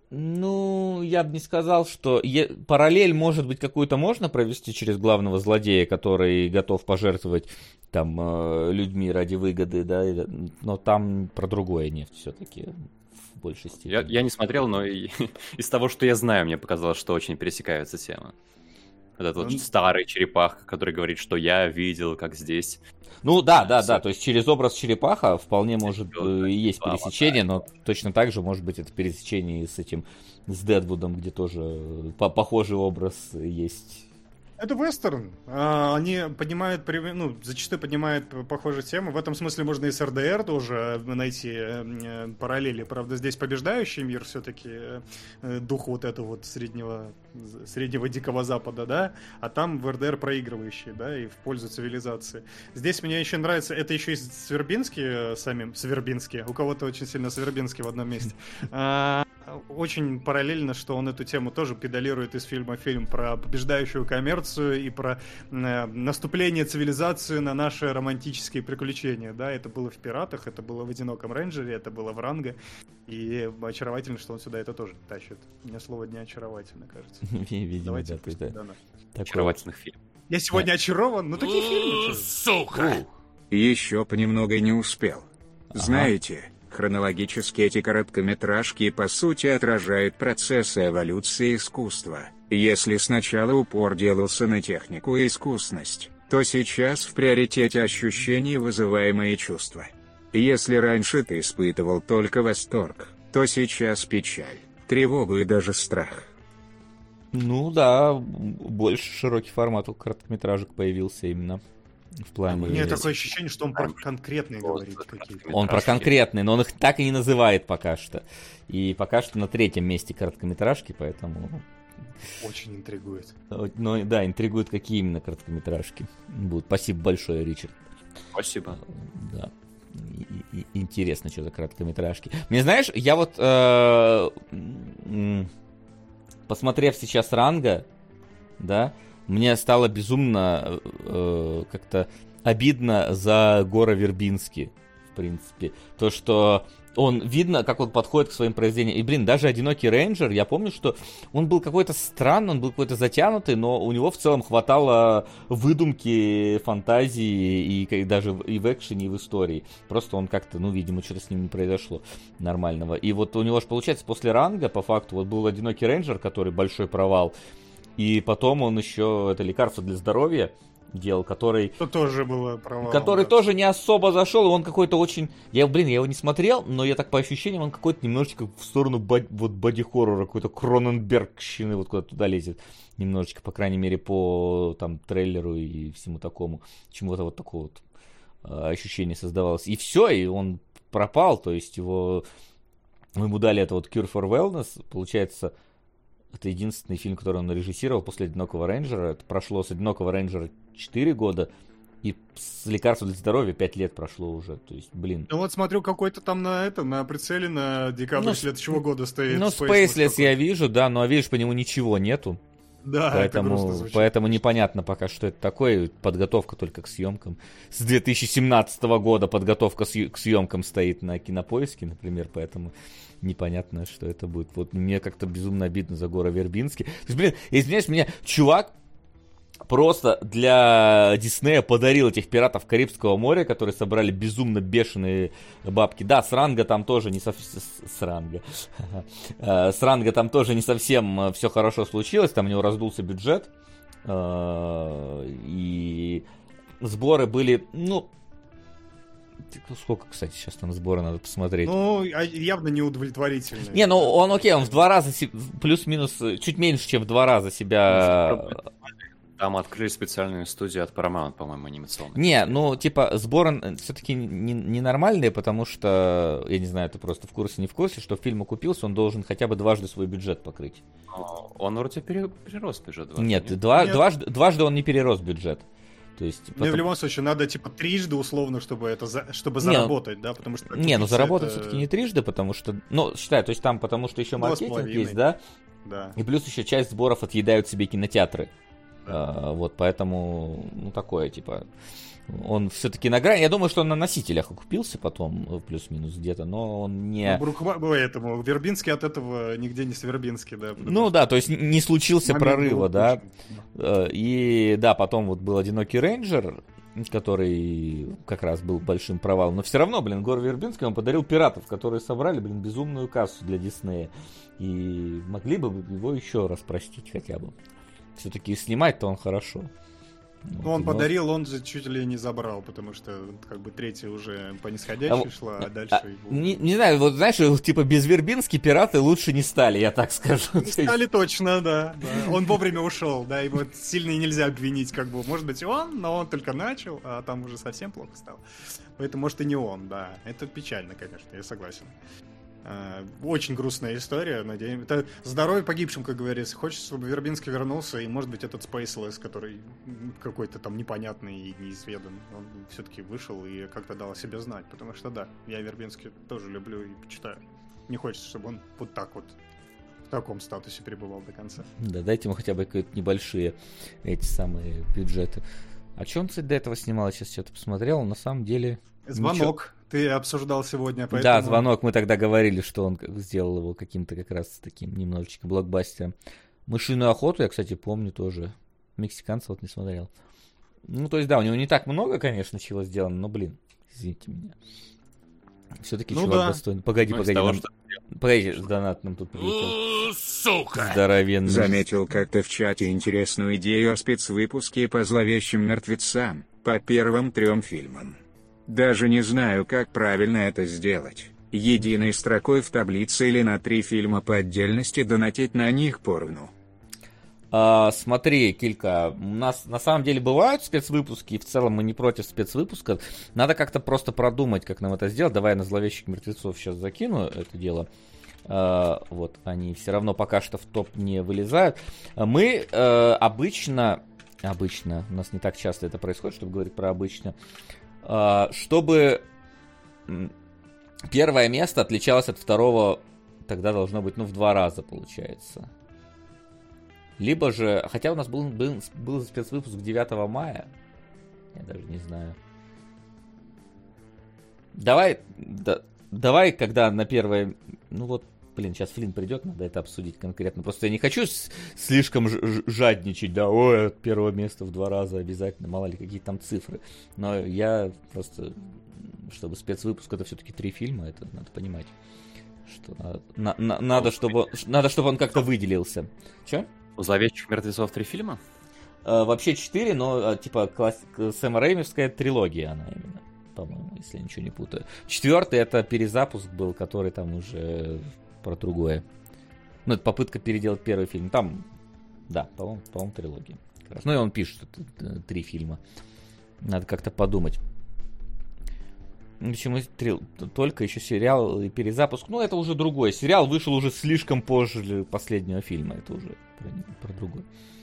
ну, я бы не сказал, что... е- Параллель, может быть, какую-то можно провести через главного злодея, который готов пожертвовать там э, людьми ради выгоды, да, и- но там про другое нефть все-таки в большей степени. Я, я не смотрел, но и- из того, что я знаю, мне показалось, что очень пересекаются темы. Вот этот вот Ну, старый черепах, который говорит, что я видел, как здесь. Ну да, да, Всё. да, то есть через образ черепаха вполне может э, и есть Слава, пересечение, но точно так же может быть это пересечение и с этим, с Дэдвудом, где тоже э, по- похожий образ есть. Это вестерн. А, Они поднимают, при- ну, зачастую поднимают п- похожие темы. В этом смысле можно и с эр дэ эр тоже найти э, э, параллели. Правда, здесь побеждающий мир все-таки, э, дух вот этого вот среднего, среднего Дикого Запада, да, а там в эр дэ эр проигрывающий, да, и в пользу цивилизации. Здесь мне еще нравится, это еще и Свербинский, э, сами Свербинский, у кого-то очень сильно Свербинский в одном месте. А, Очень параллельно, что он эту тему тоже педалирует из фильма в фильм про побеждающую коммерцию и про э, наступление цивилизации на наши романтические приключения. Да, это было в «Пиратах», это было в «Одиноком рейнджере», это было в «Ранго». И очаровательно, что он сюда это тоже тащит. Мне слово дня очаровательно, кажется. Видимо, Давайте да, пусть да. да, на. Такой- Очаровательных фильмов. Я сегодня очарован, ну такие фильмы. чё. Сука! Еще понемногу не успел. Ага. Знаете, хронологически эти короткометражки по сути отражают процессы эволюции искусства. Если сначала упор делался на технику и искусность, то сейчас в приоритете ощущения, вызываемые чувства. Если раньше ты испытывал только восторг, то сейчас печаль, тревогу и даже страх. Ну да, больше широкий формат у короткометражек появился именно в плане... У меня такое ощущение, что он про конкретные Просто говорит какие-то. Он про конкретные, но он их так и не называет пока что. И пока что на третьем месте короткометражки, поэтому... Очень интригует. Ну да, интригует, какие именно короткометражки будут. Спасибо большое, Ричард. Спасибо. Да. И- и- Интересно, что за короткометражки. Мне знаешь, я вот э, м, посмотрев сейчас Ранго, да, мне стало безумно э, как-то обидно за Гора Вербински, в принципе. То, что он, видно, как он подходит к своим произведениям. И, блин, даже «Одинокий рейнджер», я помню, что он был какой-то странный, он был какой-то затянутый, но у него в целом хватало выдумки, фантазии, и как- даже в- и в экшене, и в истории. Просто он как-то, ну, видимо, что-то с ним не произошло нормального. И вот у него же, получается, после «Ранго», по факту, вот был «Одинокий рейнджер», который большой провал, и потом он еще это «Лекарство для здоровья» делал, который... Это тоже было провалом. Который да. тоже не особо зашел, и он какой-то очень... Я, блин, я его не смотрел, но я так по ощущениям, он какой-то немножечко в сторону бод- вот боди-хоррора, какой-то Кроненбергщины, вот куда-то туда лезет. Немножечко, по крайней мере, по там трейлеру и всему такому. Чему-то вот такого вот э, ощущение создавалось. И все, и он пропал, то есть его... Мы ему дали это вот Cure for Wellness, получается... Это единственный фильм, который он режиссировал после «Одинокого рейнджера». Это прошло с «Одинокого рейнджера» четыре года, и с «Лекарства для здоровья» пять лет прошло уже. То есть, блин. Ну вот смотрю, какой-то там на это, на прицеле на декабрь Ну, следующего года стоит. Ну, Spaceless Spaceless такой. я вижу, да, но видишь, по нему ничего нету. Да, это Поэтому, грустно звучит. поэтому непонятно пока, что это такое. Подготовка только к съемкам. С две тысячи семнадцатого года подготовка с- к съемкам стоит на Кинопоиске, например, поэтому непонятно, что это будет. Вот мне как-то безумно обидно за Гора Вербински. То есть, блин, извиняюсь, меня чувак просто для Диснея подарил этих пиратов Карибского моря, которые собрали безумно бешеные бабки. Да, с Ранго там тоже не совсем... С Ранго. С Ранго там тоже не совсем все хорошо случилось. Там у него раздулся бюджет. И сборы были, ну... Ну, сколько, кстати, сейчас там сбора надо посмотреть. Ну, а явно неудовлетворительно. Не, ну он окей, он в два раза, се- плюс-минус, чуть меньше, чем в два раза себя... Там открыли специальную студию от Paramount, по-моему, анимационную. Не, ну, типа, сбор все-таки ненормальный, потому что, я не знаю, ты просто в курсе, не в курсе, что фильм окупился, он должен хотя бы дважды свой бюджет покрыть. Он вроде пере- перерос бюджет дважды. Нет, два, Нет. Дважды, дважды он не перерос бюджет. То есть, Мне потом- в любом случае надо, типа, трижды условно, чтобы это за... чтобы Не, заработать, да, потому что... Не, ну окупиться заработать это- все-таки не трижды, потому что, ну, считай, то есть там, потому что еще Два с маркетинг половиной. есть, да, Да. и плюс еще часть сборов отъедают себе кинотеатры. А, вот, поэтому, ну, такое, типа, он все-таки на грани. Я думаю, что он на носителях окупился потом, э, плюс-минус где-то, но он не... Ну, Брукма... ой, этому, Вербинский от этого нигде не Свербинский, да. потому Ну что да, то есть не случился момент прорыва, был да. очень- Э, И да, потом вот был «Одинокий рейнджер», который как раз был большим провалом. Но все равно, блин, Гор Вербинский он подарил «Пиратов», которые собрали, блин, безумную кассу для Диснея. И могли бы его еще раз простить хотя бы. Все-таки снимать-то он хорошо. Ну, он подарил, он же чуть ли не забрал, потому что, как бы, третья уже по нисходящей А, шла, а а, дальше... а, его- не, не знаю, вот знаешь, типа без Вербински «Пираты» лучше не стали, я так скажу. То есть- Стали точно, да, да. Он вовремя ушел, да, его сильно и нельзя обвинить, как бы, может быть, он, но он только начал, а там уже совсем плохо стало. Поэтому, может, и не он, да. Это печально, конечно, я согласен. А, Очень грустная история, надеюсь. Это здоровье погибшим, как говорится. Хочется, чтобы Вербинский вернулся, и, может быть, этот Spaceless, который какой-то там непонятный и неизведанный, он все-таки вышел и как-то дал о себе знать. Потому что, да, я Вербинский тоже люблю и почитаю. Не хочется, чтобы он вот так вот в таком статусе пребывал до конца. Да, дайте ему хотя бы какие-то небольшие эти самые бюджеты. А что он, кстати, до этого снимал? Я сейчас что-то посмотрел. На самом деле... Звонок ты обсуждал сегодня, поэтому... Да, «Звонок». Мы тогда говорили, что он как- сделал его каким-то как раз таким немножечко блокбастером. «Мышиную охоту» я, кстати, помню тоже. «Мексиканца» вот не смотрел. Ну, то есть, да, у него не так много, конечно, чего сделано, но, блин, извините меня. Все-таки Ну чувак да. достойный. Погоди, Ну, из погоди. того, нам- что- Погоди, донат нам тут прилетел. У, сука! Здоровенный. Заметил как-то в чате интересную идею о спецвыпуске по зловещим мертвецам, по первым трем фильмам. Даже не знаю, как правильно это сделать. Единой строкой в таблице или на три фильма по отдельности донатить на них поровну. А, смотри, Килька, у нас на самом деле бывают спецвыпуски, и в целом мы не против спецвыпуска. Надо как-то просто продумать, как нам это сделать. Давай я на «Зловещих мертвецов» сейчас закину это дело. А, вот, они все равно пока что в топ не вылезают. Мы э, обычно, обычно, у нас не так часто это происходит, чтобы говорить про обычно, э, чтобы м, первое место отличалось от второго, тогда должно быть, ну, в два раза, получается. Либо же, хотя у нас был, был, был спецвыпуск девятого мая, я даже не знаю. Давай, да, давай, когда на первое, ну вот, блин, сейчас Флинн придет, надо это обсудить конкретно. Просто я не хочу с- слишком ж- ж- жадничать, да, ой, от первого места в два раза обязательно, мало ли какие там цифры. Но я просто, чтобы спецвыпуск, это все-таки три фильма, это надо понимать. Что надо, на- на- надо, чтобы, надо, чтобы он как-то выделился. Че? У «Зловещих мертвецов» три фильма? Э, вообще четыре, но э, типа класс... Сэма Рэймовская трилогия она именно, по-моему, если я ничего не путаю. Четвертый это перезапуск был, который там уже про другое. Ну, это попытка переделать первый фильм. Там, да, по-моему, по-моему трилогия. Как раз. Ну и он пишет что это, три фильма. Надо как-то подумать. Почему три... только еще сериал и перезапуск? Ну, это уже другой. Сериал вышел уже слишком позже последнего фильма. Это уже про, про другой.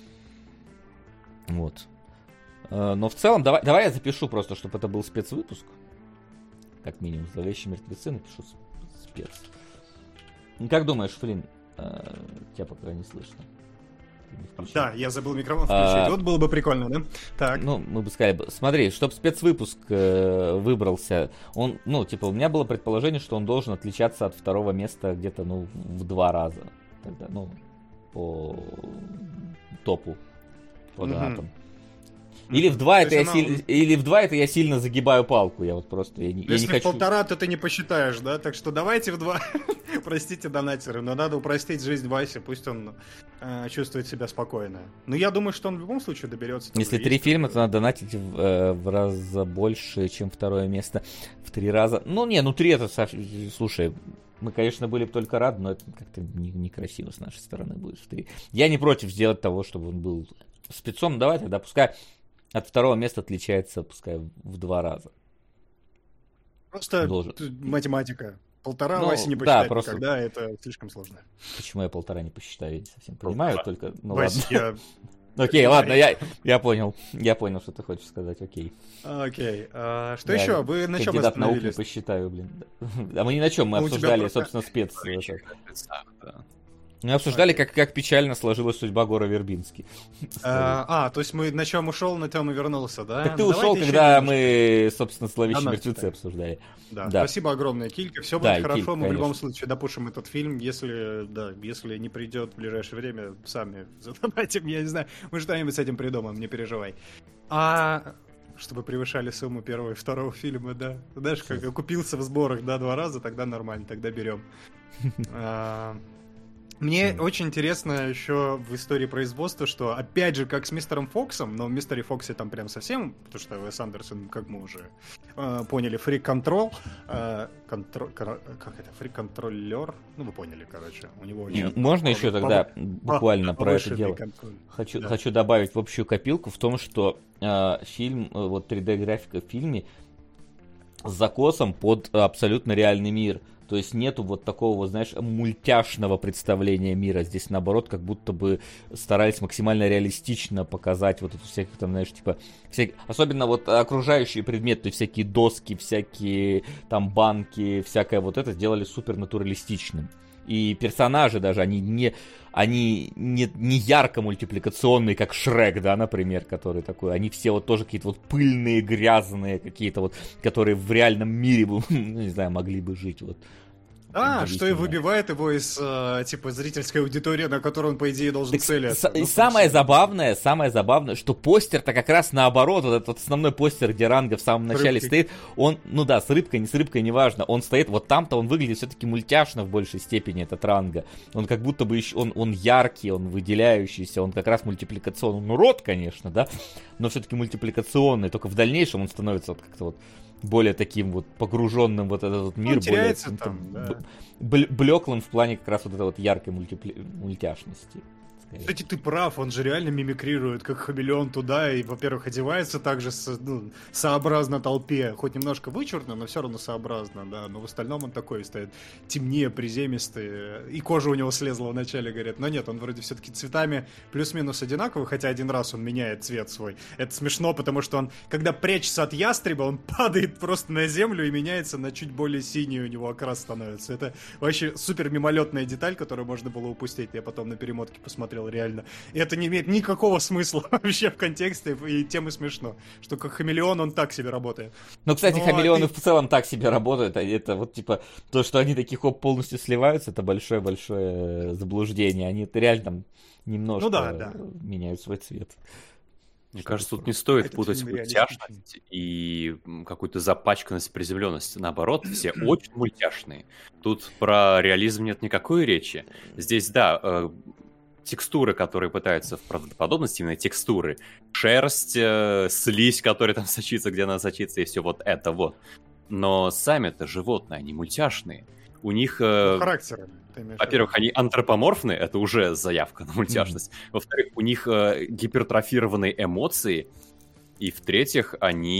Вот. Э, Но в целом, давай, давай я запишу просто, чтобы это был спецвыпуск. Как минимум, «Зловещие мертвецы» напишу с- спец. Ну, как думаешь, Флинн? Э, Тебя пока не слышно. Ты не включил. Да, я забыл микрофон включить. А, Вот было бы прикольно, да? Так. Ну, мы бы сказали, бы, смотри, чтобы спецвыпуск э, выбрался, он, ну, типа, у меня было предположение, что он должен отличаться от второго места где-то, ну, в два раза. Тогда, ну, по топу, по Мгм. донатам. Или в два То это я есть она- сильно, или в два это я сильно загибаю палку, я вот просто я не, я не Если в хочу. полтора, то ты не посчитаешь, да? Так что давайте в два. Простите, донатеры, но надо упростить жизнь Васи, пусть он э, чувствует себя спокойно. Но я думаю, что он в любом случае доберется. Если три фильма, то надо донатить в, э, в раза больше, чем второе место. В три раза. Ну, не, ну три это, Саш- слушай, мы, конечно, были бы только рады, но это как-то не- некрасиво с нашей стороны будет в три. Я не против сделать того, чтобы он был спецом. Давай тогда, пускай от второго места отличается, пускай в два раза. Просто Должен. т- математика. Полтора Ну, Васи не да, посчитать просто- никогда, это слишком сложно. Почему я полтора не посчитаю, я не совсем понимаю, только... Ну Вась, ладно. я... Окей, ладно, я, я понял. Я понял, что ты хочешь сказать, окей. Окей. а, что Да, еще? Вы на чем Кандидат наук не остановились? посчитаю, блин. А мы ни на чем, мы Ну, у тебя обсуждали, просто- собственно, спец. Да. Мы обсуждали, как, как печально сложилась судьба Гора Вербински. А, а, то есть мы на чем ушел, на том и вернулся, да? Так ты Ну, ушел, давайте еще когда немножко. мы, собственно, зловещие Донатить, мертвецы да. обсуждали. Да, Да. спасибо огромное, Килька. Все Да, будет и хорошо, Килька, мы в любом конечно. случае допушим этот фильм. Если, да, если не придет в ближайшее время, сами задонатим, я не знаю. Мы что-нибудь с этим придумаем, не переживай. А чтобы превышали сумму первого и второго фильма, да. Знаешь, как окупился в сборах, да, два раза, тогда нормально, тогда берем. А, Мне очень интересно еще в истории производства, что опять же, как с мистером Фоксом, но в мистере Фоксе там прям совсем, потому что Уэс Андерсон, как мы уже э, поняли, фрик-контрол, э, контро- кор- как это, фрик-контроллер, ну вы поняли, короче, у него очень... Можно еще повы- тогда повы- буквально про это повышенный дело? контроль. Хочу, Да. хочу добавить в общую копилку в том, что э, фильм, э, вот три дэ-графика в фильме с закосом под абсолютно реальный мир. То есть нету вот такого, вот, знаешь, мультяшного представления мира. Здесь, наоборот, как будто бы старались максимально реалистично показать вот эту всяких, там, знаешь, типа... Всякие... Особенно вот окружающие предметы, всякие доски, всякие там банки, всякое вот это сделали супер натуралистичным. И персонажи даже, они не, они не, не ярко мультипликационные, как Шрек, да, например, который такой. Они все вот тоже какие-то вот пыльные, грязные, какие-то вот, которые в реальном мире, бы, ну, не знаю, могли бы жить вот. А, что и Зависимо. выбивает его из, э, типа, зрительской аудитории, на которую он, по идее, должен Так целиться. с- Ну, и самое собственно. забавное, самое забавное, что постер-то как раз наоборот, вот этот вот основной постер, где Ранга в самом С начале рыбкой. стоит, он, ну да, с рыбкой, не с рыбкой, неважно, он стоит, вот там-то он выглядит все-таки мультяшно в большей степени, этот Ранга. Он как будто бы еще, он, он яркий, он выделяющийся, он как раз мультипликационный, ну рот, конечно, да, но все-таки мультипликационный, только в дальнейшем он становится вот как-то вот более таким вот погруженным в вот этот вот мир, Он теряется более там, каким-то да. б- блеклым в плане как раз вот этой вот яркой мультипли... мультяшности. скорее. Кстати, ты прав, он же реально мимикрирует, как хамелеон туда, и, во-первых, одевается также с, ну, сообразно толпе, хоть немножко вычурно, но все равно сообразно, да, но в остальном он такой стоит темнее, приземистый, и кожа у него слезла вначале, говорят, но нет, он вроде все-таки цветами плюс-минус одинаковый, хотя один раз он меняет цвет свой. Это смешно, потому что он, когда прячется от ястреба, он падает просто на землю и меняется на чуть более синий, у него окрас становится. Это вообще супер мимолетная деталь, которую можно было упустить, я потом на перемотке посмотрел реально. И это не имеет никакого смысла вообще в контексте, и тем и смешно, что как хамелеон он так себе работает. Ну, кстати, Но хамелеоны ты- в целом так себе работают. а Это вот типа то, что они такие хоп полностью сливаются, это большое-большое заблуждение. Они реально там немножко Ну да, да. меняют свой цвет. Мне кажется, тут не стоит Этот путать фильм мультяшность и м, какую-то запачканность, приземленность. Наоборот, все очень мультяшные. Тут про реализм нет никакой речи. Здесь, да, э, текстуры, которые пытаются в правдоподобности, именно текстуры. Шерсть, э, слизь, которая там сочится, где она сочится, и все вот это вот. Но сами-то животные, они мультяшные. У них... э, Характеры. ты имеешь в виду. Во-первых, они антропоморфны, это уже заявка на мультяшность. Во-вторых, у них э, гипертрофированные эмоции. И в-третьих,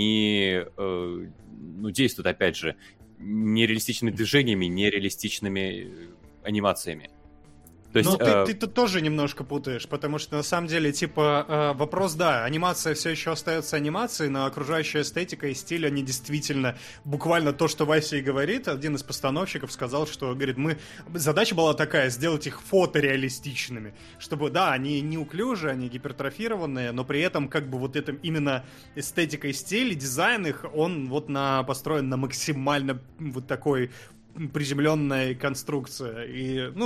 они э, ну, действуют, опять же, нереалистичными движениями, нереалистичными э, анимациями. То есть, Ну, ты, э, ты тут тоже немножко путаешь, потому что на самом деле, типа, э, вопрос, да, анимация все еще остается анимацией, но окружающая эстетика и стиль, они действительно буквально то, что Вася и говорит. Один из постановщиков сказал, что, говорит, мы задача была такая, сделать их фотореалистичными, чтобы, да, они неуклюжие, они гипертрофированные, но при этом, как бы, вот это именно эстетика и стиль, и дизайн их, он вот на, построен на максимально вот такой приземленной конструкции. И, ну,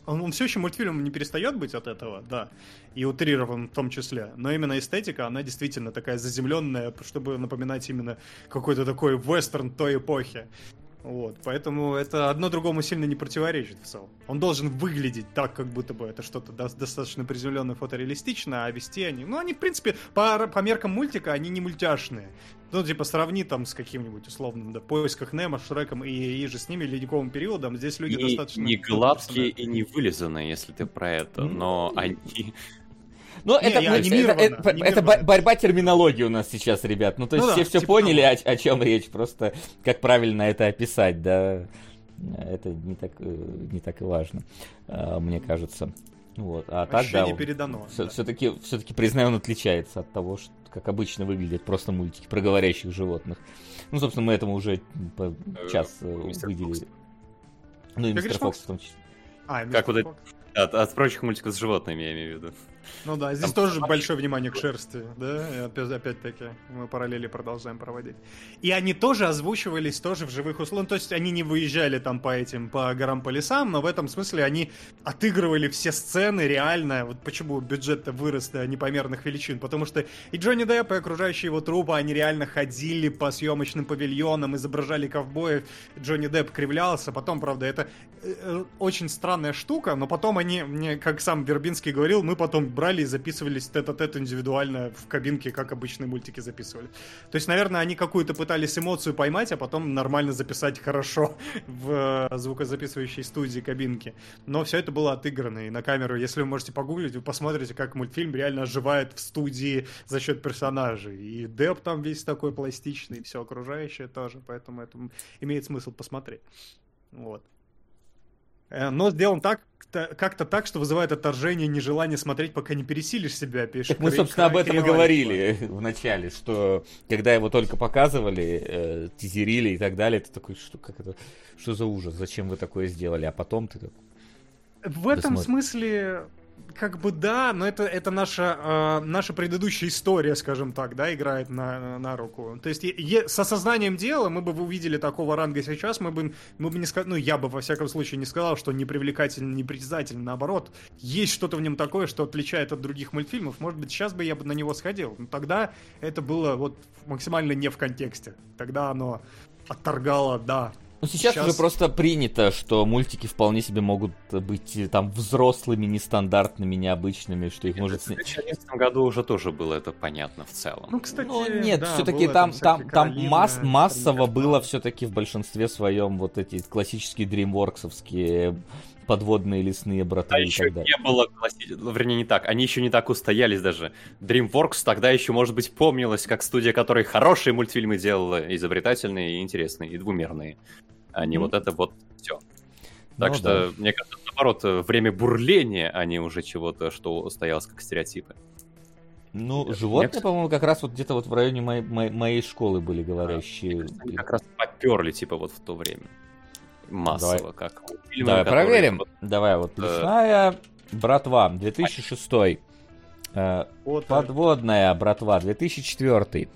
Он, он все еще мультфильмом не перестает быть от этого, да, и утрирован в том числе, но именно эстетика, она действительно такая заземленная, чтобы напоминать именно какой-то такой вестерн той эпохи. Вот, поэтому это одно другому сильно не противоречит в целом. Он должен выглядеть так, как будто бы это что-то до- достаточно приземленно, фотореалистично, а вести они... Ну, они, в принципе, по, по меркам мультика, они не мультяшные. Ну, типа, сравни там с каким-нибудь условным, да, «Поисках Немо», Шреком и, и же с ними ледниковым периодом. Здесь люди И достаточно... не гладкие и не вылизанные, если ты про это, но Ну, они... Ну, Не, это, я ну, анимировано, это, это, это анимировано. бо- борьба терминологии у нас сейчас, ребят. Ну, то есть Ну все да, все типа поняли, того. о, о чем речь, просто как правильно это описать, да. Это не так, э, не так и важно, э, мне кажется. Вот. А так, да, Ощущение он передано. все, да. все-таки, все-таки, признаю, он отличается от того, что, как обычно выглядят просто мультики про говорящих животных. Ну, собственно, мы этому уже по час э, Мистер выделили. Фокс. Ну, и Ты Мистер говоришь, Фокс Фокс? в том числе. А, Как вот Мистер это- Фокс. От, от прочих мультиков с животными, я имею в виду. Ну да, здесь Там- тоже большое внимание к шерсти, да, и опять- опять-таки мы параллели продолжаем проводить. И они тоже озвучивались тоже в живых условиях, то есть они не выезжали там по этим, по горам, по лесам, но в этом смысле они отыгрывали все сцены реально, вот почему бюджет-то вырос до непомерных величин, потому что и Джонни Депп, и окружающие его труппы, они реально ходили по съемочным павильонам, изображали ковбоев, Джонни Депп кривлялся, потом, правда, это э, э, очень странная штука, но потом они, мне, как сам Вербинский говорил, мы потом брали и записывались тет-а-тет индивидуально в кабинке, как обычные мультики записывали. То есть, наверное, они какую-то пытались эмоцию поймать, а потом нормально записать хорошо в э, звукозаписывающей студии кабинки. Но все это было отыграно, и на камеру, если вы можете погуглить, вы посмотрите, как мультфильм реально оживает в студии за счет персонажей. И Депп там весь такой пластичный, и все окружающее тоже, поэтому это имеет смысл посмотреть. Вот. Э, Но сделан так, как-то так, что вызывает отторжение, нежелание смотреть, пока не пересилишь себя. Пишешь, Так мы, кри- собственно, об кри- этом и кривая говорили в начале, что когда его только показывали, э, тизерили и так далее, ты такой, что, как это, что за ужас, зачем вы такое сделали, а потом ты... В этом Досмотр. смысле, как бы да, но это, это наша, э, наша предыдущая история, скажем так, да, играет на, на, на руку. То есть е- е- с осознанием дела мы бы увидели такого ранга сейчас, мы бы, мы бы не сказали, ну я бы во всяком случае не сказал, что он непривлекательный, непритязательный, наоборот, есть что-то в нем такое, что отличает от других мультфильмов. Может быть, сейчас бы я бы на него сходил, но тогда это было вот максимально не в контексте. Тогда оно отторгало, да. Ну, сейчас, Сейчас- уже просто принято, что мультики вполне себе могут быть э, там взрослыми, нестандартными, необычными, что их может В снять. две тысячи одиннадцатом году уже тоже было это понятно в целом. Ну, кстати, Ну, нет, да, все-таки было там, всякие там, там Каролины, масс- массово Каролины было Кошмар. все-таки в большинстве своем вот эти классические дримворксовские подводные лесные братвы А и еще так далее. не было, класси- ну, вернее, не так, они еще не так устоялись даже. DreamWorks тогда еще, может быть, помнилась как студия, которая хорошие мультфильмы делала, изобретательные и интересные, и двумерные. А не Мгм. вот это вот все. Так Ну что, мне кажется, наоборот, время бурления, а не уже чего-то, что устоялось как стереотипы. Ну, Нет, животные, нет. по-моему, как раз вот где-то вот в районе моей, моей, моей школы были говорящие. Они как раз поперли, типа, вот в то время. Массово, как мультфильмы, Давай которые проверим. вот- Давай, вот э, лесная братва, две тысячи шестой. Э, Вот, Подводная братва, две тысячи четвёртый.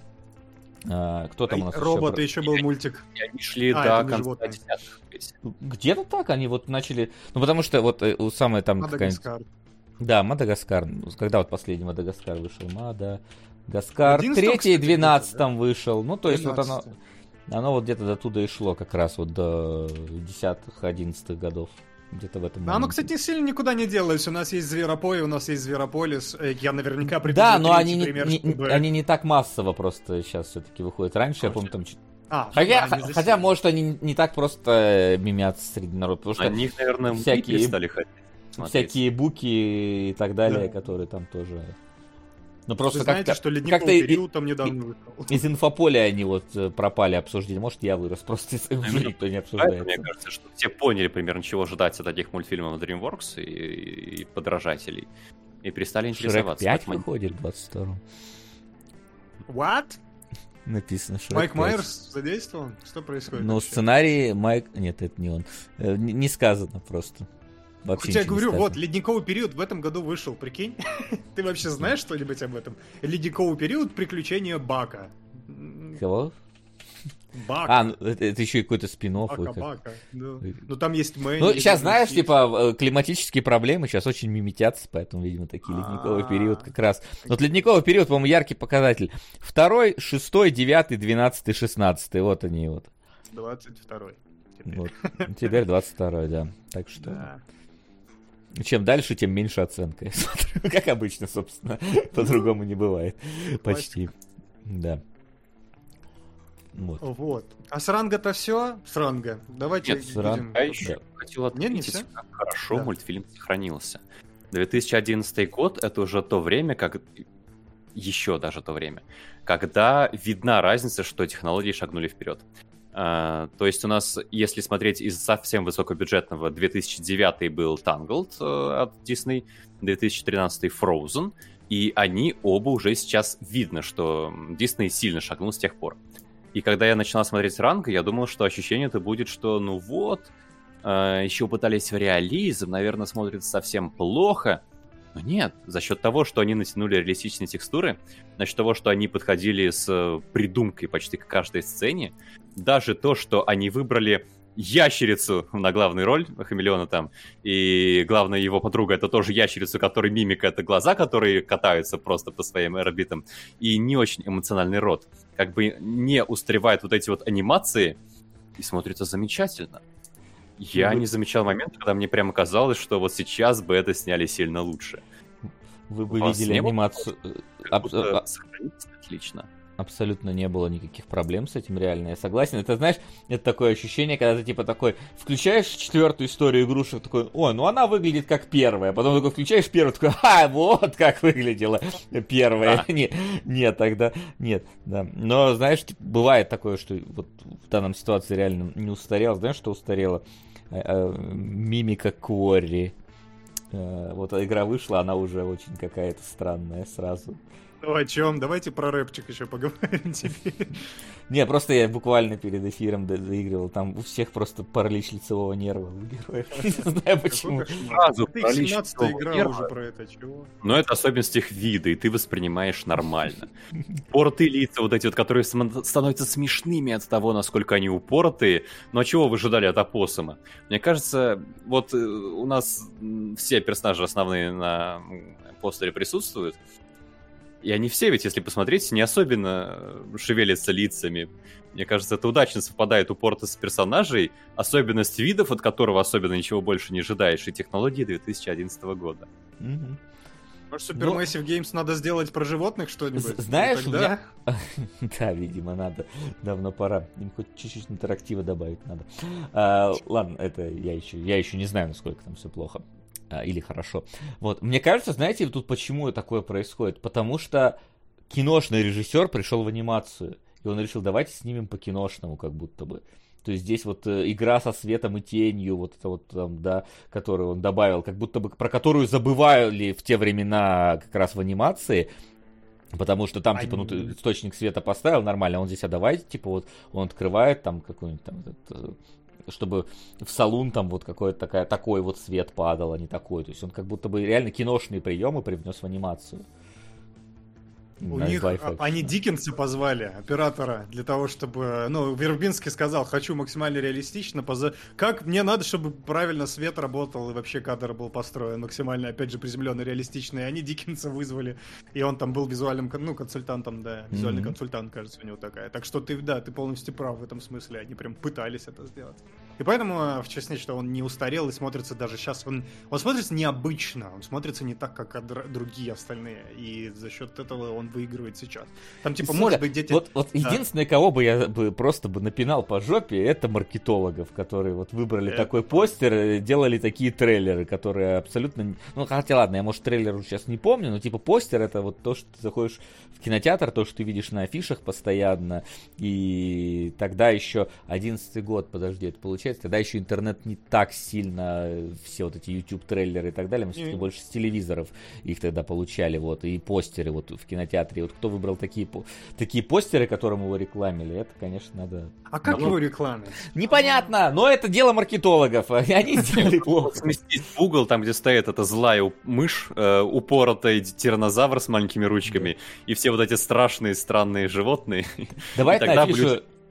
Э, Кто там у нас Роботы еще? еще был мультик. и они шли А, до это не конца животные. десятых весь. Где-то так они вот начали... Ну, потому что вот э, у самой там какая-нибудь... Мадагаскар. Да, Мадагаскар. Когда вот последний Мадагаскар вышел? Мадагаскар. В одиннадцатом, Третий, кстати, двенадцатом вышел. Ну, то есть вот оно... двенадцатый. Оно вот где-то до туда и шло как раз вот до десятых, одиннадцатых годов. Где-то в этом Но оно, моменте. кстати, сильно никуда не делается. У нас есть Зверопой, у нас есть Зверополис. Э, Я наверняка приведу Да, но третий они не, пример, не- не- чтобы- они не так массово просто сейчас все-таки выходят. Раньше, я помню, там... чуть- А, Хотя, да, они х- за хотя, сильно. может, они не так просто э, мимятся среди народа, потому что На них, наверное, всякие- всякие стали ходить. смотреть. всякие буки и так далее, Да. которые там тоже... Ну, Вы просто знаете, как-то что ледниковый как-то и- период там недавно вышел. из инфополя они вот э, пропали обсуждения. Может, я вырос, просто уже именно никто не Поэтому, обсуждает. мне кажется, что все поняли примерно, чего ожидать от таких мультфильмов DreamWorks и, и подражателей. И перестали Шрек интересоваться. пять Поэтому они- выходит в двадцать втором. What? Написано Шрек Майк пять. Майерс задействован? Что происходит? Ну, вообще? сценарий Майк... Нет, это не он. Э, Не не сказано просто. Вообще Хотя я ничего не говорю, вот, сказано. ледниковый период в этом году вышел, прикинь? Ты вообще знаешь что-нибудь об этом? Ледниковый период, приключения Бака. М, Кого? Бака. А, ну, это, это еще и какой-то спин-офф. Бака, Бака. Да. Ну там есть Мэнни. Ну, сейчас, знаешь, Сити. типа, климатические проблемы сейчас очень мимитятся, поэтому, видимо, такие ледниковый А-а-а. период как раз. Вот ледниковый период, по-моему, яркий показатель. Второй, шестой, девятый, двенадцатый, шестнадцатый. Вот они вот. двадцать второй. Теперь. Вот. Теперь двадцать второй, да. Так что... Да. Чем дальше, тем меньше оценка. Я смотрю. Как обычно, собственно. По-другому не бывает. Почти. Да. Вот. Вот. А с ранга-то все? С ранга. Давайте Нет, с ранга. будем- Я еще Да. хотел Нет, не отметить, всё? как хорошо Да. мультфильм сохранился. две тысячи одиннадцатый год — это уже то время, как... Еще даже то время, когда видна разница, что технологии шагнули вперед. А, то есть у нас, если смотреть из совсем высокобюджетного, две тысячи девятый был Tangled э, от Disney, две тысячи тринадцатый Frozen, и они оба уже сейчас видно, что Disney сильно шагнул с тех пор. И когда я начинал смотреть ранг, я думал, что ощущение это будет, что ну вот, э, еще пытались в реализм, наверное, смотрится совсем плохо. Но нет, за счет того, что они натянули реалистичные текстуры, за счет того, что они подходили с придумкой почти к каждой сцене, даже то, что они выбрали ящерицу на главную роль, хамелеона там, и главная его подруга — это тоже ящерица, у которой мимика — это глаза, которые катаются просто по своим орбитам, и не очень эмоциональный рот. Как бы не устаревают вот эти вот анимации, и смотрится замечательно. Я Вы- не замечал момент, когда мне прямо казалось, что вот сейчас бы это сняли сильно лучше. Вы бы У вас видели не было анимацию... э, Как аб- будто а- сохранится отлично. Абсолютно не было никаких проблем с этим, реально, я согласен. Это, знаешь, это такое ощущение, когда ты, типа, такой, включаешь четвертую историю игрушек, такой, ой, ну она выглядит как первая. Потом такой включаешь первую, такой, а, вот как выглядела первая. Не, нет, тогда нет, да. Но, знаешь, типа, бывает такое, что вот в данном ситуации реально не устарело. Знаешь, что устарело? Э, э, Мимика Кори. Э, Вот игра вышла, она уже очень какая-то странная сразу. Ну о чем? Давайте про рэпчик еще поговорим теперь. Не, просто я буквально перед эфиром до- доигрывал. Там у всех просто паралич лицевого нерва у героев. Не знаю почему. Какой кошмар. Сразу Это их паралич семнадцатая лицевого игра нерва. уже про это, чего? Но это особенность их вида, и ты воспринимаешь нормально. Упоротые лица, вот эти вот, которые см- становятся смешными от того, насколько они упоротые. Но чего вы ожидали от опоссума? Мне кажется, вот э, у нас м, все персонажи основные на м, постере присутствуют. И они все, ведь, если посмотреть, не особенно э, шевелятся лицами. Мне кажется, это удачно совпадает упоротость персонажей, особенность видов, от которого особенно ничего больше не ожидаешь, и технологии две тысячи одиннадцатого года. Мгм. Может, Ну- Supermassive Games надо сделать про животных что-нибудь? З- знаешь, И тогда... Да, видимо, надо. Давно пора. Им хоть чуть-чуть интерактива добавить надо. А, ладно, это я еще, я еще не знаю, насколько там все плохо. А, или хорошо. Вот. Мне кажется, знаете, тут почему такое происходит? Потому что киношный режиссер пришел в анимацию. И он решил, давайте снимем по-киношному, как будто бы. То есть здесь вот э, игра со светом и тенью, вот это вот там, да, которую он добавил, как будто бы про которую забывали в те времена как раз в анимации. Потому что там, типа, ну, ты источник света поставил нормально, он здесь, а давайте, типа, вот, он открывает там какой-нибудь там, этот, э, чтобы в салон там вот какой-то такая, такой вот свет падал, а не такой. То есть он как будто бы реально киношные приемы привнес в анимацию. У На них, live а- action. они Диккенса позвали, оператора, для того, чтобы, ну, Вербинский сказал, хочу максимально реалистично, поза... как мне надо, чтобы правильно свет работал и вообще кадр был построен максимально, опять же, приземленный, реалистичный. И они Диккенса вызвали, и он там был визуальным, кон- ну, консультантом, да, визуальный Мгм. консультант, кажется, у него такая. Так что ты, да, ты полностью прав в этом смысле, они прям пытались это сделать. И поэтому, э, в частности, что он не устарел и смотрится даже сейчас, он, он смотрится необычно, он смотрится не так, как др- другие остальные, и за счет этого он выигрывает сейчас. Там, типа, Сука, может быть, дети... Вот, вот Да. единственное, кого бы я бы просто бы напинал по жопе, это маркетологов, которые вот выбрали Это такой постер, э, делали такие трейлеры, которые абсолютно... не- Ну, хотя ладно, я, может, трейлер уже сейчас не помню, но типа постер — это вот то, что ты заходишь в кинотеатр, то, что ты видишь на афишах постоянно, и тогда еще одиннадцатый год, подожди, это получается, тогда еще интернет не так сильно, э, все вот эти YouTube-трейлеры и так далее, мы все-таки Не. больше с телевизоров их тогда получали, вот, и постеры вот в кинотеатре. Вот кто выбрал такие, по- такие постеры, которым его рекламили, это, конечно, надо... А как Ну, его рекламить? Непонятно, но это дело маркетологов, они сделали плохо. Сместить в угол, там, где стоит эта злая у- мышь, э, упоротый тираннозавр с маленькими ручками, и все вот эти страшные, странные животные. Давай И на тогда афишу, будет-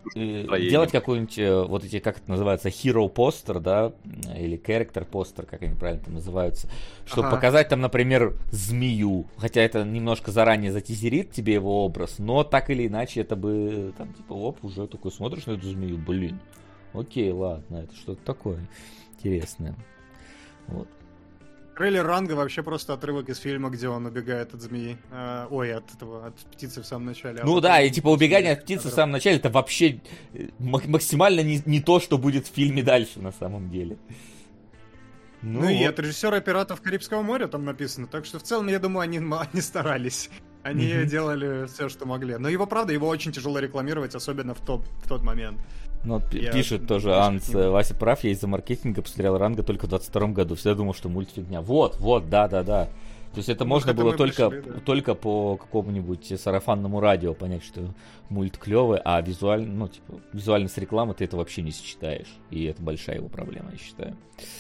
э, Строение. делать какой-нибудь, э, вот эти, как это называется, hero постер, да, или character постер, как они правильно там называются, чтобы Ага. показать там, например, змею, хотя это немножко заранее затизерит тебе его образ, но так или иначе это бы, там, типа, оп, уже такой смотришь на эту змею, блин, окей, ладно, это что-то такое интересное, вот. Трейлер Ранга вообще просто отрывок из фильма, где он убегает от змеи. Э, ой, от этого, от птицы в самом начале. А Ну потом да, и типа убегание от птицы в отрывок. самом начале, это вообще э, мак- максимально не, не то, что будет в фильме дальше на самом деле. Ну, и вот. от режиссера «Пиратов Карибского моря» там написано, так что в целом, я думаю, они, м- они старались. Они Мгм. делали все, что могли. Но его, правда, его очень тяжело рекламировать, особенно в тот, в тот момент. Ну, вот пи- Я пишет тоже ближе Анс, к нему. Вася прав, я из-за маркетинга посмотрел Ранга только в двадцать втором году. Всегда думал, что мульт фигня. Вот, вот, да-да-да. То есть это Ну, можно к этому было и только, пришли, да. только по какому-нибудь сарафанному радио понять, что мульт клевый, а визуально, ну, типа, визуально с рекламой ты это вообще не сочетаешь. И это большая его проблема, я считаю.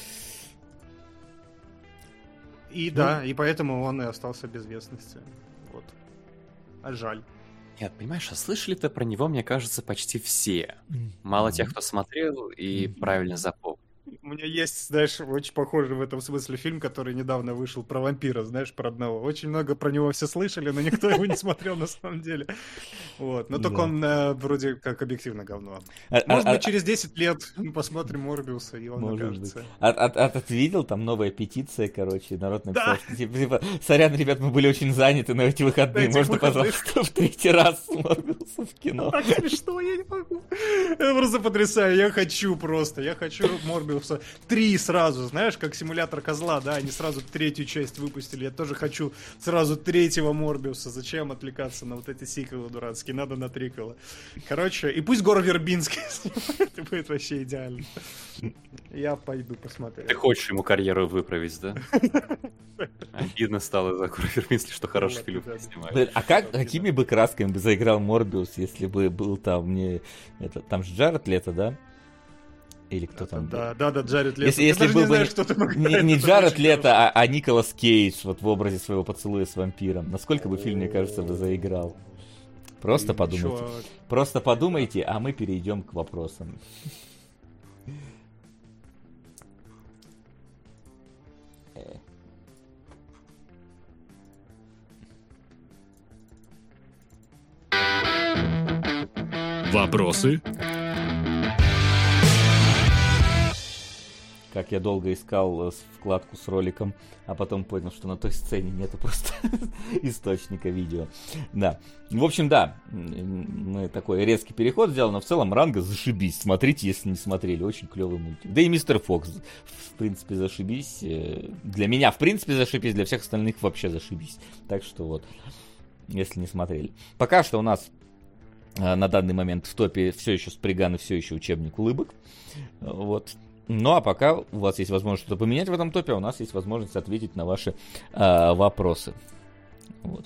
И да, и поэтому он и остался без известности. Вот. А жаль. Нет, понимаешь, а слышали-то про него, мне кажется, почти все. Мало тех, кто смотрел и правильно запомнил. У меня есть, знаешь, очень похожий в этом смысле фильм, который недавно вышел про вампира, знаешь, про одного. Очень много про него все слышали, но никто его не смотрел на самом деле. Вот. Но только Да. он э, вроде как объективно говно. А- Может а- быть, через десять лет мы посмотрим Морбиуса, и он Может окажется. А, а, а ты видел, там новая петиция, короче, народ написал, Да. что типа, типа, сорян, ребят, мы были очень заняты на эти выходные, На этих можно, выходных. пожалуйста, в третий раз Морбиуса в кино. Так смешно, я не могу. Я просто потрясаю, я хочу просто, я хочу Морбиуса три сразу, знаешь, как симулятор козла, да, они сразу третью часть выпустили, я тоже хочу сразу третьего Морбиуса, зачем отвлекаться на вот эти сиквелы дурацкие, надо на триквелы. Короче, и пусть Гора Вербинский снимает, это будет вообще идеально. Я пойду посмотрю. Ты хочешь ему карьеру выправить, да? Обидно стало за Гора Вербински, что хороший Вот, фильм да, да. снимает. Блин, а как, какими бы красками бы заиграл Морбиус, если бы был там не... Это, там же Джаред Лето, да? Или кто там был? Да, да, да, Джаред Лето. Если, Ты если даже был не бы знаешь, кто там не, играет, не это Джаред очень Лето, хорошо. а, а Николас Кейдж вот в образе своего поцелуя с вампиром, насколько бы фильм, мне кажется, бы заиграл? Просто И подумайте. ничего. Просто подумайте, а мы перейдем к вопросам. Э. Вопросы? Как я долго искал э, с- вкладку с роликом, а потом понял, что на той сцене нету просто источника видео. Да. В общем, да, м, мы такой резкий переход сделали, но в целом Ранго зашибись. Смотрите, если не смотрели. Очень клевый мультик. Да и Мистер Фокс, в принципе, зашибись. Э, Для меня, в принципе, зашибись, для всех остальных вообще зашибись. Так что вот, если не смотрели. Пока что у нас э, на данный момент в топе все еще Сприган и все еще учебник улыбок. Э, Вот. Ну а пока у вас есть возможность что-то поменять в этом топе, а у нас есть возможность ответить на ваши э, вопросы. Вот.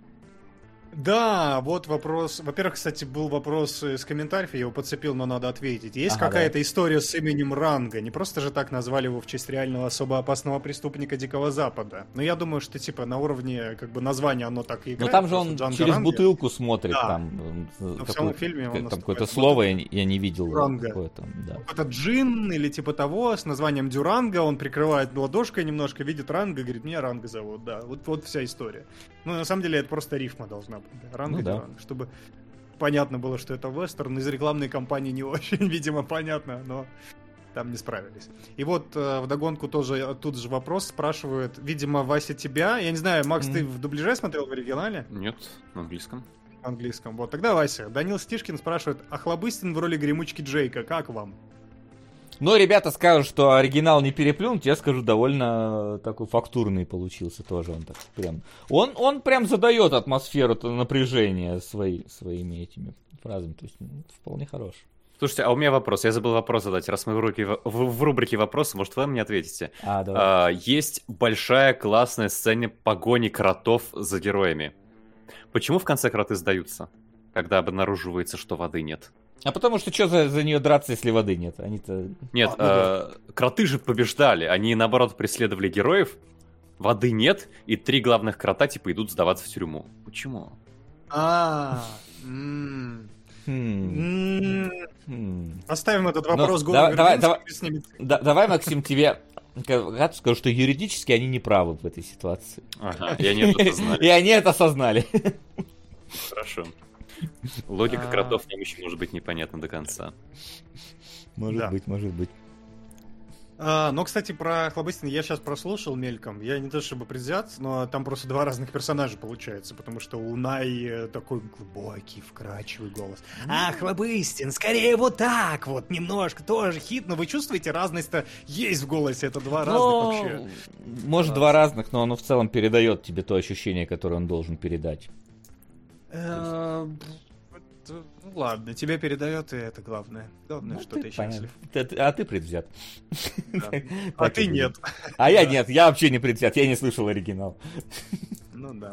Да, вот вопрос. Во-первых, кстати, был вопрос из комментариев, я его подцепил, но надо ответить. Есть Ага, какая-то история с именем Ранга? Не просто же так назвали его в честь реального особо опасного преступника Дикого Запада. Но я думаю, что типа на уровне как бы названия оно так и Но играет. там же просто он Джанго через Ранги. бутылку смотрит, Да. там, э, в какое- самом фильме он там наступает какое-то на слово я, не- я не видел. Ранга. Какое-то, да. Это джин или типа того с названием Дюранга, он прикрывает ладошкой немножко, видит Ранга, говорит, меня Ранга зовут, да, вот, вот вся история. Ну, на самом деле, это просто рифма должна быть, да. Ранга, Ну да. Дюранга, чтобы понятно было, что это вестерн, из рекламной кампании не очень, видимо, понятно, но там не справились. И вот э, вдогонку тоже э, тут же вопрос спрашивают, видимо, Вася тебя, я не знаю, Макс, Мгм. ты в дубляже смотрел в оригинале? Нет, на английском. В английском. Вот, тогда Вася. Данил Стишкин спрашивает, а Хлобыстин в роли гремучки Джейка, как вам? Ну, ребята скажут, что оригинал не переплюнуть, я скажу, довольно такой фактурный получился тоже. Он так прям. Он, он прям задает атмосферу напряжения свои, своими этими фразами. То есть, ну, вполне хорош. Слушайте, а у меня вопрос. Я забыл вопрос задать. Раз мы в рубрике, в, в рубрике вопросы, может, вы мне ответите. А, давай. А, есть большая классная сцена погони кротов за героями. Почему в конце кроты сдаются, когда обнаруживается, что воды нет? А потому что что за, за нее драться, если воды нет? Они-то. Нет, А, ну э, кроты же побеждали. Они, наоборот, преследовали героев. Воды нет, и три главных крота, типа, идут сдаваться в тюрьму. Почему? А, м. Хм. М, Хм. Оставим этот Ну, вопрос давай, давай, Голову давай. с ними. Да- давай, Максим, тебе я скажу, что юридически они не правы в этой ситуации. Ага, и они это И осознали. они это осознали. Хорошо. Логика А. кротов нам еще может быть непонятна до конца. Может Да. быть, может быть. А, но, кстати, про Хлобыстина я сейчас прослушал мельком. Я не то чтобы предвзят, но там просто два разных персонажа получается, потому что у Наи э, такой глубокий, вкрадчивый голос. А, Хлобыстин, скорее вот так вот, немножко, тоже хит, но вы чувствуете, разность-то есть в голосе, это два разных Ну, вообще. может, два разных, но оно в целом передает тебе то ощущение, которое он должен передать. Э, ну, ладно, тебе передает, и это главное. Главное, Ну, что ты понятно. счастлив. Ты- ты- А ты предвзят. Да. Так А и ты будет. нет. А я нет, я вообще не предвзят, я не слышал оригинал. Ну да.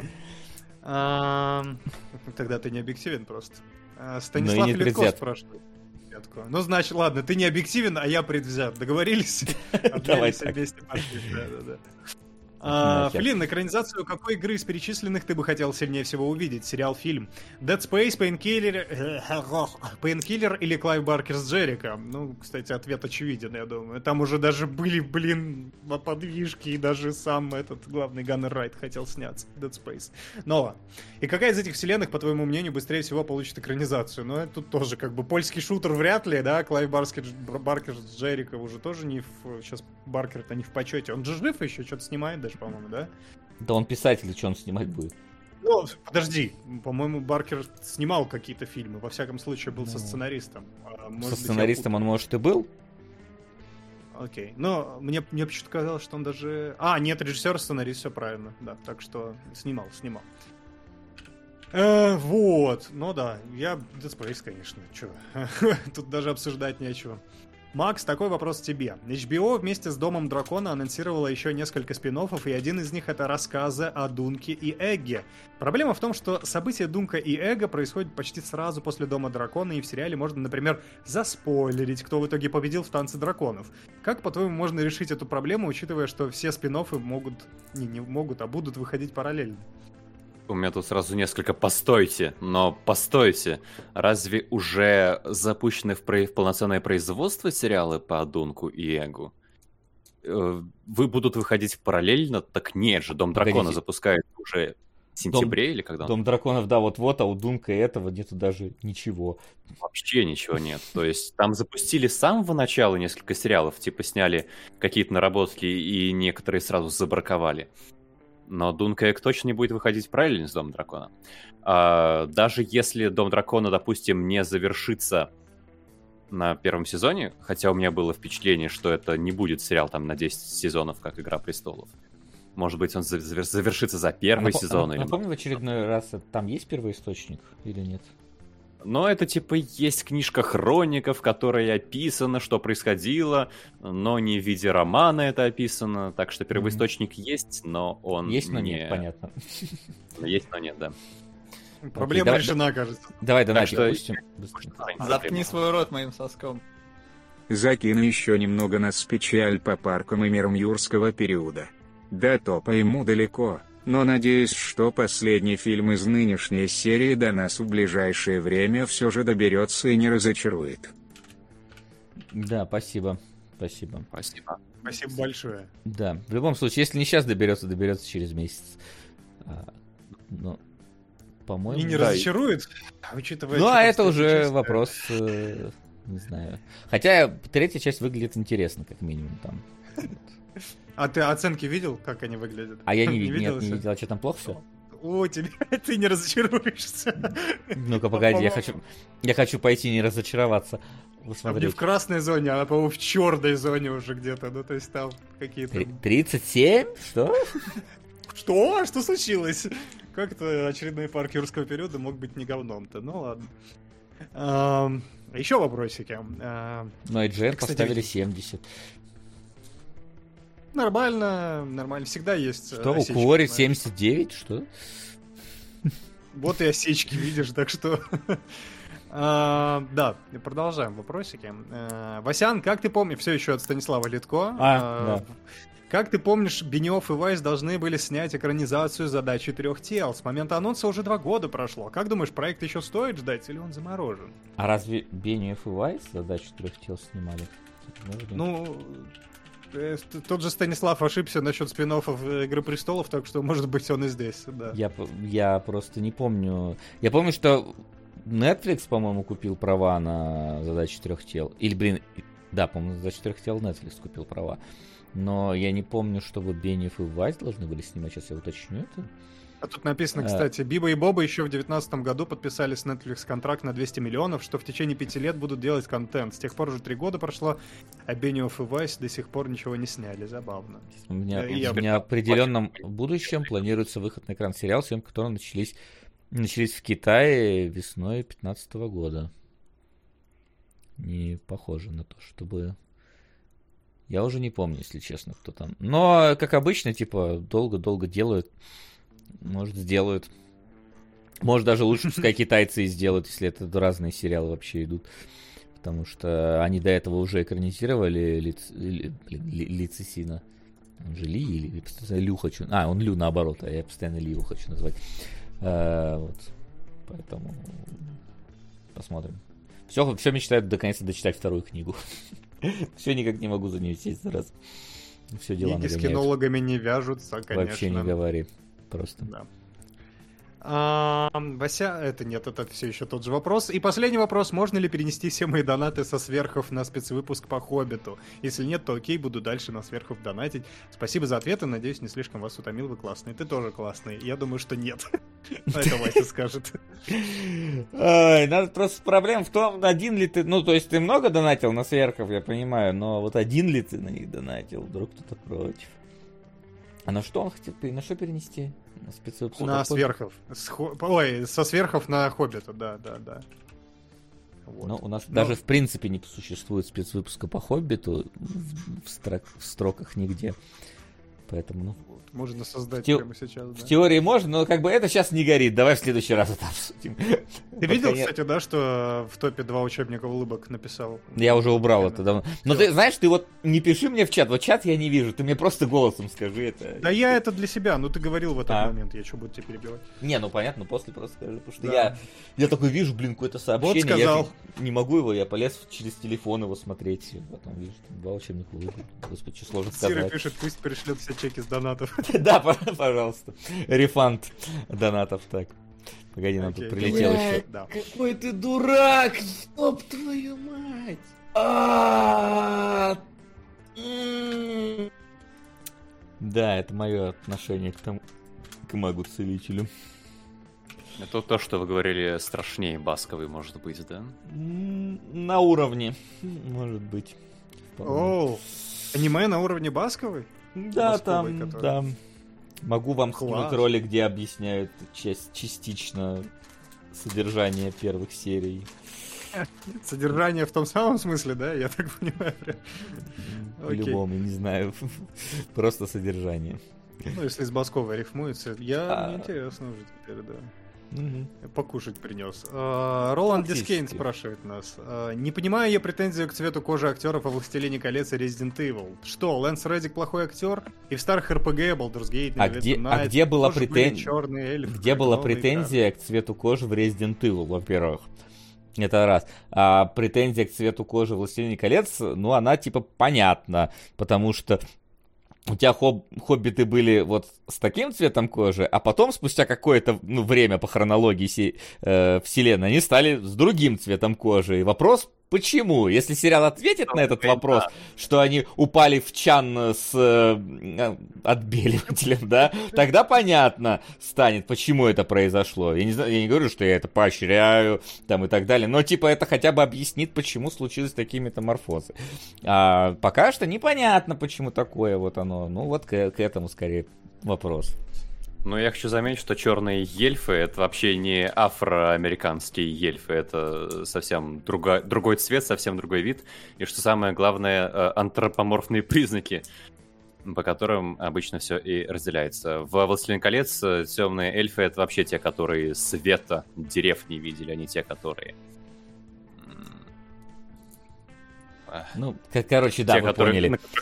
Ам, Тогда ты не объективен просто. А, Ну Станислав и не Литков предвзят. спрашивает. Пятку. Ну, значит, ладно, ты не объективен, а я предвзят. Договорились? Давай Обнялись, так. вместе пошли. Да-да-да. А, Нахер. Флинн, экранизацию какой игры из перечисленных ты бы хотел сильнее всего увидеть? Сериал, фильм? Dead Space, Painkiller, Painkiller или Клайв Баркер с Джерика? Ну, кстати, ответ очевиден, я думаю. Там уже даже были, блин, подвижки, и даже сам этот главный Ганнер Райт хотел сняться. Dead Space. Но ладно. И какая из этих вселенных, по твоему мнению, быстрее всего получит экранизацию? Ну, это тут тоже как бы польский шутер вряд ли, да? Клайв Баркер, Баркер с Джерика уже тоже не в... Сейчас Баркер-то не в почете. Он же жив еще, что-то снимает даже, по-моему, да? Да он писатель, что он снимать будет? Ну, подожди, по-моему, Баркер снимал какие-то фильмы, во всяком случае был со Ну, сценаристом. А, может Со быть, я сценаристом он, может, и был? путаю. Окей, но мне, мне почему-то казалось, что он даже... А, нет, режиссер, сценарист, все правильно, да, так что снимал, снимал. Э, вот, ну да, я Dead Space, конечно, чё, тут даже обсуждать нечего. Макс, такой вопрос тебе. эйч би о вместе с Домом Дракона анонсировала еще несколько спин-оффов, и один из них — это рассказы о Дунке и Эгге. Проблема в том, что события Дунка и Эгга происходят почти сразу после Дома Дракона, и в сериале можно, например, заспойлерить, кто в итоге победил в Танце Драконов. Как, по-твоему, можно решить эту проблему, учитывая, что все спин-оффы могут... Не, не могут, а будут выходить параллельно? У меня тут сразу несколько «постойте», но постойте, разве уже запущены в, про- в полноценное производство сериалы по Дунку и Эгу? Э, Вы будут выходить параллельно? Так нет же, Дом Дракона Погодите. запускает уже в сентябре или когда? он? Дом драконов, да, вот-вот, а у Дунка и этого нету даже ничего. Вообще ничего нет. То есть там запустили с самого начала несколько сериалов, типа сняли какие-то наработки и некоторые сразу забраковали. Но Дунк и Эг точно не будет выходить параллельно с Домом Дракона. А, даже если Дом Дракона, допустим, не завершится на первом сезоне, хотя у меня было впечатление, что это не будет сериал там на десять сезонов, как «Игра престолов». Может быть, он за- завер- завершится за первый Напо- сезон. или... Напомню в очередной раз, там есть первоисточник или нет? Но это типа есть книжка хроников, в которой описано, что происходило, но не в виде романа это описано, так что первоисточник есть, но он Есть, но не... нет, понятно. Есть, но нет, да. Проблема давай- решена, кажется. Давай, давай, что- опустим. Быстренько. Заткни свой рот моим соском. Закину еще немного нас в печаль по паркам и мирам юрского периода. До топа ему далеко, но надеюсь, что последний фильм из нынешней серии до нас в ближайшее время все же доберется и не разочарует. Да, спасибо. Спасибо. Спасибо. Спасибо большое. Да, в любом случае, если не сейчас доберется, доберется через месяц. А, ну, по-моему... И не да. разочарует, учитывая... Ну, что а там это стоит уже честно. вопрос, э, не знаю. Хотя третья часть выглядит интересно, как минимум там. А ты оценки видел, как они выглядят? А я не, видел, нет, не еще? видел, а что там плохо все? О, тебе ты не разочаруешься. Ну-ка, погоди, я По-моему, хочу, я хочу пойти не разочароваться. Там не Посмотреть. в красной зоне, а, по-моему, в черной зоне уже где-то. Ну, то есть там какие-то... Три- тридцать семь? Что? Что? Что случилось? Как это очередной парк юрского периода мог быть не говном-то? Ну, ладно. Ам, Еще вопросики. Ам, Ну, и Джен Кстати, поставили видишь. семьдесят. Нормально, нормально. Всегда есть Что, у осечки, Куори знаешь. семьдесят девять? Что? Вот и осечки, видишь, так что... А, да, продолжаем вопросики. А, Васян, как ты помнишь, все еще от Станислава Литко. А, Как ты помнишь, Бениофф и Вайс должны были снять экранизацию «Задачи трех тел». С момента анонса уже два года прошло. Как думаешь, проект еще стоит ждать или он заморожен? А разве Бениофф и Вайс «Задачу трех тел» снимали? Ну, э, тот же Станислав ошибся насчет спин-оффов «Игры престолов», так что, может быть, он и здесь, да. Я, я просто не помню. Я помню, что Netflix, по-моему, купил права на «Задачу трех тел». Или, блин, да, по-моему, на «Задачу трех тел» Netflix купил права. Но я не помню, чтобы Бениофф и Вайс должны были снимать. Сейчас я уточню это. А тут написано, А. кстати, Биба и Боба еще в девятнадцатом году подписали с Netflix контракт на двести миллионов, что в течение пяти лет будут делать контент. С тех пор уже три года прошло, а Бениофф и Вайс до сих пор ничего не сняли. Забавно. У меня, Э, я- в неопределенном будущем планируется выход на экран сериал, съемки которого начались, начались в Китае весной пятнадцатого года. Не похоже на то, чтобы... Я уже не помню, если честно, кто там. Но, как обычно, типа, долго-долго делают. Может, сделают. Может, даже лучше, пускай китайцы и сделают, если это разные сериалы вообще идут. Потому что они до этого уже экранизировали Лиц... Ли... Блин, Ли... Лицесина. Он же Ли или постоянно Лю хочу... А, он Лю наоборот, а я постоянно Лию хочу назвать. А, вот. Поэтому посмотрим. Все, все мечтают наконец-то дочитать вторую книгу. Все никак не могу за нее сесть за раз. Все дела Книги с нагоняют. кинологами не вяжутся, конечно. Вообще не говори. Просто. Да. А, Вася, это нет, это все еще тот же вопрос. И последний вопрос: можно ли перенести все мои донаты со сверхов на спецвыпуск по Хоббиту? Если нет, то окей, буду дальше на сверхов донатить. Спасибо за ответы, надеюсь, не слишком вас утомил, вы классные. Ты тоже классный. Я думаю, что нет. Это Вася скажет. Ой, надо просто проблема в том, один ли ты, ну, то есть ты много донатил на сверхов, я понимаю, но вот один ли ты на них донатил, вдруг кто-то против. А на что он хотел, на что перенести? На спецвыпуск? На сверхов. С хо- Ой, со сверхов на Хоббита, да, да, да. Вот. Ну, у нас Но- даже в принципе не существует спецвыпуска по Хоббиту в, в строк- в строках нигде. Поэтому, ну, Вот, можно создать В те- прямо сейчас, в да. теории можно, но как бы это сейчас не горит. Давай в следующий раз это обсудим. Ты Под видел, конец- кстати, да, что в топе два учебника улыбок написал? Я уже убрал это давно. Но ты знаешь, ты вот не пиши мне в чат. Вот чат я не вижу. Ты мне просто голосом скажи это. Да я это для себя, ну ты говорил в этот А. момент, я что буду тебя перебивать? Не, ну понятно, после просто скажи. Потому что Да. я, я такой вижу, блин, какое-то сообщение. Вот сказал. Я же не могу его, я полез через телефон его смотреть. Потом вижу, там два учебника улыбок. Господи, что сложно Сира сказать. пишет, пусть пришлет все чеки с донатов. Да, пожалуйста. Рефанд донатов. Так. Погоди, нам тут Окей. прилетел еще. Да. Какой ты дурак! Ёб твою мать! А! М. Да, это мое отношение к тому, к магу-целителю. Это то, что вы говорили, страшнее басковый, может быть, да? М, На уровне, может быть. Вполне. Оу, аниме на уровне басковой? Да, басковый, там, который- да. Могу вам скинуть Класс. ролик, где объясняют часть, частично содержание первых серий. Содержание в том самом смысле, да? Я так понимаю. прям. Окей. По-любому, не знаю. Просто содержание. Ну, если с басковой рифмуется, я... А. мне интересно уже теперь, да. Мгм. Покушать принес. А, Роланд Фактически. Дискейн спрашивает нас. а, Не понимаю я претензию к цвету кожи актеров во «Властелине колец» и Resident Evil. Что, Лэнс Реддик плохой актер? И в старых эр пи джи, Baldur's Gate, А Neverwinter где- а Nights где была тоже претен- были черные эльфы, Где была новые претензия к цвету кожи в Resident Evil, во-первых? Это раз. А претензия к цвету кожи в «Властелине колец», ну, она типа понятна, потому что у тебя хоб- хоббиты были вот с таким цветом кожи, а потом, спустя какое-то ну, время по хронологии си- э, вселенной, они стали с другим цветом кожи. И вопрос, почему? Если сериал ответит на этот вопрос, что они упали в чан с э, отбеливателем, да, тогда понятно станет, почему это произошло. Я не знаю, я не говорю, что я это поощряю, там и так далее, но типа это хотя бы объяснит, почему случились такие метаморфозы. А пока что непонятно, почему такое вот оно. Ну вот к, к этому скорее вопрос. Но я хочу заметить, что черные ельфы — это вообще не афроамериканские ельфы, это совсем друга- другой цвет, совсем другой вид. И что самое главное, э, антропоморфные признаки, по которым обычно все и разделяется. В «Властелин колец» темные эльфы — это вообще те, которые света дерев не видели, а не те, которые... м, Ну, к- короче, да, те, вы которые- поняли. на которых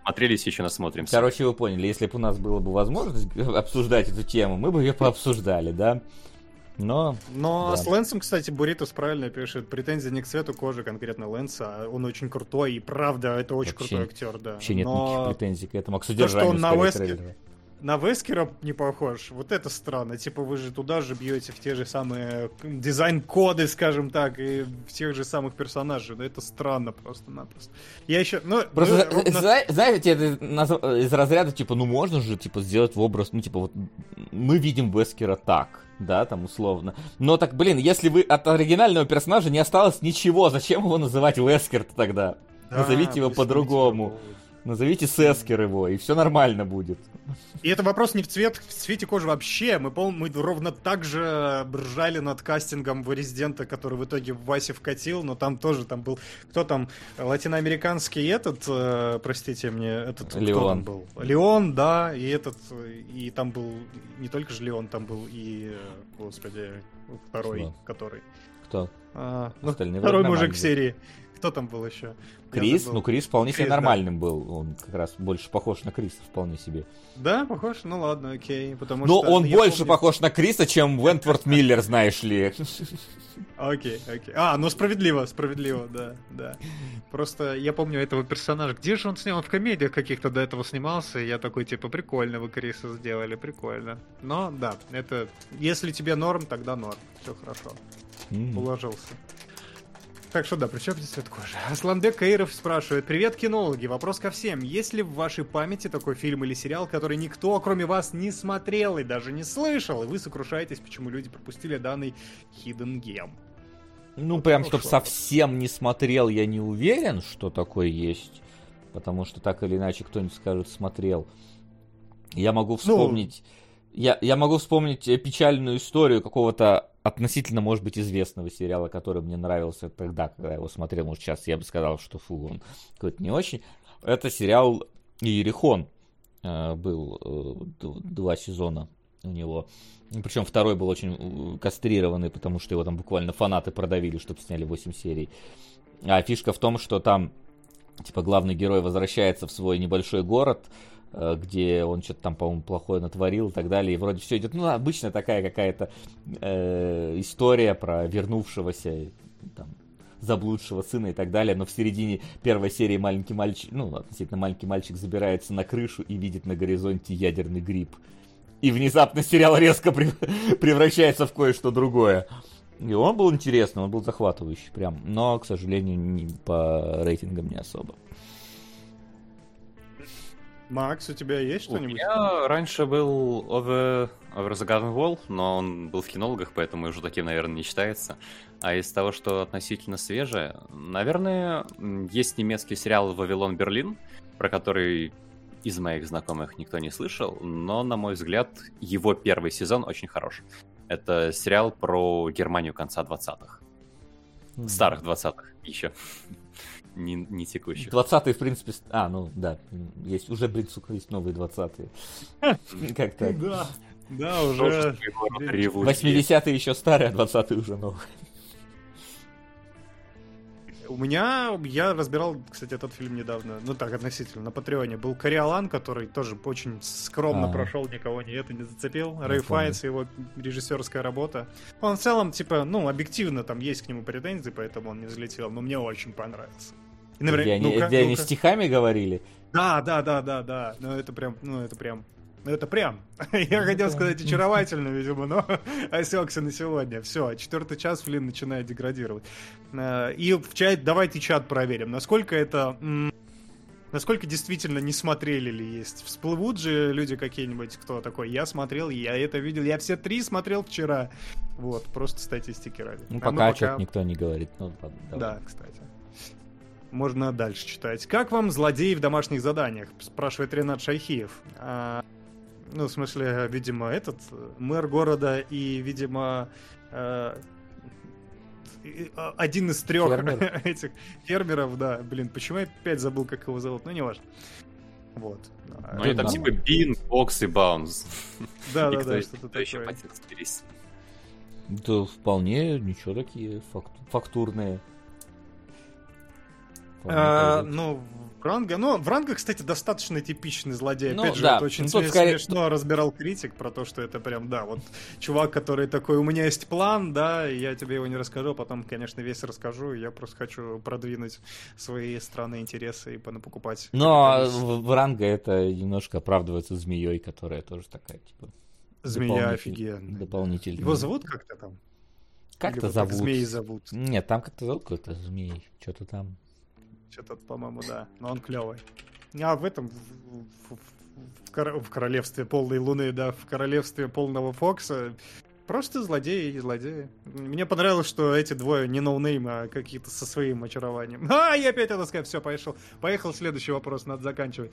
насмотрелись, еще насмотримся. Короче, вы поняли, если бы у нас была бы возможность обсуждать эту тему, мы бы ее пообсуждали, да? Но... Но да. с Лэнсом, кстати, Буритос правильно пишет. Претензия не к цвету кожи конкретно Лэнса, а он очень крутой, и правда, это очень Вообще- крутой актер, да. Вообще нет Но никаких претензий к этому, а к то, содержанию что он на скорее Вескер- трейлера. на Вескера не похож, вот это странно. Типа вы же туда же бьете в те же самые дизайн-коды, скажем так, и в тех же самых персонажей. Но это странно просто-напросто. Я еще... Ну, Просто, ну, за- на- зна- знаете, это наз- из разряда, типа, ну можно же, типа, сделать в образ, ну, типа, вот, мы видим Вескера так, да, там, условно. Но так, блин, если вы от оригинального персонажа не осталось ничего, зачем его называть Вескер-то тогда? Да, Назовите его пусть по-другому. будет. Назовите Сескер его, и все нормально будет. И это вопрос не в цвет, в цвете кожи вообще. Мы, пол, мы ровно так же ржали над кастингом в Резидента, который в итоге в Васе вкатил, но там тоже там был... Кто там? Латиноамериканский этот, э, простите мне, этот... кто Леон. там был? Леон, да, и этот... И там был не только же Леон, там был и... э, Господи, второй, Что? который... Кто? А, ну, Остальные второй вроде мужик нормальные. в серии. Кто там был еще? Я Крис? забыл. Ну, Крис вполне себе Крис, да. нормальным был. Он как раз больше похож на Криса, вполне себе. Да, похож? Ну ладно, окей. Потому Но что он я больше помню- похож на Криса, чем Вентворд Миллер, знаешь ли. Окей, окей. А, ну справедливо, справедливо, да, да. Просто я помню этого персонажа. Где же он снял? Он в комедиях каких-то до этого снимался, и я такой, типа, прикольно вы Криса сделали, прикольно. Но, да, это... Если тебе норм, тогда норм. Все хорошо. М. Уложился. Так что да, при чем здесь цвет кожи? Асланбек Каиров спрашивает: привет, кинологи, вопрос ко всем. Есть ли в вашей памяти такой фильм или сериал, который никто, кроме вас, не смотрел и даже не слышал, и вы сокрушаетесь, почему люди пропустили данный Hidden Gem? Ну, Вот прям, хорошо. чтоб совсем не смотрел, я не уверен, что такое есть. Потому что так или иначе кто-нибудь скажет, смотрел. Я могу вспомнить... Я, я могу вспомнить э, печальную историю какого-то относительно, может быть, известного сериала, который мне нравился тогда, когда я его смотрел. Может, сейчас я бы сказал, что фу, он какой-то не очень. Это сериал «Иерихон». Э, был э, д- два сезона у него. Причем второй был очень э, кастрированный, потому что его там буквально фанаты продавили, чтобы сняли восемь серий. А фишка в том, что там типа главный герой возвращается в свой небольшой город, э, где он что-то там, по-моему, плохое натворил и так далее. И вроде все идет, ну, обычно такая какая-то э, история про вернувшегося, там, заблудшего сына и так далее. Но в середине первой серии маленький мальчик, ну, относительно маленький мальчик забирается на крышу и видит на горизонте ядерный гриб. И внезапно сериал резко прев- превращается в кое-что другое. И он был интересный, он был захватывающий прям. Но, к сожалению, не, по рейтингам не особо. Макс, у тебя есть У что-нибудь? меня раньше был Over, Over the Garden Wall, но он был в кинологах, поэтому уже таким, наверное, не считается. А из того, что относительно свежее, наверное, м, есть немецкий сериал «Вавилон Берлин», про который из моих знакомых никто не слышал, но, на мой взгляд, его первый сезон очень хорош. Это сериал про Германию конца двадцатых. Старых двадцатых еще. Не, не текущих. двадцатые, в принципе... ст- А, ну, да. Есть, уже, блин, сука, есть новые двадцатые. Как так? Да, да, Тоже уже... своего рода революция. восьмидесятые еще старые, а двадцатые уже новые. У меня, я разбирал, кстати, этот фильм недавно, ну так, относительно, на Патреоне. Был Кориолан, который тоже очень скромно Ага. прошел, никого не это не зацепил. Я Рэй помню. Файнс, его режиссерская работа. Он в целом, типа, ну, объективно там есть к нему претензии, поэтому он не взлетел, но мне очень понравился. И, например, Где они, ну-ка, где они ну-ка. стихами говорили? Да, да, да, да, да. Ну это прям, ну это прям, ну это прям. Я хотел сказать очаровательно, видимо, но осекся на сегодня. Все, четвертый час, блин, начинает деградировать. Э, И в чат, давайте чат проверим, насколько это, м, насколько действительно не смотрели ли есть. Всплывут же люди какие-нибудь, кто такой, я смотрел, я это видел, я все три смотрел вчера. Вот, просто статистики ради. Ну, А мы пока что-то никто не говорит. Ну, ладно, давай. Да, кстати. Можно дальше читать. Как вам злодеи в домашних заданиях? Спрашивает Ренат Шайхиев. А, ну, в смысле, видимо, этот э, мэр города и, видимо, э, и, э, один из трех Фермер. этих фермеров, да. Блин, почему я опять забыл, как его зовут? Ну, не важно. Вот. Ну, они там типа Бин, Бокс и Баунс. Да, И да, кто да, еще- что-то кто еще такое. хотел разберись. Да вполне ничего такие факту- фактурные. Вполне А, пойдет. ну, Вранга, ну, Вранга, кстати, достаточно типичный злодей. Ну, Опять же, да. это очень Ну, тут смеш- скорее- смешно разбирал критик про то, что это прям, да, вот чувак, который такой, у меня есть план, да, и я тебе его не расскажу, а потом, конечно, весь расскажу, и я просто хочу продвинуть свои странные интересы и понапокупать. Но капитализм. в- Вранга это немножко оправдывается змеей, которая тоже такая, типа... Змея дополнитель- офигенная. Дополнительная. Его зовут как-то там? Как-то Или вот зовут. так змеи зовут? Нет, там как-то зовут какой-то змей. Что-то там. Что-то, по-моему, да. Но он клевый. А в этом, в, в- в- в кор- в королевстве полной луны, да, в королевстве полного Фокса, просто злодеи и злодеи. Мне понравилось, что эти двое не ноунеймы, а какие-то со своим очарованием. А, я опять это сказал. Все, поехал. Поехал, следующий вопрос, надо заканчивать.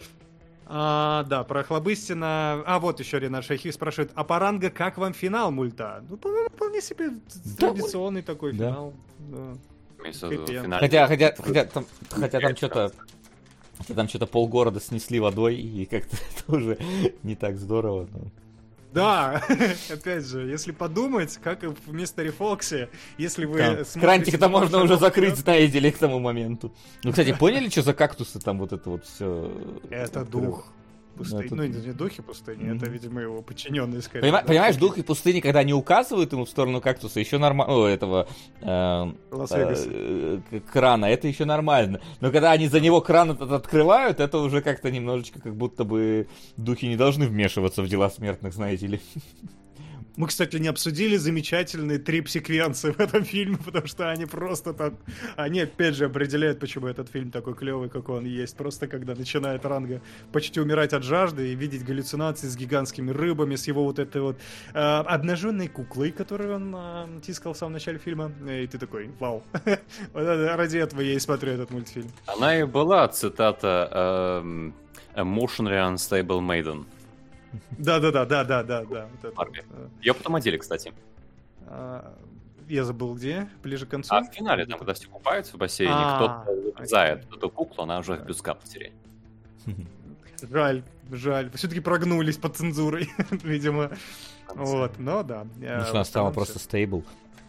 А, да, про Хлобыстина. А вот еще Ренат Шахи спрашивает, а по ранго как вам финал мульта? Ну, по-моему, вполне себе традиционный такой Да. финал. Да. Имеется в виду Хэппи-энд. финальный. Хотя, хотя, хотя там, хотя там что-то... Хотя там что-то полгорода снесли водой, и как-то это уже не так здорово. но- Да, опять же, если подумать, как и в Мистере Фоксе, если вы... Там смотрите крантик-то можно «Шерлок уже Холмс», закрыть, знаете ли, к тому моменту. Ну, кстати, поняли, что за кактусы там вот это вот все? Это дух пустыни. это- Ну, это не духи пустыни, это, Мгм. видимо, его подчиненные скорее. Понима- да. Понимаешь, дух и пустыни, когда они указывают ему в сторону кактуса, еще нормально, о, этого э, Лас-Вегас. э, э, крана, это еще нормально. Но когда они за него кран этот открывают, это уже как-то немножечко, как будто бы духи не должны вмешиваться в дела смертных, знаете ли. Мы, кстати, не обсудили замечательные трип-секвенции в этом фильме, потому что они просто там... Они, опять же, определяют, почему этот фильм такой клевый, какой он есть. Просто когда начинает Ранга почти умирать от жажды и видеть галлюцинации с гигантскими рыбами, с его вот этой вот э, обнаженной куклой, которую он э, тискал в самом начале фильма. И ты такой, вау. Вот это- ради этого я и смотрю этот мультфильм. Она и была цитата эм, Emotionally Unstable Maiden. Да-да-да, да-да-да. да. Вот это Барби. вот, э, Ее потом одели, кстати. а, Я забыл где, ближе к концу. А в финале, там, когда все купаются в бассейне, А, кто-то вырезает окей. эту куклу, она уже в песка потеряет. Жаль, жаль. Все-таки прогнулись под цензурой, видимо. Вот, но да. я Потому что в она стала целом просто всё. стейбл.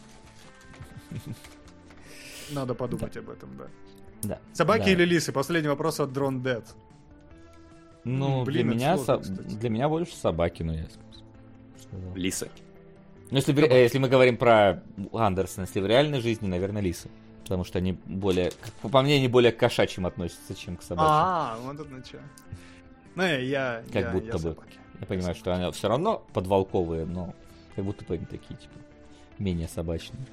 Надо подумать об этом, да. Да. Собаки Да. или лисы? Последний вопрос от Drone Dead. Ну, Блин, для это меня, сложно, со- кстати. для меня больше собаки, ну я сказал. Лисы. Ну, если, в ре- э, если мы говорим про Андерсона, если в реальной жизни, наверное, лисы. Потому что они более, как по мне, они более к кошачьим относятся, чем к собачьим. А, вот это начало. Ну, я, я, Как я- будто я бы. собаки. Я понимаю, что они все равно подволковые, но как будто бы они такие, типа, менее собачные.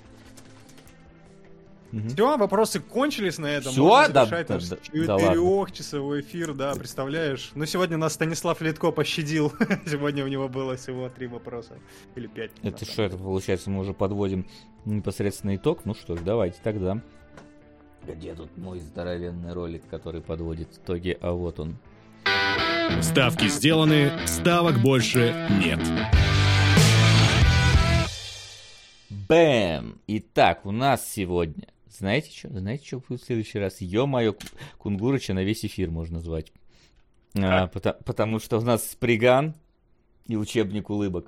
Мгм. Все, вопросы кончились на этом. Всё? Можно Да, завершать да, наш да, да ладно. четырехчасовой эфир, да, представляешь? Ну, сегодня нас Станислав Литко пощадил. Сегодня у него было всего три вопроса. Или пять. на Это самом что, это получается, мы уже подводим непосредственно итог? Ну что ж, давайте тогда. Где тут мой здоровенный ролик, который подводит итоги? А вот он. Ставки сделаны, ставок больше нет. Бэм! Итак, у нас сегодня... Знаете что? Знаете, что будет в следующий раз? Ё-моё, Кунгурыча на весь эфир можно звать. А, пота- потому что у нас Сприган и учебник улыбок.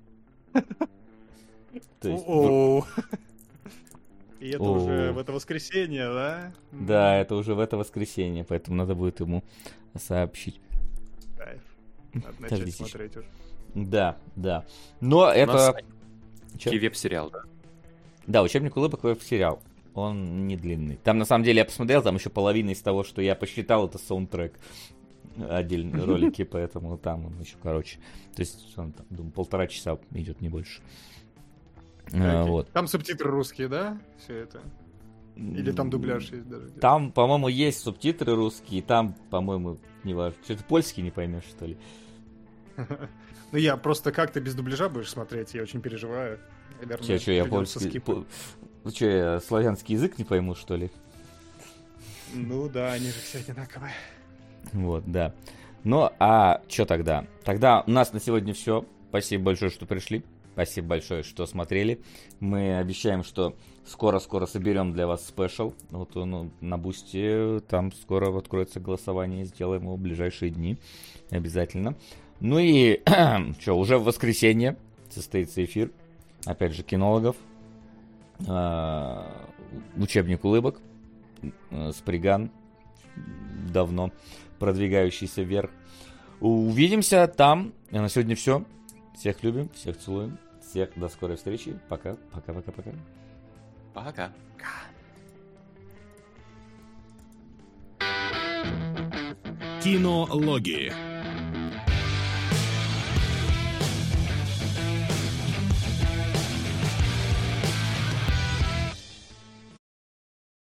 То есть, О-о. И это О. уже в это воскресенье, да? да, это уже в это воскресенье, поэтому надо будет ему сообщить. Кайф. Надо начать Подождите. смотреть уже. Да, да. Но У нас это... Чё? такой веб-сериал, да. Да, учебник улыбок в сериал. Он не длинный. Там, на самом деле, я посмотрел, там еще половина из того, что я посчитал, это саундтрек. Отдельные ролики, поэтому там он еще короче. То есть, он там, думаю, полтора часа идет, не больше. А, Окей. вот. Там субтитры русские, да? Все это. Или там дубляж есть даже? где-то? Там, по-моему, есть субтитры русские, там, по-моему, не важно. Что-то польский не поймешь, что ли. Ну, я просто как ты без дубляжа будешь смотреть, я очень переживаю. Наверное, Че, что, я придётся польский... скипать. по- Че, я славянский язык не пойму, что ли? Ну да, они же все одинаковые. Вот, да. Ну, а что тогда? Тогда у нас на сегодня все. Спасибо большое, что пришли. Спасибо большое, что смотрели. Мы обещаем, что скоро-скоро соберем для вас спешл. Вот он на Бусти, там скоро откроется голосование, сделаем его в ближайшие дни. Обязательно. Ну и что, уже в воскресенье состоится эфир. Опять же, кинологов. Учебник улыбок. Сприган. давно продвигающийся вверх. Увидимся там. А на сегодня все. Всех любим, всех целуем. Всех до скорой встречи. Пока, пока, пока, пока. Пока. Кинологии.